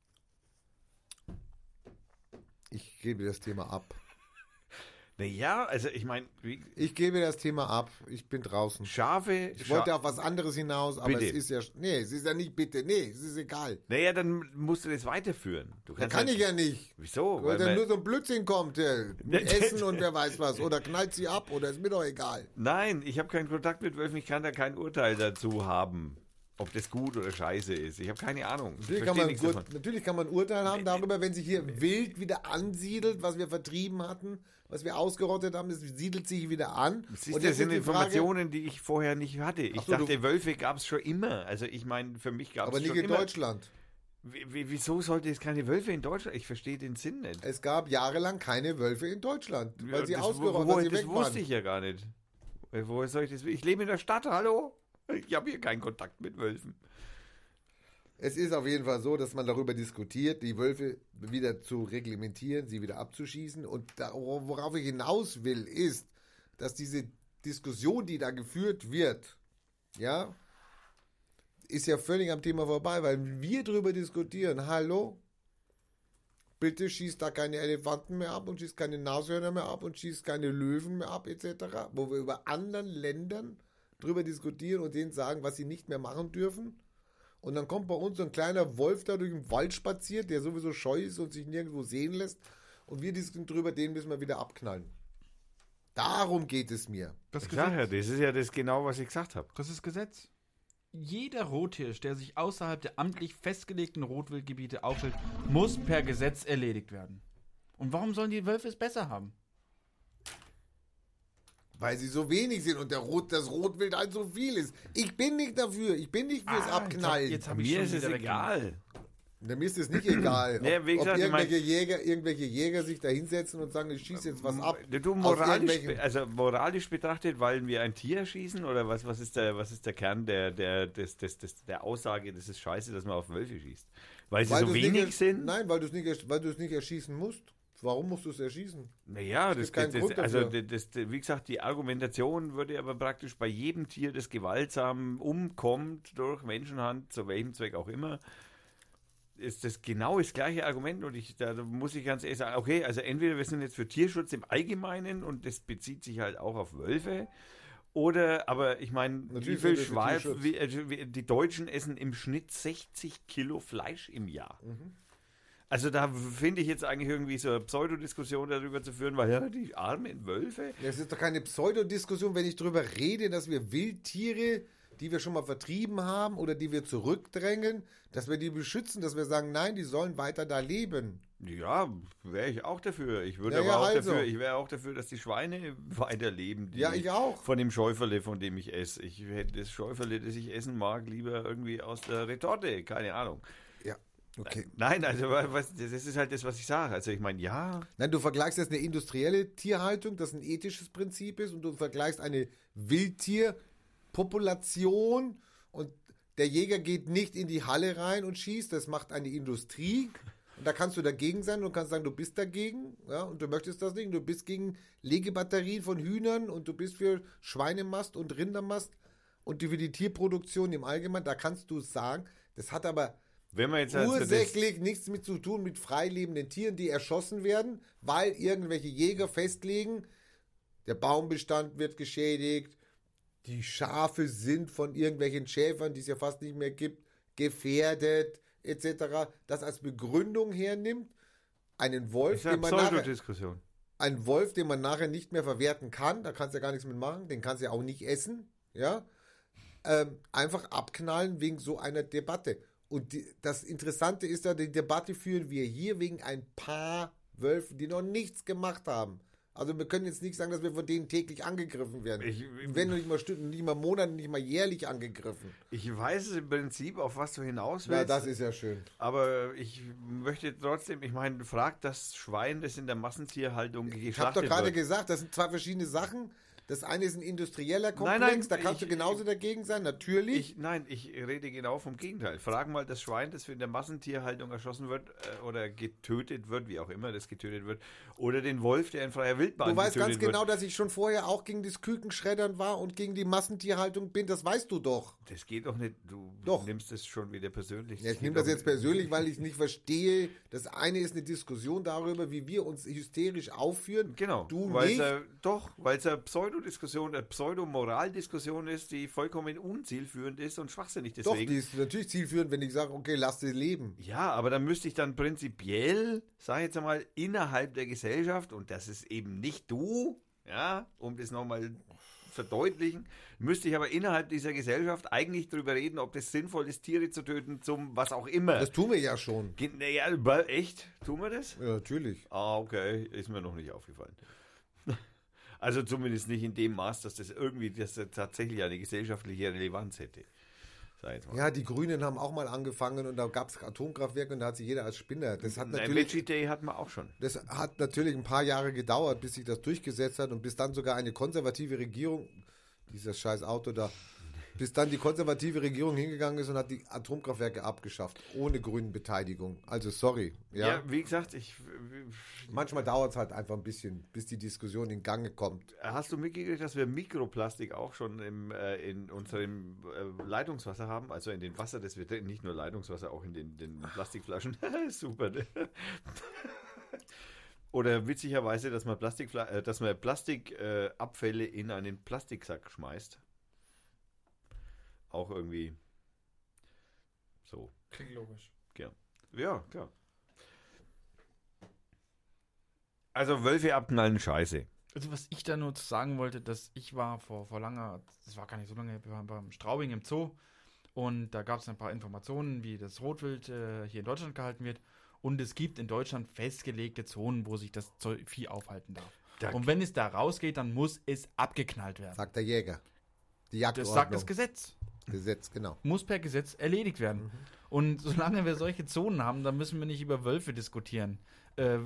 Ich gebe das Thema ab. Naja, also ich meine, Ich gebe das Thema ab. Ich bin draußen. Schafe. Ich Scha wollte auf was anderes hinaus, aber Bitte. es ist ja. Nee, es ist ja nicht bitte. Nee, es ist egal. naja, dann musst du das weiterführen. Du Da kannst kann halt- ich ja nicht. Wieso? Weil Weil dann man, nur so ein Blödsinn kommt. Ja. Essen und wer weiß was. Oder knallt sie ab oder ist mir doch egal. nein, ich habe keinen Kontakt mit Wölfen. Ich kann da kein Urteil dazu haben, ob das gut oder scheiße ist. Ich habe keine Ahnung. Ich Natürlich kann, verstehe man nichts gut, davon. natürlich kann man ein Urteil haben darüber, wenn sich hier wild wieder ansiedelt, was wir vertrieben hatten, was wir ausgerottet haben, das siedelt sich wieder an. Siehst Und du, jetzt das sind ist die Frage, Informationen, die ich vorher nicht hatte. Ich Ach so, dachte, du- Wölfe gab es schon immer. Also ich meine, für mich gab aber es nicht schon in immer. Deutschland. Wie, wie, wieso sollte es keine Wölfe in Deutschland? Ich verstehe den Sinn nicht. Es gab jahrelang keine Wölfe in Deutschland, weil Ja, sie das, ausgerottet, wo, weil sie das weg wusste waren. ich ja gar nicht. Äh, Woher soll ich das? Ich lebe in der Stadt, hallo? Ich habe hier keinen Kontakt mit Wölfen. Es ist auf jeden Fall so, dass man darüber diskutiert, die Wölfe wieder zu reglementieren, sie wieder abzuschießen. Und da, worauf ich hinaus will, ist, dass diese Diskussion, die da geführt wird, ja, ist ja völlig am Thema vorbei, weil wir darüber diskutieren, hallo, bitte schießt da keine Elefanten mehr ab und schießt keine Nashörner mehr ab und schießt keine Löwen mehr ab, et cetera. Wo wir über anderen Ländern drüber diskutieren und denen sagen, was sie nicht mehr machen dürfen. Und dann kommt bei uns so ein kleiner Wolf da durch den Wald spaziert, der sowieso scheu ist und sich nirgendwo sehen lässt. Und wir diskutieren drüber, den müssen wir wieder abknallen. Darum geht es mir. Das Ich sag ja, Gesetz. das ist ja das genau, was ich gesagt habe. Das ist Gesetz. Jeder Rothirsch, der sich außerhalb der amtlich festgelegten Rotwildgebiete aufhält, muss per Gesetz erledigt werden. Und warum sollen die Wölfe es besser haben? Weil sie so wenig sind und der Rot, das Rotwild halt so viel ist. Ich bin nicht dafür. Ich bin nicht fürs Ah, Abknallen. Jetzt hab ich Mir schon ist es wieder egal. Na, mir ist es nicht egal, ob, Nee, wie gesagt, ob ich irgendwelche, mein- Jäger, irgendwelche Jäger sich da hinsetzen und sagen, ich schieße jetzt was ab. Du Aus moralisch, irgendwelchen- also moralisch betrachtet, weil wir ein Tier schießen oder was, was ist der, was ist der Kern der, der, des, des, des, der Aussage, das ist scheiße, dass man auf Wölfe schießt? Weil sie Weil so du's wenig nicht, ersch- sind? Nein, weil du es nicht, ersch- weil du es nicht erschießen musst. Warum musst du es erschießen? Naja, das, gibt keinen das, Grund also dafür. das, das, wie gesagt, die Argumentation würde aber praktisch bei jedem Tier, das gewaltsam umkommt durch Menschenhand, zu welchem Zweck auch immer, ist das genau das gleiche Argument und ich, da muss ich ganz ehrlich sagen, okay, also entweder wir sind jetzt für Tierschutz im Allgemeinen und das bezieht sich halt auch auf Wölfe, oder, aber ich meine, wie Natürlich viel sind wir für Schweif, Tierschutz. wie, also, wie, die Deutschen essen im Schnitt sechzig Kilo Fleisch im Jahr. Mhm. Also da finde ich jetzt eigentlich irgendwie so eine Pseudodiskussion darüber zu führen, weil ja, die armen Wölfe. Es ist doch keine Pseudodiskussion, wenn ich darüber rede, dass wir Wildtiere, die wir schon mal vertrieben haben oder die wir zurückdrängen, dass wir die beschützen, dass wir sagen, nein, die sollen weiter da leben. Ja, wäre ich auch dafür. Ich würde Ja, aber ja, auch also. dafür, ich wäre auch dafür, dass die Schweine weiterleben. Die Ja, ich auch. Von dem Schäuferle, von dem ich esse. Ich hätte das Schäuferle, das ich essen mag, lieber irgendwie aus der Retorte. Keine Ahnung. Ja, okay. Nein, also was, das ist halt das, was ich sage. Also ich meine, ja, Nein, du vergleichst jetzt eine industrielle Tierhaltung, das ein ethisches Prinzip ist, und du vergleichst eine Wildtierpopulation und der Jäger geht nicht in die Halle rein und schießt, das macht eine Industrie. Und da kannst du dagegen sein und kannst sagen, du bist dagegen, ja, und du möchtest das nicht. Du bist gegen Legebatterien von Hühnern und du bist für Schweinemast und Rindermast und die- für die Tierproduktion im Allgemeinen. Da kannst du sagen, das hat aber wenn man jetzt also das, ursächlich nichts mit zu tun mit freilebenden Tieren, die erschossen werden, weil irgendwelche Jäger festlegen, der Baumbestand wird geschädigt, die Schafe sind von irgendwelchen Schäfern, die es ja fast nicht mehr gibt, gefährdet, et cetera, das als Begründung hernimmt, einen Wolf, ist ja den man nachher, Pseudodiskussion. einen Wolf, den man nachher nicht mehr verwerten kann, da kannst du ja gar nichts mit machen, den kannst du ja auch nicht essen, ja, ähm, einfach abknallen wegen so einer Debatte. Und die, das Interessante ist ja, die Debatte führen wir hier wegen ein paar Wölfen, die noch nichts gemacht haben. Also wir können jetzt nicht sagen, dass wir von denen täglich angegriffen werden. Ich- Wenn nicht mal Stunden, nicht mal Monate, nicht mal jährlich angegriffen. Ich weiß im Prinzip, auf was du hinaus Ja, willst. das ist ja schön. Aber ich möchte trotzdem, ich meine, frag das Schwein, das in der Massentierhaltung Ich habe geschlachtet doch gerade wird. gesagt, das sind zwei verschiedene Sachen. Das eine ist ein industrieller Komplex, Nein, nein, da kannst ich- du genauso dagegen sein, natürlich. Ich, nein, ich rede genau vom Gegenteil. Frag mal das Schwein, das in der Massentierhaltung erschossen wird äh, oder getötet wird, wie auch immer das getötet wird, oder den Wolf, der in freier Wildbahn Du weißt getötet ganz genau, wird. dass ich schon vorher auch gegen das Kükenschreddern war und gegen die Massentierhaltung bin, das weißt du doch. Das geht doch nicht, du Doch. nimmst es schon wieder persönlich. Ja, ich geht nehme das doch- jetzt persönlich, weil ich nicht verstehe. Das eine ist eine Diskussion darüber, wie wir uns hysterisch aufführen. Genau, Du weil nicht. es äh, doch, weil es eine Pseudodiskussion, eine Pseudomoraldiskussion ist, die vollkommen unzielführend ist und schwachsinnig Doch, deswegen. die ist natürlich zielführend, wenn ich sage, okay, lass sie leben. Ja, aber dann müsste ich dann prinzipiell, sag ich jetzt einmal, innerhalb der Gesellschaft, und das ist eben nicht du, ja, um das nochmal verdeutlichen, müsste ich aber innerhalb dieser Gesellschaft eigentlich drüber reden, ob das sinnvoll ist, Tiere zu töten, zum was auch immer. Das tun wir ja schon. Ge- Naja, aber echt? Tun wir das? Ja, natürlich. Ah, okay, ist mir noch nicht aufgefallen. Also zumindest nicht in dem Maß, dass das irgendwie dass das tatsächlich eine gesellschaftliche Relevanz hätte. Sag jetzt mal. Ja, die Grünen haben auch mal angefangen und da gab es Atomkraftwerke und da hat sich jeder als Spinner. Das hat Ein natürlich, Veggie Day hatten wir auch schon. das hat natürlich ein paar Jahre gedauert, bis sich das durchgesetzt hat und bis dann sogar eine konservative Regierung, dieses scheiß Auto da, Bis dann die konservative Regierung hingegangen ist und hat die Atomkraftwerke abgeschafft, ohne grünen Beteiligung. Also sorry. Ja, Ja, wie gesagt, ich. manchmal dauert es halt einfach ein bisschen, bis die Diskussion in Gange kommt. Hast du mitgekriegt, dass wir Mikroplastik auch schon im, äh, in unserem äh, Leitungswasser haben? Also in dem Wasser, das wir trinken, nicht nur Leitungswasser, auch in den, den Plastikflaschen. Super, ne? Oder witzigerweise, dass man, Plastikfla äh, dass man Plastikabfälle äh, Abfälle in einen Plastiksack schmeißt. Auch irgendwie so. Klingt logisch. Ja, ja, klar. Also Wölfe abknallen, scheiße. Also was ich da nur zu sagen wollte, dass ich war vor, vor langer, das war gar nicht so lange, wir waren beim Straubing im Zoo und da gab es ein paar Informationen, wie das Rotwild äh, hier in Deutschland gehalten wird und es gibt in Deutschland festgelegte Zonen, wo sich das Zo- Vieh aufhalten darf. Da- Und wenn es da rausgeht, dann muss es abgeknallt werden. Sagt der Jäger. Die Das Jagdordnung. sagt das Gesetz. Gesetz, genau. Muss per Gesetz erledigt werden. Mhm. Und solange wir solche Zonen haben, dann müssen wir nicht über Wölfe diskutieren. Äh,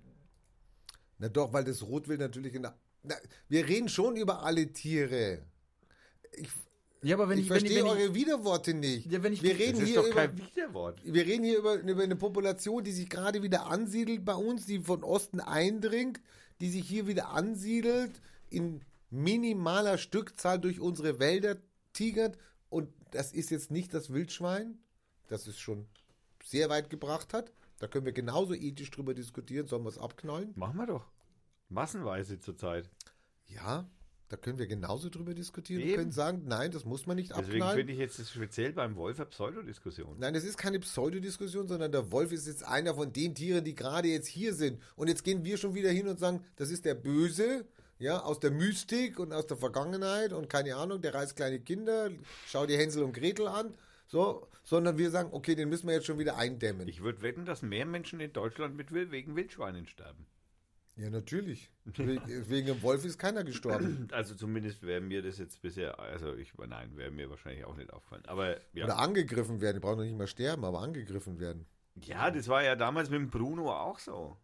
Na doch, weil das Rotwild natürlich in der... Na, wir reden schon über alle Tiere. Ich, ja, aber wenn ich ich, wenn ich, verstehe wenn ich, eure Widerworte nicht. Ja, wenn ich- wir Das reden Das ist hier doch über... kein Widerwort. Wir reden hier über, über eine Population, die sich gerade wieder ansiedelt bei uns, die von Osten eindringt, die sich hier wieder ansiedelt, in minimaler Stückzahl durch unsere Wälder tigert. Und das ist jetzt nicht das Wildschwein, das es schon sehr weit gebracht hat. Da können wir genauso ethisch drüber diskutieren, sollen wir es abknallen? Machen wir doch. Massenweise zurzeit. Ja, da können wir genauso drüber diskutieren und Eben. können sagen, nein, das muss man nicht Deswegen abknallen. finde ich jetzt das speziell beim Wolf eine Pseudodiskussion. Nein, das ist keine Pseudodiskussion, sondern der Wolf ist jetzt einer von den Tieren, die gerade jetzt hier sind. Und jetzt gehen wir schon wieder hin und sagen, das ist der Böse, ja, aus der Mystik und aus der Vergangenheit und keine Ahnung, der reißt kleine Kinder, schau dir Hänsel und Gretel an, so, sondern wir sagen, okay, den müssen wir jetzt schon wieder eindämmen. Ich würde wetten, dass mehr Menschen in Deutschland mit Wild wegen Wildschweinen sterben. Ja, natürlich. We- Wegen dem Wolf ist keiner gestorben. Also zumindest wäre mir das jetzt bisher, also ich, nein, wäre mir wahrscheinlich auch nicht aufgefallen. Aber ja. Oder angegriffen werden, die brauchen noch nicht mal sterben, aber angegriffen werden. Ja, das war ja damals mit dem Bruno auch so.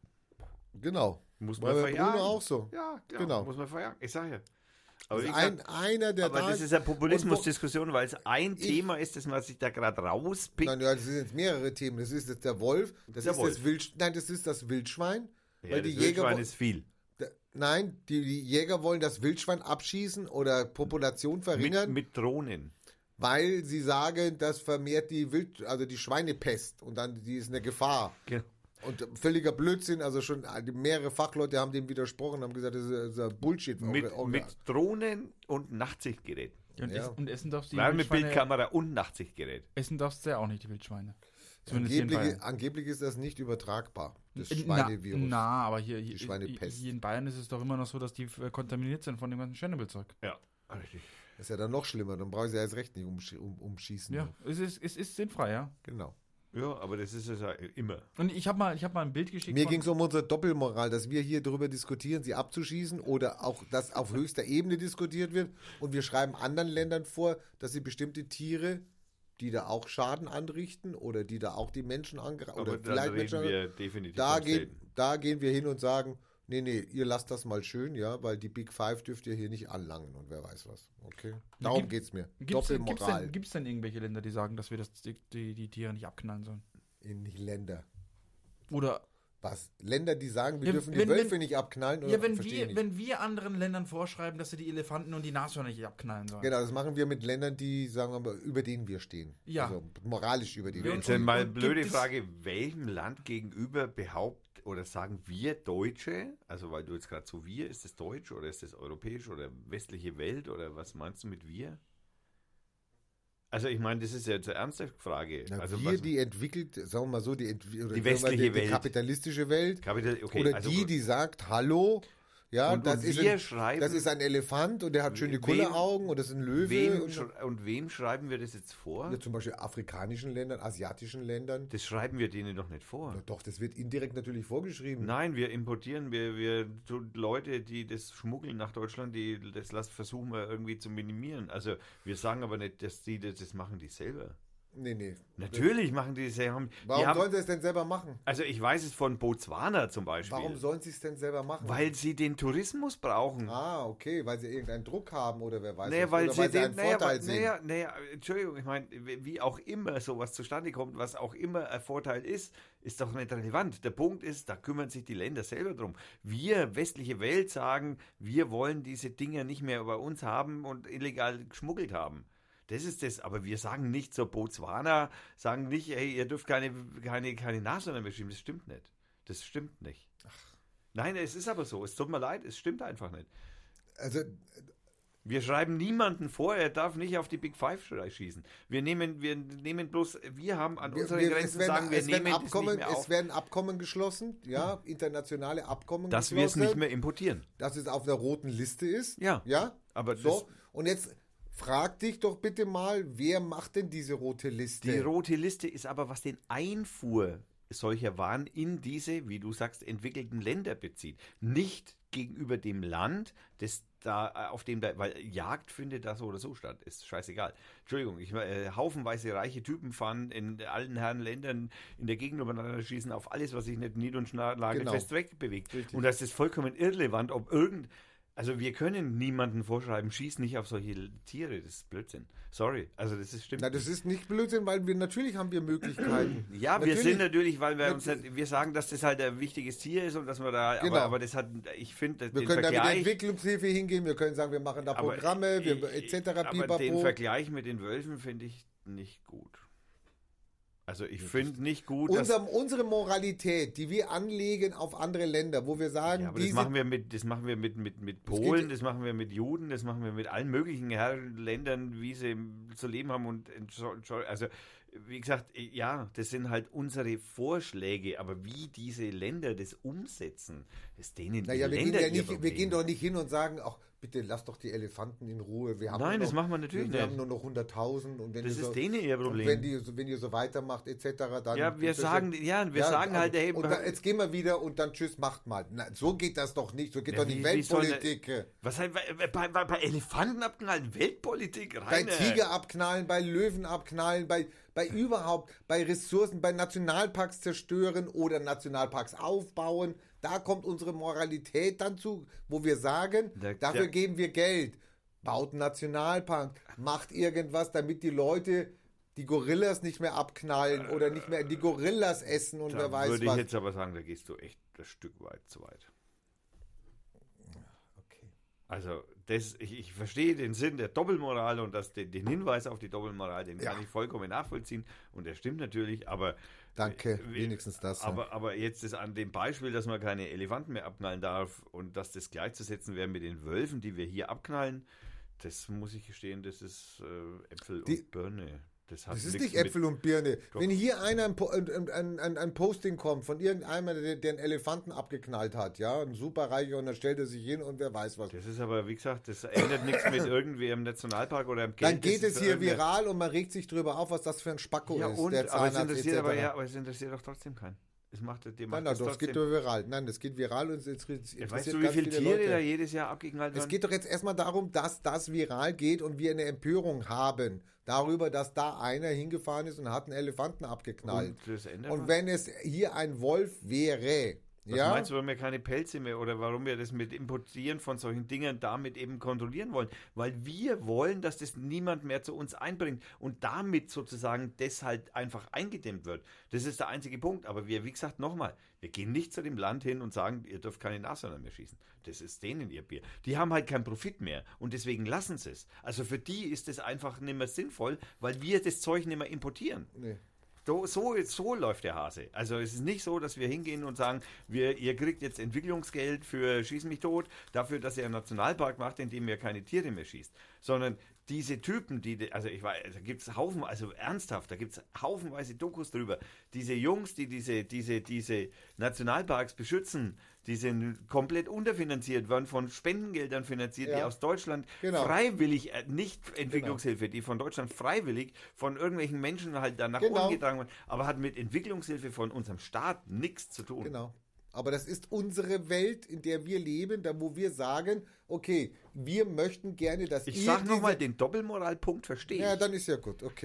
Genau. Muss War man bei verjagen. Bruno auch so. Ja, ja, Genau. muss man verjagen. Ich sage ja. Aber, Also wie ein, gesagt, einer, der aber da das ist eine Und wo- Populismusdiskussion, weil es ein Ich- Thema ist, das man sich da gerade rauspickt. Nein, ja, das sind jetzt mehrere Themen. Das ist jetzt der Wolf, das Der ist Wolf. das Wild, nein, das ist das Wildschwein. ja, weil das die Jäger Wildschwein wo- ist viel. Da- Nein, die, die Jäger wollen das Wildschwein abschießen oder Population Mit, verringern, mit Drohnen. weil sie sagen, das vermehrt die Wild, also die Schweinepest und dann die ist eine Gefahr. Genau. Und völliger Blödsinn, also schon mehrere Fachleute haben dem widersprochen, haben gesagt, das ist, das ist ein Bullshit. Mit, Auch- auch- mit Drohnen und Nachtsichtgerät. und, Ja. es, und essen darfst du die Nein, mit Wildschweine- Bildkamera und Nachtsichtgerät. Essen darfst du ja auch nicht, die Wildschweine. Zumindest angeblich, jedenfalls. angeblich ist das nicht übertragbar, das Äh, Schweinevirus. Na, na, aber hier, hier, Die Schweinepest. hier in Bayern ist es doch immer noch so, dass die äh, kontaminiert sind von dem ganzen Chernobyl-Zeug. Ja, richtig. Das ist ja dann noch schlimmer, dann brauchen sie ja erst recht nicht umsch um, umschießen. Ja, es ist, es ist sinnfrei, ja. Genau. Ja, aber das ist es ja immer. Und ich habe mal, ich hab mal ein Bild geschickt. Mir von- ging es um unsere Doppelmoral, dass wir hier darüber diskutieren, sie abzuschießen oder auch, dass auf höchster Ebene diskutiert wird und wir schreiben anderen Ländern vor, dass sie bestimmte Tiere, die da auch Schaden anrichten oder die da auch die Menschen angreifen Aber oder dann vielleicht reden Menschen wir definitiv da, vom gehen, selben. da gehen wir hin und sagen, nee, nee, ihr lasst das mal schön, ja, weil die Big Five dürft ihr hier nicht anlangen und wer weiß was. Okay? Darum Gibt- geht's mir. Gibt's, gibt's, Doppelmoral denn, gibt's denn irgendwelche Länder, die sagen, dass wir das, die, die, die Tiere nicht abknallen sollen? in die Länder. Oder Was? Länder, die sagen, wir Ja, dürfen die wenn- Wölfe wenn- nicht abknallen? Oder? ja, wenn Verstehe wir, nicht. wenn wir anderen Ländern vorschreiben, dass sie die Elefanten und die Nashörner nicht abknallen sollen. Genau, das machen wir mit Ländern, die, sagen wir mal, über denen wir stehen. Ja. Also moralisch über denen wir Jetzt stehen. mal eine und blöde gibt es- Frage, welchem Land gegenüber behauptet oder sagen wir Deutsche, also weil du jetzt gerade so wir, ist das Deutsch oder ist das europäisch oder westliche Welt oder was meinst du mit wir? Also ich meine, das ist ja jetzt eine ernste Frage. Na, also wir, was, die entwickelt, sagen wir mal so, die, entwi- oder Die sagen wir mal, westliche die, die Welt. kapitalistische Welt. Kapital, okay, oder also, die, die sagt, hallo, ja, und, das, und ist wir ein, schreiben, das ist ein Elefant und der hat schöne Wem- Kulleraugen und das ist ein Löwe. wem, und, sch- und wem schreiben wir das jetzt vor? ja, zum Beispiel afrikanischen Ländern, asiatischen Ländern. Das schreiben wir denen doch nicht vor. Na doch, das wird indirekt natürlich vorgeschrieben. Nein, wir importieren, wir, wir tun Leute, die das schmuggeln nach Deutschland, die das lassen, versuchen wir irgendwie zu minimieren. Also wir sagen aber nicht, dass die das, das machen die selber. Nee, nee. Natürlich machen die das ja. Haben, Warum die haben, sollen sie es denn selber machen? also ich weiß es von Botswana zum Beispiel. Warum sollen sie es denn selber machen? Weil sie den Tourismus brauchen. Ah, okay, weil sie irgendeinen Druck haben oder wer weiß Naja, was. weil oder sie, weil sie den, einen naja, Vorteil weil, sehen. naja, naja, Entschuldigung, ich meine, wie auch immer sowas zustande kommt, was auch immer ein Vorteil ist, ist doch nicht relevant. Der Punkt ist, da kümmern sich die Länder selber drum. Wir, westliche Welt, sagen, wir wollen diese Dinger nicht mehr bei uns haben und illegal geschmuggelt haben. Das ist das, aber wir sagen nicht zur Botswana, sagen nicht, hey, ihr dürft keine, keine, keine Nashörner mehr schieben. Das stimmt nicht. Das stimmt nicht. Nein, es ist aber so. Es tut mir leid, es stimmt einfach nicht. Also, Wir schreiben niemanden vor, er darf nicht auf die Big Five schießen. Wir nehmen, wir nehmen bloß, wir haben an wir, unseren wir, Grenzen es werden, sagen, wir es werden nehmen das Abkommen, nicht mehr es auf, werden Abkommen geschlossen, ja, internationale Abkommen dass wir es geschlossen, nicht mehr importieren. dass es auf einer roten Liste ist. Ja, Ja, aber so. Und jetzt frag dich doch bitte mal, wer macht denn diese rote Liste? Die rote Liste ist aber, was den Einfuhr solcher Waren in diese, wie du sagst, entwickelten Länder bezieht. Nicht gegenüber dem Land, das da, auf dem da, weil Jagd findet da so oder so statt, ist scheißegal. Entschuldigung, ich äh, haufenweise reiche Typen fahren in allen Herren Ländern in der Gegend übereinander schießen auf alles, was sich nicht nied- und nagelfest Genau. wegbewegt. Richtig. Und das ist vollkommen irrelevant, ob irgend, also wir können niemanden vorschreiben, schieß nicht auf solche Tiere, das ist Blödsinn. Sorry, also das ist stimmt. Na, das ist nicht Blödsinn, weil wir natürlich haben wir Möglichkeiten. Ja, natürlich, wir sind natürlich, weil wir Nat- uns nicht, wir sagen, dass das halt ein wichtiges Tier ist und dass wir da, Genau. aber, aber das hat, ich finde, Wir den können da mit der Vergleich, Entwicklungshilfe hingehen, wir können sagen, wir machen da aber Programme, wir, ich- et cetera. aber Pipapo. den Vergleich mit den Wölfen finde ich nicht gut. Also ich finde nicht gut, dass, Unser, unsere Moralität, die wir anlegen auf andere Länder, wo wir sagen, ja, aber das diese, machen wir mit, das machen wir mit, mit, mit Das geht- Polen, das machen wir mit Juden, das machen wir mit allen möglichen Herren, Ländern, wie sie zu leben haben und entscho- also wie gesagt, ja, das sind halt unsere Vorschläge, aber wie diese Länder das umsetzen, ist denen naja, die wir gehen, Länder ja ihr nicht, wir Problem. gehen doch nicht hin und sagen, ach, bitte lass doch die Elefanten in Ruhe. Wir haben Nein, nur das noch, machen wir natürlich wir, wir nicht. haben nur noch hunderttausend und wenn Das ihr ist so, denen ihr und Problem. wenn, die, so- wenn ihr so weitermacht, et cetera, dann... Ja, wir ist das sagen, ja, wir sagen halt, hey, und da, jetzt gehen wir wieder und dann tschüss, macht mal. Na, so geht das doch nicht, so geht Ja, doch die wie- wie soll Weltpolitik. was halt bei, bei, bei, bei Elefanten abknallen, Weltpolitik, Bei reine. Tiger abknallen, bei Löwen abknallen, bei, bei überhaupt, bei Ressourcen, bei Nationalparks zerstören oder Nationalparks aufbauen. Da kommt unsere Moralität dann zu, wo wir sagen, Der- dafür der- geben wir Geld. Baut einen Nationalpark, macht irgendwas, damit die Leute die Gorillas nicht mehr abknallen oder nicht mehr die Gorillas essen und Da wer weiß würde ich was. jetzt aber sagen, da gehst du echt ein Stück weit zu weit. Okay. Also, das, ich, ich verstehe den Sinn der Doppelmoral und das, den, den Hinweis auf die Doppelmoral, den Ja. kann ich vollkommen nachvollziehen und der stimmt natürlich, aber Danke, Wie- wenigstens das. ja. Aber, aber jetzt ist an dem Beispiel, dass man keine Elefanten mehr abknallen darf und dass das gleichzusetzen wäre mit den Wölfen, die wir hier abknallen, das muss ich gestehen, das ist äh, Äpfel Die- und Birne. Das, hat Das ist nichts nicht mit- Äpfel und Birne. Doch. Wenn hier einer ein, Po- ein, ein, ein, ein Posting kommt von irgendeinem, der, der einen Elefanten abgeknallt hat, ja, ein Superreicher, und dann stellt er sich hin und wer weiß was. Das ist aber, wie gesagt, das ändert nichts mit irgendwie im Nationalpark oder im Geld. Dann geht Das es ist hier irgendeine- viral und man regt sich drüber auf, was das für ein Spacko Ja, ist. und, der aber es Zahnarzt interessiert et aber, cetera. ja, aber es interessiert doch trotzdem keinen. Es macht, dem Nein, macht nein, das doch, es geht trotzdem. nur viral. Nein, das geht viral und es interessiert Ja, weißt du, wie ganz viele viele Tiere Leute. da jedes Jahr abgeknallt Es werden? geht doch jetzt erstmal darum, dass das viral geht und wir eine Empörung haben darüber, dass da einer hingefahren ist und hat einen Elefanten abgeknallt. Und das ändert Und was? wenn es hier ein Wolf wäre, Was ja, meinst du, warum wir keine Pelze mehr oder warum wir das mit Importieren von solchen Dingen damit eben kontrollieren wollen? Weil wir wollen, dass das niemand mehr zu uns einbringt und damit sozusagen das halt einfach eingedämmt wird. Das ist der einzige Punkt. Aber wir, wie gesagt, nochmal, wir gehen nicht zu dem Land hin und sagen, ihr dürft keine Nashörner mehr schießen. Das ist denen ihr Bier. Die haben halt keinen Profit mehr und deswegen lassen sie es. Also für die ist es einfach nicht mehr sinnvoll, weil wir das Zeug nicht mehr importieren. nee. So, so, so läuft der Hase. Also es ist nicht so, dass wir hingehen und sagen, wir, ihr kriegt jetzt Entwicklungsgeld für Schieß mich tot, dafür, dass ihr einen Nationalpark macht, in dem ihr keine Tiere mehr schießt. Sondern diese Typen, die, also ich weiß, da gibt es Haufen, also ernsthaft, da gibt es haufenweise Dokus drüber. Diese Jungs, die diese, diese, diese Nationalparks beschützen, die sind komplett unterfinanziert, werden von Spendengeldern finanziert, die Ja. aus Deutschland Genau. freiwillig, äh, nicht Entwicklungshilfe, die von Deutschland freiwillig von irgendwelchen Menschen halt dann nach Genau. unten getragen werden, aber hat mit Entwicklungshilfe von unserem Staat nichts zu tun. Genau. Aber das ist unsere Welt, in der wir leben, da wo wir sagen, okay, wir möchten gerne, dass Ich ihr sage diese- nochmal, den Doppelmoralpunkt verstehe Ja, ich. dann ist ja gut, okay.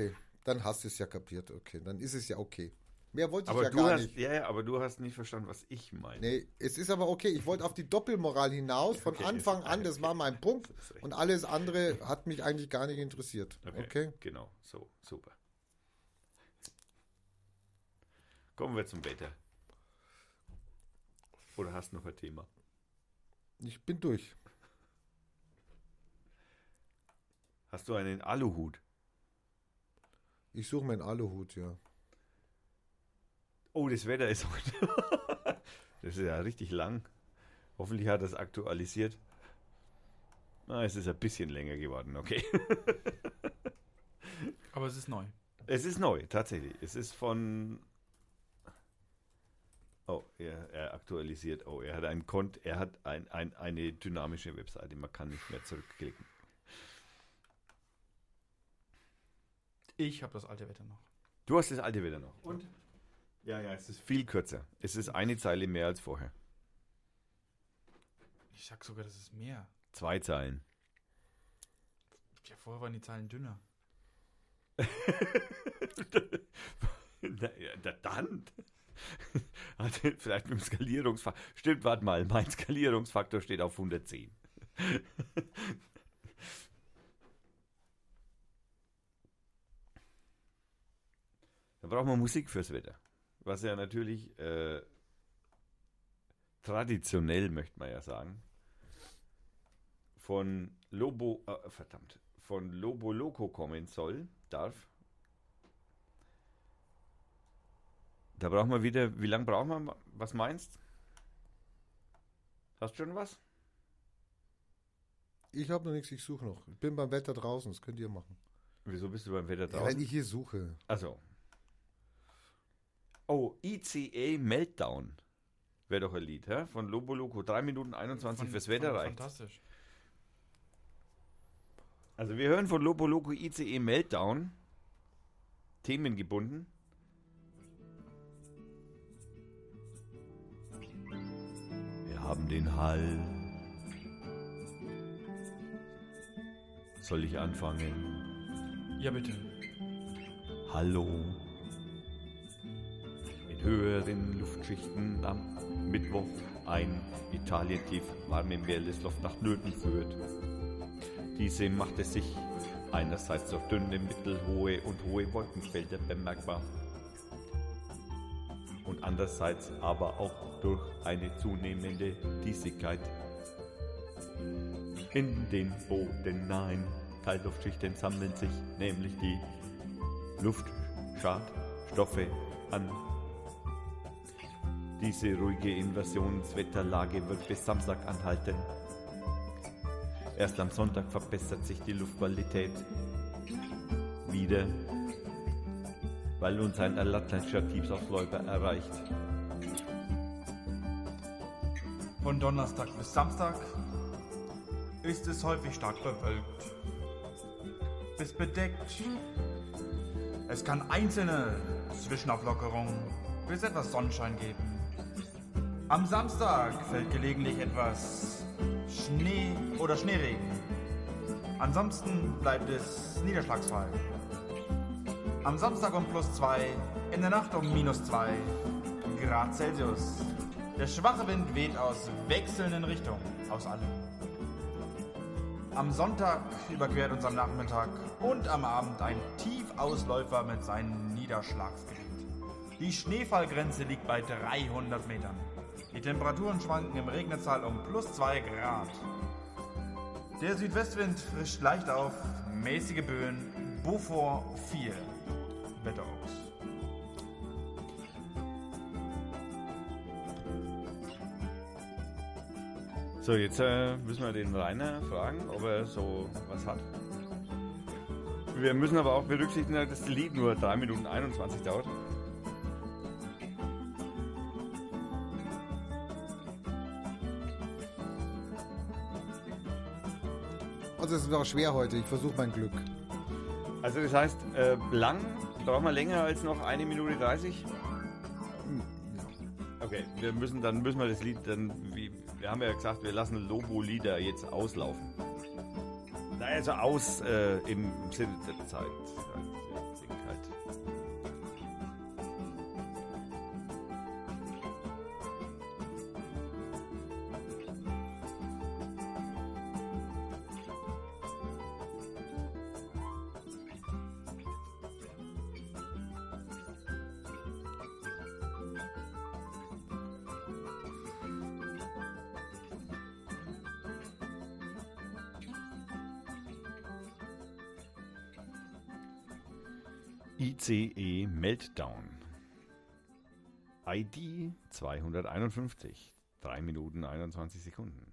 dann hast du es ja kapiert. Okay, dann ist es ja okay. Mehr wollte ich Aber ja du gar hast, nicht. ja, ja, aber du hast nicht verstanden, was ich meine. Nee, es ist aber okay. Ich wollte auf die Doppelmoral hinaus von Okay, Anfang ist- an. Das war mein Punkt. Das ist recht. Und alles andere hat mich eigentlich gar nicht interessiert. Okay? Genau, so, super. Kommen wir zum Wetter. Oder hast du noch ein Thema? Ich bin durch. Hast du einen Aluhut? Ich suche meinen Aluhut, ja. Oh, das Wetter ist heute. Das ist ja richtig lang. Hoffentlich hat er es aktualisiert. Ah, es ist ein bisschen länger geworden, okay. Aber es ist neu. Es ist neu, tatsächlich. Es ist von. Oh, er, er aktualisiert. Oh, er hat ein Kont, er hat ein, ein, eine dynamische Webseite. Man kann nicht mehr zurückklicken. Ich habe das alte Wetter noch. Du hast das alte Wetter noch. Und? Ja, ja, es ist viel kürzer. Es ist eine Zeile mehr als vorher. Ich sag sogar, das ist mehr. Zwei Zeilen. Ja, vorher waren die Zahlen dünner. Na, ja, dann. Also vielleicht mit dem Skalierungsfaktor. Stimmt, warte mal, mein Skalierungsfaktor steht auf hundertzehn. Da brauchen wir Musik fürs Wetter. Was ja natürlich äh, traditionell, möchte man ja sagen, von Lobo, äh, verdammt, von Lobo Loco kommen soll, darf. Da brauchen wir wieder, wie lange brauchen wir? Was meinst? Hast du schon was? Ich habe noch nichts, ich suche noch. Ich bin beim Wetter draußen, das könnt ihr machen. Wieso bist du beim Wetter Ja, draußen? weil ich hier suche. Also. Oh, I C E Meltdown. Wäre doch ein Lied, hä? Von Lobo Loco. drei Minuten einundzwanzig Von- fürs Wetter von- reicht. Fantastisch. Also wir hören von Lobo Loco I C E Meltdown. Themengebunden. Wir haben den Hall. Soll ich anfangen? Ja, bitte. Hallo. In höheren Luftschichten am Mittwoch ein Italien-Tief warme Meeresluft nach Nöten führt. Diese machte sich einerseits durch dünne, mittelhohe und hohe Wolkenfelder bemerkbar und andererseits aber auch durch eine zunehmende Diesigkeit. In den bodennahen Kaltluftschichten sammeln sich nämlich die Luftschadstoffe an. Diese ruhige Invasionswetterlage wird bis Samstag anhalten. Erst am Sonntag verbessert sich die Luftqualität wieder, weil uns ein atlantischer Tiefsausläufer erreicht. Von Donnerstag bis Samstag ist es häufig stark bewölkt. Bis bedeckt. Es kann einzelne Zwischenauflockerungen bis etwas Sonnenschein geben. Am Samstag fällt gelegentlich etwas Schnee oder Schneeregen. Ansonsten bleibt es niederschlagsfrei. Am Samstag um plus zwei, in der Nacht um minus zwei Grad Celsius. Der schwache Wind weht aus wechselnden Richtungen, aus allem. Am Sonntag überquert uns am Nachmittag und am Abend ein Tiefausläufer mit seinem Niederschlagsgebiet. Die Schneefallgrenze liegt bei dreihundert Metern. Die Temperaturen schwanken im Regnertal um plus zwei Grad. Der Südwestwind frischt leicht auf, mäßige Böen, Beaufort vier, Wetterochs. So, jetzt äh, müssen wir den Rainer fragen, ob er so was hat. Wir müssen aber auch berücksichtigen, dass das Lied nur drei Minuten einundzwanzig dauert. Also es ist auch schwer heute, ich versuche mein Glück. Also das heißt, äh, lang, brauchen wir länger als noch eine Minute dreißig? Okay, wir müssen, dann müssen wir das Lied dann, wie, wir haben ja gesagt, wir lassen Lobo-Lieder jetzt auslaufen. Also aus äh, im Sinne der Zeit. Ich denke halt, I C E Meltdown. I D zweihunderteinundfünfzig. drei Minuten einundzwanzig Sekunden.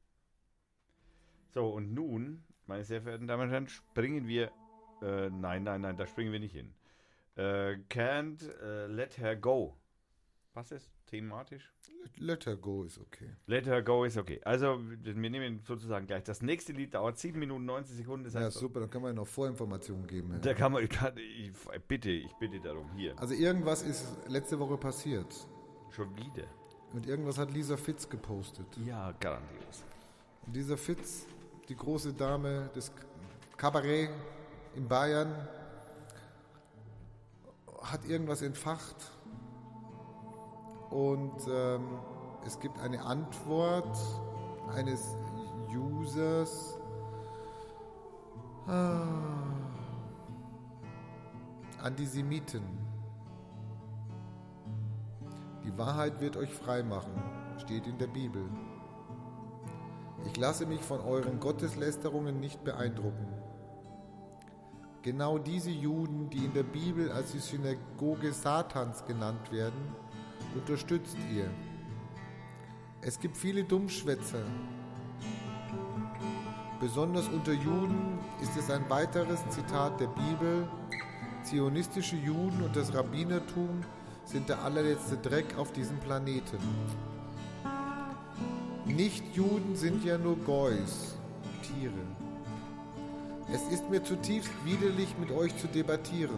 So, und nun, meine sehr verehrten Damen und Herren, springen wir. Äh, nein, nein, nein, da springen wir nicht hin. Äh, can't uh, let her go. Was ist thematisch? Let her go ist okay. Let her go ist okay. Also, wir nehmen sozusagen gleich. Das nächste Lied dauert sieben Minuten neunzig Sekunden. Das Ja, heißt, super, dann kann man ja noch Vorinformationen geben. Ja. da kann man, ich kann, ich, bitte, ich bitte darum, hier. Also irgendwas ist letzte Woche passiert. Schon wieder. Und irgendwas hat Lisa Fitz gepostet. Ja, grandios. Und Lisa Fitz, die große Dame des Kabarett in Bayern, hat irgendwas entfacht. Und ähm, es gibt eine Antwort eines Users. Ah, Antisemiten. Die Wahrheit wird euch frei machen, steht in der Bibel. Ich lasse mich von euren Gotteslästerungen nicht beeindrucken. Genau diese Juden, die in der Bibel als die Synagoge Satans genannt werden, unterstützt ihr. Es gibt viele Dummschwätzer. Besonders unter Juden ist es ein weiteres Zitat der Bibel: Zionistische Juden und das Rabbinertum sind der allerletzte Dreck auf diesem Planeten. Nicht-Juden sind ja nur Goys, Tiere. Es ist mir zutiefst widerlich, mit euch zu debattieren.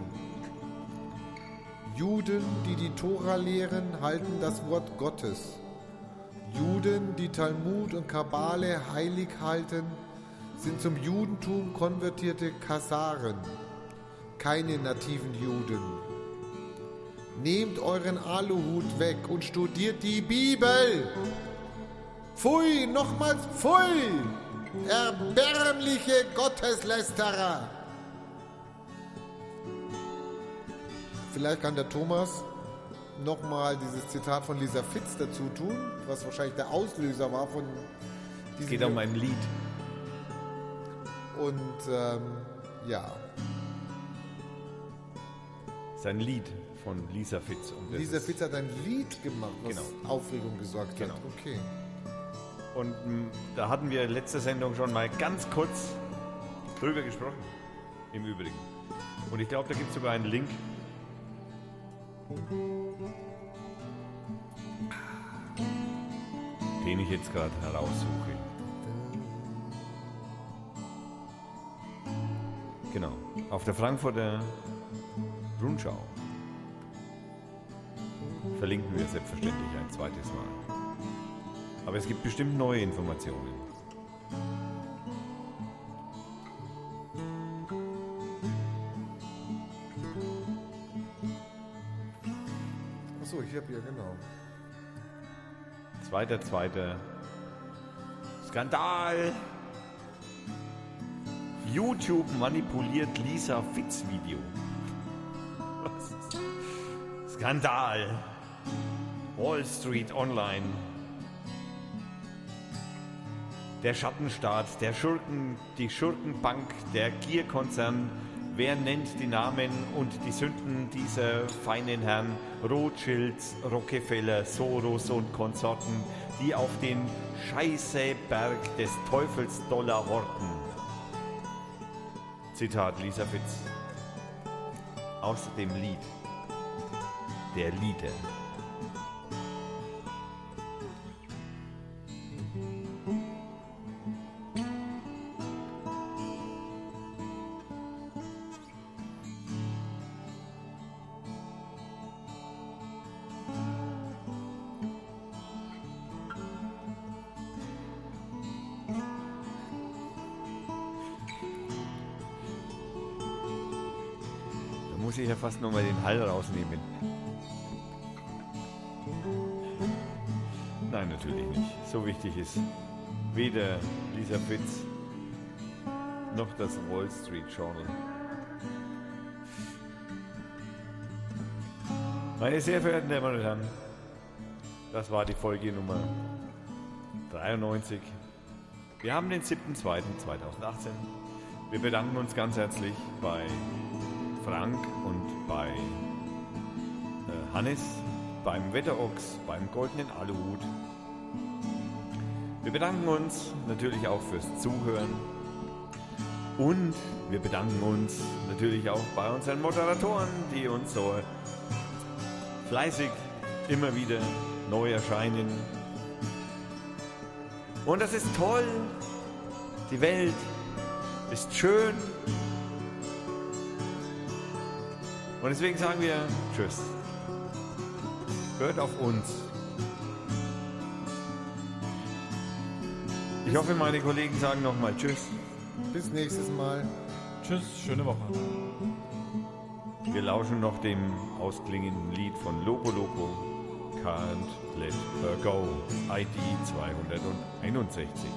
Juden, die die Tora lehren, halten das Wort Gottes. Juden, die Talmud und Kabbale heilig halten, sind zum Judentum konvertierte Khazaren, keine nativen Juden. Nehmt euren Aluhut weg und studiert die Bibel. Pfui, nochmals pfui, erbärmliche Gotteslästerer. Vielleicht kann der Thomas nochmal dieses Zitat von Lisa Fitz dazu tun, was wahrscheinlich der Auslöser war von diesem... Es geht um ein Lied. Und ähm, ja. Es ist ein Lied von Lisa Fitz. Und das Lisa ist- Fitz hat ein Lied gemacht, was Genau. Aufregung gesorgt Genau. hat. Okay. Und mh, da hatten wir letzte Sendung schon mal ganz kurz drüber gesprochen. Im Übrigen. Und ich glaube, da gibt es sogar einen Link. Den ich jetzt gerade heraussuche. Genau. Auf der Frankfurter Rundschau verlinken wir selbstverständlich ein zweites Mal. Aber es gibt bestimmt neue Informationen. Achso, ich habe hier, genau. Zweiter, zweiter Skandal. YouTube manipuliert Lisa Fitz Video. Was ist? Skandal. Wall Street Online. Der Schattenstaat, der Schurken, die Schurkenbank, der Gierkonzern. Wer nennt die Namen und die Sünden dieser feinen Herren Rothschilds, Rockefeller, Soros und Konsorten, die auf den Scheißeberg des Teufels Dollar horten? Zitat Lisa Fitz. Aus dem Lied der Lieder. Da muss ich ja fast noch mal den Hall rausnehmen. Nein, natürlich nicht. So wichtig ist weder Lisa Fitz noch das Wall Street Journal. Meine sehr verehrten Damen und Herren, das war die Folge Nummer dreiundneunzig. Wir haben den siebten zweiten zweitausendachtzehn. Wir bedanken uns ganz herzlich bei Frank und bei äh, Hannes, beim Wetterochs, beim Goldenen Aluhut. Wir bedanken uns natürlich auch fürs Zuhören und wir bedanken uns natürlich auch bei unseren Moderatoren, die uns so fleißig immer wieder neu erscheinen. Und das ist toll. Die Welt ist schön. Und deswegen sagen wir Tschüss. Hört auf uns. Ich hoffe, meine Kollegen sagen nochmal Tschüss. Bis nächstes Mal. Tschüss, schöne Woche. Wir lauschen noch dem ausklingenden Lied von Loco Loco. Can't Let Her Go. I D zweihunderteinundsechzig.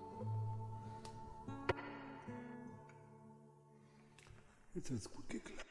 Jetzt hat es gut geklappt.